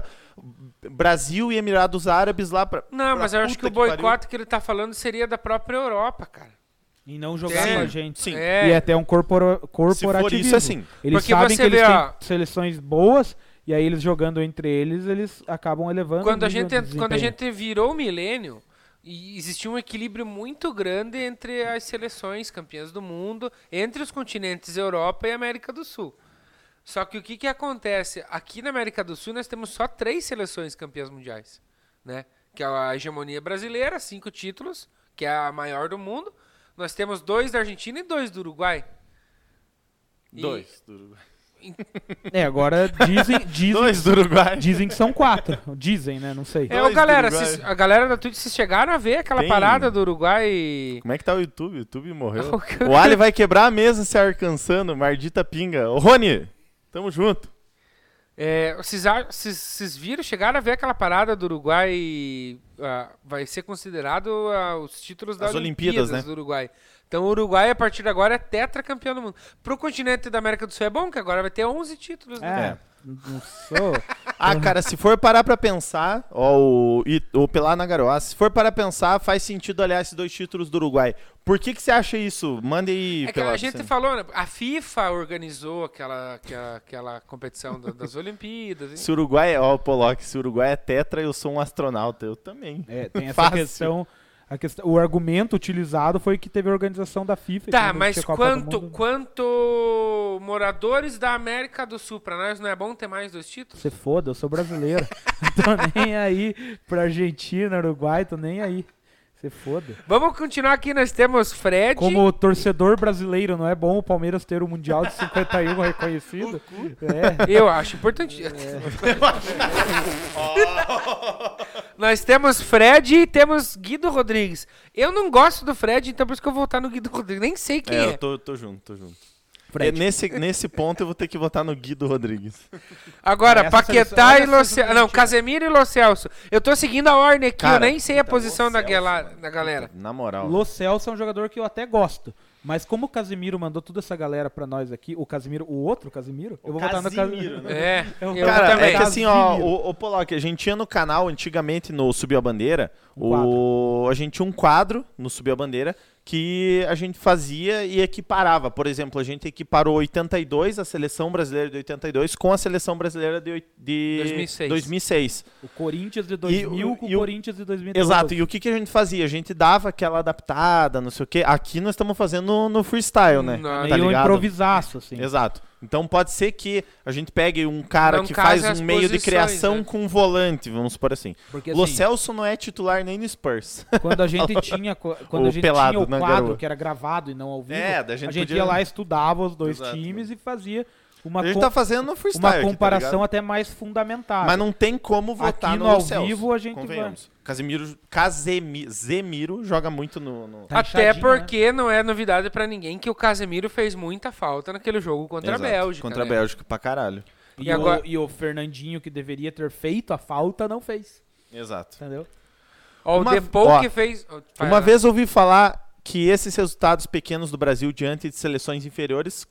Speaker 2: Brasil e Emirados Árabes lá pra...
Speaker 3: Não, mas eu acho que o
Speaker 2: puta
Speaker 3: boicote que ele tá falando seria da própria Europa, cara.
Speaker 5: E não jogar
Speaker 3: Sim.
Speaker 5: com a gente.
Speaker 2: Sim.
Speaker 3: É.
Speaker 5: E é até um corporativismo.
Speaker 2: isso, assim.
Speaker 5: Eles
Speaker 3: Porque
Speaker 5: sabem
Speaker 3: você
Speaker 5: que eles
Speaker 3: vê,
Speaker 5: têm
Speaker 3: ó,
Speaker 5: seleções boas, e aí eles jogando entre eles, eles acabam elevando
Speaker 3: Quando
Speaker 5: o
Speaker 3: a
Speaker 5: nível de
Speaker 3: gente
Speaker 5: desempenho.
Speaker 3: virou o milênio, e existia um equilíbrio muito grande entre as seleções campeãs do mundo, entre os continentes Europa e América do Sul. Só que o que acontece? Aqui na América do Sul nós temos só 3 seleções campeãs mundiais, né? Que é a hegemonia brasileira, 5 títulos, que é a maior do mundo. Nós temos 2 da Argentina e 2 do Uruguai. E-
Speaker 2: 2 do Uruguai.
Speaker 5: É, agora dizem,
Speaker 2: 2 do Uruguai.
Speaker 5: dizem que são 4. Dizem, né? Não sei.
Speaker 3: É,
Speaker 2: Dois do
Speaker 3: galera,
Speaker 2: Uruguai.
Speaker 3: a galera da Twitch, vocês chegaram a ver aquela
Speaker 2: Tem.
Speaker 3: parada do Uruguai?
Speaker 2: Como é que tá o YouTube? O YouTube morreu.
Speaker 3: O que-
Speaker 2: O Ali vai quebrar a mesa se alcançando. Mardita pinga. Ô, Rony, tamo junto.
Speaker 3: Vocês viram, chegaram a ver aquela parada do Uruguai? Vai ser considerado os títulos das
Speaker 2: As Olimpíadas, né?
Speaker 3: do Uruguai. Então o Uruguai, a partir de agora, é tetracampeão do mundo. Pro continente da América do Sul é bom, que agora vai ter 11 títulos, né?
Speaker 5: Não sou.
Speaker 2: Ah, cara, se for parar pra pensar, ó, o Pelá na Garoa, se for parar pra pensar, faz sentido olhar esses 2 títulos do Uruguai. Por que você acha isso? Manda aí,
Speaker 3: É que
Speaker 2: Pelá.
Speaker 3: a gente falou, né? A FIFA organizou aquela competição das Olimpíadas. hein?
Speaker 2: Se o Uruguai, ó, Pollock, se o Uruguai é tetra, eu sou um astronauta. Eu também.
Speaker 5: Tem essa
Speaker 2: Fácil.
Speaker 5: questão. O argumento utilizado foi que teve a organização da FIFA.
Speaker 3: Tá,
Speaker 5: quando
Speaker 3: mas
Speaker 5: tinha Copa do Mundo.
Speaker 3: quanto moradores da América do Sul, pra nós não é bom ter mais 2 títulos?
Speaker 5: Você foda, eu sou brasileiro. Tô nem aí pra Argentina, Uruguai, tô nem aí. Você foda.
Speaker 3: Vamos continuar aqui, nós temos Fred.
Speaker 5: Como torcedor brasileiro, não é bom o Palmeiras ter o Mundial de 51 reconhecido? É.
Speaker 3: Eu acho importante. Nós temos Fred e temos Guido Rodrigues. Eu não gosto do Fred, então por isso que eu vou votar no Guido Rodrigues. Nem sei quem é.
Speaker 2: Eu tô junto.
Speaker 5: Fred.
Speaker 2: Nesse ponto eu vou ter que votar no Guido Rodrigues.
Speaker 3: Agora,
Speaker 5: Essa
Speaker 3: Paquetá
Speaker 5: seleção-
Speaker 3: e Lo
Speaker 5: olha
Speaker 3: Celso.
Speaker 5: essa
Speaker 3: Não,
Speaker 5: seleção
Speaker 3: Casemiro e Lo Celso. Eu tô seguindo a ordem aqui,
Speaker 2: Cara,
Speaker 3: eu nem sei a
Speaker 2: puta,
Speaker 3: posição
Speaker 2: Lo
Speaker 3: da
Speaker 2: Celso,
Speaker 3: galera.
Speaker 2: Na moral.
Speaker 5: Lo Celso é um jogador que eu até gosto, Mas como o Casimiro mandou toda essa galera pra nós aqui, o outro Casimiro, eu vou votar no
Speaker 2: Casimiro,
Speaker 5: Casimiro.
Speaker 2: né?
Speaker 3: Eu
Speaker 2: Cara,
Speaker 3: também.
Speaker 2: é que assim, ó,
Speaker 5: Casimiro.
Speaker 2: o Pollock, a gente tinha no canal, antigamente, no Subiu a Bandeira,
Speaker 5: Um
Speaker 2: a gente tinha um quadro no Subiu a Bandeira que a gente fazia e equiparava. Por exemplo, a gente equiparou 82, a seleção brasileira de 82, com a seleção brasileira de 2006.
Speaker 5: O Corinthians de 2000 com o Corinthians de 2012.
Speaker 2: Exato, e o que a gente fazia? A gente dava aquela adaptada, não sei o quê. Aqui nós estamos fazendo no freestyle, né?
Speaker 3: Não,
Speaker 2: Tá
Speaker 5: Meio
Speaker 2: ligado?
Speaker 5: improvisaço, assim.
Speaker 2: Exato. Então pode ser que a gente pegue um cara
Speaker 3: Não
Speaker 2: que
Speaker 3: case
Speaker 2: faz
Speaker 3: as
Speaker 2: um meio de
Speaker 3: posições,
Speaker 2: criação
Speaker 3: né?
Speaker 2: com um volante, vamos supor assim.
Speaker 5: Porque
Speaker 2: Lo
Speaker 5: assim,
Speaker 2: Celso não é titular nem no Spurs.
Speaker 5: quando a gente tinha, quando
Speaker 2: O
Speaker 5: a gente
Speaker 2: pelado,
Speaker 5: tinha o
Speaker 2: né,
Speaker 5: quadro
Speaker 2: garoto?
Speaker 5: que era gravado e não ao vivo,
Speaker 2: É, da
Speaker 5: a
Speaker 2: gente
Speaker 5: gente
Speaker 2: podia-
Speaker 5: ia lá, estudava os dois
Speaker 2: Exato.
Speaker 5: times e fazia uma,
Speaker 2: A gente
Speaker 5: com-
Speaker 2: tá fazendo no freestyle
Speaker 5: uma
Speaker 2: aqui, tá
Speaker 5: comparação
Speaker 2: ligado?
Speaker 5: até mais fundamentada.
Speaker 2: Mas não tem como votar
Speaker 5: Aqui
Speaker 2: no
Speaker 5: no
Speaker 2: Lo
Speaker 5: ao
Speaker 2: Celso,
Speaker 5: vivo a gente
Speaker 2: convenhamos. Zemiro joga muito no...
Speaker 5: Tá
Speaker 3: Até
Speaker 5: inchadinho,
Speaker 3: porque não é novidade pra ninguém que o Casemiro fez muita falta naquele jogo contra
Speaker 2: Exato,
Speaker 3: a Bélgica.
Speaker 2: Contra a
Speaker 3: né?
Speaker 2: Bélgica pra caralho.
Speaker 5: E,
Speaker 3: E agora-
Speaker 5: e o Fernandinho, que deveria ter feito a falta, não fez.
Speaker 2: Exato.
Speaker 5: Entendeu?
Speaker 3: Ó, o
Speaker 2: Uma-
Speaker 3: Depou
Speaker 2: ó,
Speaker 3: que fez... Vai
Speaker 2: Uma
Speaker 3: lá.
Speaker 2: vez ouvi falar que esses resultados pequenos do Brasil diante de seleções inferiores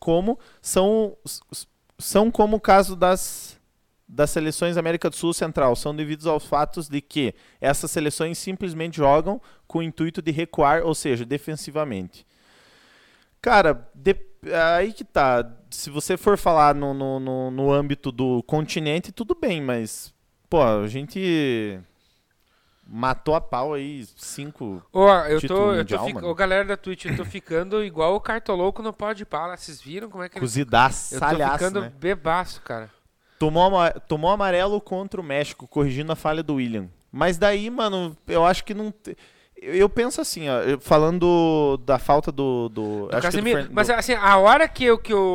Speaker 2: são como o caso das seleções da América do Sul e Central, são devidos aos fatos de que essas seleções simplesmente jogam com o intuito de recuar, ou seja, defensivamente. Cara, aí que tá. Se você for falar no âmbito do continente, tudo bem, mas, pô, a gente matou a pau aí 5...
Speaker 3: Ó, eu
Speaker 2: título
Speaker 3: tô
Speaker 2: mundial, mano.
Speaker 3: Ô, galera da Twitch, eu tô ficando igual o Cartolouco no Pode Pala. Vocês viram como é que ele...
Speaker 2: Cozidaço,
Speaker 3: Eu tô
Speaker 2: salhaço,
Speaker 3: ficando
Speaker 2: né?
Speaker 3: bebaço, cara.
Speaker 2: Tomou amarelo contra o México, corrigindo a falha do William. Mas daí, mano, eu acho que não... Eu penso assim, ó, falando da falta do acho que do
Speaker 3: Casemiro.
Speaker 2: Fern-
Speaker 3: Mas
Speaker 2: do-
Speaker 3: assim, a hora que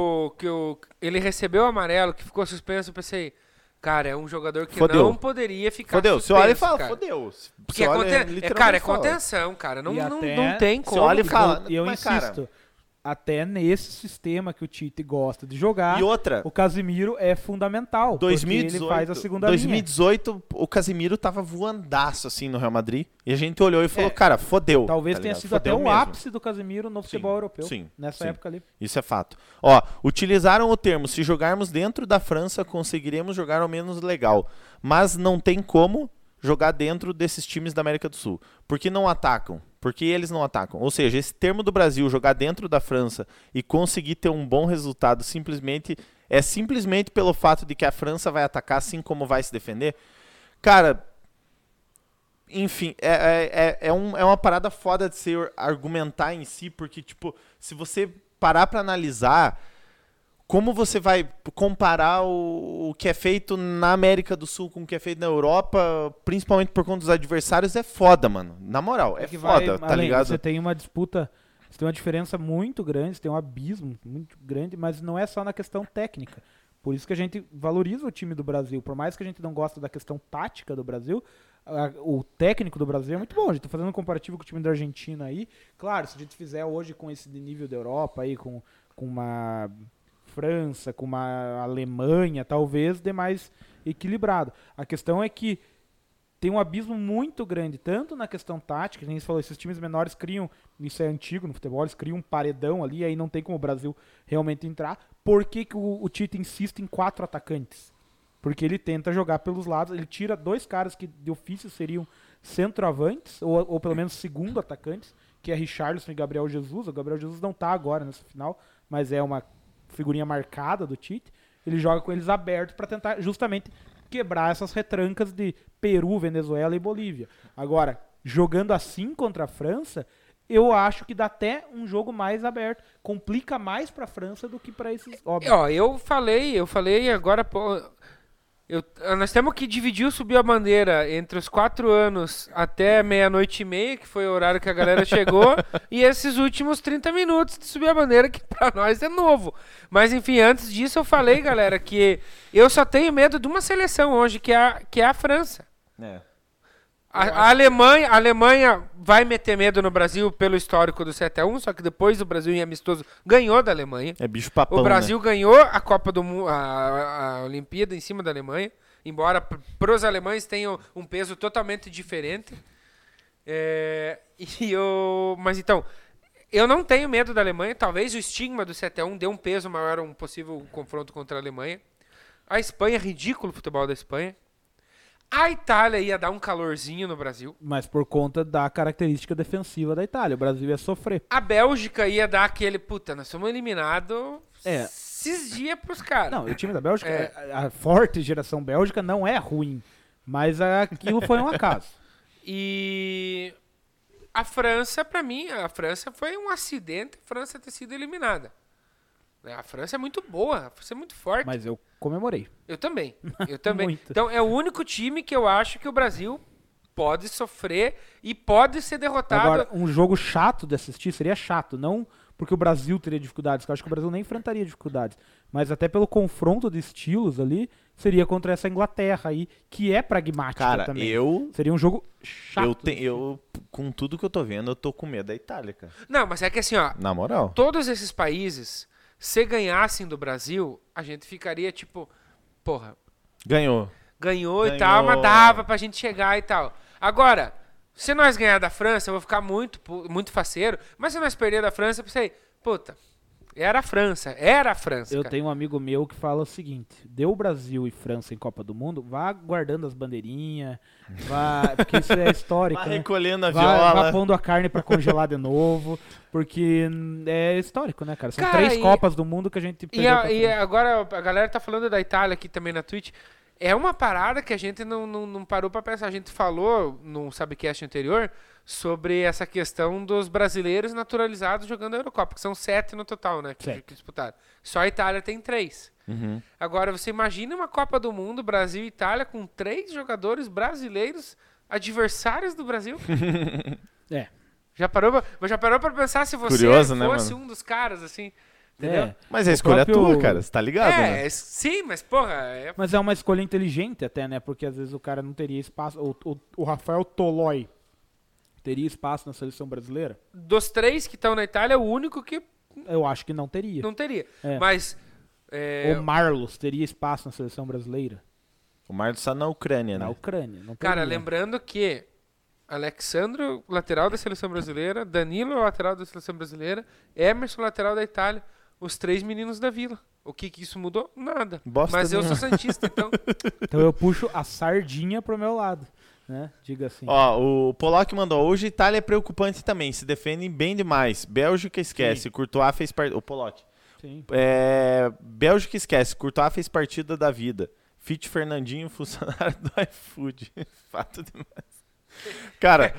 Speaker 3: ele recebeu o amarelo, que ficou suspenso, eu pensei, cara, é um jogador que
Speaker 2: Fodeu.
Speaker 3: não poderia ficar
Speaker 2: Fodeu, você
Speaker 3: suspenso,
Speaker 2: olha e fala,
Speaker 3: cara.
Speaker 2: fodeu.
Speaker 3: Porque
Speaker 2: Você olha,
Speaker 3: literalmente
Speaker 2: literalmente
Speaker 3: é
Speaker 2: fala.
Speaker 3: contenção, cara. Não,
Speaker 5: E
Speaker 3: não,
Speaker 5: até-
Speaker 3: não tem
Speaker 2: Você
Speaker 3: como.
Speaker 2: olha e fala,
Speaker 5: E eu
Speaker 2: mas,
Speaker 5: insisto,
Speaker 2: cara,
Speaker 5: até nesse sistema que o Tite gosta de jogar,
Speaker 2: e outra,
Speaker 5: o Casimiro é fundamental.
Speaker 2: 2018,
Speaker 5: porque ele faz a segunda linha.
Speaker 2: 2018, o Casemiro tava voandaço assim no Real Madrid, e a gente olhou e falou,
Speaker 5: É,
Speaker 2: cara, fodeu.
Speaker 5: Talvez
Speaker 2: tá
Speaker 5: tenha
Speaker 2: ligado?
Speaker 5: sido até
Speaker 2: Fodeu
Speaker 5: o
Speaker 2: mesmo.
Speaker 5: ápice do Casimiro no futebol europeu.
Speaker 2: sim,
Speaker 5: Nessa
Speaker 2: sim.
Speaker 5: época ali.
Speaker 2: Isso é fato. Ó, utilizaram o termo, se jogarmos dentro da França, conseguiremos jogar ao menos legal. Mas não tem como jogar dentro desses times da América do Sul. Por que não atacam? Porque eles não atacam. Ou seja, esse termo do Brasil, jogar dentro da França e conseguir ter um bom resultado simplesmente pelo fato de que a França vai atacar assim como vai se defender. Cara, enfim, é uma parada foda de se argumentar em si, porque, tipo, se você parar pra analisar, como você vai comparar o que é feito na América do Sul com o que é feito na Europa, principalmente por conta dos adversários, é foda, mano. Na moral, é
Speaker 5: que
Speaker 2: foda,
Speaker 5: vai
Speaker 2: tá
Speaker 5: além,
Speaker 2: ligado?
Speaker 5: Você tem uma disputa, você tem uma diferença muito grande, você tem um abismo muito grande, mas não é só na questão técnica. Por isso que a gente valoriza o time do Brasil. Por mais que a gente não goste da questão tática do Brasil, o técnico do Brasil é muito bom. A gente tá fazendo um comparativo com o time da Argentina aí. Claro, se a gente fizer hoje com esse nível da Europa aí, com uma França, com uma Alemanha, talvez dê mais equilibrado. A questão é que tem um abismo muito grande, tanto na questão tática, que nem você falou, esses times menores criam, isso é antigo no futebol, eles criam um paredão ali, aí não tem como o Brasil realmente entrar. Por que que o Tite insiste em 4 atacantes? Porque ele tenta jogar pelos lados, ele tira 2 caras que de ofício seriam centroavantes, ou pelo menos segundo atacantes, que é Richarlison e Gabriel Jesus. O Gabriel Jesus não tá agora nessa final, mas é uma figurinha marcada do Tite. Ele joga com eles abertos para tentar justamente quebrar essas retrancas de Peru, Venezuela e Bolívia. Agora, jogando assim contra a França, eu acho que dá até um jogo mais aberto. Complica mais pra França do que pra esses... Óbvio.
Speaker 3: Ó, eu falei agora, pô, nós temos que dividir o Subir a Bandeira entre os 4 anos até 00:30, que foi o horário que a galera chegou, e esses últimos 30 minutos de Subir a Bandeira, que pra nós é novo. Mas enfim, antes disso eu falei, galera, que eu só tenho medo de uma seleção hoje, que é a França.
Speaker 2: É.
Speaker 3: A Alemanha vai meter medo no Brasil pelo histórico do 7-1, só que depois o Brasil em amistoso ganhou da Alemanha.
Speaker 2: É bicho papão,
Speaker 3: O Brasil ganhou a Copa do Mundo, a Olimpíada em cima da Alemanha, embora pros alemães tenham um peso totalmente diferente. Mas então, Eu não tenho medo da Alemanha. Talvez o estigma do 7-1 dê um peso maior a um possível confronto contra a Alemanha. A Espanha, ridículo o futebol da Espanha. A Itália ia dar um calorzinho no Brasil.
Speaker 5: Mas por conta da característica defensiva da Itália. O Brasil ia sofrer.
Speaker 3: A Bélgica ia dar aquele... Puta, nós somos eliminados
Speaker 5: É.
Speaker 3: esses dias pros caras.
Speaker 5: Não, o time da Bélgica, a forte geração bélgica não é ruim. Mas aquilo foi um acaso.
Speaker 3: E a França, pra mim, a França foi um acidente a França ter sido eliminada. A França é muito boa, a França é muito forte.
Speaker 5: Mas eu comemorei.
Speaker 3: Eu também. Eu também.
Speaker 5: Muito.
Speaker 3: Então é o único time que eu acho que o Brasil pode sofrer e pode ser derrotado.
Speaker 5: Agora, um jogo chato de assistir seria chato. Não porque o Brasil teria dificuldades, que eu acho que o Brasil nem enfrentaria dificuldades. Mas até pelo confronto de estilos ali, seria contra essa Inglaterra aí, que é pragmática
Speaker 2: Cara,
Speaker 5: também.
Speaker 2: eu...
Speaker 5: Seria um jogo chato.
Speaker 2: Eu, com tudo que eu tô vendo, eu tô com medo da Itália, cara.
Speaker 3: Não, mas é que assim, ó,
Speaker 2: Na moral.
Speaker 3: todos esses países, se ganhassem do Brasil, a gente ficaria tipo, porra,
Speaker 2: Ganhou.
Speaker 3: ganhou e
Speaker 2: Ganhou.
Speaker 3: tal, mas dava pra gente chegar e tal. Agora, se nós ganhar da França, eu vou ficar muito faceiro, mas se nós perder da França, eu pensei, puta, era a França,
Speaker 5: Eu
Speaker 3: cara.
Speaker 5: tenho um amigo meu que fala o seguinte: deu Brasil e França em Copa do Mundo, vá guardando as bandeirinhas, vá, porque isso é histórico,
Speaker 2: Vai
Speaker 5: né?
Speaker 2: recolhendo a
Speaker 5: Vá
Speaker 2: viola.
Speaker 5: pondo a carne pra congelar de novo, porque é histórico, né, cara? São
Speaker 3: Cara,
Speaker 5: 3
Speaker 3: e-
Speaker 5: Copas do Mundo que a gente
Speaker 3: E,
Speaker 5: perdeu pra
Speaker 3: e
Speaker 5: França.
Speaker 3: agora a galera tá falando da Itália aqui também na Twitch. É uma parada que a gente não parou pra pensar. A gente falou no Subcast anterior sobre essa questão dos brasileiros naturalizados jogando a Eurocopa, que são 7 no total, né? Que
Speaker 5: 7.
Speaker 3: disputaram. Só a Itália tem 3.
Speaker 2: Uhum.
Speaker 3: Agora, você imagina uma Copa do Mundo, Brasil e Itália, com 3 jogadores brasileiros adversários do Brasil?
Speaker 5: É.
Speaker 3: Já parou pra pensar se você
Speaker 2: Curioso, né,
Speaker 3: fosse
Speaker 2: mano?
Speaker 3: um dos caras, assim? Entendeu?
Speaker 5: É.
Speaker 2: Mas a
Speaker 5: O
Speaker 2: escolha
Speaker 5: próprio-
Speaker 2: é tua, cara. Você tá ligado, né?
Speaker 3: Sim, mas porra,
Speaker 5: Mas é uma escolha inteligente até, né? Porque às vezes o cara não teria espaço. O Rafael Tolói teria espaço na seleção brasileira?
Speaker 3: dos 3 que estão na Itália, é o único que
Speaker 5: Eu acho que não teria.
Speaker 3: não teria.
Speaker 5: É.
Speaker 3: Mas
Speaker 5: O Marlos teria espaço na seleção brasileira?
Speaker 2: O Marlos tá na Ucrânia,
Speaker 5: Na
Speaker 2: né?
Speaker 5: Ucrânia. Não
Speaker 3: cara,
Speaker 5: teria.
Speaker 3: lembrando que Alexandro, lateral da seleção brasileira, Danilo, lateral da seleção brasileira, Emerson, lateral da Itália, os 3 meninos da Vila. O que isso mudou? Nada.
Speaker 2: Bosta
Speaker 3: Mas eu sou
Speaker 2: nenhuma.
Speaker 3: santista, então.
Speaker 5: Então eu puxo a sardinha pro meu lado, né? Diga assim.
Speaker 2: Ó, o Pollock mandou. Hoje a Itália é preocupante também. Se defendem bem demais. Bélgica esquece. Courtois fez partida. O Pollock.
Speaker 5: Sim.
Speaker 2: Bélgica esquece. Courtois fez partida da vida. Fit Fernandinho, funcionário do iFood. Fato demais. Cara,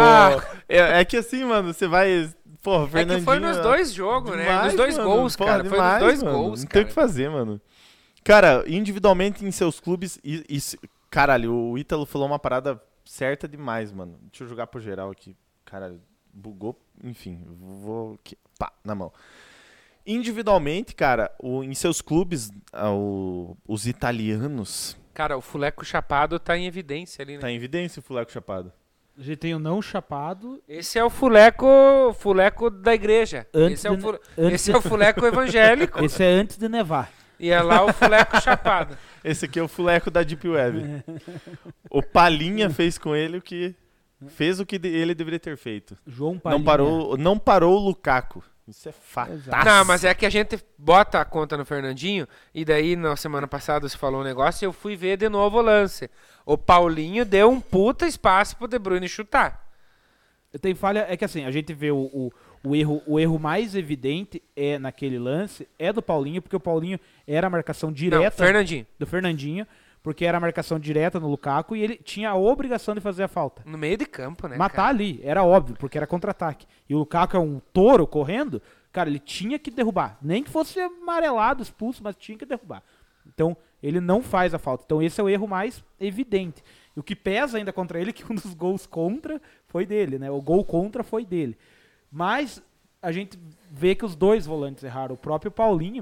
Speaker 2: é que assim, mano, você vai... Porra,
Speaker 3: É
Speaker 2: Fernandinho...
Speaker 3: que foi nos 2 jogos, né?
Speaker 2: demais,
Speaker 3: Nos 2
Speaker 2: mano.
Speaker 3: gols,
Speaker 2: Pô,
Speaker 3: cara.
Speaker 2: demais,
Speaker 3: Foi nos 2
Speaker 2: mano.
Speaker 3: gols,
Speaker 2: Não tem o que
Speaker 3: cara.
Speaker 2: fazer, mano. Cara, individualmente em seus clubes... Caralho, o Ítalo falou uma parada certa demais, mano. Deixa eu jogar pro geral aqui. Caralho, bugou. Enfim, vou... Pá, na mão. Individualmente, cara, em seus clubes, os italianos...
Speaker 3: Cara, o Fuleco Chapado tá em evidência ali, né?
Speaker 2: Tá em evidência o Fuleco Chapado.
Speaker 5: A gente tem o não chapado.
Speaker 3: Esse é o Fuleco da igreja.
Speaker 5: Antes
Speaker 3: Esse é o Fuleco evangélico.
Speaker 5: Esse é antes de nevar.
Speaker 3: E é lá o Fuleco Chapado.
Speaker 2: Esse aqui é o Fuleco da Deep Web. O Palinha fez com ele o que... Fez o que ele deveria ter feito.
Speaker 5: João Palinha.
Speaker 2: Não parou o Lukaku. Isso é fato.
Speaker 3: Não, mas é que a gente bota a conta no Fernandinho e daí na semana passada se falou um negócio e eu fui ver de novo o lance. O Paulinho deu um puta espaço pro De Bruyne chutar.
Speaker 5: Tem falha, é que assim, a gente vê o erro mais evidente naquele lance é do Paulinho, porque o Paulinho era a marcação
Speaker 3: Não,
Speaker 5: direta
Speaker 3: Fernandinho.
Speaker 5: do Fernandinho, porque era a marcação direta no Lukaku e ele tinha a obrigação de fazer a falta.
Speaker 3: No meio de campo, né?
Speaker 5: Matar
Speaker 3: cara?
Speaker 5: ali, era óbvio, porque era contra-ataque. E o Lukaku é um touro correndo, cara, ele tinha que derrubar. Nem que fosse amarelado, expulso, mas tinha que derrubar. Então, ele não faz a falta. Então, esse é o erro mais evidente. E o que pesa ainda contra ele é que um dos gols contra foi dele, né? O gol contra foi dele. Mas a gente vê que os 2 volantes erraram. O próprio Paulinho,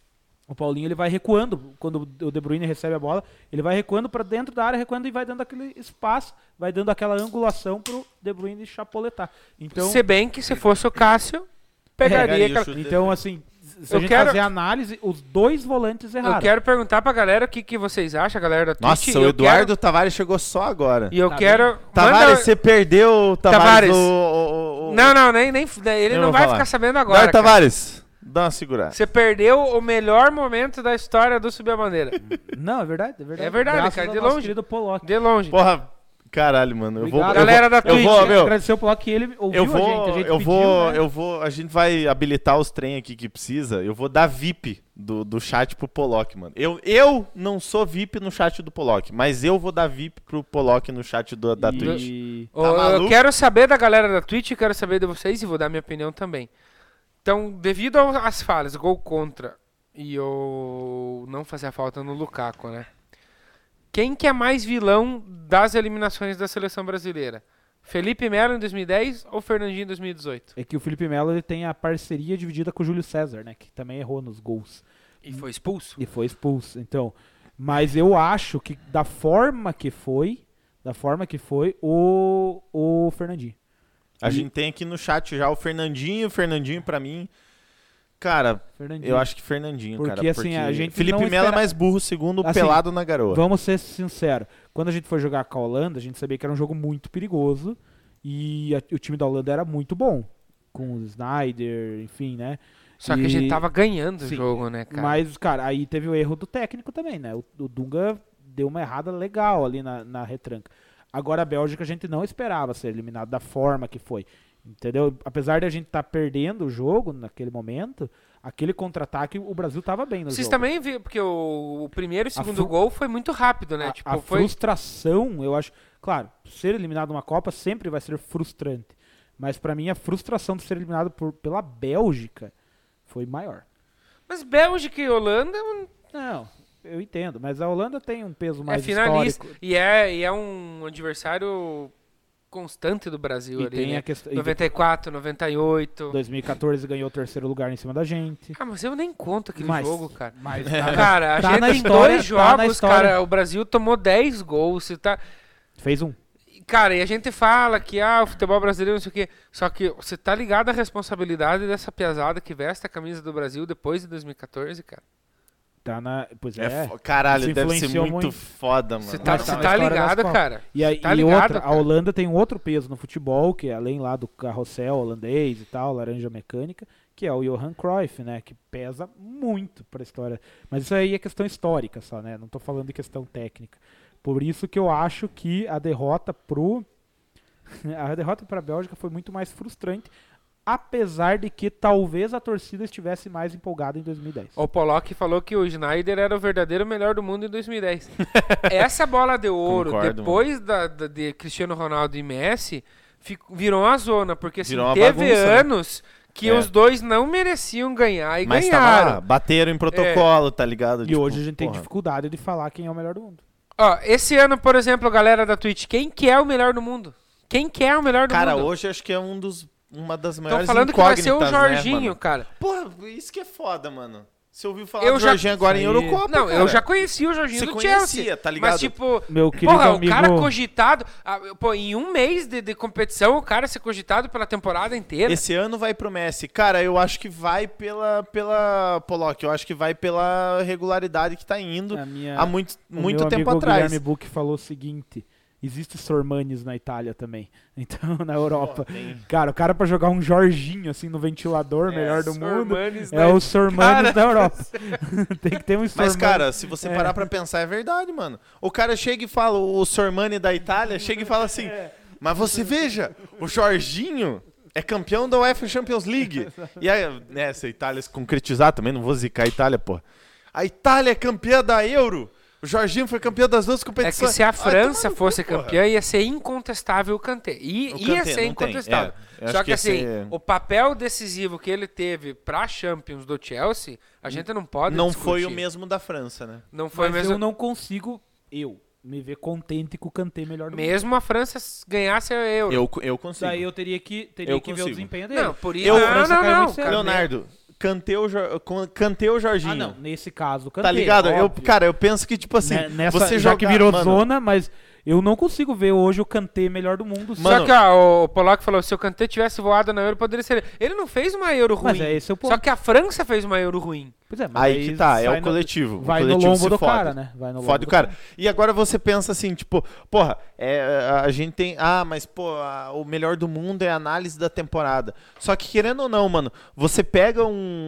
Speaker 5: ele vai recuando. Quando o De Bruyne recebe a bola, ele vai recuando para dentro da área, recuando e vai dando aquele espaço, vai dando aquela angulação pro De Bruyne chapoletar. Então,
Speaker 3: Se bem que se fosse o Cássio, pegaria
Speaker 2: Pegaria o
Speaker 3: aquela...
Speaker 2: chute.
Speaker 5: então assim, se
Speaker 3: Eu
Speaker 5: a gente
Speaker 3: quero-
Speaker 5: fazer análise, os 2 volantes erraram.
Speaker 3: Eu quero perguntar pra galera o que vocês acham, a galera da Twitch.
Speaker 2: Nossa, o Eduardo Tavares chegou só agora.
Speaker 3: E eu
Speaker 5: Tá
Speaker 3: quero...
Speaker 2: Tavares,
Speaker 3: Manda-
Speaker 2: você perdeu, Tavares.
Speaker 3: Tavares.
Speaker 2: O
Speaker 3: Não, nem ele
Speaker 2: Eu
Speaker 3: não
Speaker 2: vou
Speaker 3: vai
Speaker 2: falar.
Speaker 3: ficar sabendo agora.
Speaker 2: Eduardo
Speaker 3: cara.
Speaker 2: Tavares, dá uma segurada.
Speaker 3: Você perdeu o melhor momento da história do Subir a Bandeira.
Speaker 5: Não, é verdade, é verdade.
Speaker 3: É verdade,
Speaker 5: Graças
Speaker 3: cara,
Speaker 5: ao
Speaker 3: de
Speaker 5: nosso
Speaker 3: longe.
Speaker 5: querido Pollock.
Speaker 3: De longe.
Speaker 2: Porra, caralho, mano. Eu vou.
Speaker 5: Obrigado.
Speaker 3: Galera da
Speaker 2: eu
Speaker 3: Twitch,
Speaker 2: vou, meu.
Speaker 5: Agradecer o Pollock que ele ouviu a gente pediu, né?
Speaker 2: A gente vai habilitar os trem aqui que precisa. Eu vou dar VIP do chat pro Pollock, mano. Eu não sou VIP no chat do Pollock, mas eu vou dar VIP pro Pollock no chat da Twitch.
Speaker 5: E...
Speaker 3: Ô, eu
Speaker 2: maluco?
Speaker 3: quero saber da galera da Twitch, quero saber de vocês e vou dar minha opinião também. Então, devido às falhas, gol contra e eu não fazer a falta no Lukaku, né? Quem que é mais vilão das eliminações da seleção brasileira? Felipe Melo em 2010 ou Fernandinho em 2018?
Speaker 5: É que o Felipe Melo ele tem a parceria dividida com o Júlio César, né? Que também errou nos gols.
Speaker 3: E foi expulso.
Speaker 5: E foi expulso. Então, mas eu acho que da forma que foi o Fernandinho.
Speaker 2: A gente tem aqui no chat já o Fernandinho. O Fernandinho, pra mim, cara,
Speaker 5: Fernandinho.
Speaker 2: eu acho que Fernandinho,
Speaker 5: Porque,
Speaker 2: cara.
Speaker 5: assim, a gente
Speaker 2: Felipe
Speaker 5: não
Speaker 2: Melo é
Speaker 5: espera-
Speaker 2: mais burro, segundo
Speaker 5: Assim,
Speaker 2: pelado na garoa.
Speaker 5: Vamos ser sinceros. Quando a gente foi jogar com a Holanda, a gente sabia que era um jogo muito perigoso. E o time da Holanda era muito bom. Com o Snyder, enfim, né?
Speaker 3: Só que a gente tava ganhando o
Speaker 5: Sim,
Speaker 3: jogo, né, cara?
Speaker 5: Mas, cara, aí teve o erro do técnico também, né? O Dunga deu uma errada legal ali na retranca. Agora a Bélgica a gente não esperava ser eliminado da forma que foi. Entendeu? Apesar de a gente estar perdendo o jogo naquele momento, aquele contra-ataque, o Brasil tava bem no
Speaker 3: Vocês
Speaker 5: jogo.
Speaker 3: também viram, porque o primeiro e o segundo
Speaker 5: fru-
Speaker 3: gol foi muito rápido, né?
Speaker 5: A frustração, eu acho... Claro, ser eliminado numa Copa sempre vai ser frustrante. Mas pra mim a frustração de ser eliminado pela Bélgica foi maior.
Speaker 3: Mas Bélgica e Holanda
Speaker 5: Não, eu entendo. Mas a Holanda tem um peso
Speaker 3: é
Speaker 5: mais
Speaker 3: finalista.
Speaker 5: histórico.
Speaker 3: E é um adversário constante do Brasil
Speaker 5: E
Speaker 3: ali,
Speaker 5: tem
Speaker 3: né?
Speaker 5: a questão...
Speaker 3: 94, 98.
Speaker 5: 2014 ganhou o terceiro lugar em cima da gente.
Speaker 3: Ah, mas eu nem conto aquele
Speaker 5: Mas-
Speaker 3: jogo, cara.
Speaker 5: Mas
Speaker 3: Cara, a
Speaker 5: Tá
Speaker 3: gente
Speaker 5: na
Speaker 3: tem
Speaker 5: história,
Speaker 3: dois
Speaker 5: tá na
Speaker 3: jogos,
Speaker 5: história.
Speaker 3: cara. O Brasil tomou 10 gols. Você tá...
Speaker 5: fez um.
Speaker 3: Cara, e a gente fala que o futebol brasileiro não sei o quê. Só que você tá ligado à responsabilidade dessa piazada que veste a camisa do Brasil depois de 2014, cara.
Speaker 5: Tá na. Pois
Speaker 2: Caralho,
Speaker 5: Isso
Speaker 2: deve ser
Speaker 5: influenciou
Speaker 2: muito
Speaker 5: muito.
Speaker 2: foda, mano.
Speaker 3: Você tá,
Speaker 5: Mas
Speaker 3: você
Speaker 5: tá na
Speaker 3: tá
Speaker 5: história das
Speaker 3: ligado,
Speaker 5: Copas.
Speaker 3: cara.
Speaker 5: E, aí,
Speaker 3: Tá
Speaker 5: e
Speaker 3: ligado,
Speaker 5: outra, a
Speaker 3: cara.
Speaker 5: Holanda tem outro peso no futebol, que é além lá do carrossel holandês e tal, laranja mecânica, que é o Johan Cruyff, né? Que pesa muito pra história. Mas isso aí é questão histórica só, né? Não tô falando de questão técnica. Por isso que eu acho que a derrota pra Bélgica foi muito mais frustrante, apesar de que talvez a torcida estivesse mais empolgada em 2010.
Speaker 3: O Pollock falou que o Snyder era o verdadeiro melhor do mundo em 2010. Essa bola de ouro,
Speaker 2: Concordo,
Speaker 3: depois de Cristiano Ronaldo e Messi, virou uma zona, porque assim,
Speaker 2: Virou uma
Speaker 3: teve
Speaker 2: bagunça, né?
Speaker 3: anos que
Speaker 2: É.
Speaker 3: os dois não mereciam ganhar e
Speaker 2: Mas tava
Speaker 3: ganharam.
Speaker 2: lá, bateram em protocolo, tá ligado?
Speaker 5: E
Speaker 2: Tipo,
Speaker 5: hoje a gente tem
Speaker 2: porra.
Speaker 5: dificuldade de falar quem é o melhor do mundo.
Speaker 3: Ó, esse ano, por exemplo, galera da Twitch, quem que é o melhor do mundo? Quem que é o melhor do
Speaker 2: Cara,
Speaker 3: mundo?
Speaker 2: hoje acho que é uma das
Speaker 3: Estão
Speaker 2: maiores
Speaker 3: falando que vai ser o
Speaker 2: incógnitas, né,
Speaker 3: Jorginho,
Speaker 2: mano?
Speaker 3: cara.
Speaker 2: Porra, isso que é foda, mano. Você ouviu falar
Speaker 3: Eu
Speaker 2: do
Speaker 3: já-
Speaker 2: Jorginho agora em
Speaker 5: Isso aí-
Speaker 2: Eurocopa,
Speaker 3: Não,
Speaker 2: cara.
Speaker 3: eu já conheci o Jorginho
Speaker 2: Você
Speaker 3: do
Speaker 2: conhecia,
Speaker 3: Chelsea.
Speaker 2: tá ligado?
Speaker 3: Mas, tipo,
Speaker 5: Meu querido
Speaker 3: porra,
Speaker 5: amigo...
Speaker 3: o cara cogitado... pô, em um mês de competição, o cara ser cogitado pela temporada inteira.
Speaker 2: Esse ano vai pro Messi. Cara, eu acho que vai pela Pollock. Eu acho que vai pela regularidade que tá indo
Speaker 5: A minha-
Speaker 2: há muito
Speaker 5: o meu
Speaker 2: tempo
Speaker 5: amigo
Speaker 2: atrás.
Speaker 5: Guilherme Buch falou o seguinte: existe Sormanes na Itália também. Então, na Europa. Cara, o cara pra jogar um Jorginho assim no ventilador, melhor do mundo,
Speaker 3: Sormanes,
Speaker 5: é
Speaker 3: né?
Speaker 5: o Sormanes
Speaker 3: Cara,
Speaker 5: da Europa. Tem que ter um
Speaker 2: Mas,
Speaker 5: Sormanes.
Speaker 2: cara, se você parar pra pensar, é verdade, mano. O cara chega e fala, o Sormani da Itália, chega e fala assim, mas você veja, o Jorginho é campeão da UEFA Champions League. E aí, né, se a Itália se concretizar também, não vou zicar a Itália, pô. A Itália é campeã da Euro. O Jorginho foi campeão das duas
Speaker 3: É
Speaker 2: competições.
Speaker 3: que se a
Speaker 2: Ah,
Speaker 3: França
Speaker 2: toma no cu,
Speaker 3: fosse
Speaker 2: porra.
Speaker 3: campeã, ia ser incontestável o Kanté.
Speaker 2: O
Speaker 3: Ia
Speaker 2: Kanté
Speaker 3: ser
Speaker 2: não tem,
Speaker 3: incontestável.
Speaker 2: é. Eu acho
Speaker 3: Só que
Speaker 2: ia
Speaker 3: assim,
Speaker 2: ser-
Speaker 3: o papel decisivo que ele teve pra Champions do Chelsea, a gente não pode
Speaker 2: Não
Speaker 3: discutir.
Speaker 2: foi o mesmo da França, né?
Speaker 3: Não foi
Speaker 5: Mas
Speaker 3: mesmo.
Speaker 5: eu não consigo, me ver contente com o Kanté melhor do mundo.
Speaker 3: Mesmo a França ganhasse a Euro.
Speaker 2: Eu consigo.
Speaker 5: Daí eu teria que ver o
Speaker 2: consigo.
Speaker 5: desempenho dele.
Speaker 3: Não, por isso.
Speaker 2: Eu-
Speaker 3: não,
Speaker 5: a França
Speaker 3: não,
Speaker 5: caiu
Speaker 3: não.
Speaker 5: muito cedo.
Speaker 2: Leonardo, Kanté ou Jorginho?
Speaker 5: Ah, não. Nesse caso, o Kanté.
Speaker 2: Tá ligado?
Speaker 5: óbvio.
Speaker 2: Cara, eu penso que, tipo assim,
Speaker 5: Nessa,
Speaker 2: você
Speaker 5: já
Speaker 2: joga,
Speaker 5: que virou
Speaker 2: mano,
Speaker 5: zona, mas Eu não consigo ver hoje o Kanté melhor do mundo.
Speaker 2: Mano,
Speaker 3: Só que ó, o Pollock falou, se o Kanté tivesse voado na Euro, poderia ser... Ele não fez uma Euro ruim.
Speaker 5: Mas esse é o ponto.
Speaker 3: Só que a França fez uma Euro ruim.
Speaker 5: Pois é, mas
Speaker 2: Aí que tá, é
Speaker 5: sai
Speaker 2: o coletivo. O
Speaker 5: Vai no
Speaker 2: coletivo
Speaker 5: lombo
Speaker 2: se
Speaker 5: do
Speaker 2: fode.
Speaker 5: cara, né? Vai no lombo
Speaker 2: Fode
Speaker 5: do
Speaker 2: o cara. E agora você pensa assim, tipo, porra, a gente tem... mas pô, o melhor do mundo é a análise da temporada. Só que querendo ou não, mano, você pega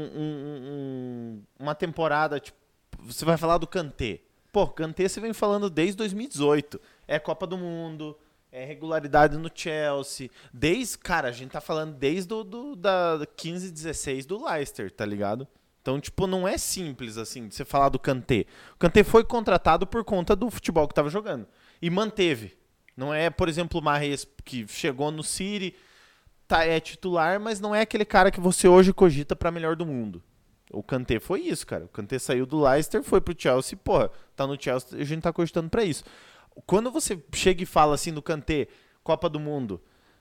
Speaker 2: uma temporada, tipo, você vai falar do Kanté. Pô, Kanté você vem falando desde 2018. É Copa do Mundo, é regularidade no Chelsea. Cara, a gente tá falando desde da 15-16 do Leicester, tá ligado? Então, tipo, não é simples, assim, de você falar do Kanté. O Kanté foi contratado por conta do futebol que tava jogando. E manteve. Não é, por exemplo, o Mahrez, que chegou no City, é titular, mas não é aquele cara que você hoje cogita pra melhor do mundo. O Kanté foi isso, cara. O Kanté saiu do Leicester, foi pro Chelsea, porra, tá no Chelsea, a gente tá cogitando pra isso. Quando você chega e fala assim do Kanté, Copa do Mundo,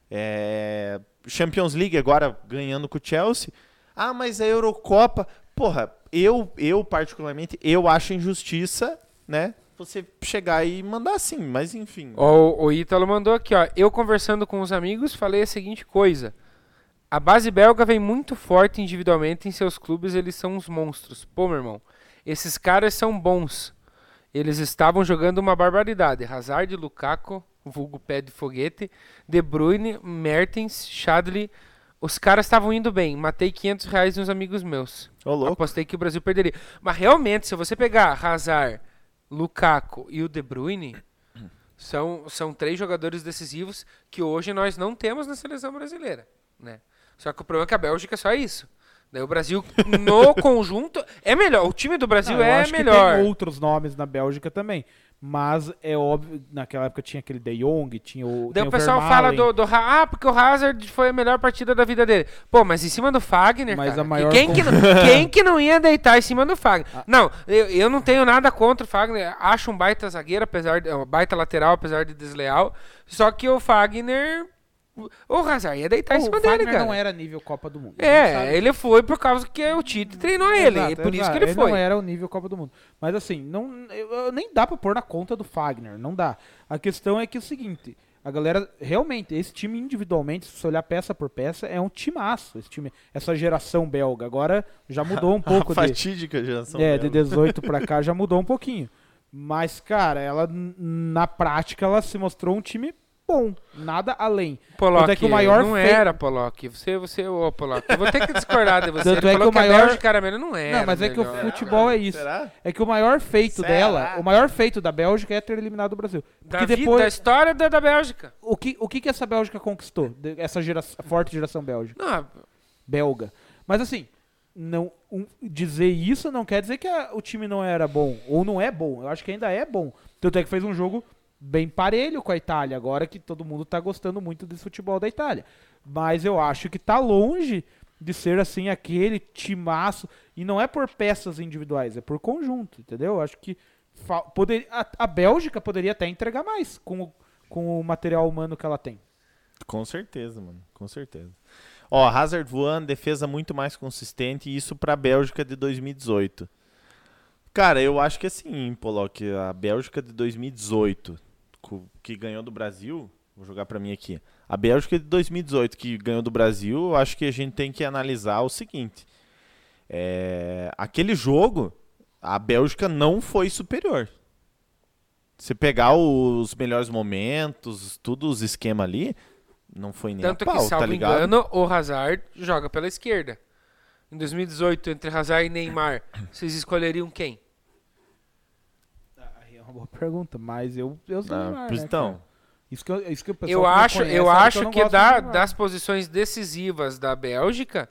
Speaker 2: Champions League agora ganhando com o Chelsea, mas a Eurocopa, porra, eu particularmente, eu acho injustiça, né, você chegar e mandar assim, mas enfim.
Speaker 3: O Ítalo mandou aqui, ó, eu conversando com os amigos, falei a seguinte coisa, a base belga vem muito forte individualmente em seus clubes, eles são uns monstros. Pô, meu irmão, esses caras são bons. Eles estavam jogando uma barbaridade. Hazard, Lukaku, vulgo pé de foguete, De Bruyne, Mertens, Chadli. Os caras estavam indo bem. Matei R$500 nos amigos meus.
Speaker 2: Ô, louco.
Speaker 3: Apostei que o Brasil perderia. Mas realmente, se você pegar Hazard, Lukaku e o De Bruyne, são 3 jogadores decisivos que hoje nós não temos na seleção brasileira, né? Só que o problema é que a Bélgica é só isso. Daí o Brasil, no conjunto, é melhor. O time do Brasil
Speaker 5: eu
Speaker 3: é
Speaker 5: acho
Speaker 3: melhor.
Speaker 5: Que tem outros nomes na Bélgica também. Mas é óbvio, naquela época tinha aquele De Jong, tinha o.
Speaker 3: Daí
Speaker 5: tem
Speaker 3: o pessoal fala
Speaker 5: Vermaelen.
Speaker 3: porque o Hazard foi a melhor partida da vida dele. Pô, mas em cima do Fagner,
Speaker 5: Mas
Speaker 3: cara,
Speaker 5: a maior
Speaker 3: quem que não ia deitar em cima do Fagner? Não, eu não tenho nada contra o Fagner. Acho um baita zagueiro, um baita lateral, apesar de desleal. Só que o Fagner... O Hazard ia deitar em cima dele,
Speaker 5: Fagner
Speaker 3: cara.
Speaker 5: não era nível Copa do Mundo. A gente sabe.
Speaker 3: Ele foi por causa que o Tite treinou ele.
Speaker 5: Exato,
Speaker 3: E por isso
Speaker 5: exato.
Speaker 3: que ele foi.
Speaker 5: Não era o nível Copa do Mundo. Mas assim, nem dá pra pôr na conta do Fagner. Não dá. A questão é que é o seguinte, a galera, realmente, esse time individualmente, se você olhar peça por peça, é um timaço. Essa geração belga. Agora já mudou um pouco.
Speaker 2: A fatídica geração
Speaker 5: de
Speaker 2: belga.
Speaker 5: 18 pra cá já mudou um pouquinho. Mas, cara, ela na prática, ela se mostrou um time bom, nada além.
Speaker 3: Pollock,
Speaker 5: Tanto é que o maior
Speaker 3: não era, Pollock. Você, Pollock. Eu vou ter que discordar de você.
Speaker 5: Tanto
Speaker 3: Ele
Speaker 5: é
Speaker 3: falou
Speaker 5: que o
Speaker 3: que
Speaker 5: maior-
Speaker 3: a Bélgica era melhor, não era.
Speaker 5: Não, mas é que o
Speaker 3: melhor.
Speaker 5: futebol é isso.
Speaker 2: Será?
Speaker 5: É que o maior feito
Speaker 2: Será?
Speaker 5: dela, o maior feito da Bélgica é ter eliminado o Brasil.
Speaker 3: Da
Speaker 5: Porque
Speaker 3: vida, da história da Bélgica.
Speaker 5: o que essa Bélgica conquistou? Essa forte geração bélgica,
Speaker 3: Não,
Speaker 5: belga. Mas assim, dizer isso não quer dizer que o time não era bom, ou não é bom. Eu acho que ainda é bom. Tanto é que fez um jogo bem parelho com a Itália, agora que todo mundo tá gostando muito desse futebol da Itália. Mas eu acho que tá longe de ser assim aquele timaço, e não é por peças individuais, é por conjunto, entendeu? Eu acho que a Bélgica poderia até entregar mais com o material humano que ela tem.
Speaker 2: Com certeza, mano. Com certeza. Ó, Hazard voando, defesa muito mais consistente, e isso pra Bélgica de 2018. Cara, eu acho que assim, Pollock, a Bélgica de 2018, que ganhou do Brasil, vou jogar pra mim aqui. A Bélgica de 2018, que ganhou do Brasil, eu acho que a gente tem que analisar o seguinte. Aquele jogo, a Bélgica não foi superior. Se pegar os melhores momentos, tudo os esquemas ali, não foi nem
Speaker 3: tanto
Speaker 2: a pau,
Speaker 3: que, salvo
Speaker 2: tá ligado?
Speaker 3: engano, o Hazard joga pela esquerda. Em 2018, entre Hazard e Neymar, vocês escolheriam quem?
Speaker 5: Aí é uma boa pergunta, mas eu sou Neymar, né,
Speaker 2: Então,
Speaker 5: cara? Isso que o pessoal
Speaker 3: Eu
Speaker 5: que me
Speaker 3: acho,
Speaker 5: conhece
Speaker 3: eu
Speaker 5: sabe eu
Speaker 3: acho
Speaker 5: não
Speaker 3: que
Speaker 5: gosto do Neymar.
Speaker 3: das posições decisivas da Bélgica,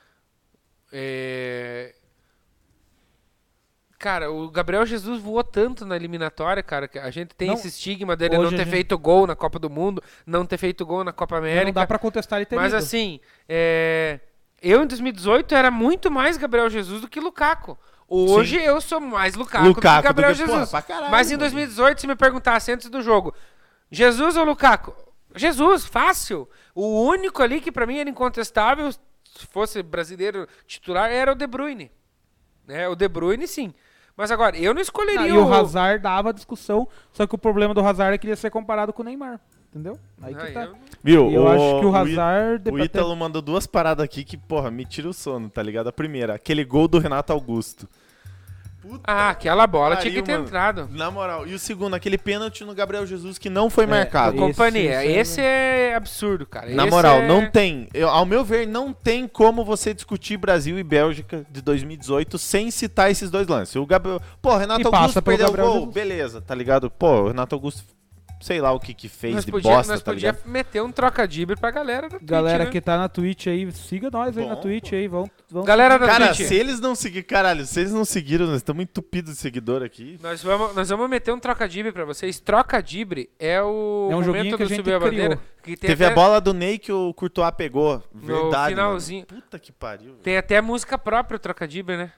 Speaker 3: cara, o Gabriel Jesus voou tanto na eliminatória, cara, que a gente tem
Speaker 5: Não,
Speaker 3: esse estigma dele não
Speaker 5: hoje a
Speaker 3: ter
Speaker 5: gente-
Speaker 3: feito gol na Copa do Mundo, não ter feito gol na Copa América.
Speaker 5: Não dá pra contestar ele ter
Speaker 3: Mas
Speaker 5: ido.
Speaker 3: assim, eu em 2018 era muito mais Gabriel Jesus do que Lukaku. Hoje eu sou mais Lukaku do que Gabriel
Speaker 2: do que,
Speaker 3: Jesus.
Speaker 2: porra, pra caralho,
Speaker 3: Mas em
Speaker 2: mano.
Speaker 3: 2018, se me perguntasse antes do jogo, Jesus ou Lukaku? Jesus, fácil. O único ali que pra mim era incontestável, se fosse brasileiro titular, era o De Bruyne. O De Bruyne, sim. Mas agora, eu não escolheria
Speaker 5: E o Hazard dava discussão, só que o problema do Hazard é que ele ia ser comparado com o Neymar. Entendeu? Aí que tá.
Speaker 2: Viu?
Speaker 5: E eu acho que o Hazard...
Speaker 2: O Ítalo mandou 2 paradas aqui que, porra, me tira o sono, tá ligado? A primeira, aquele gol do Renato Augusto.
Speaker 3: Ah, aquela bola tinha que ter
Speaker 2: mano.
Speaker 3: entrado.
Speaker 2: Na moral. E o segundo, aquele pênalti no Gabriel Jesus que não foi marcado.
Speaker 3: Companhia,
Speaker 5: esse
Speaker 3: é absurdo, cara.
Speaker 2: Na
Speaker 3: Esse
Speaker 2: moral,
Speaker 3: é-
Speaker 2: não tem. Ao meu ver, não tem como você discutir Brasil e Bélgica de 2018 sem citar esses 2 lances. O Gabriel. Pô, Renato
Speaker 5: E passa
Speaker 2: Augusto
Speaker 5: pelo
Speaker 2: perdeu o
Speaker 5: Gabriel
Speaker 2: gol.
Speaker 5: Jesus.
Speaker 2: Beleza, tá ligado? Pô, o Renato Augusto, sei lá o que fez
Speaker 3: Nós
Speaker 2: de
Speaker 3: podia
Speaker 2: bosta, tá ligado?
Speaker 3: meter um troca-dibre pra galera da Twitch,
Speaker 5: Galera
Speaker 3: né?
Speaker 5: que tá na Twitch aí, siga nós aí na
Speaker 2: Bom,
Speaker 5: Twitch aí, vão
Speaker 3: Galera da
Speaker 2: Cara,
Speaker 3: Twitch,
Speaker 2: se eles não seguirem, caralho, se eles não seguiram, nós estamos entupidos de seguidor aqui.
Speaker 3: nós vamos meter um troca-dibre pra vocês. Troca-dibre é o
Speaker 5: É um joguinho
Speaker 3: momento
Speaker 5: que a
Speaker 3: do
Speaker 5: gente
Speaker 3: subir a bandeira. Que tem
Speaker 2: Teve
Speaker 3: até,
Speaker 2: a bola do Ney que o Courtois pegou. Verdade,
Speaker 3: finalzinho.
Speaker 2: mano. Puta que pariu. velho.
Speaker 3: Tem até música própria, o troca-dibre, né?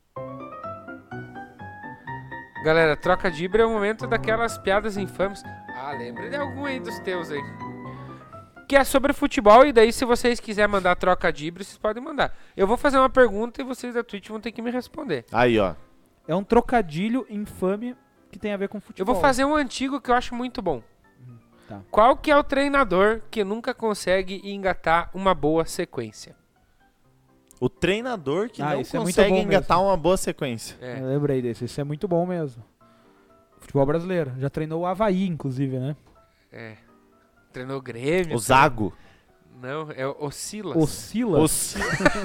Speaker 3: Galera, troca-dibre é o momento daquelas piadas infames. Ah, lembra de algum aí dos teus aí. Que é sobre futebol, e daí se vocês quiserem mandar troca-dibre, vocês podem mandar. Eu vou fazer uma pergunta e vocês da Twitch vão ter que me responder.
Speaker 2: Aí, ó.
Speaker 5: É um trocadilho infame que tem a ver com futebol.
Speaker 3: Eu vou fazer um antigo que eu acho muito bom.
Speaker 5: Tá.
Speaker 3: Qual que é o treinador que nunca consegue engatar uma boa sequência?
Speaker 2: O treinador que não
Speaker 5: isso é muito
Speaker 2: consegue
Speaker 5: bom
Speaker 2: engatar uma boa sequência.
Speaker 3: É.
Speaker 5: Eu lembrei desse, esse é muito bom mesmo. Futebol brasileiro. Já treinou o Avaí, inclusive, né?
Speaker 3: É. Treinou o Grêmio.
Speaker 2: O Zago.
Speaker 3: Não, é o Silas.
Speaker 5: O Silas.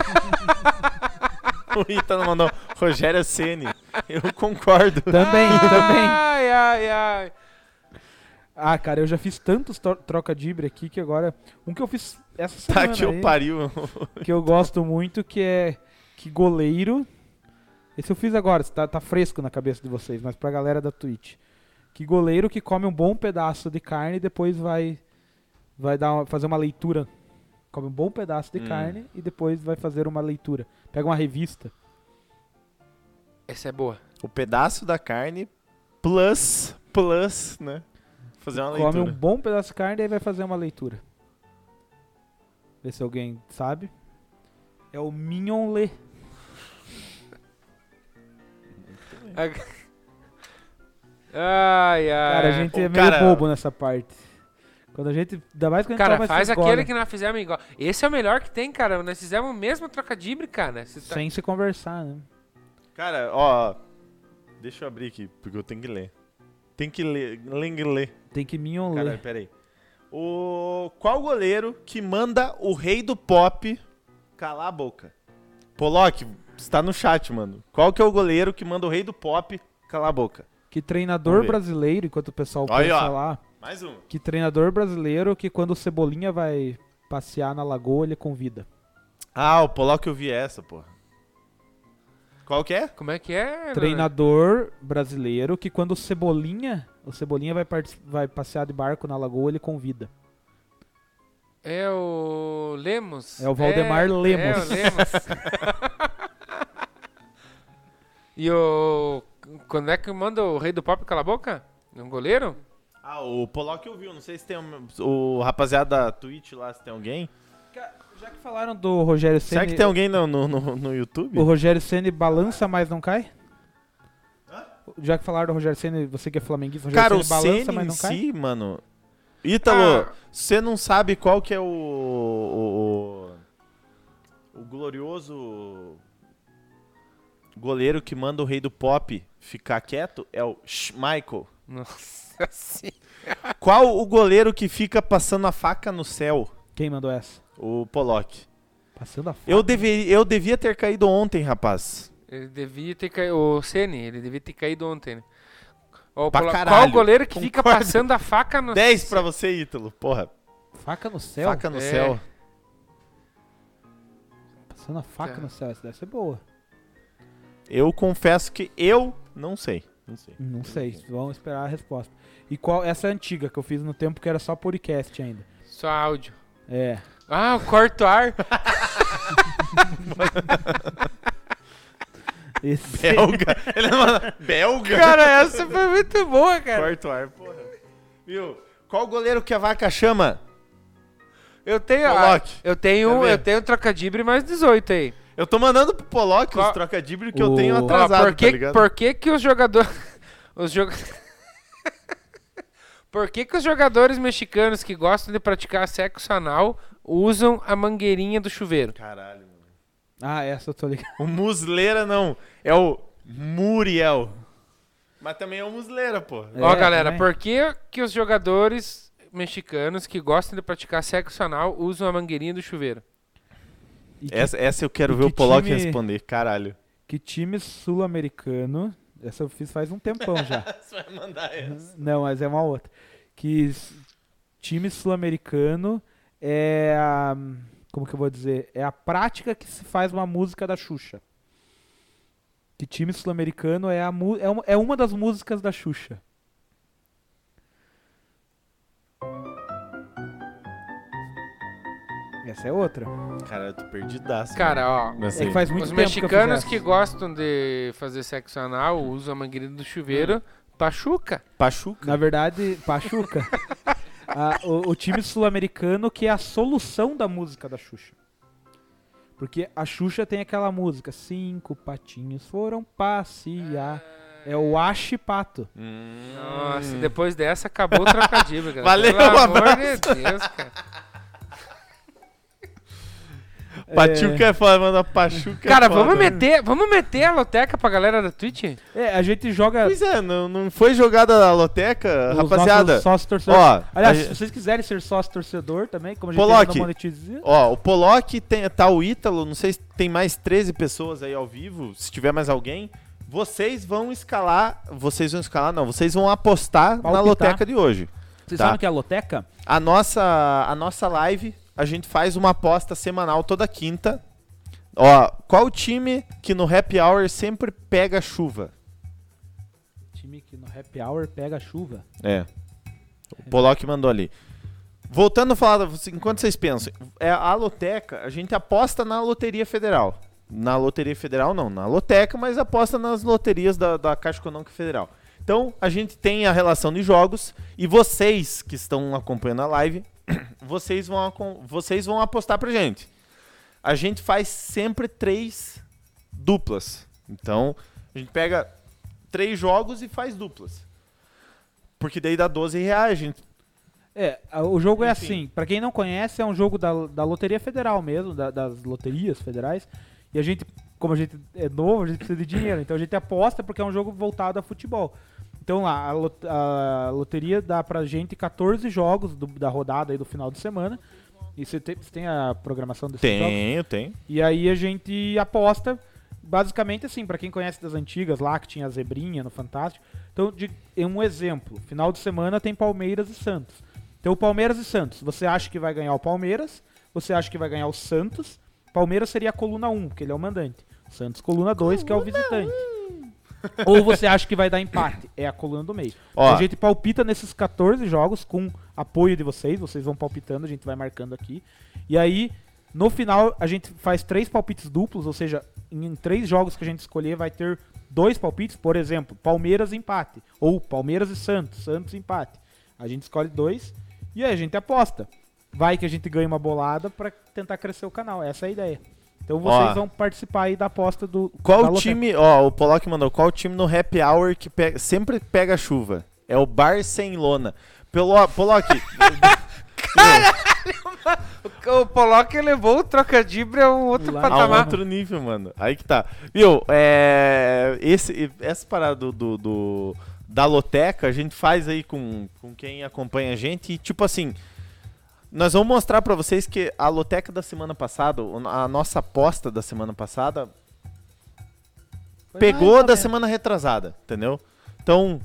Speaker 2: O Ítalo mandou Rogério Ceni. Eu concordo.
Speaker 5: Também.
Speaker 3: Ai, ai, ai.
Speaker 5: Ah, cara, eu já fiz tantos troca-dibre aqui que agora... Um que eu fiz essa
Speaker 2: Tá
Speaker 5: semana
Speaker 2: que eu
Speaker 5: aí,
Speaker 2: pariu.
Speaker 5: que eu gosto muito, que é que goleiro... Esse eu fiz agora, tá fresco na cabeça de vocês, mas pra galera da Twitch. Que goleiro que come um bom pedaço de carne e depois vai fazer uma leitura. Come um bom pedaço de carne e depois vai fazer uma leitura. Pega uma revista.
Speaker 3: Essa é boa.
Speaker 2: O pedaço da carne plus, né? Fazer uma
Speaker 5: Come
Speaker 2: leitura.
Speaker 5: um bom pedaço de carne e aí vai fazer uma leitura. Vê se alguém sabe. É o Mignon-lé.
Speaker 3: Ai, ai.
Speaker 5: Cara, a gente
Speaker 2: o
Speaker 5: é meio
Speaker 2: cara-
Speaker 5: bobo nessa parte. Quando a gente... Ainda mais quando a gente
Speaker 3: Cara,
Speaker 5: toma
Speaker 3: faz
Speaker 5: essas
Speaker 3: aquele
Speaker 5: golas
Speaker 3: que nós fizemos igual. Esse é o melhor que tem, cara. Nós fizemos o mesmo troca-dibre, cara. Você tá-
Speaker 5: sem se conversar, né?
Speaker 2: Cara, ó. Deixa eu abrir aqui, porque eu tenho que ler. Tem que ler. Ler.
Speaker 5: Tem que Mignon-lé.
Speaker 2: Caralho, peraí. Qual goleiro que manda o rei do pop calar a boca? Pollock, está no chat, mano. Qual que é o goleiro que manda o rei do pop calar a boca?
Speaker 5: Que treinador
Speaker 2: Vamos ver.
Speaker 5: brasileiro, enquanto o pessoal
Speaker 2: Aí,
Speaker 5: pensa
Speaker 2: ó.
Speaker 5: lá,
Speaker 2: Mais um.
Speaker 5: que treinador brasileiro que quando o Cebolinha vai passear na lagoa, ele convida.
Speaker 2: Ah, o Pollock eu vi essa, porra. Qual que é?
Speaker 3: Como é que é?
Speaker 5: Treinador brasileiro que quando o Cebolinha vai passear de barco na lagoa, ele convida.
Speaker 3: É o Lemos.
Speaker 5: É o Valdemar Lemos.
Speaker 3: É o Lemos. E o... Quando é que manda o rei do pop calar a boca? Um goleiro?
Speaker 2: Ah, o Pollock eu vi. Não sei se tem o rapaziada da Twitch lá, se tem alguém.
Speaker 5: Já que falaram do Rogério Ceni,
Speaker 2: Será que tem alguém no YouTube?
Speaker 5: o Rogério Ceni balança, mas não cai? Já que falaram do Rogério Ceni, você que é flamenguista, o Rogério
Speaker 2: Cara, o
Speaker 5: Ceni balança,
Speaker 2: Ceni
Speaker 5: mas
Speaker 2: em
Speaker 5: não cai?
Speaker 2: si, mano... Ítalo,
Speaker 3: Ah.
Speaker 2: você não sabe qual que é o glorioso goleiro que manda o rei do pop ficar quieto? É o Schmeichel.
Speaker 3: Nossa senhora.
Speaker 2: Qual o goleiro que fica passando a faca no céu?
Speaker 5: Quem mandou essa?
Speaker 2: O Pollock.
Speaker 5: Passando a faca.
Speaker 2: Eu devia ter caído ontem, rapaz.
Speaker 3: Ele devia ter caído... O Ceni, ele devia ter caído ontem, né? Ó,
Speaker 2: Pra
Speaker 3: Qual
Speaker 2: caralho.
Speaker 3: o goleiro que fica
Speaker 2: Concordo.
Speaker 3: passando a faca no...
Speaker 2: 10 pra você, Ítalo. Porra,
Speaker 5: Faca no céu?
Speaker 2: faca no
Speaker 3: É.
Speaker 2: céu.
Speaker 5: Passando a faca
Speaker 3: Tá.
Speaker 5: no céu, essa deve ser boa.
Speaker 2: Eu confesso que eu não sei.
Speaker 5: Não sei, vamos esperar a resposta. E qual essa é antiga que eu fiz no tempo que era só podcast ainda.
Speaker 3: Só áudio.
Speaker 5: É.
Speaker 3: Ah, o corto ar.
Speaker 5: Esse...
Speaker 2: Belga. Ele manda... Belga?
Speaker 3: Cara, essa foi muito boa, cara.
Speaker 2: Quarto ar, porra. Viu? Qual goleiro que a vaca chama?
Speaker 3: Eu tenho...
Speaker 2: Coloque.
Speaker 3: eu tenho
Speaker 2: Quer ver?
Speaker 3: trocadibre mais 18 aí.
Speaker 2: Eu tô mandando pro Pollock os
Speaker 3: Qual-
Speaker 2: trocadilhos que eu tenho atrasado,
Speaker 3: por que,
Speaker 2: tá ligado?
Speaker 3: por que que os jogadores... Por que que os jogadores mexicanos que gostam de praticar sexo anal usam a mangueirinha do chuveiro?
Speaker 2: Caralho, mano.
Speaker 5: Ah, essa eu tô ligado.
Speaker 2: O Musleira não, é o Muriel. Mas também é o Musleira, pô.
Speaker 3: Ó, galera,
Speaker 5: também.
Speaker 3: por que que os jogadores mexicanos que gostam de praticar sexo anal usam a mangueirinha do chuveiro?
Speaker 5: E
Speaker 2: Essa eu quero
Speaker 5: e
Speaker 2: ver
Speaker 5: que
Speaker 2: o Pollock
Speaker 5: time-
Speaker 2: responder, caralho.
Speaker 5: que time sul-americano... Essa eu fiz faz um tempão já.
Speaker 2: Você vai mandar essa.
Speaker 5: Não, mas é uma outra. Time sul-americano é a... Como que eu vou dizer? É a prática que se faz uma música da Xuxa. Que time sul-americano é uma das músicas da Xuxa. Essa é outra.
Speaker 2: Cara, eu tô perdidaço.
Speaker 3: Cara, ó,
Speaker 2: mano. Nessa
Speaker 5: É
Speaker 2: aí.
Speaker 5: que faz muito
Speaker 3: os
Speaker 5: tempo que eu
Speaker 3: mexicanos
Speaker 5: fiz
Speaker 3: que
Speaker 5: essa.
Speaker 3: gostam de fazer sexo anal usam a mangueirinha do chuveiro pachuca.
Speaker 2: Pachuca.
Speaker 5: Na verdade, Pachuca. O time sul-americano que é a solução da música da Xuxa. Porque a Xuxa tem aquela música, 5 patinhos foram passear. É o Achipato.
Speaker 3: Nossa, depois dessa acabou o trocadilho, cara.
Speaker 2: Valeu,
Speaker 3: Pelo
Speaker 2: um
Speaker 3: amor
Speaker 2: abraço.
Speaker 3: de Deus, cara.
Speaker 2: Pachuca é foda, mano. Pachuca
Speaker 3: Cara,
Speaker 2: é foda.
Speaker 3: vamos meter a loteca pra galera da Twitch?
Speaker 5: A gente joga...
Speaker 2: Pois é, não foi jogada a loteca,
Speaker 5: os
Speaker 2: rapaziada.
Speaker 5: nossos sócios torcedores.
Speaker 2: Ó,
Speaker 5: Aliás,
Speaker 2: a
Speaker 5: se
Speaker 2: gente-
Speaker 5: vocês quiserem ser sócio torcedor também, como a gente
Speaker 2: Pollock.
Speaker 5: ainda não monetiza.
Speaker 2: Ó, o Pollock tá o Ítalo, não sei se tem mais 13 pessoas aí ao vivo, se tiver mais alguém, vocês vão escalar vocês vão apostar na
Speaker 5: Palpitar.
Speaker 2: loteca de hoje.
Speaker 5: Vocês
Speaker 2: Tá.
Speaker 5: sabem o que é a loteca?
Speaker 2: A nossa live, a gente faz uma aposta semanal toda quinta. Ó, qual time que no Happy Hour sempre pega chuva?
Speaker 5: Time que no happy hour pega chuva.
Speaker 2: É. O Pollock mandou ali. Voltando a falar, enquanto vocês pensam, a loteca, a gente aposta na Loteria Federal. Na Loteria Federal não, na loteca, mas aposta nas loterias da Caixa Econômica Federal. Então, a gente tem a relação de jogos e vocês que estão acompanhando a live, vocês vão apostar pra gente. A gente faz sempre 3 duplas. Então, a gente pega 3 jogos e faz duplas. Porque daí dá R$12, a gente...
Speaker 5: O jogo é
Speaker 2: Enfim.
Speaker 5: assim, pra quem não conhece, é um jogo da Loteria Federal mesmo, das loterias federais. E a gente, como a gente é novo, a gente precisa de dinheiro. Então a gente aposta porque é um jogo voltado a futebol. Então lá, a loteria dá pra gente 14 jogos da rodada aí do final de semana. E você tem a programação desses jogos?
Speaker 2: Tenho.
Speaker 5: E aí a gente aposta, basicamente assim, pra quem conhece das antigas lá, que tinha a zebrinha no Fantástico. Então, um exemplo, final de semana tem Palmeiras e Santos. Então, o Palmeiras e Santos, você acha que vai ganhar o Palmeiras, você acha que vai ganhar o Santos. Palmeiras seria a coluna 1, porque ele é o mandante. Santos, coluna 2, que é o visitante. Ou você acha que vai dar empate, é a coluna do meio.
Speaker 2: Ó.
Speaker 5: Então, a gente palpita nesses 14 jogos com apoio de vocês vão palpitando, a gente vai marcando aqui. E aí, no final, a gente faz 3 palpites duplos, ou seja, em 3 jogos que a gente escolher vai ter 2 palpites, por exemplo, Palmeiras empate, ou Palmeiras e Santos, Santos empate. A gente escolhe 2 e aí a gente aposta. Vai que a gente ganha uma bolada pra tentar crescer o canal, essa é a ideia. Então vocês
Speaker 2: Ó.
Speaker 5: vão participar aí da aposta da
Speaker 2: Qual
Speaker 5: loteca.
Speaker 2: time, ó, o Pollock mandou, qual time no Happy Hour que sempre pega chuva? É o Barcelona. Pollock,
Speaker 3: O Pollock levou o trocadilho a um outro
Speaker 5: Lá.
Speaker 2: a
Speaker 3: patamar.
Speaker 2: outro nível, mano. Aí que tá. Viu, essa parada da loteca, a gente faz aí com quem acompanha a gente e, tipo assim, nós vamos mostrar pra vocês que a loteca da semana passada, a nossa aposta da semana passada,
Speaker 5: Foi
Speaker 2: pegou
Speaker 5: mais ou
Speaker 2: da
Speaker 5: menos.
Speaker 2: semana retrasada, entendeu? Então,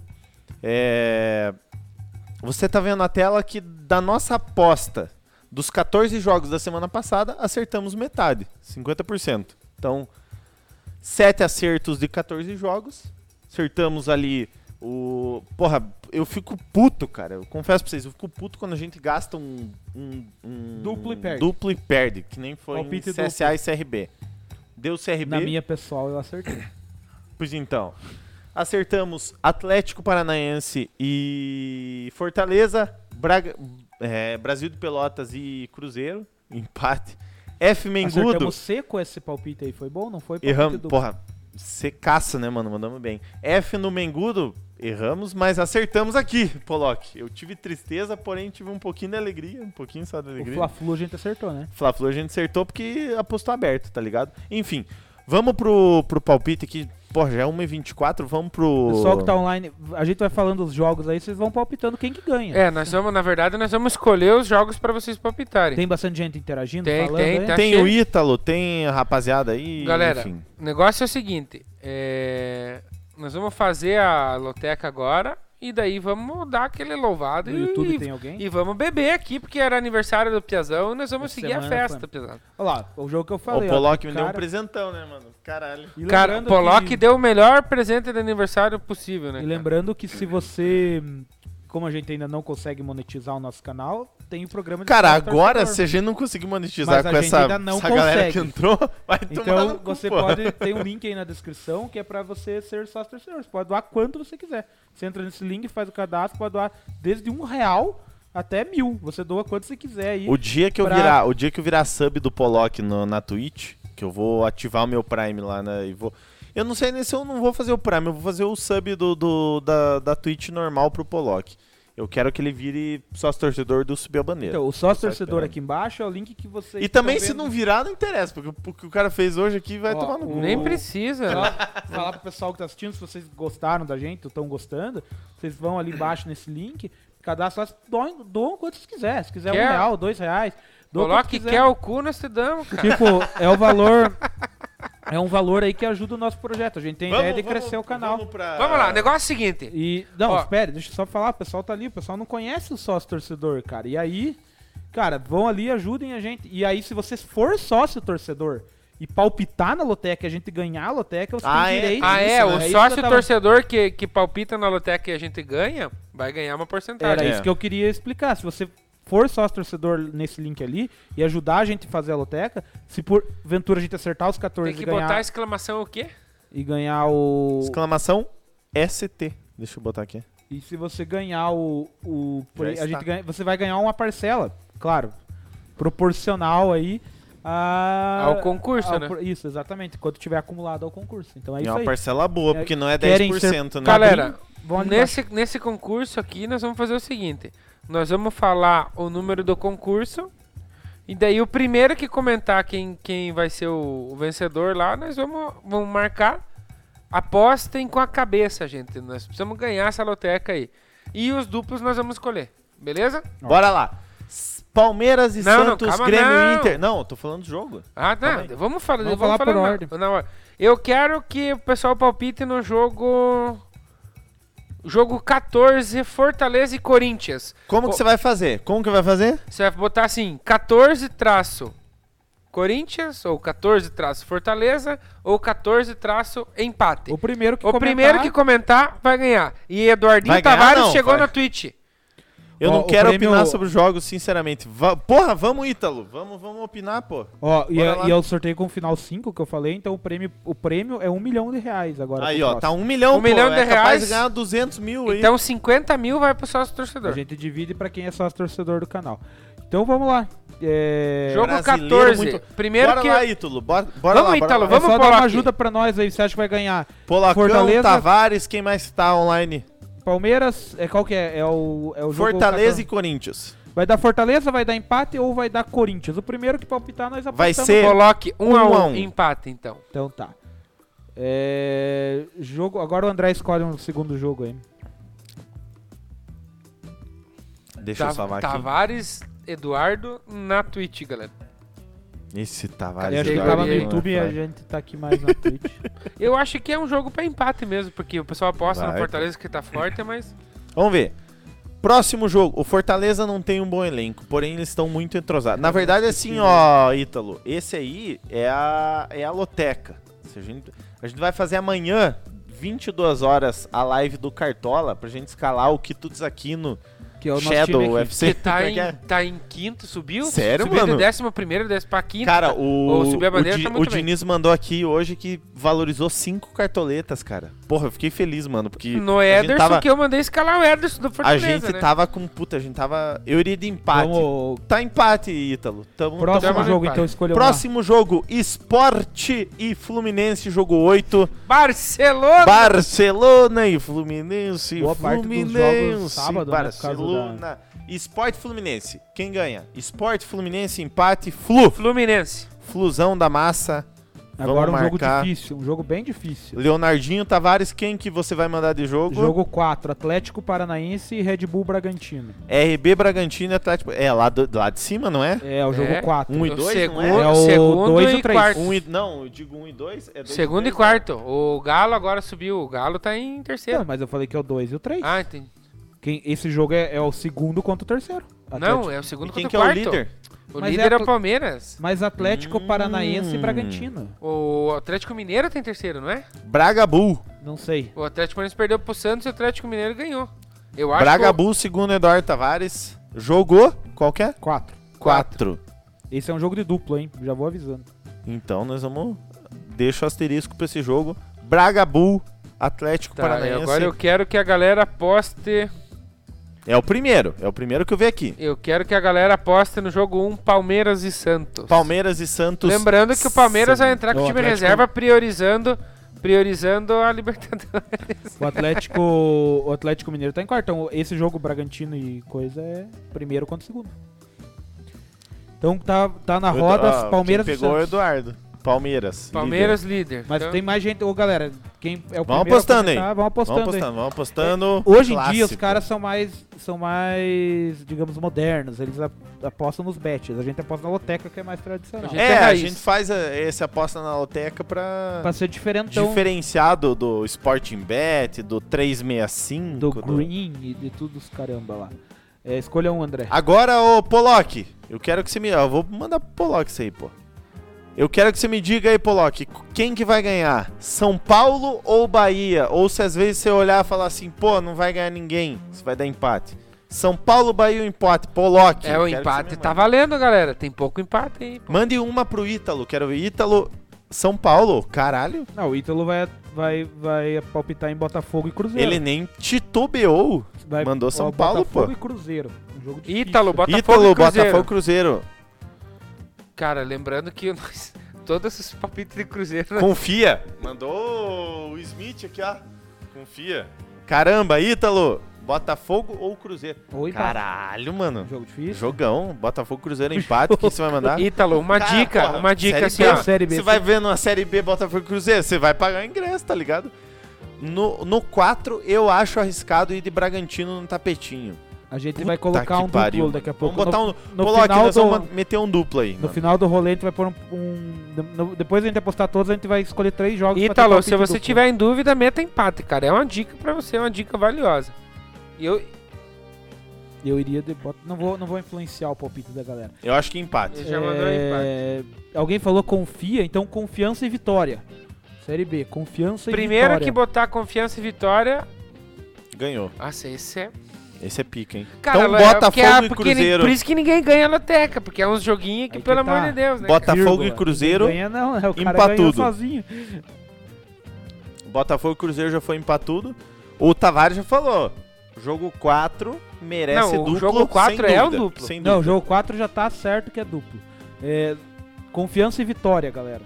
Speaker 2: você tá vendo na tela que da nossa aposta dos 14 jogos da semana passada, acertamos metade, 50%. Então, 7 acertos de 14 jogos, acertamos ali o... Porra, eu fico puto, cara, eu confesso pra vocês, eu fico puto quando a gente gasta um
Speaker 5: Duplo e perde.
Speaker 2: que nem foi
Speaker 5: Palpite
Speaker 2: em CSA e CRB. Deu CRB...
Speaker 5: Na minha pessoal eu acertei.
Speaker 2: Pois então, acertamos Atlético Paranaense e Fortaleza, Brasil de Pelotas e Cruzeiro, empate. F Mengudo.
Speaker 5: Acertamos seco esse palpite aí, foi bom? Não foi palpite
Speaker 2: Erramos,
Speaker 5: duplo?
Speaker 2: porra, secaça, né, mano? Mandamos bem. F no Mengudo, erramos, mas acertamos aqui, Pollock. Eu tive tristeza, porém tive um pouquinho de alegria, um pouquinho só de
Speaker 5: O
Speaker 2: alegria.
Speaker 5: Fla-Flu a gente acertou, né?
Speaker 2: Fla-Flu a gente acertou porque apostou aberto, tá ligado? Enfim, vamos pro palpite aqui. Pô, já é 1h24, vamos pro...
Speaker 5: Pessoal que tá online, a gente vai falando os jogos aí, vocês vão palpitando quem que ganha.
Speaker 3: Na verdade, nós vamos escolher os jogos pra vocês palpitarem.
Speaker 5: Tem bastante gente interagindo,
Speaker 3: Tem,
Speaker 5: falando
Speaker 3: tem,
Speaker 5: aí?
Speaker 3: tá.
Speaker 2: Tem
Speaker 3: cheio.
Speaker 2: o Ítalo, tem a rapaziada aí,
Speaker 3: Galera,
Speaker 2: enfim.
Speaker 3: o negócio é o seguinte, nós vamos fazer a loteca agora e daí vamos dar aquele louvado
Speaker 5: No YouTube tem alguém?
Speaker 3: e vamos beber aqui, porque era aniversário do Piazão e nós vamos
Speaker 5: Essa
Speaker 3: seguir a
Speaker 5: semana
Speaker 3: festa,
Speaker 5: foi.
Speaker 3: Piazão.
Speaker 5: Olha lá, o jogo que eu
Speaker 2: O
Speaker 5: falei.
Speaker 2: Pollock
Speaker 5: ó,
Speaker 2: me deu um
Speaker 5: cara-
Speaker 2: presentão, né, mano? Caralho.
Speaker 5: E
Speaker 3: Cara,
Speaker 5: lembrando
Speaker 3: Pollock
Speaker 5: que-
Speaker 3: deu o melhor presente de aniversário possível, né?
Speaker 5: E
Speaker 3: cara?
Speaker 5: lembrando que se você, como a gente ainda não consegue monetizar o nosso canal, tem o programa de
Speaker 2: Cara,
Speaker 5: sócio
Speaker 2: agora,
Speaker 5: torcedor.
Speaker 2: se a gente não conseguir monetizar
Speaker 5: Mas a
Speaker 2: com
Speaker 5: gente
Speaker 2: essa
Speaker 5: ainda não
Speaker 2: galera que
Speaker 5: consegue.
Speaker 2: entrou, vai tomar no
Speaker 5: Então
Speaker 2: cu,
Speaker 5: você
Speaker 2: pô.
Speaker 5: pode ter um link aí na descrição que é pra você ser sócio torcedor. Você pode doar quanto você quiser. Você entra nesse link, faz o cadastro, pode doar desde R$1 até 1.000. Você doa quanto você quiser aí.
Speaker 2: O dia que eu virar sub do Pollock na Twitch, que eu vou ativar o meu Prime lá, né, e vou... Eu não sei nem se eu não vou fazer o Prime, eu vou fazer o sub da Twitch normal pro Pollock. Eu quero que ele vire sócio torcedor do Subir a Bandeira.
Speaker 5: Então, o sócio
Speaker 2: Só
Speaker 5: torcedor
Speaker 2: esperando.
Speaker 5: aqui embaixo é o link que você.
Speaker 2: E também, se não virar, não interessa, porque o que o cara fez hoje aqui vai
Speaker 5: Ó,
Speaker 2: tomar no cu.
Speaker 3: Nem precisa.
Speaker 5: Falar pro pessoal que tá assistindo, se vocês gostaram da gente ou estão gostando, vocês vão ali embaixo nesse link, cadastram, doam quanto vocês quiserem. Se quiser
Speaker 3: Quer?
Speaker 5: R$1, R$2, doa quanto
Speaker 3: Coloque
Speaker 5: quiser.
Speaker 3: quer o cu, nós te damos, cara.
Speaker 5: Tipo, é o valor. É um valor aí que ajuda o nosso projeto. A gente tem ideia de crescer o canal.
Speaker 2: Vamos
Speaker 3: Vamos lá, o negócio é o seguinte.
Speaker 5: E. Não,
Speaker 3: Ó.
Speaker 5: espere, deixa eu só falar, o pessoal tá ali, o pessoal não conhece o sócio torcedor, cara. E aí, cara, vão ali, ajudem a gente. E aí, se você for sócio torcedor e palpitar na loteca e a gente ganhar a loteca, você
Speaker 2: Ah,
Speaker 5: tem
Speaker 2: é?
Speaker 5: direito.
Speaker 3: Ah,
Speaker 5: disso,
Speaker 3: é?
Speaker 5: né?
Speaker 3: O
Speaker 5: isso
Speaker 3: sócio
Speaker 5: que eu tava-
Speaker 3: torcedor que palpita na loteca e a gente ganha, vai ganhar uma porcentagem.
Speaker 5: Era
Speaker 2: É.
Speaker 5: isso que eu queria explicar. Se você for sócio torcedor nesse link ali e ajudar a gente a fazer a loteca, se por ventura a gente acertar os 14
Speaker 3: Tem que
Speaker 5: e ganhar,
Speaker 3: botar exclamação o quê?
Speaker 5: e ganhar o.
Speaker 2: Exclamação ST. Deixa eu botar aqui.
Speaker 5: E se você ganhar
Speaker 2: Já
Speaker 5: a
Speaker 2: está.
Speaker 5: gente ganha, você vai ganhar uma parcela, claro, proporcional aí
Speaker 3: Ao concurso, né?
Speaker 5: Isso, exatamente, quanto tiver acumulado ao concurso. Então é
Speaker 2: É
Speaker 5: isso
Speaker 2: uma
Speaker 5: aí.
Speaker 2: parcela boa,
Speaker 5: É,
Speaker 2: porque não é
Speaker 5: querem
Speaker 2: 10%,
Speaker 5: ser-
Speaker 2: né?
Speaker 3: Galera,
Speaker 5: Vão ali
Speaker 3: nesse concurso aqui, nós vamos fazer o seguinte. Nós vamos falar o número do concurso. E daí o primeiro que comentar quem vai ser o vencedor lá, nós vamos marcar. Apostem com a cabeça, gente. Nós precisamos ganhar essa loteca aí. E os duplos nós vamos escolher. Beleza?
Speaker 2: Bora lá. Palmeiras e
Speaker 3: Não, não,
Speaker 2: Santos,
Speaker 3: calma,
Speaker 2: Grêmio
Speaker 3: não.
Speaker 2: e Inter. Não, eu tô falando do jogo.
Speaker 3: Ah,
Speaker 2: Calma
Speaker 3: não.
Speaker 2: aí.
Speaker 3: Vamos falar
Speaker 5: por
Speaker 3: na-
Speaker 5: ordem.
Speaker 3: na hora. Eu quero que o pessoal palpite no jogo 14, Fortaleza e Corinthians.
Speaker 2: Como que você vai fazer? Como que vai fazer?
Speaker 3: Você vai botar assim, 14 traço Corinthians, ou 14 traço Fortaleza, ou 14 traço empate.
Speaker 5: O primeiro que
Speaker 3: O primeiro que comentar vai ganhar. E Eduardinho
Speaker 2: Vai ganhar,
Speaker 3: Tavares
Speaker 2: não,
Speaker 3: chegou
Speaker 2: vai.
Speaker 3: na Twitch.
Speaker 2: Eu
Speaker 5: Ó,
Speaker 2: não
Speaker 5: o
Speaker 2: quero
Speaker 5: prêmio-
Speaker 2: opinar sobre os jogos, sinceramente. Porra, vamos, Ítalo. Vamos opinar, pô.
Speaker 5: Ó, e
Speaker 2: Bora lá.
Speaker 5: eu sorteio com o final 5 que eu falei, então o prêmio é R$1 milhão agora.
Speaker 2: Aí,
Speaker 5: pro
Speaker 2: ó, tá
Speaker 5: próximo.
Speaker 2: 1 milhão,
Speaker 3: 1 milhão
Speaker 2: pô.
Speaker 3: de
Speaker 2: É capaz
Speaker 3: reais.
Speaker 2: de ganhar 200 mil aí.
Speaker 3: Então 50 mil vai pro sócio
Speaker 5: A
Speaker 3: torcedor.
Speaker 5: gente divide pra quem é sócio torcedor do canal. Então vamos lá.
Speaker 3: Jogo
Speaker 2: Brasileiro
Speaker 3: 14.
Speaker 2: muito-
Speaker 3: Primeiro
Speaker 2: bora
Speaker 3: que...
Speaker 2: lá, Ítalo. Bora
Speaker 3: Vamos,
Speaker 2: lá,
Speaker 3: Ítalo,
Speaker 2: lá.
Speaker 5: É
Speaker 3: vamos
Speaker 5: só dar
Speaker 3: Pollock.
Speaker 5: uma ajuda pra nós aí, você acha que vai ganhar?
Speaker 2: Polacão,
Speaker 5: Fortaleza-
Speaker 2: Tavares, quem mais tá online?
Speaker 5: Palmeiras, qual que é? É o jogo
Speaker 2: Fortaleza
Speaker 5: 14.
Speaker 2: e Corinthians.
Speaker 5: Vai dar Fortaleza, vai dar empate ou vai dar Corinthians? O primeiro que palpitar nós
Speaker 2: Vai
Speaker 5: apostamos.
Speaker 2: ser-
Speaker 3: Coloque 1 a
Speaker 2: 1 a
Speaker 3: 1
Speaker 2: 1.
Speaker 3: empate, então.
Speaker 5: Então tá. Jogo, agora o André escolhe um segundo jogo aí.
Speaker 2: Deixa eu salvar aqui.
Speaker 3: Tavares, Eduardo na Twitch, galera.
Speaker 2: Esse
Speaker 5: Eu
Speaker 2: Tavares.
Speaker 5: achei que
Speaker 3: Eduardo
Speaker 5: tava no
Speaker 3: aí,
Speaker 5: YouTube e a gente tá aqui mais na Twitch.
Speaker 3: Eu acho que é um jogo pra empate mesmo, porque o pessoal aposta
Speaker 2: Vai,
Speaker 3: no Fortaleza que tá forte, mas...
Speaker 2: Vamos ver. Próximo jogo. O Fortaleza não tem um bom elenco, porém eles estão muito entrosados. Na verdade, assim, ó, Ítalo, esse aí é a loteca. Se a gente vai fazer amanhã, 22 horas, a live do Cartola, pra gente escalar o Kitudes Aquino
Speaker 5: Que é o nosso
Speaker 2: Shadow
Speaker 5: time aqui.
Speaker 2: UFC.
Speaker 3: Que tá
Speaker 2: Como é
Speaker 3: em,
Speaker 2: que é?
Speaker 3: tá em quinto, subiu?
Speaker 2: Sério,
Speaker 3: subiu
Speaker 2: mano?
Speaker 3: de 11º, desce pra quinto.
Speaker 2: Cara,
Speaker 3: Ou subir a bandeira, tá
Speaker 2: o
Speaker 3: muito bem.
Speaker 2: Diniz mandou aqui hoje que valorizou 5 cartoletas, cara. Porra, eu fiquei feliz, mano, porque
Speaker 3: No
Speaker 2: a gente
Speaker 3: Ederson,
Speaker 2: tava,
Speaker 3: que eu mandei escalar o Ederson do
Speaker 2: a
Speaker 3: Fortaleza,
Speaker 2: gente
Speaker 3: né?
Speaker 2: tava com... Puta, a gente tava... Eu iria de empate.
Speaker 5: Vamos,
Speaker 2: Tá empate, Ítalo.
Speaker 5: próximo
Speaker 3: tamo no
Speaker 5: jogo,
Speaker 3: empate.
Speaker 5: então, escolha
Speaker 2: Próximo jogo, Sport e Fluminense, jogo 8.
Speaker 3: Barcelona!
Speaker 2: Barcelona e Fluminense.
Speaker 5: Boa parte dos
Speaker 2: Fluminense,
Speaker 5: jogos sábado, né, por causa
Speaker 2: Barcelona. Sport e Fluminense. Quem ganha? Sport, Fluminense, empate, Flu.
Speaker 3: Fluminense.
Speaker 2: Flusão da massa.
Speaker 5: Agora um
Speaker 2: Vamos
Speaker 5: jogo
Speaker 2: marcar.
Speaker 5: difícil, um jogo bem difícil.
Speaker 2: Leonardinho Tavares, quem que você vai mandar de jogo?
Speaker 5: Jogo 4, Atlético Paranaense e Red Bull Bragantino.
Speaker 2: RB Bragantino e Atlético. É, lá de cima, não é?
Speaker 5: É, o jogo
Speaker 3: É.
Speaker 5: 4.
Speaker 2: 1 e
Speaker 3: O
Speaker 2: 2,
Speaker 3: segundo,
Speaker 2: não é?
Speaker 5: É o
Speaker 3: segundo
Speaker 5: 2 e
Speaker 3: e
Speaker 5: o 3.
Speaker 3: quarto.
Speaker 2: Não, eu digo 1 e 2. É 2
Speaker 3: Segundo e
Speaker 2: 3,
Speaker 3: quarto. O Galo agora subiu. O Galo tá em terceiro.
Speaker 5: Não, mas eu falei que é o 2 e o 3.
Speaker 3: Ah, entendi.
Speaker 5: Esse jogo é o segundo contra o terceiro.
Speaker 3: Não, é o segundo
Speaker 2: E quem
Speaker 3: contra
Speaker 2: que
Speaker 3: o
Speaker 2: é o
Speaker 3: quarto.
Speaker 2: líder?
Speaker 3: O
Speaker 5: Mas
Speaker 3: líder
Speaker 5: é
Speaker 3: é o Palmeiras.
Speaker 5: Mas Atlético Paranaense e Bragantino.
Speaker 3: O Atlético Mineiro tem terceiro, não é?
Speaker 2: Braga Bull.
Speaker 5: Não sei.
Speaker 3: O Atlético Paranaense perdeu pro Santos e o Atlético Mineiro ganhou. Eu acho
Speaker 2: Braga
Speaker 3: que
Speaker 2: Bull, segundo Eduardo Tavares. Jogou? Qual que é?
Speaker 5: 4.
Speaker 2: 4.
Speaker 5: Esse é um jogo de duplo, hein? Já vou avisando.
Speaker 2: Então nós vamos... Deixa o asterisco pra esse jogo. Braga Bull, Atlético
Speaker 3: Tá,
Speaker 2: Paranaense.
Speaker 3: agora eu quero que a galera aposte.
Speaker 2: É o primeiro que eu vi aqui.
Speaker 3: Eu quero que a galera aposte no jogo 1, Palmeiras e Santos.
Speaker 2: Palmeiras e Santos.
Speaker 3: Lembrando que o Palmeiras vai entrar com o
Speaker 5: O
Speaker 3: time
Speaker 5: Atlético-
Speaker 3: reserva priorizando a Libertadores.
Speaker 5: O Atlético Mineiro tá em quartão. Esse jogo, Bragantino e coisa, é primeiro contra segundo. Então tá na roda, Palmeiras
Speaker 2: Quem
Speaker 5: e
Speaker 2: pegou o
Speaker 5: Santos.
Speaker 2: Eduardo. Palmeiras.
Speaker 3: Palmeiras líder.
Speaker 5: Mas
Speaker 3: Então,
Speaker 5: tem mais gente. Ô, galera, quem é o
Speaker 2: Vamos
Speaker 5: primeiro a
Speaker 2: apostando aí.
Speaker 5: comentar, Vamos apostando aí.
Speaker 2: Vamos apostando.
Speaker 5: Hoje em dia os
Speaker 2: Clássico.
Speaker 5: caras são mais, digamos, modernos. Eles apostam nos bets. A gente aposta na loteca, que é mais tradicional.
Speaker 3: A gente-
Speaker 2: É,
Speaker 3: é
Speaker 2: a
Speaker 3: raiz.
Speaker 2: gente faz esse aposta na loteca pra
Speaker 5: Pra ser diferentão
Speaker 2: diferenciado do Sporting Bet, do 365.
Speaker 5: do Green e de tudo os caramba lá. Escolha um, André.
Speaker 2: Agora, ô Polok, eu quero que você me... Eu vou mandar pro Polok isso aí, pô. Eu quero que você me diga aí, Polok, quem que vai ganhar? São Paulo ou Bahia? Ou se às vezes você olhar e falar assim, pô, não vai ganhar ninguém, você vai dar empate. São Paulo, Bahia ou empate? Polok.
Speaker 3: É,
Speaker 2: eu
Speaker 3: o
Speaker 2: quero que
Speaker 3: empate
Speaker 2: você me
Speaker 3: tá
Speaker 2: mande.
Speaker 3: valendo, galera. Tem pouco empate aí. Pô.
Speaker 2: Mande uma pro Ítalo, quero ver. Ítalo, São Paulo, caralho.
Speaker 5: Não, o Ítalo vai palpitar em Botafogo e Cruzeiro.
Speaker 2: Ele nem titubeou. mandou São Paulo,
Speaker 5: Botafogo
Speaker 2: pô.
Speaker 5: e Cruzeiro. Um jogo difícil.
Speaker 3: Ítalo, Botafogo
Speaker 2: Ítalo,
Speaker 3: e Cruzeiro.
Speaker 2: Botafogo, Cruzeiro.
Speaker 3: Cara, lembrando que todos os palpites de Cruzeiro...
Speaker 2: Confia. Mandou o Smith aqui, ó. Confia. Caramba, Ítalo, Botafogo ou Cruzeiro?
Speaker 5: Ou empate.
Speaker 2: Caralho, mano.
Speaker 5: Um jogo difícil.
Speaker 2: Jogão, Botafogo, Cruzeiro, empate. O que você vai mandar?
Speaker 3: Ítalo, uma
Speaker 2: Cara,
Speaker 3: dica,
Speaker 2: porra,
Speaker 3: uma dica assim,
Speaker 2: Série
Speaker 3: ó.
Speaker 2: B,
Speaker 5: Série B.
Speaker 2: Você vai ver numa Série B Botafogo e Cruzeiro, você vai pagar o ingresso, tá ligado? No 4, eu acho arriscado ir de Bragantino no tapetinho.
Speaker 5: A gente
Speaker 2: Puta
Speaker 5: vai colocar
Speaker 2: que
Speaker 5: um
Speaker 2: pariu.
Speaker 5: duplo daqui a pouco.
Speaker 2: Vamos botar um...
Speaker 5: no
Speaker 2: Polok,
Speaker 5: final
Speaker 2: nós
Speaker 5: do-
Speaker 2: vamos meter um duplo aí.
Speaker 5: No
Speaker 2: mano.
Speaker 5: final do rolê a gente vai pôr depois a gente apostar todos, a gente vai escolher 3 jogos pra ter
Speaker 3: Ítalo,
Speaker 5: palpite
Speaker 3: se você
Speaker 5: duplo.
Speaker 3: tiver em dúvida, meta empate, cara. É uma dica pra você, é uma dica valiosa. E
Speaker 5: Eu iria de não vou influenciar o palpite da galera.
Speaker 2: Eu acho que empate.
Speaker 3: Ele já mandou empate.
Speaker 5: Alguém falou confia, então confiança e vitória. Série B, confiança e
Speaker 3: Primeiro
Speaker 5: vitória.
Speaker 3: que botar confiança e vitória...
Speaker 2: Ganhou.
Speaker 3: Nossa, esse é...
Speaker 2: Esse é pica, hein?
Speaker 3: Cara,
Speaker 2: então
Speaker 3: é
Speaker 2: Botafogo
Speaker 3: porque
Speaker 2: e
Speaker 3: porque
Speaker 2: Cruzeiro.
Speaker 3: Por isso que ninguém ganha a loteca, porque é uns joguinhos que,
Speaker 5: Aí que
Speaker 3: pelo
Speaker 5: tá.
Speaker 3: amor de Deus, né?
Speaker 2: Botafogo
Speaker 5: Vírgula.
Speaker 2: e Cruzeiro.
Speaker 5: Ganha não, né? O cara
Speaker 2: empatudo.
Speaker 5: ganhou sozinho.
Speaker 2: Botafogo e Cruzeiro já foi empatudo. O Tavares já falou. Jogo 4 merece
Speaker 3: Não, o
Speaker 2: duplo.
Speaker 3: jogo 4
Speaker 2: sem
Speaker 3: é um
Speaker 2: dúvida,
Speaker 3: duplo.
Speaker 2: Sem
Speaker 5: Não, o
Speaker 2: dúvida.
Speaker 5: jogo 4 já tá certo que é duplo. Confiança e vitória, galera.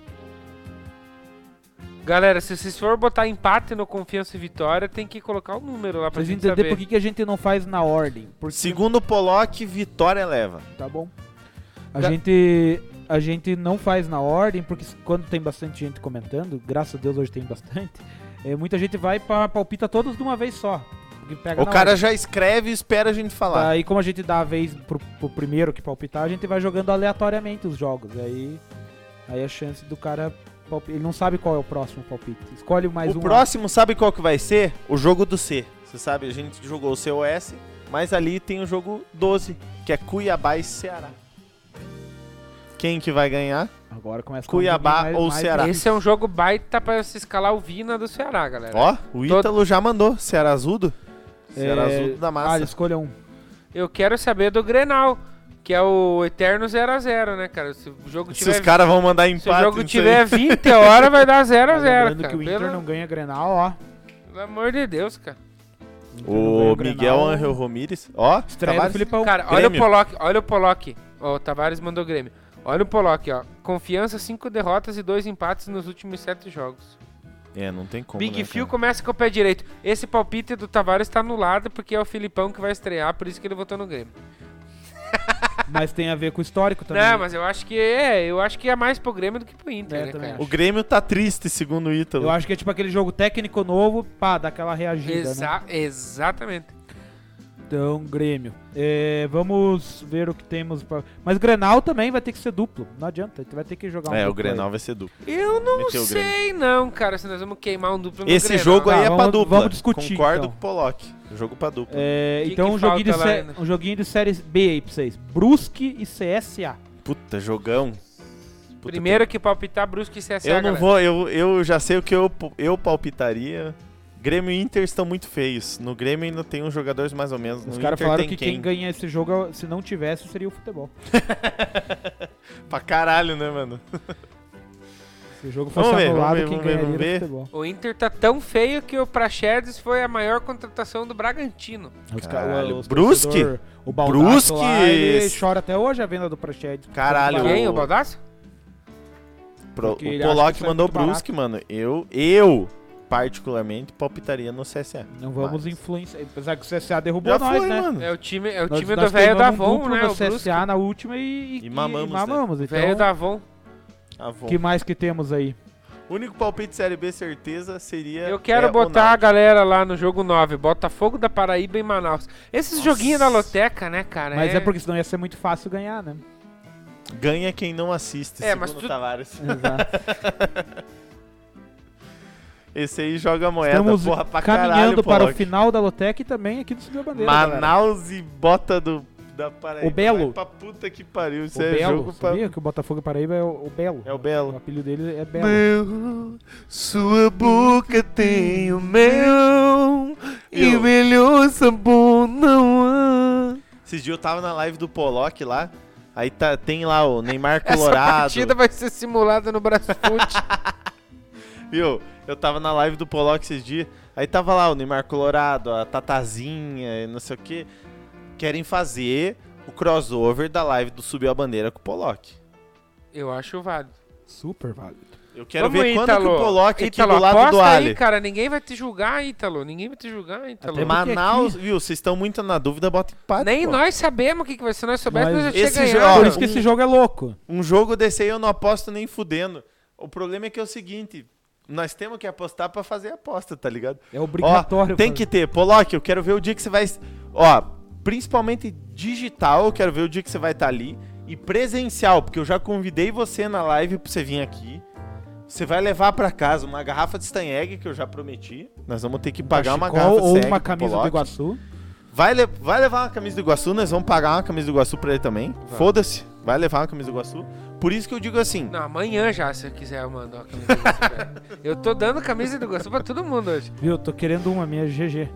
Speaker 3: Galera, se vocês for botar empate no confiança e vitória, tem que colocar o número lá pra
Speaker 5: Pra gente
Speaker 3: gente
Speaker 5: entender
Speaker 3: saber.
Speaker 5: por que a gente não faz na ordem. Porque,
Speaker 2: Segundo o Polok, vitória leva.
Speaker 5: tá bom. A
Speaker 3: Ga-
Speaker 5: gente não faz na ordem, porque quando tem bastante gente comentando, graças a Deus hoje tem bastante, muita gente vai pra palpita todos de uma vez só. Porque pega
Speaker 2: O
Speaker 5: na
Speaker 2: cara
Speaker 5: ordem.
Speaker 2: já escreve e espera a gente falar.
Speaker 5: Aí como a gente dá a vez pro primeiro que palpitar, a gente vai jogando aleatoriamente os jogos. Aí a chance do cara... Ele não sabe qual é o próximo palpite. Escolhe mais
Speaker 2: O
Speaker 5: um.
Speaker 2: próximo, sabe qual que vai ser? O jogo do C. Você sabe, a gente jogou o COS, mas ali tem o jogo 12, que é Cuiabá e Ceará. Quem que vai ganhar?
Speaker 5: Agora começa com
Speaker 2: Cuiabá
Speaker 5: um joguinho
Speaker 2: ou Ceará?
Speaker 3: Esse é um jogo baita pra se escalar o Vina do Ceará, galera.
Speaker 2: Ó, o Ítalo já mandou. Cearazudo.
Speaker 5: É,
Speaker 2: Cearazudo da massa.
Speaker 5: escolha um.
Speaker 3: eu quero saber do Grenal, que é o eterno 0x0, né, cara? Se o jogo
Speaker 2: Se
Speaker 3: tiver,
Speaker 2: os caras vão mandar
Speaker 3: se
Speaker 2: empate...
Speaker 3: o jogo
Speaker 2: nisso
Speaker 3: tiver
Speaker 2: aí.
Speaker 3: 20 horas, vai dar 0x0,
Speaker 5: Lembrando
Speaker 3: cara.
Speaker 5: que o Inter não ganha Grenal, ó.
Speaker 3: Pelo amor de Deus, cara.
Speaker 5: O Inter não ganha
Speaker 2: O
Speaker 5: o
Speaker 2: Miguel
Speaker 5: Grenal.
Speaker 2: Angel Ramírez. Ó,
Speaker 5: Estreia do
Speaker 2: Tavares.
Speaker 5: Filipão.
Speaker 3: Cara, olha o
Speaker 2: Grêmio.
Speaker 3: Pollock, olha o Pollock. Ó, o Tavares mandou Grêmio. Olha o Pollock, ó. Confiança, 5 derrotas e 2 empates nos últimos 7 jogos.
Speaker 2: É, não tem como,
Speaker 3: Big
Speaker 2: né,
Speaker 3: Phil
Speaker 2: cara?
Speaker 3: começa com o pé direito. Esse palpite do Tavares tá anulado porque é o Filipão que vai estrear, por isso que ele votou no Grêmio.
Speaker 5: Mas tem a ver com o histórico também.
Speaker 3: Não, mas eu acho que é mais pro Grêmio do que pro Inter,
Speaker 5: É,
Speaker 3: né,
Speaker 5: também
Speaker 3: cara?
Speaker 2: O Grêmio tá triste, segundo o Ítalo.
Speaker 5: Eu acho que é tipo aquele jogo técnico novo, pá, dá aquela reagida, né?
Speaker 3: Exatamente.
Speaker 5: Então, Grêmio. Vamos ver o que temos pra... Mas Grenal também vai ter que ser duplo. Não adianta, tu vai ter que jogar um
Speaker 2: É, o
Speaker 5: duplo
Speaker 2: Grenal vai ser duplo.
Speaker 3: Eu não
Speaker 2: Meteu o
Speaker 3: sei não, cara, se nós vamos queimar um duplo no
Speaker 2: Esse
Speaker 3: Grenal.
Speaker 2: jogo aí
Speaker 5: Tá,
Speaker 2: é pra
Speaker 5: vamos-
Speaker 2: dupla.
Speaker 5: vamos discutir,
Speaker 2: Concordo
Speaker 5: então.
Speaker 2: com o Pollock. Jogo pra dupla.
Speaker 5: aí.
Speaker 3: Que
Speaker 5: Então,
Speaker 3: que
Speaker 5: um joguinho,
Speaker 3: falta lá ainda?
Speaker 5: um joguinho de série B aí pra vocês. Brusque e CSA.
Speaker 2: Puta, jogão. Puta,
Speaker 3: Primeiro que palpitar Brusque e CSA,
Speaker 2: eu não
Speaker 3: galera.
Speaker 2: vou, eu já sei o que eu palpitaria. Grêmio e Inter estão muito feios. No Grêmio ainda tem uns jogadores mais ou menos.
Speaker 5: Os
Speaker 2: No
Speaker 5: caras
Speaker 2: Inter
Speaker 5: falaram
Speaker 2: tem
Speaker 5: que quem ganha esse jogo, se não tivesse, seria o futebol.
Speaker 2: Pra caralho, né, mano?
Speaker 5: Se o jogo fosse
Speaker 2: Vamos ver,
Speaker 5: anulado,
Speaker 2: vamos ver,
Speaker 5: quem
Speaker 2: vamos ver,
Speaker 5: ganharia
Speaker 2: vamos
Speaker 5: era
Speaker 2: ver.
Speaker 5: o futebol.
Speaker 3: O Inter tá tão feio que o Praxedes foi a maior contratação do Bragantino.
Speaker 2: Caralho,
Speaker 5: os
Speaker 2: Brusque?
Speaker 5: torcedor, O Baldasso
Speaker 2: Brusque?
Speaker 5: lá, ele chora até hoje a venda do Praxedes.
Speaker 2: Caralho,
Speaker 3: Quem?
Speaker 2: o-
Speaker 3: O Baldasso?
Speaker 5: Porque
Speaker 2: O
Speaker 5: ele acha
Speaker 2: Pollock
Speaker 5: que sai
Speaker 2: mandou
Speaker 5: muito barato.
Speaker 2: Brusque, mano. Eu, particularmente, palpitaria no CSA.
Speaker 5: Não vamos
Speaker 2: Mas-
Speaker 5: influenciar. Apesar que o CSA derrubou
Speaker 2: Já
Speaker 5: nós,
Speaker 2: foi,
Speaker 5: né?
Speaker 2: mano.
Speaker 3: É o time
Speaker 5: Nós
Speaker 3: do velho da
Speaker 5: queimamos um
Speaker 3: Avon,
Speaker 5: duplo
Speaker 3: né?
Speaker 5: no
Speaker 3: O Brusque.
Speaker 5: CSA na última e
Speaker 2: mamamos, né?
Speaker 5: mamamos.
Speaker 3: Velho
Speaker 5: Então,
Speaker 3: da Avon.
Speaker 2: Avon.
Speaker 5: que mais que temos aí?
Speaker 2: O único palpite Série B certeza seria...
Speaker 3: Eu quero
Speaker 2: o
Speaker 3: botar a
Speaker 2: Náutico.
Speaker 3: galera lá no jogo 9, Botafogo da Paraíba em Manaus. Esses
Speaker 2: Nossa.
Speaker 3: joguinhos da loteca, né, cara?
Speaker 5: Mas é porque senão ia ser muito fácil ganhar, né?
Speaker 2: Ganha quem não assiste,
Speaker 3: É, mas
Speaker 2: segundo
Speaker 3: tu-
Speaker 2: Tavares.
Speaker 5: Exato.
Speaker 2: Esse aí joga moeda,
Speaker 5: Estamos
Speaker 2: porra, pra
Speaker 5: caminhando
Speaker 2: caralho,
Speaker 5: para o
Speaker 2: Pollock.
Speaker 5: final da Lotec e também aqui do Subiu a Bandeira, galera.
Speaker 2: Manaus e Bota da Paraíba.
Speaker 5: O Belo.
Speaker 2: Vai pra puta que pariu. Isso
Speaker 5: O
Speaker 2: é
Speaker 5: Belo,
Speaker 2: jogo pra...
Speaker 5: sabia que o Botafogo e Paraíba é o Belo?
Speaker 2: É o
Speaker 5: O
Speaker 2: Belo.
Speaker 5: apelido dele é Belo.
Speaker 2: Meu, sua boca tem o mel e o melhor sabor não há. Esses dias eu tava na live do Pollock lá, aí tem lá o Neymar
Speaker 3: Essa
Speaker 2: Colorado,
Speaker 3: partida vai ser simulada no Brasfoot.
Speaker 2: viu? Eu tava na live do Pollock esses dias, aí tava lá o Neymar Colorado, a Tatazinha, e não sei o que. Querem fazer o crossover da live do Subiu a Bandeira com o Pollock.
Speaker 3: Eu acho válido.
Speaker 5: Super válido.
Speaker 2: Eu quero
Speaker 3: Vamos,
Speaker 2: ver quando
Speaker 3: Ítalo.
Speaker 2: que o Pollock aqui
Speaker 3: Ítalo,
Speaker 2: do lado
Speaker 3: aposta
Speaker 2: do
Speaker 3: aí,
Speaker 2: Ali.
Speaker 3: cara. Ninguém vai te julgar, Ítalo. Ninguém vai te julgar, Ítalo.
Speaker 5: Até porque
Speaker 2: Manaus,
Speaker 5: aqui-
Speaker 2: viu? Vocês estão muito na dúvida, bota empate.
Speaker 3: Nem
Speaker 2: pô.
Speaker 3: nós sabemos o que vai ser. Se nós soubéssemos,
Speaker 5: Nós-
Speaker 3: nós já
Speaker 2: Esse
Speaker 3: tinha
Speaker 2: jogo-
Speaker 3: ganhado.
Speaker 5: Por isso que esse jogo é louco.
Speaker 2: Um jogo desse aí eu não aposto nem fudendo. O problema é que é o seguinte, nós temos que apostar pra fazer aposta, tá ligado?
Speaker 5: É obrigatório.
Speaker 2: Ó, tem
Speaker 5: fazer.
Speaker 2: que ter. Pollock, eu quero ver o dia que você vai... Ó, principalmente digital, eu quero ver o dia que você vai estar ali. E presencial, porque eu já convidei você na live pra você vir aqui. Você vai levar pra casa uma garrafa de Steinegg, que eu já prometi. Nós vamos ter que pagar uma
Speaker 5: Cachecol
Speaker 2: garrafa de
Speaker 5: ou
Speaker 2: Steinegg
Speaker 5: uma
Speaker 2: pro
Speaker 5: camisa do
Speaker 2: Pollock.
Speaker 5: Iguaçu.
Speaker 2: Vai levar uma camisa do Iguaçu, nós vamos pagar uma camisa do Iguaçu pra ele também. Foda-se, vai levar uma camisa do Iguaçu. Por isso que eu digo assim,
Speaker 3: Não, amanhã já, se eu quiser, eu mando a camisa do Iguaçu, cara. Eu tô dando camisa do Iguaçu pra todo mundo hoje.
Speaker 5: Viu? Tô querendo uma, minha GG.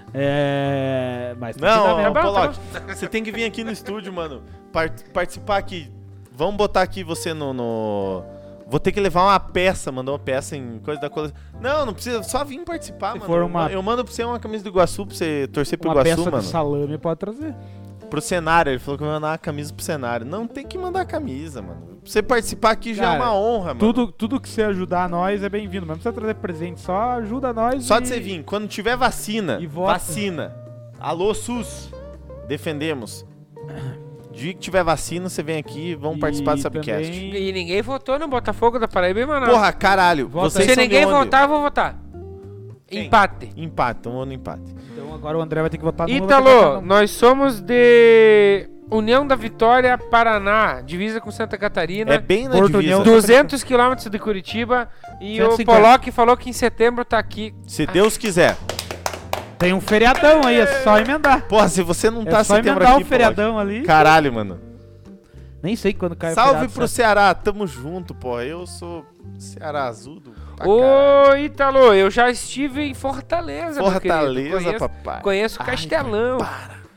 Speaker 5: Mas tem que dar
Speaker 2: não,
Speaker 5: mesmo.
Speaker 3: bom, tá
Speaker 2: Pollock, você tem que vir aqui no estúdio, mano, participar aqui. Vamos botar aqui você no... Vou ter que levar uma peça, mandar uma peça em coisa da coisa. Não precisa, só vir participar,
Speaker 5: Se
Speaker 2: mano.
Speaker 5: for uma-
Speaker 2: Eu mando pra você uma camisa do Iguaçu pra você torcer pro
Speaker 5: Uma
Speaker 2: Iguaçu,
Speaker 5: peça
Speaker 2: mano.
Speaker 5: de salame pode trazer.
Speaker 2: Pro cenário, ele falou que vai mandar uma camisa pro cenário. Não, tem que mandar camisa, mano. Pra você participar aqui já é
Speaker 5: Cara,
Speaker 2: uma honra, mano.
Speaker 5: Tudo que você ajudar nós é bem-vindo. Mas não precisa trazer presente, só ajuda nós.
Speaker 2: Só
Speaker 5: e...
Speaker 2: de você vir, quando tiver vacina,
Speaker 5: E vota.
Speaker 2: vacina. Alô, SUS. Defendemos. Dia que tiver vacina, você vem aqui, vamos
Speaker 5: E
Speaker 2: participar do Subcast.
Speaker 5: também-
Speaker 3: E ninguém votou no Botafogo da Paraíba e Manaus.
Speaker 2: Porra, caralho.
Speaker 5: Vota
Speaker 2: Vocês
Speaker 3: se
Speaker 2: são
Speaker 3: ninguém
Speaker 2: de onde?
Speaker 3: votar, eu vou votar.
Speaker 2: Quem?
Speaker 3: Empate.
Speaker 2: Empate, então vamos no empate.
Speaker 5: Então agora o André vai ter que votar no
Speaker 3: Ítalo, nós somos de União da Vitória, Paraná, divisa com Santa Catarina.
Speaker 2: É bem na
Speaker 5: Porto
Speaker 2: divisa.
Speaker 5: União.
Speaker 3: 200 quilômetros de Curitiba. E
Speaker 5: 150.
Speaker 3: o Pollock falou que em setembro tá aqui.
Speaker 2: Se Deus quiser.
Speaker 5: Tem um feriadão aí, é só emendar.
Speaker 2: Porra, se você não tá
Speaker 5: É só
Speaker 2: setembro
Speaker 5: emendar
Speaker 2: aqui,
Speaker 5: o feriadão ali.
Speaker 2: Pollock. Caralho, mano.
Speaker 5: Nem sei quando cai o
Speaker 2: Salve
Speaker 5: feriado.
Speaker 2: pro
Speaker 5: certo?
Speaker 2: Ceará, tamo junto, porra. Eu sou Ceará Azudo. pra caralho.
Speaker 3: Ô, Ítalo, eu já estive em Fortaleza, meu querido.
Speaker 2: Fortaleza,
Speaker 3: Conheço,
Speaker 2: papai.
Speaker 3: conheço
Speaker 2: Ai,
Speaker 3: Castelão.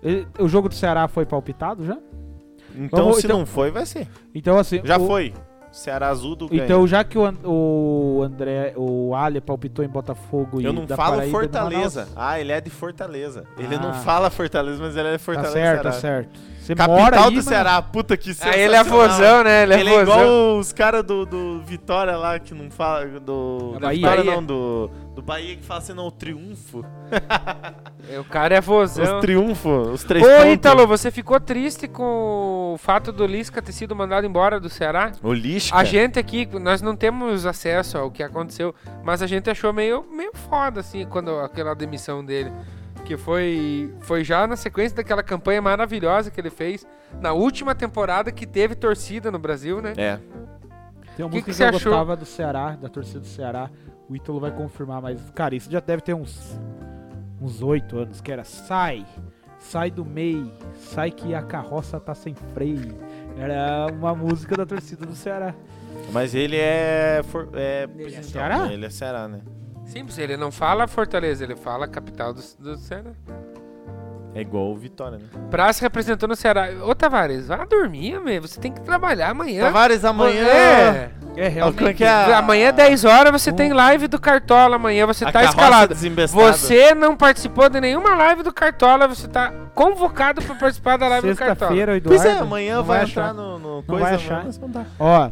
Speaker 5: O jogo do Ceará foi palpitado já?
Speaker 2: Então,
Speaker 5: Vamos-
Speaker 2: se
Speaker 5: então-
Speaker 2: não foi, vai ser.
Speaker 5: Então, assim.
Speaker 2: Já foi. Ceará Azul do
Speaker 5: Então, já que o André, o Ali palpitou em Botafogo e
Speaker 2: Eu não
Speaker 5: da
Speaker 2: falo
Speaker 5: Paraíba e do
Speaker 2: Fortaleza.
Speaker 5: Manaus.
Speaker 2: Ah, ele é de Fortaleza. Ele
Speaker 5: Ah.
Speaker 2: não fala Fortaleza, mas ele é de
Speaker 5: Tá
Speaker 2: Fortaleza.
Speaker 5: certo, tá
Speaker 2: Ceará.
Speaker 5: certo. Você
Speaker 2: Capital
Speaker 5: mora aí,
Speaker 2: do
Speaker 5: mas-
Speaker 2: Ceará. Puta que
Speaker 3: Aí ele é vozão, né? Ele é
Speaker 2: Ele é
Speaker 3: vozão.
Speaker 2: igual os caras do Vitória lá, que não fala. Do
Speaker 5: Bahia.
Speaker 2: Vitória não, do Bahia que fala assim, não, o triunfo.
Speaker 3: O cara é vozão.
Speaker 2: Os triunfos, os 3
Speaker 3: Ô,
Speaker 2: pontos.
Speaker 3: Ítalo, você ficou triste com o fato do Lisca ter sido mandado embora do Ceará?
Speaker 2: O Lisca.
Speaker 3: A gente aqui, nós não temos acesso ao que aconteceu, mas a gente achou meio foda, assim, quando aquela demissão dele. Que foi já na sequência daquela campanha maravilhosa que ele fez na última temporada que teve torcida no Brasil, né?
Speaker 2: É.
Speaker 5: Tem uma
Speaker 3: Que
Speaker 5: música
Speaker 3: que
Speaker 5: que eu
Speaker 3: você achou?
Speaker 5: gostava do Ceará, da torcida do Ceará. O Ítalo vai confirmar, mas, cara, isso já deve ter uns 8 anos, que era sai do MEI, sai que a carroça tá sem freio. Era uma música da torcida do Ceará.
Speaker 2: Mas ele é.
Speaker 5: Ele é Ceará?
Speaker 2: Ele é Ceará, né?
Speaker 3: Simples, ele não fala Fortaleza, ele fala capital do Ceará.
Speaker 2: É igual o Vitória, né?
Speaker 3: Praça representando o Ceará. Ô, Tavares, vá dormir, meu. Você tem que trabalhar amanhã.
Speaker 2: Tavares, amanhã.
Speaker 3: É.
Speaker 5: É, realmente.
Speaker 2: Como é que é?
Speaker 3: Amanhã, 10 horas, você tem live do Cartola. Amanhã você
Speaker 2: A
Speaker 3: tá
Speaker 2: carroça
Speaker 3: escalado.
Speaker 2: desembestada.
Speaker 3: Você não participou de nenhuma live do Cartola. Você tá convocado pra participar da live do Cartola.
Speaker 5: Sexta-feira, o Eduardo.
Speaker 2: Pois é, amanhã
Speaker 5: não
Speaker 2: vai
Speaker 5: achar.
Speaker 2: entrar no
Speaker 5: Não
Speaker 2: coisa.
Speaker 5: vai achar.
Speaker 2: amanhã nós vamos dar.
Speaker 5: Ó,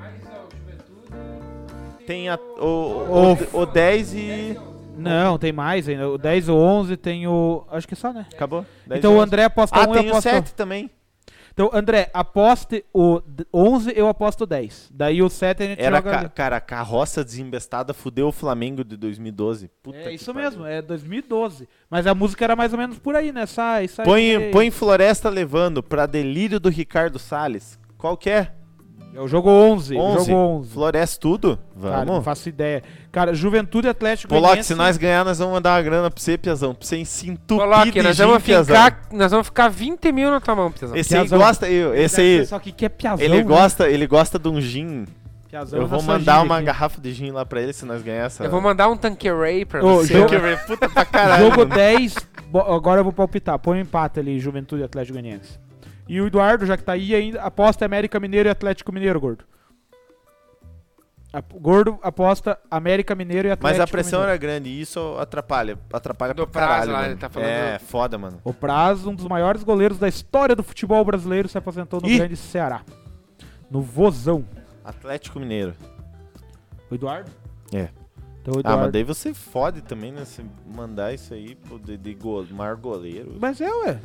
Speaker 2: Tem o 10 e.
Speaker 5: não, tem mais ainda. O 10 ou 11 tem o... Acho que só, né?
Speaker 2: Acabou? 10
Speaker 5: Então
Speaker 2: e
Speaker 5: o
Speaker 2: 11.
Speaker 5: André aposta 1 e
Speaker 2: tem o
Speaker 5: aposta...
Speaker 2: 7 também.
Speaker 5: Então, André, aposte o 11, eu aposto o 10. Daí o 7 a gente
Speaker 2: Era,
Speaker 5: joga ali.
Speaker 2: cara, a carroça desembestada fudeu o Flamengo de 2012. Puta
Speaker 5: É
Speaker 2: que
Speaker 5: isso
Speaker 2: pariu.
Speaker 5: mesmo, é 2012. Mas a música era mais ou menos por aí, né? Sai.
Speaker 2: Põe Floresta Levando pra delírio do Ricardo Salles. Qual que é?
Speaker 5: É o jogo 11.
Speaker 2: 11.
Speaker 5: Jogo 11.
Speaker 2: Floresta tudo?
Speaker 5: Cara, não
Speaker 2: Vamos.
Speaker 5: faço ideia. Cara, Juventude Atlético
Speaker 2: Poloque,
Speaker 5: Goianiense-
Speaker 2: se nós ganhar, nós vamos mandar uma grana pra você, Piazão. Pra você se entupir
Speaker 3: Coloque,
Speaker 2: de
Speaker 3: nós vamos,
Speaker 2: gin, Piazão.
Speaker 3: nós vamos ficar 20 mil na tua mão, Piazão.
Speaker 2: Esse aí
Speaker 5: Piazão.
Speaker 2: gosta... Esse aí...
Speaker 5: Só que é piazão,
Speaker 2: Ele
Speaker 5: né?
Speaker 2: gosta de um gin.
Speaker 5: Piazão
Speaker 2: Eu
Speaker 5: na
Speaker 2: vou
Speaker 5: sua
Speaker 2: mandar
Speaker 5: gíria
Speaker 2: uma
Speaker 5: aqui.
Speaker 2: garrafa de gin lá pra ele se nós ganhar essa...
Speaker 3: Eu vou mandar um Tanqueray pra
Speaker 5: Ô,
Speaker 3: você.
Speaker 5: jogo-
Speaker 2: Tem que ver, puta pra caralho.
Speaker 5: Jogo
Speaker 2: mano.
Speaker 5: 10, agora eu vou palpitar. Põe um empate ali, Juventude e Atlético Goianiense. E o Eduardo, já que tá aí ainda, aposta América Mineiro e Atlético Mineiro, gordo. Gordo aposta América Mineiro e Atlético
Speaker 2: Mas a pressão
Speaker 5: Mineiro.
Speaker 2: era grande e isso atrapalha
Speaker 3: Do
Speaker 2: pra caralho,
Speaker 3: prazo lá,
Speaker 2: mano.
Speaker 3: ele tá falando
Speaker 2: É,
Speaker 3: do-
Speaker 2: foda, mano.
Speaker 5: O Prazo, um dos maiores goleiros da história do futebol brasileiro, se aposentou no
Speaker 2: Ih!
Speaker 5: grande Ceará. No Vozão.
Speaker 2: Atlético Mineiro.
Speaker 5: O Eduardo?
Speaker 2: É.
Speaker 5: Então, o
Speaker 2: Ah,
Speaker 5: Eduardo.
Speaker 2: mas daí você fode também, né? Você mandar isso aí pro maior goleiro.
Speaker 5: Mas é, ué.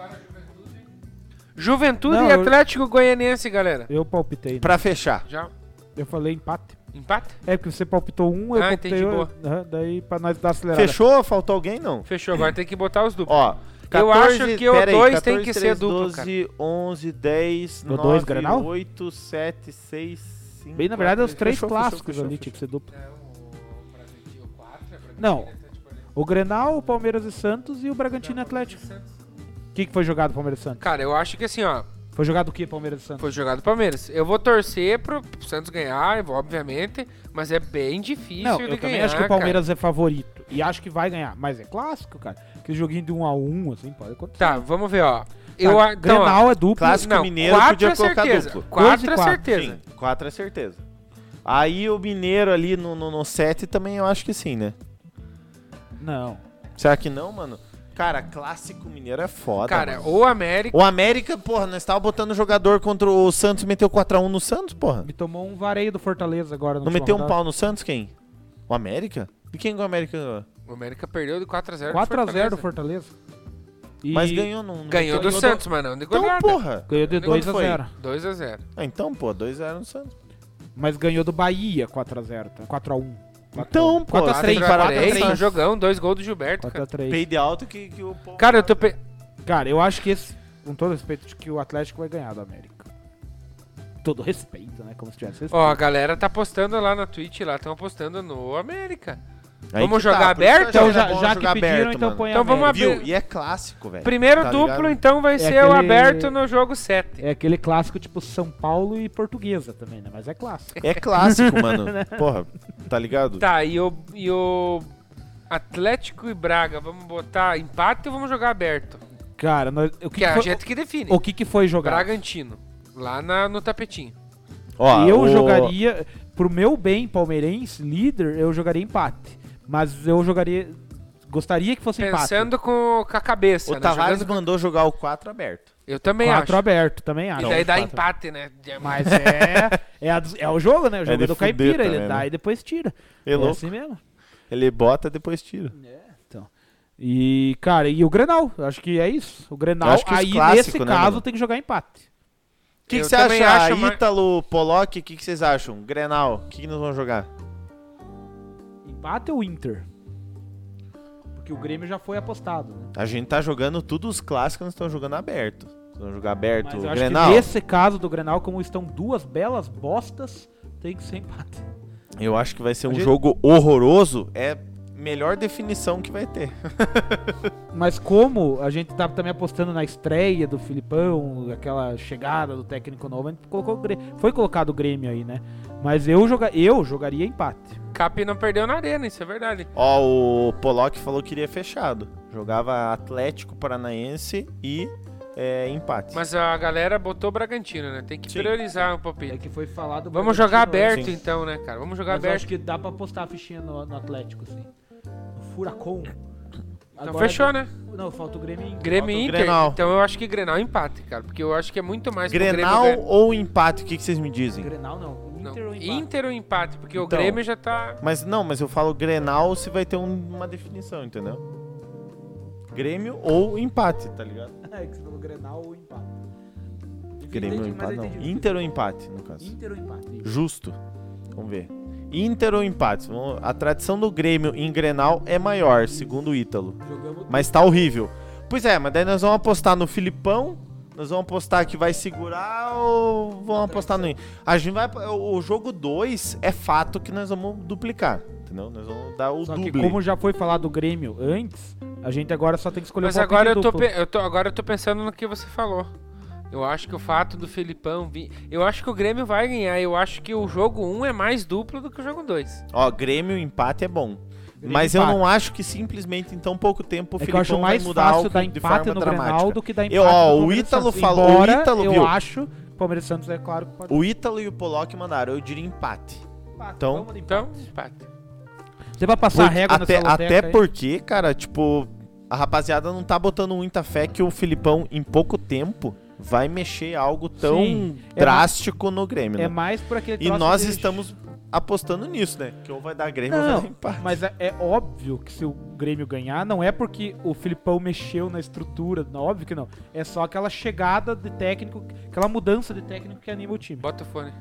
Speaker 3: Juventude
Speaker 5: Não,
Speaker 3: e
Speaker 5: eu-
Speaker 3: Atlético Goianiense, galera.
Speaker 5: Eu palpitei. Né?
Speaker 2: Pra fechar.
Speaker 3: Já.
Speaker 5: Eu falei empate.
Speaker 3: Empate?
Speaker 5: É, porque você palpitou um, eu
Speaker 3: Ah,
Speaker 5: palpitei
Speaker 3: entendi,
Speaker 5: outro. Daí pra nós dar acelerada.
Speaker 2: Fechou? Faltou alguém? Não.
Speaker 3: Fechou, agora tem que botar os duplos.
Speaker 2: Ó,
Speaker 3: Eu acho que o
Speaker 2: pera aí,
Speaker 3: 2 tem
Speaker 2: 14,
Speaker 3: que ser
Speaker 2: 13,
Speaker 3: duplo,
Speaker 2: 12, 11, 10,
Speaker 5: No
Speaker 2: 9,
Speaker 5: dois, Grenal?
Speaker 2: 8, 7, 6, 5...
Speaker 5: Bem, na verdade, é os 3
Speaker 2: Fechou,
Speaker 5: clássicos
Speaker 2: fechou,
Speaker 5: ali,
Speaker 2: fechou.
Speaker 5: tinha que ser duplo. Não. O Grenal, o Palmeiras e Santos e o Bragantino e Atlético. O que foi jogado Palmeiras e Santos?
Speaker 3: Cara, eu acho que assim, ó,
Speaker 5: Foi jogado o que Palmeiras e Santos?
Speaker 3: foi jogado o Palmeiras. Eu vou torcer pro Santos ganhar, obviamente, mas é bem difícil
Speaker 5: Não,
Speaker 3: de
Speaker 5: eu
Speaker 3: ganhar,
Speaker 5: também acho que o Palmeiras é favorito. E acho que vai ganhar. Mas é clássico, cara. Aquele joguinho de 1-1, assim, pode acontecer.
Speaker 3: Tá, vamos ver, ó.
Speaker 5: Tá,
Speaker 3: Então, ó,
Speaker 5: Grenal é duplo.
Speaker 2: Clássico
Speaker 3: não,
Speaker 2: Mineiro
Speaker 3: 4
Speaker 2: podia
Speaker 3: é
Speaker 2: colocar
Speaker 3: certeza.
Speaker 2: duplo.
Speaker 3: 4
Speaker 5: 12 e
Speaker 3: é
Speaker 5: 4.
Speaker 3: certeza.
Speaker 2: Sim, 4 é certeza. Aí o Mineiro ali no 7 também eu acho que sim, né?
Speaker 5: Não.
Speaker 2: Será que não, mano? Cara, clássico mineiro é foda,
Speaker 3: Cara,
Speaker 2: mano.
Speaker 3: o América...
Speaker 2: O América, porra, nós tava botando jogador contra o Santos, meteu 4x1 no Santos, porra.
Speaker 5: Me tomou um vareio do Fortaleza agora.
Speaker 2: Não meteu um pau no Santos, quem? O América? E quem ganhou o América? ganhou?
Speaker 3: O América perdeu de 4x0
Speaker 5: 4x0 do Fortaleza. E
Speaker 2: Mas ganhou não
Speaker 3: Ganhou do
Speaker 2: meteu-
Speaker 3: Santos, mas não de
Speaker 2: Então,
Speaker 3: goleada.
Speaker 2: porra.
Speaker 5: Ganhou de
Speaker 2: Quanto foi?
Speaker 5: 2x0.
Speaker 3: 2x0.
Speaker 2: Ah, então, pô, 2x0 no Santos.
Speaker 5: Mas ganhou do Bahia 4x0, tá? 4x1.
Speaker 2: Então, pô,
Speaker 5: 4 a 3,
Speaker 2: tem que parar pra
Speaker 3: 4x3,
Speaker 2: pensar.
Speaker 3: um jogão, 2 gols do Gilberto, cara.
Speaker 5: 4x3.
Speaker 2: Pay de alto que o povo...
Speaker 3: Cara, eu tô...
Speaker 5: Cara, eu acho que esse, com todo respeito, de que o Atlético vai ganhar do América. Todo respeito, né? Como se tivesse respeito.
Speaker 3: Ó, a galera tá postando lá na Twitch, lá estão apostando no América.
Speaker 2: Aí
Speaker 3: vamos
Speaker 2: que tá,
Speaker 3: jogar
Speaker 2: por isso que
Speaker 3: aberto?
Speaker 2: eu
Speaker 5: Então,
Speaker 2: acho que é
Speaker 5: já,
Speaker 2: bom
Speaker 5: já que
Speaker 2: jogar
Speaker 5: pediram,
Speaker 2: aberto,
Speaker 5: então
Speaker 2: mano.
Speaker 5: põe
Speaker 3: Então
Speaker 5: a
Speaker 3: vamos
Speaker 5: América.
Speaker 3: abrir.
Speaker 2: Viu? E é clássico, velho.
Speaker 3: Primeiro
Speaker 2: Tá
Speaker 3: duplo,
Speaker 2: ligado?
Speaker 3: então, vai ser
Speaker 5: aquele-
Speaker 3: o aberto no jogo 7.
Speaker 5: É aquele clássico tipo São Paulo e Portuguesa também, né? Mas é clássico.
Speaker 2: É clássico, mano. Porra, tá ligado?
Speaker 3: Tá, e o Atlético e Braga, vamos botar empate ou vamos jogar aberto?
Speaker 5: Cara,
Speaker 3: Que é a gente que define.
Speaker 5: o que foi jogar?
Speaker 3: Bragantino. Lá no tapetinho.
Speaker 2: Ó,
Speaker 5: Eu jogaria, pro meu bem palmeirense, líder, eu jogaria empate. Mas eu gostaria que fosse
Speaker 3: Pensando com a cabeça,
Speaker 2: O
Speaker 3: né?
Speaker 2: Tavares
Speaker 3: Jogando com-
Speaker 2: mandou jogar o 4 aberto.
Speaker 3: Eu também
Speaker 5: empate.
Speaker 3: acho.
Speaker 5: 4 aberto, também acho.
Speaker 3: E daí dá
Speaker 2: quatro.
Speaker 3: empate, né?
Speaker 5: Mas é o jogo, né? O jogo
Speaker 2: de
Speaker 5: é do
Speaker 2: fuder
Speaker 5: caipira, ele
Speaker 2: também,
Speaker 5: dá
Speaker 2: né?
Speaker 5: e depois tira.
Speaker 2: É
Speaker 5: É
Speaker 2: louco.
Speaker 5: assim mesmo.
Speaker 2: Ele bota, depois tira.
Speaker 5: Então. E, cara, e o Grenal? Eu acho que é isso. O Grenal,
Speaker 2: Eu acho que os
Speaker 5: aí
Speaker 2: clássicos,
Speaker 5: nesse
Speaker 2: né,
Speaker 5: caso,
Speaker 2: mano?
Speaker 5: tem que jogar empate.
Speaker 2: O que
Speaker 3: Eu
Speaker 2: você
Speaker 3: também
Speaker 2: acha,
Speaker 3: acho, mas-
Speaker 2: Ítalo, Pollock? O que vocês acham? Grenal, o que nós vamos jogar?
Speaker 5: Empate ou Inter? Porque o Grêmio já foi apostado, né?
Speaker 2: A gente tá jogando tudo os clássicos, nós estamos jogando aberto. Nós vamos jogar aberto
Speaker 5: Mas
Speaker 2: o
Speaker 5: eu acho
Speaker 2: Grenal.
Speaker 5: que nesse caso do Grenal, como estão duas belas bostas, tem que ser empate.
Speaker 2: Eu acho que vai ser
Speaker 5: A
Speaker 2: um
Speaker 5: gente-
Speaker 2: jogo horroroso. É melhor definição que vai ter.
Speaker 5: Mas como a gente tá também apostando na estreia do Filipão, aquela chegada do técnico novo, a gente colocou foi colocado o Grêmio aí, né? Mas eu jogaria empate.
Speaker 3: Cap não perdeu na arena, isso é verdade.
Speaker 2: Ó, o Pollock falou que iria fechado. Jogava Atlético Paranaense e empate.
Speaker 3: Mas a galera botou Bragantino, né? Tem que
Speaker 2: Sim.
Speaker 3: priorizar o
Speaker 5: É
Speaker 3: palpite.
Speaker 5: que foi falado.
Speaker 3: Vamos jogar
Speaker 5: Bragantino,
Speaker 3: aberto
Speaker 2: sim.
Speaker 3: então, né, cara? Vamos jogar
Speaker 5: Mas eu
Speaker 3: aberto.
Speaker 5: acho que dá pra postar a fichinha no Atlético, assim. No Furacão.
Speaker 3: Então
Speaker 5: Agora-
Speaker 3: fechou, né?
Speaker 5: Não, falta o Grêmio e Inter.
Speaker 3: Grêmio e
Speaker 2: Falta o
Speaker 3: Inter.
Speaker 2: Grenal.
Speaker 3: Então eu acho que Grenal é empate, cara. Porque eu acho que é muito mais pro
Speaker 2: Grenal
Speaker 3: Grêmio ganhar.
Speaker 2: ou empate? O que vocês me dizem?
Speaker 5: Grenal não.
Speaker 3: Não.
Speaker 5: Inter ou empate?
Speaker 3: Inter ou empate, porque o
Speaker 2: Então.
Speaker 3: Grêmio já tá.
Speaker 2: Mas eu falo Grenal se vai ter uma definição, entendeu? Grêmio ou empate, tá ligado?
Speaker 5: É que você falou Grenal ou empate. Enfim,
Speaker 2: Grêmio ou
Speaker 5: entendi, mas
Speaker 2: empate,
Speaker 5: eu
Speaker 2: não.
Speaker 5: entendi.
Speaker 2: Inter ou empate, no caso.
Speaker 5: Inter ou empate? Isso.
Speaker 2: Justo. Vamos ver. Inter ou empate? A tradição do Grêmio em Grenal é maior, segundo o Ítalo.
Speaker 5: Jogamos
Speaker 2: Mas tá horrível. Pois é, mas daí nós vamos apostar no Filipão, nós vamos apostar que vai segurar ou vamos apostar no... A gente vai... O jogo 2 é fato que nós vamos duplicar, entendeu? Nós vamos dar o
Speaker 5: Só que
Speaker 2: duble.
Speaker 5: como já foi falado do Grêmio antes, a gente agora só tem que escolher
Speaker 3: Mas
Speaker 5: o palpite
Speaker 3: agora
Speaker 5: duplo.
Speaker 3: agora eu tô pensando no que você falou. Eu acho que o fato do Felipão vir. Eu acho que o Grêmio vai ganhar. Eu acho que o jogo 1 é mais duplo do que o jogo 2.
Speaker 2: Ó, Grêmio empate é bom.
Speaker 5: Grêmio
Speaker 2: Mas eu
Speaker 5: empate.
Speaker 2: não acho que simplesmente em tão pouco tempo o
Speaker 5: É que eu acho
Speaker 2: Filipão vai
Speaker 5: mais
Speaker 2: mudar
Speaker 5: fácil
Speaker 2: algo
Speaker 5: dar
Speaker 2: de
Speaker 5: empate
Speaker 2: forma
Speaker 5: no
Speaker 2: dramática.
Speaker 5: Grenal do que dar empate
Speaker 2: Eu, ó,
Speaker 5: no
Speaker 2: o
Speaker 5: Palmeiras
Speaker 2: Ítalo
Speaker 5: Santos.
Speaker 2: falou- o
Speaker 5: Embora
Speaker 2: Ítalo,
Speaker 5: eu
Speaker 2: viu?
Speaker 5: acho que o Palmeiras Santos é claro que pode
Speaker 2: O Ítalo e o Pollock mandaram, eu diria empate.
Speaker 5: empate.
Speaker 2: então-
Speaker 5: Vamos de empate.
Speaker 3: Então, empate.
Speaker 5: Você vai passar a régua
Speaker 2: até,
Speaker 5: nessa loteca
Speaker 2: até
Speaker 5: aí?
Speaker 2: porque, cara, tipo, a rapaziada não tá botando muita fé que o Filipão, em pouco tempo, vai mexer algo tão
Speaker 5: Sim,
Speaker 2: drástico no Grêmio,
Speaker 5: É
Speaker 2: né?
Speaker 5: mais por aquele
Speaker 2: E
Speaker 5: troço
Speaker 2: nós
Speaker 5: de-
Speaker 2: estamos apostando nisso, né? Que ou vai dar Grêmio ou vai
Speaker 5: Não,
Speaker 2: dar empate.
Speaker 5: mas é óbvio que se o Grêmio ganhar, não é porque o Filipão mexeu na estrutura, não, óbvio que não. É só aquela chegada de técnico, aquela mudança de técnico que anima o time.
Speaker 3: Bota o fone.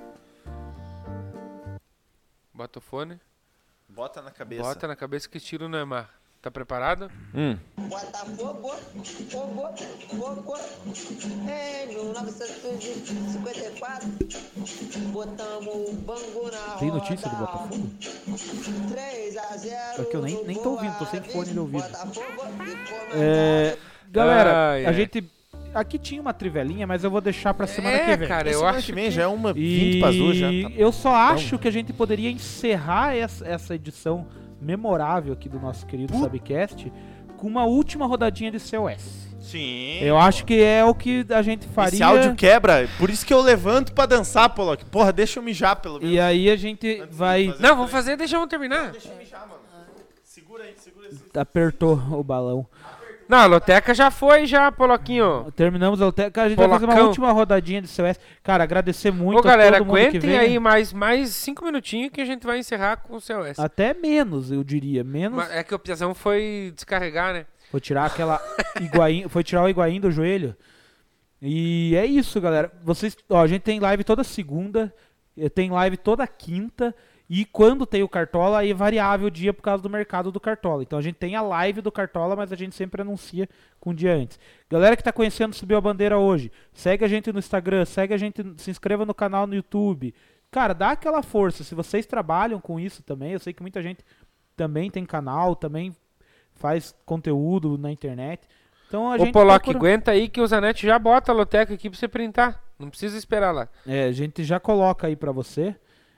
Speaker 3: Bota o fone.
Speaker 2: Bota na cabeça.
Speaker 3: Bota na cabeça que tira o Neymar. Tá preparado?
Speaker 6: Botafogo, fogo, fogo, em 1954, botamos o Bangu na roda.
Speaker 5: Tem notícia do Botafogo?
Speaker 6: 3-0.
Speaker 5: É que eu nem tô ouvindo, tô sem fone de ouvido.
Speaker 6: Botafogo e
Speaker 5: É, galera,
Speaker 3: Ai,
Speaker 5: a
Speaker 3: ai.
Speaker 5: gente... Aqui tinha uma trivelinha, mas eu vou deixar pra semana que vem.
Speaker 3: cara, eu
Speaker 2: Semana
Speaker 3: acho
Speaker 2: que vem
Speaker 3: que...
Speaker 2: já é uma 20
Speaker 5: E
Speaker 2: para as duas já. Tá
Speaker 5: eu só acho que a gente poderia encerrar essa edição memorável aqui do nosso querido Subcast com uma última rodadinha de COS.
Speaker 2: Sim.
Speaker 5: Eu acho que é o que a gente faria.
Speaker 2: Esse áudio quebra, por isso que eu levanto pra dançar, Pollock. Porra, deixa eu mijar pelo menos.
Speaker 5: E aí a gente vai...
Speaker 3: Não, vamos fazer, deixa eu terminar.
Speaker 2: Deixa eu mijar, mano. Segura aí, segura aí.
Speaker 5: Apertou o balão.
Speaker 3: Não, a loteca já foi, já, Poloquinho.
Speaker 5: Terminamos a loteca. A gente vai fazer uma
Speaker 3: Polacão.
Speaker 5: última rodadinha de COS. Cara, agradecer muito
Speaker 3: Ô, galera,
Speaker 5: a todo mundo que
Speaker 3: aguentem
Speaker 5: veio.
Speaker 3: aí mais 5 minutinhos que a gente vai encerrar com o COS.
Speaker 5: Até menos, eu diria. Menos.
Speaker 3: Mas é que o Piazão foi descarregar, né?
Speaker 5: Vou tirar aquela Higuaín, foi tirar o Higuaín do joelho. E é isso, galera. Vocês, ó, a gente tem live toda segunda, tem live toda quinta e quando tem o Cartola aí é variável o dia por causa do mercado do Cartola. Então a gente tem a live do Cartola, mas a gente sempre anuncia com um dia antes. Galera que tá conhecendo Subiu a Bandeira hoje, segue a gente no Instagram, segue a gente, se inscreva no canal no YouTube. Cara, dá aquela força. Se vocês trabalham com isso também, eu sei que muita gente também tem canal, também faz conteúdo na internet. Então a
Speaker 3: Ô,
Speaker 5: gente
Speaker 3: Pollock,
Speaker 5: procura-
Speaker 3: aguenta aí que o Zanetti já bota a loteca aqui pra você printar. Não precisa esperar lá.
Speaker 5: a gente já coloca aí pra você.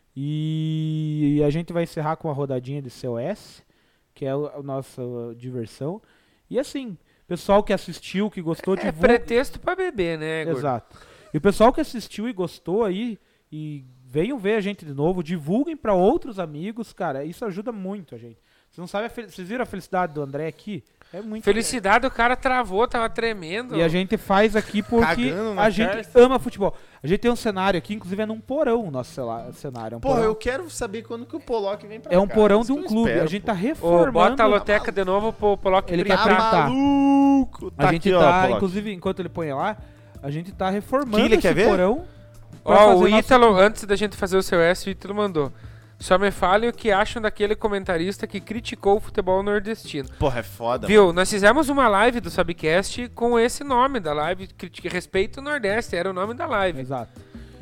Speaker 5: E a gente vai encerrar com a rodadinha de COS, que é a nossa diversão. E assim, Pessoal que assistiu, que gostou,
Speaker 3: É
Speaker 5: divulga.
Speaker 3: pretexto pra beber, né, gordo?
Speaker 5: Exato. E o pessoal que assistiu e gostou aí, e venham ver a gente de novo, divulguem pra outros amigos, cara, isso ajuda muito a gente. Vocês não sabem, vocês viram a felicidade do André aqui? É muito
Speaker 3: Felicidade, o cara travou, tava tremendo.
Speaker 5: E a gente faz aqui porque
Speaker 2: Cagando na
Speaker 5: a gente
Speaker 2: cara.
Speaker 5: ama futebol. A gente tem um cenário aqui, inclusive é num porão o nosso cenário. É um
Speaker 2: Porra,
Speaker 5: porão,
Speaker 2: eu quero saber quando que o Pollock vem pra cá.
Speaker 5: é um porão
Speaker 2: Isso
Speaker 5: de
Speaker 2: que
Speaker 5: um
Speaker 2: eu
Speaker 5: clube.
Speaker 2: espero,
Speaker 5: a gente
Speaker 2: pô.
Speaker 5: tá
Speaker 3: Ô,
Speaker 5: reformando.
Speaker 3: bota a loteca de novo pro Pollock
Speaker 5: Ele quer
Speaker 3: brincar.
Speaker 5: printar.
Speaker 2: Tá maluco.
Speaker 5: A gente
Speaker 2: aqui, ó,
Speaker 5: tá,
Speaker 2: Pollock.
Speaker 5: inclusive, enquanto ele põe lá, a gente tá reformando
Speaker 2: Que ele
Speaker 5: esse
Speaker 2: quer ver?
Speaker 5: porão. pra
Speaker 3: Ó,
Speaker 5: fazer
Speaker 3: o
Speaker 5: nosso-
Speaker 3: Ítalo, antes da gente fazer o seu S, o Ítalo mandou. Só me falem o que acham daquele comentarista que criticou o futebol nordestino.
Speaker 2: Porra, é foda.
Speaker 3: Viu? Nós fizemos uma live do Subcast com esse nome da live, Respeito o Nordeste, era o nome da live.
Speaker 5: Exato.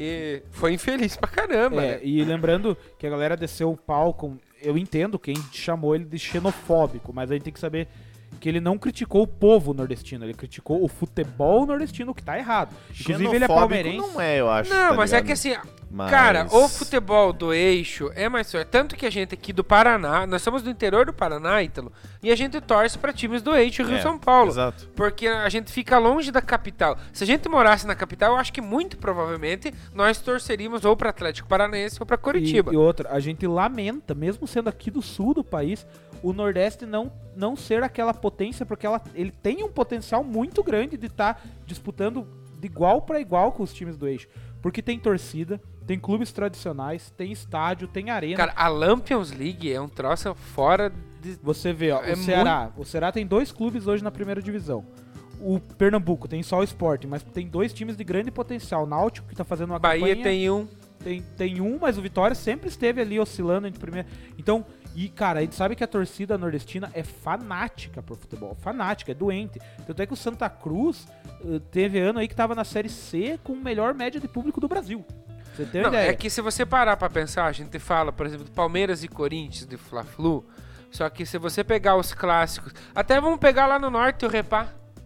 Speaker 3: E foi infeliz pra caramba,
Speaker 5: É,
Speaker 3: né?
Speaker 5: e lembrando que a galera desceu o pau com... Eu entendo quem chamou ele de xenofóbico, mas a gente tem que saber que ele não criticou o povo nordestino, ele criticou o futebol nordestino, que tá errado. Inclusive ele é
Speaker 2: Xenofóbico
Speaker 5: palmeirense.
Speaker 2: não é, eu acho.
Speaker 3: Não,
Speaker 2: tá
Speaker 3: mas é
Speaker 2: ligado?
Speaker 3: que assim,
Speaker 2: Mas-
Speaker 3: cara, o futebol do eixo é mais forte. Tanto que a gente aqui do Paraná, nós somos do interior do Paraná, Ítalo, e a gente torce pra times do eixo Rio-São Paulo.
Speaker 2: Exato.
Speaker 3: Porque a gente fica longe da capital. Se a gente morasse na capital, eu acho que muito provavelmente nós torceríamos ou pra Atlético Paranaense ou pra Curitiba.
Speaker 5: E outra, a gente lamenta, mesmo sendo aqui do sul do país, o Nordeste não ser aquela potência, porque ele tem um potencial muito grande de estar disputando de igual para igual com os times do eixo. Porque tem torcida, tem clubes tradicionais, tem estádio, tem arena.
Speaker 3: Cara, a Lampions League é um troço fora de...
Speaker 5: Você vê, ó,
Speaker 3: É
Speaker 5: o Ceará tem 2 clubes hoje na primeira divisão. O Pernambuco tem só o Sport, mas tem 2 times de grande potencial. Náutico, que tá fazendo uma
Speaker 3: Bahia
Speaker 5: campanha...
Speaker 3: tem um.
Speaker 5: Tem um, mas o Vitória sempre esteve ali oscilando entre primeiro. Então, e cara, a gente sabe que a torcida nordestina é fanática por futebol. Fanática, é doente. Tanto é que o Santa Cruz teve ano aí que tava na Série C com a melhor média de público do Brasil. Você tem uma
Speaker 3: Não,
Speaker 5: ideia?
Speaker 3: é que se você parar pra pensar, a gente fala, por exemplo, de Palmeiras e Corinthians, de Fla-Flu, só que se você pegar os clássicos, até vamos pegar lá no norte o Repá.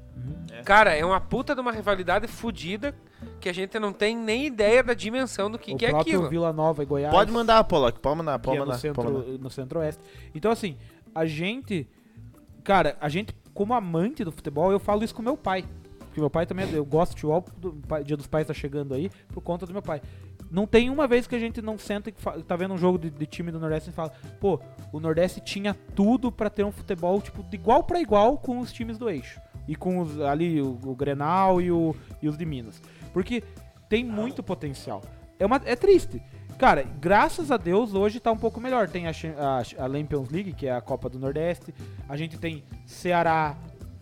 Speaker 3: Cara, é uma puta de uma rivalidade fodida que a gente não tem nem ideia da dimensão do que
Speaker 5: o
Speaker 3: é
Speaker 5: próprio
Speaker 3: aquilo.
Speaker 5: Vila Nova e Goiás.
Speaker 2: Pode mandar, Pollock. Pode mandar,
Speaker 5: que
Speaker 2: pode
Speaker 5: é
Speaker 2: mandar. pode mandar.
Speaker 5: no centro-oeste. Então, assim, a gente... Cara, a gente, como amante do futebol, eu falo isso com meu pai. Porque meu pai também... Eu gosto de futebol, Dia dos Pais tá chegando aí, por conta do meu pai. Não tem uma vez que a gente não senta e tá vendo um jogo de time do Nordeste e fala, pô, o Nordeste tinha tudo pra ter um futebol, tipo, de igual pra igual com os times do eixo. E com os, ali o Grenal e os de Minas. Porque tem muito potencial. É triste. Cara, graças a Deus hoje tá um pouco melhor. Tem a Lampions League, que é a Copa do Nordeste. A gente tem Ceará,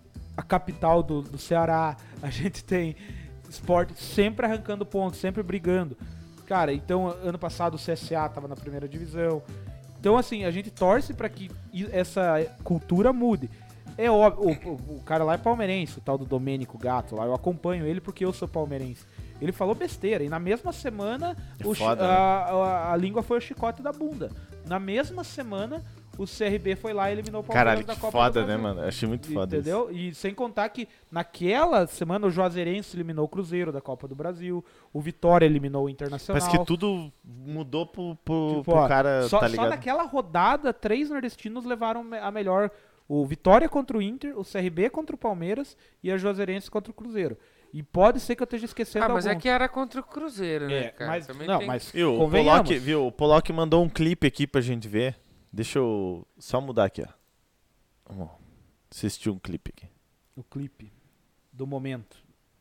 Speaker 5: a capital do Ceará. A gente tem Sport sempre arrancando pontos, sempre brigando. Cara, então ano passado o CSA tava na primeira divisão. Então assim, a gente torce pra que essa cultura mude. É óbvio, o cara lá é palmeirense, o tal do Domênico Gato lá, eu acompanho ele porque eu sou palmeirense. Ele falou besteira, e na mesma semana
Speaker 2: foda, né?
Speaker 5: a língua foi o chicote da bunda. Na mesma semana, o CRB foi lá e eliminou o Palmeiras
Speaker 2: Caralho,
Speaker 5: da
Speaker 2: que
Speaker 5: Copa
Speaker 2: foda,
Speaker 5: do
Speaker 2: né,
Speaker 5: Brasil.
Speaker 2: mano? Achei muito foda isso.
Speaker 5: Entendeu? E sem contar que naquela semana o Juazeirense eliminou o Cruzeiro da Copa do Brasil, o Vitória eliminou o Internacional.
Speaker 2: Parece que tudo mudou pro
Speaker 5: Tipo, ó,
Speaker 2: cara,
Speaker 5: só
Speaker 2: tá ligado?
Speaker 5: naquela rodada, 3 nordestinos levaram a melhor. O Vitória contra o Inter, o CRB contra o Palmeiras e a Juazeirense contra o Cruzeiro. E pode ser que eu esteja esquecendo
Speaker 3: Ah, mas é
Speaker 5: algum.
Speaker 3: que era contra o Cruzeiro, né, cara?
Speaker 5: mas,
Speaker 3: Também
Speaker 5: não,
Speaker 3: tem-
Speaker 5: mas
Speaker 2: Viu,
Speaker 5: convenhamos.
Speaker 2: o Pollock mandou um clipe aqui pra gente ver. Deixa eu só mudar aqui, ó. Vamos assistir um clipe aqui.
Speaker 5: O clipe do momento.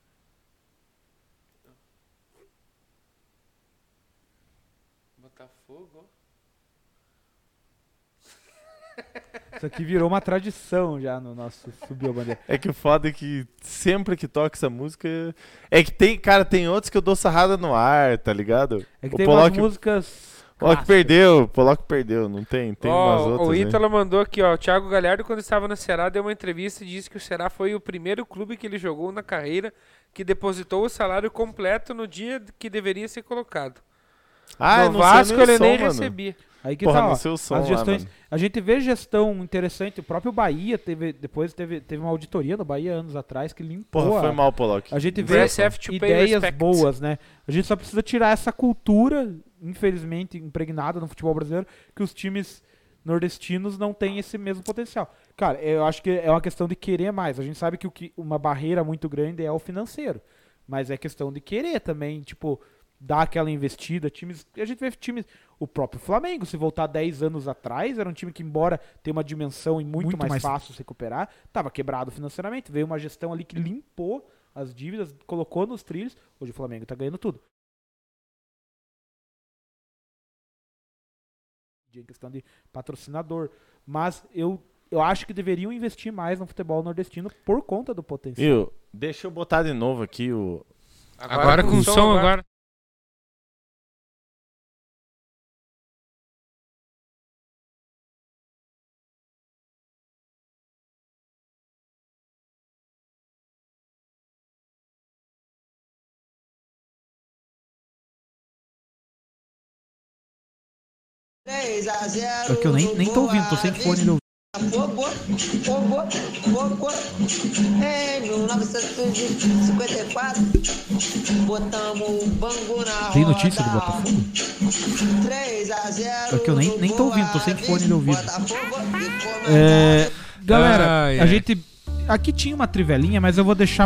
Speaker 3: Botafogo.
Speaker 5: Isso aqui virou uma tradição já no nosso Subiu a Bandeira.
Speaker 2: É que o foda é que sempre que toca essa música... É que tem, cara, tem outros que eu dou sarrada no ar, tá ligado?
Speaker 5: É que
Speaker 2: o
Speaker 5: tem
Speaker 2: Pollock,
Speaker 5: umas músicas.
Speaker 2: Pollock perdeu, Pollock perdeu, não tem, tem umas outras,
Speaker 3: o
Speaker 2: né?
Speaker 3: Ítalo mandou aqui, ó. O Thiago Galhardo, quando estava no Ceará, deu uma entrevista e disse que o Ceará foi o primeiro clube que ele jogou na carreira que depositou o salário completo no dia que deveria ser colocado.
Speaker 2: Ah, eu
Speaker 3: no
Speaker 2: não sei
Speaker 3: Vasco
Speaker 2: nem o
Speaker 3: ele
Speaker 2: som,
Speaker 3: nem
Speaker 2: mano.
Speaker 3: recebia.
Speaker 5: Aí que
Speaker 2: Porra,
Speaker 5: tá, ó,
Speaker 2: não sei o som
Speaker 5: as
Speaker 2: lá,
Speaker 5: gestões.
Speaker 2: mano.
Speaker 5: A gente vê gestão interessante. O próprio Bahia teve uma auditoria no Bahia anos atrás que limpou.
Speaker 2: Porra, foi
Speaker 5: a-
Speaker 2: mal, Pollock.
Speaker 5: A gente
Speaker 3: The
Speaker 5: vê
Speaker 3: SF to pay
Speaker 5: ideias
Speaker 3: respect.
Speaker 5: boas, né? A gente só precisa tirar essa cultura, infelizmente, impregnada no futebol brasileiro, que os times nordestinos não têm esse mesmo potencial. Cara, eu acho que é uma questão de querer mais. A gente sabe que uma barreira muito grande é o financeiro. Mas é questão de querer também, tipo, dar aquela investida. A gente vê times... O próprio Flamengo, se voltar 10 anos atrás, era um time que, embora tenha uma dimensão e muito mais fácil se recuperar, estava quebrado financeiramente. Veio uma gestão ali que limpou as dívidas, colocou nos trilhos. Hoje o Flamengo tá ganhando tudo. Em questão de patrocinador. Mas eu acho que deveriam investir mais no futebol nordestino por conta do potencial.
Speaker 2: Viu? Deixa eu botar de novo aqui o...
Speaker 3: Agora com som, agora.
Speaker 5: É que eu nem tô ouvindo, tô sem fone de ouvido.
Speaker 6: Em 1954, botamos o Bangu na roda.
Speaker 5: Tem notícia do Botafogo?
Speaker 6: 3-0.
Speaker 5: É que eu nem tô ouvindo, tô sem fone de ouvido.
Speaker 6: Botafogo
Speaker 5: Galera,
Speaker 3: Ai,
Speaker 5: a
Speaker 3: ai.
Speaker 5: gente... Aqui tinha uma trivelinha, mas eu vou deixar...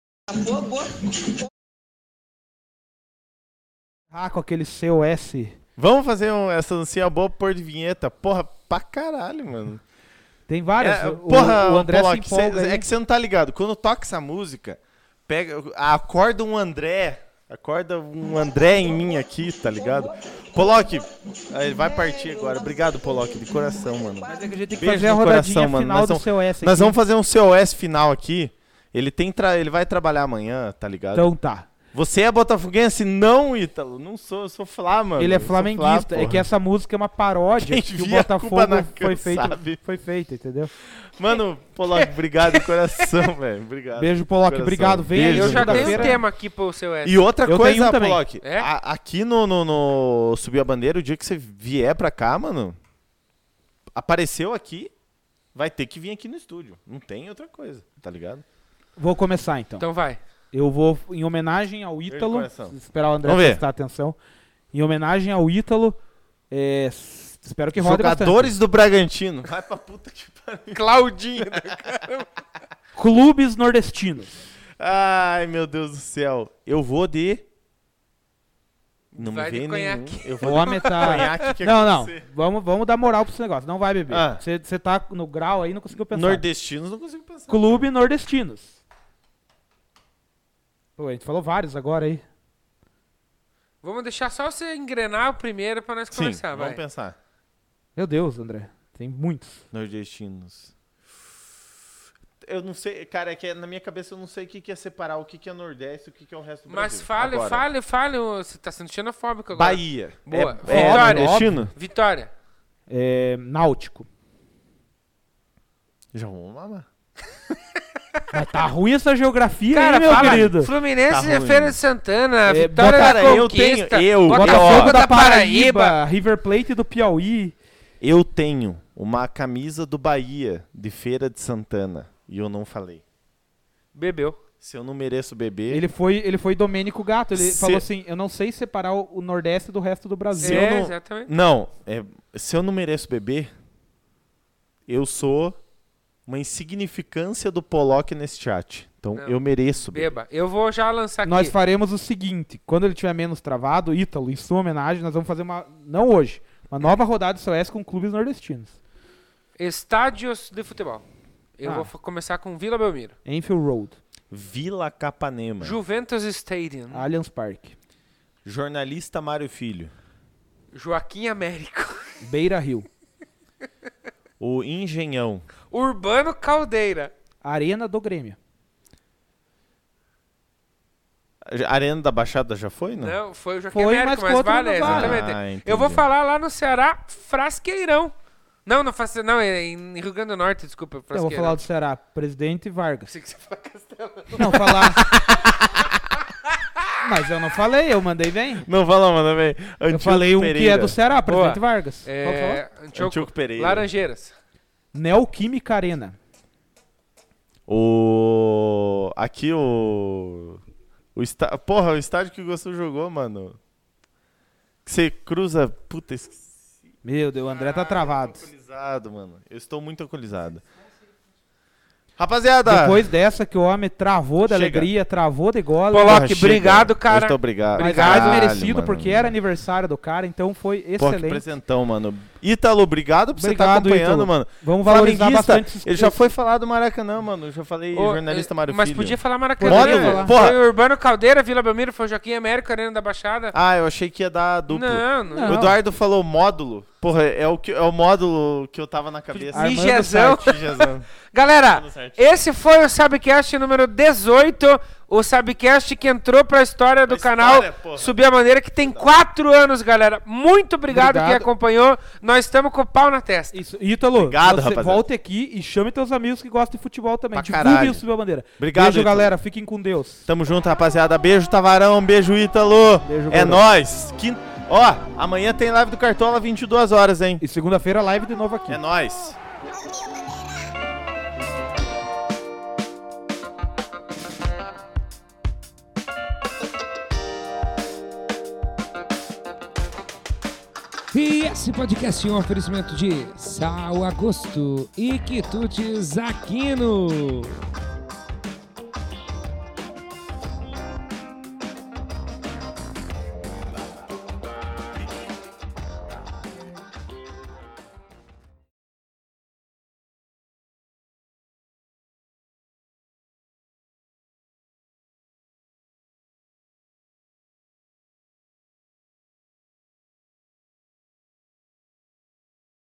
Speaker 5: Com aquele COS...
Speaker 2: Vamos fazer essa dancinha boa por de vinheta. Porra, pra caralho, mano.
Speaker 5: Tem várias.
Speaker 2: Porra,
Speaker 5: o André
Speaker 2: Pollock,
Speaker 5: se empolga aí.
Speaker 2: é que você não tá ligado. Quando toca essa música, acorda um André em mim aqui, tá ligado? Pollock, ele vai partir agora. Obrigado, Pollock, de coração, mano.
Speaker 5: Mas é que a gente tem que
Speaker 2: Beijo
Speaker 5: fazer a
Speaker 2: no
Speaker 5: rodadinha
Speaker 2: coração, mano.
Speaker 5: final do COS aqui.
Speaker 2: Nós vamos fazer um COS final aqui. Ele vai trabalhar amanhã, tá ligado?
Speaker 5: Então tá.
Speaker 2: Você é botafoguense? Não, Ítalo. Não sou, eu sou Flá, mano.
Speaker 5: Ele é
Speaker 2: Eu sou
Speaker 5: flamenguista.
Speaker 2: Flá,
Speaker 5: é que
Speaker 2: porra.
Speaker 5: essa música é uma paródia
Speaker 2: Quem
Speaker 5: que o
Speaker 2: via Cuba na
Speaker 5: Botafogo
Speaker 2: sabe.
Speaker 5: foi feito, entendeu?
Speaker 2: Mano, Pollock, obrigado de coração, velho. Obrigado.
Speaker 5: Beijo, Pollock.
Speaker 2: Coração.
Speaker 5: Obrigado. Vem aí,
Speaker 2: Beijo
Speaker 3: Eu
Speaker 2: no
Speaker 3: já tenho um
Speaker 2: coração.
Speaker 3: tema aqui pro seu S.
Speaker 2: E outra
Speaker 5: Eu
Speaker 2: coisa,
Speaker 5: tenho um também.
Speaker 2: Pollock,
Speaker 3: É?
Speaker 2: aqui no Subir a Bandeira, o dia que você vier pra cá, mano, apareceu aqui, vai ter que vir aqui no estúdio. Não tem outra coisa, tá ligado?
Speaker 5: Vou começar então.
Speaker 3: Então vai.
Speaker 5: Eu vou, em homenagem ao
Speaker 2: Beijo no
Speaker 5: Ítalo,
Speaker 2: coração.
Speaker 5: esperar o André
Speaker 2: Vamos ver.
Speaker 5: prestar atenção. Em homenagem ao Ítalo, espero que rode
Speaker 2: Jogadores do Bragantino. Vai pra puta que pariu.
Speaker 3: Claudinho.
Speaker 5: bastante. Clubes nordestinos.
Speaker 2: Ai, meu Deus do céu. Eu vou de... Não
Speaker 3: Vai
Speaker 2: me
Speaker 3: de
Speaker 2: vem nenhum.
Speaker 3: conhaque.
Speaker 2: Eu vou
Speaker 5: O homem tá...
Speaker 2: conhaque que
Speaker 5: Não.
Speaker 2: acontecer.
Speaker 5: Vamos dar moral pra esse negócio. Não vai beber.
Speaker 2: Ah.
Speaker 5: Você tá no grau aí, não conseguiu pensar.
Speaker 2: Nordestinos não consigo pensar.
Speaker 5: Clube nordestinos. Pô, a gente falou vários agora aí.
Speaker 3: Vamos deixar só você engrenar o primeiro pra nós
Speaker 2: Sim,
Speaker 3: começar, vai.
Speaker 2: vamos pensar.
Speaker 5: Meu Deus, André. Tem muitos.
Speaker 2: Nordestinos. Eu não sei, cara, é que na minha cabeça eu não sei o que é separar, o que é Nordeste e o que é o resto do
Speaker 3: Mas
Speaker 2: Brasil. Agora,
Speaker 3: fale, você tá sendo xenofóbico agora.
Speaker 2: Bahia.
Speaker 3: Boa.
Speaker 2: É
Speaker 3: Vitória.
Speaker 2: nordestino?
Speaker 3: Vitória.
Speaker 5: Náutico.
Speaker 2: Já vamos mamar.
Speaker 5: Mas tá ruim essa geografia
Speaker 3: Cara,
Speaker 5: aí, meu
Speaker 3: fala,
Speaker 5: querido.
Speaker 3: Fluminense
Speaker 2: Tá
Speaker 3: é
Speaker 2: ruim.
Speaker 3: Feira de Santana, Vitória
Speaker 2: cara,
Speaker 3: da
Speaker 2: eu
Speaker 3: Conquista,
Speaker 2: tenho- eu-
Speaker 3: Botafogo
Speaker 2: ó,
Speaker 3: da Paraíba.
Speaker 5: River Plate do Piauí.
Speaker 2: Eu tenho uma camisa do Bahia de Feira de Santana e eu não falei.
Speaker 3: Bebeu.
Speaker 2: Se eu não mereço beber,
Speaker 5: Ele foi Domênico Gato. Ele
Speaker 2: Se-
Speaker 5: falou assim, eu não sei separar o Nordeste do resto do Brasil.
Speaker 2: eu não-
Speaker 3: Exatamente.
Speaker 2: não, se eu não mereço beber, eu sou uma insignificância do Pollock nesse chat. Então
Speaker 3: Não.
Speaker 2: eu mereço beber.
Speaker 3: Beba. Eu vou já lançar aqui.
Speaker 5: Nós faremos o seguinte, quando ele tiver menos travado, Ítalo, em sua homenagem, nós vamos fazer não hoje, uma nova rodada de COS com clubes nordestinos.
Speaker 3: Estádios de futebol. Eu
Speaker 5: Ah.
Speaker 3: vou começar com Vila Belmiro.
Speaker 5: Enfield Road,
Speaker 2: Vila Capanema.
Speaker 3: Juventus Stadium.
Speaker 5: Allianz Parque,
Speaker 2: Jornalista Mário Filho.
Speaker 3: Joaquim Américo.
Speaker 5: Beira Rio,
Speaker 2: O Engenhão.
Speaker 3: Urbano Caldeira.
Speaker 5: Arena do Grêmio,
Speaker 2: Arena da Baixada já foi, não?
Speaker 3: Não, foi o Joaquim
Speaker 5: Foi,
Speaker 3: Américo,
Speaker 5: mas
Speaker 3: mas
Speaker 5: outro
Speaker 3: vale,
Speaker 5: não vale.
Speaker 3: exatamente.
Speaker 2: Ah, entendi.
Speaker 3: Eu vou falar lá no Ceará, Frasqueirão. Não, é em Rio Grande do Norte, desculpa,
Speaker 5: eu vou
Speaker 3: Frasqueirão.
Speaker 5: falar do Ceará, Presidente Vargas.
Speaker 3: Pensei que você fala Castelo.
Speaker 5: Não, falar... Mas eu não falei, eu mandei bem.
Speaker 2: Não, fala, mano, velho.
Speaker 5: Eu falei um que é do Ceará, Presidente
Speaker 3: Boa.
Speaker 5: Vargas. Qual falou?
Speaker 2: Antioco Pereira.
Speaker 3: Laranjeiras.
Speaker 5: Neoquímica Arena.
Speaker 2: Aqui o estádio que o Gostou jogou, mano. Que você cruza. Puta, esqueci.
Speaker 5: Meu Deus, o André tá travado.
Speaker 2: Alcoolizado, mano. Eu estou muito alcoolizado. Rapaziada!
Speaker 5: Depois dessa que o homem travou de
Speaker 2: Chega.
Speaker 5: alegria, travou de gola.
Speaker 3: Coloque,
Speaker 2: Chega.
Speaker 3: obrigado, cara.
Speaker 2: Eu estou obrigado.
Speaker 5: Mas
Speaker 3: Obrigado.
Speaker 5: mais
Speaker 2: Caralho,
Speaker 5: merecido,
Speaker 2: mano.
Speaker 5: porque era aniversário do cara, então foi
Speaker 2: Pô, que
Speaker 5: excelente.
Speaker 2: presentão, mano. Ítalo, obrigado por você estar
Speaker 5: Obrigado,
Speaker 2: acompanhando,
Speaker 5: Ítalo.
Speaker 2: mano.
Speaker 5: Vamos valorizar
Speaker 2: Flamenguista,
Speaker 5: bastante esses
Speaker 2: ele já foi falar do Maracanã, mano. Eu já falei
Speaker 3: Ô,
Speaker 2: jornalista Mário
Speaker 3: Mas
Speaker 2: Filho.
Speaker 3: podia falar Maracanã.
Speaker 2: Módulo,
Speaker 3: né?
Speaker 2: porra.
Speaker 3: Foi Urbano Caldeira, Vila Belmiro, foi Joaquim América, Arena da Baixada.
Speaker 2: Ah, eu achei que ia dar duplo.
Speaker 3: Não.
Speaker 2: O Eduardo falou módulo. Porra, é o módulo que eu tava na cabeça.
Speaker 5: Armando
Speaker 3: Nigezão.
Speaker 2: Nigezão.
Speaker 3: Galera,
Speaker 2: Tudo certo.
Speaker 3: esse foi o Sabcast número 18. O Sabcast que entrou pra história do
Speaker 2: Pra
Speaker 3: canal
Speaker 2: história, porra.
Speaker 3: Subir a Bandeira, que tem 4 anos, galera. Muito obrigado,
Speaker 5: Obrigado.
Speaker 3: quem acompanhou. Nós estamos com o pau na testa.
Speaker 5: Isso. Ítalo,
Speaker 2: Obrigado,
Speaker 5: você
Speaker 2: rapaziada.
Speaker 5: volte aqui e chame teus amigos que gostam de futebol também.
Speaker 2: Pra
Speaker 5: Divulgue
Speaker 2: caralho.
Speaker 5: o Subir a Bandeira.
Speaker 2: Obrigado,
Speaker 5: Beijo,
Speaker 2: Ítalo.
Speaker 5: galera. Fiquem com Deus.
Speaker 2: Tamo junto, rapaziada. Beijo, Tavarão. Beijo, Ítalo.
Speaker 5: Beijo,
Speaker 2: É
Speaker 5: gordão.
Speaker 2: nóis. Ó, amanhã tem live do Cartola, 22 horas, hein?
Speaker 5: E segunda-feira, live de novo aqui.
Speaker 2: É nóis.
Speaker 7: E esse podcast é um oferecimento de Sal Agosto e Quitutes Aquino.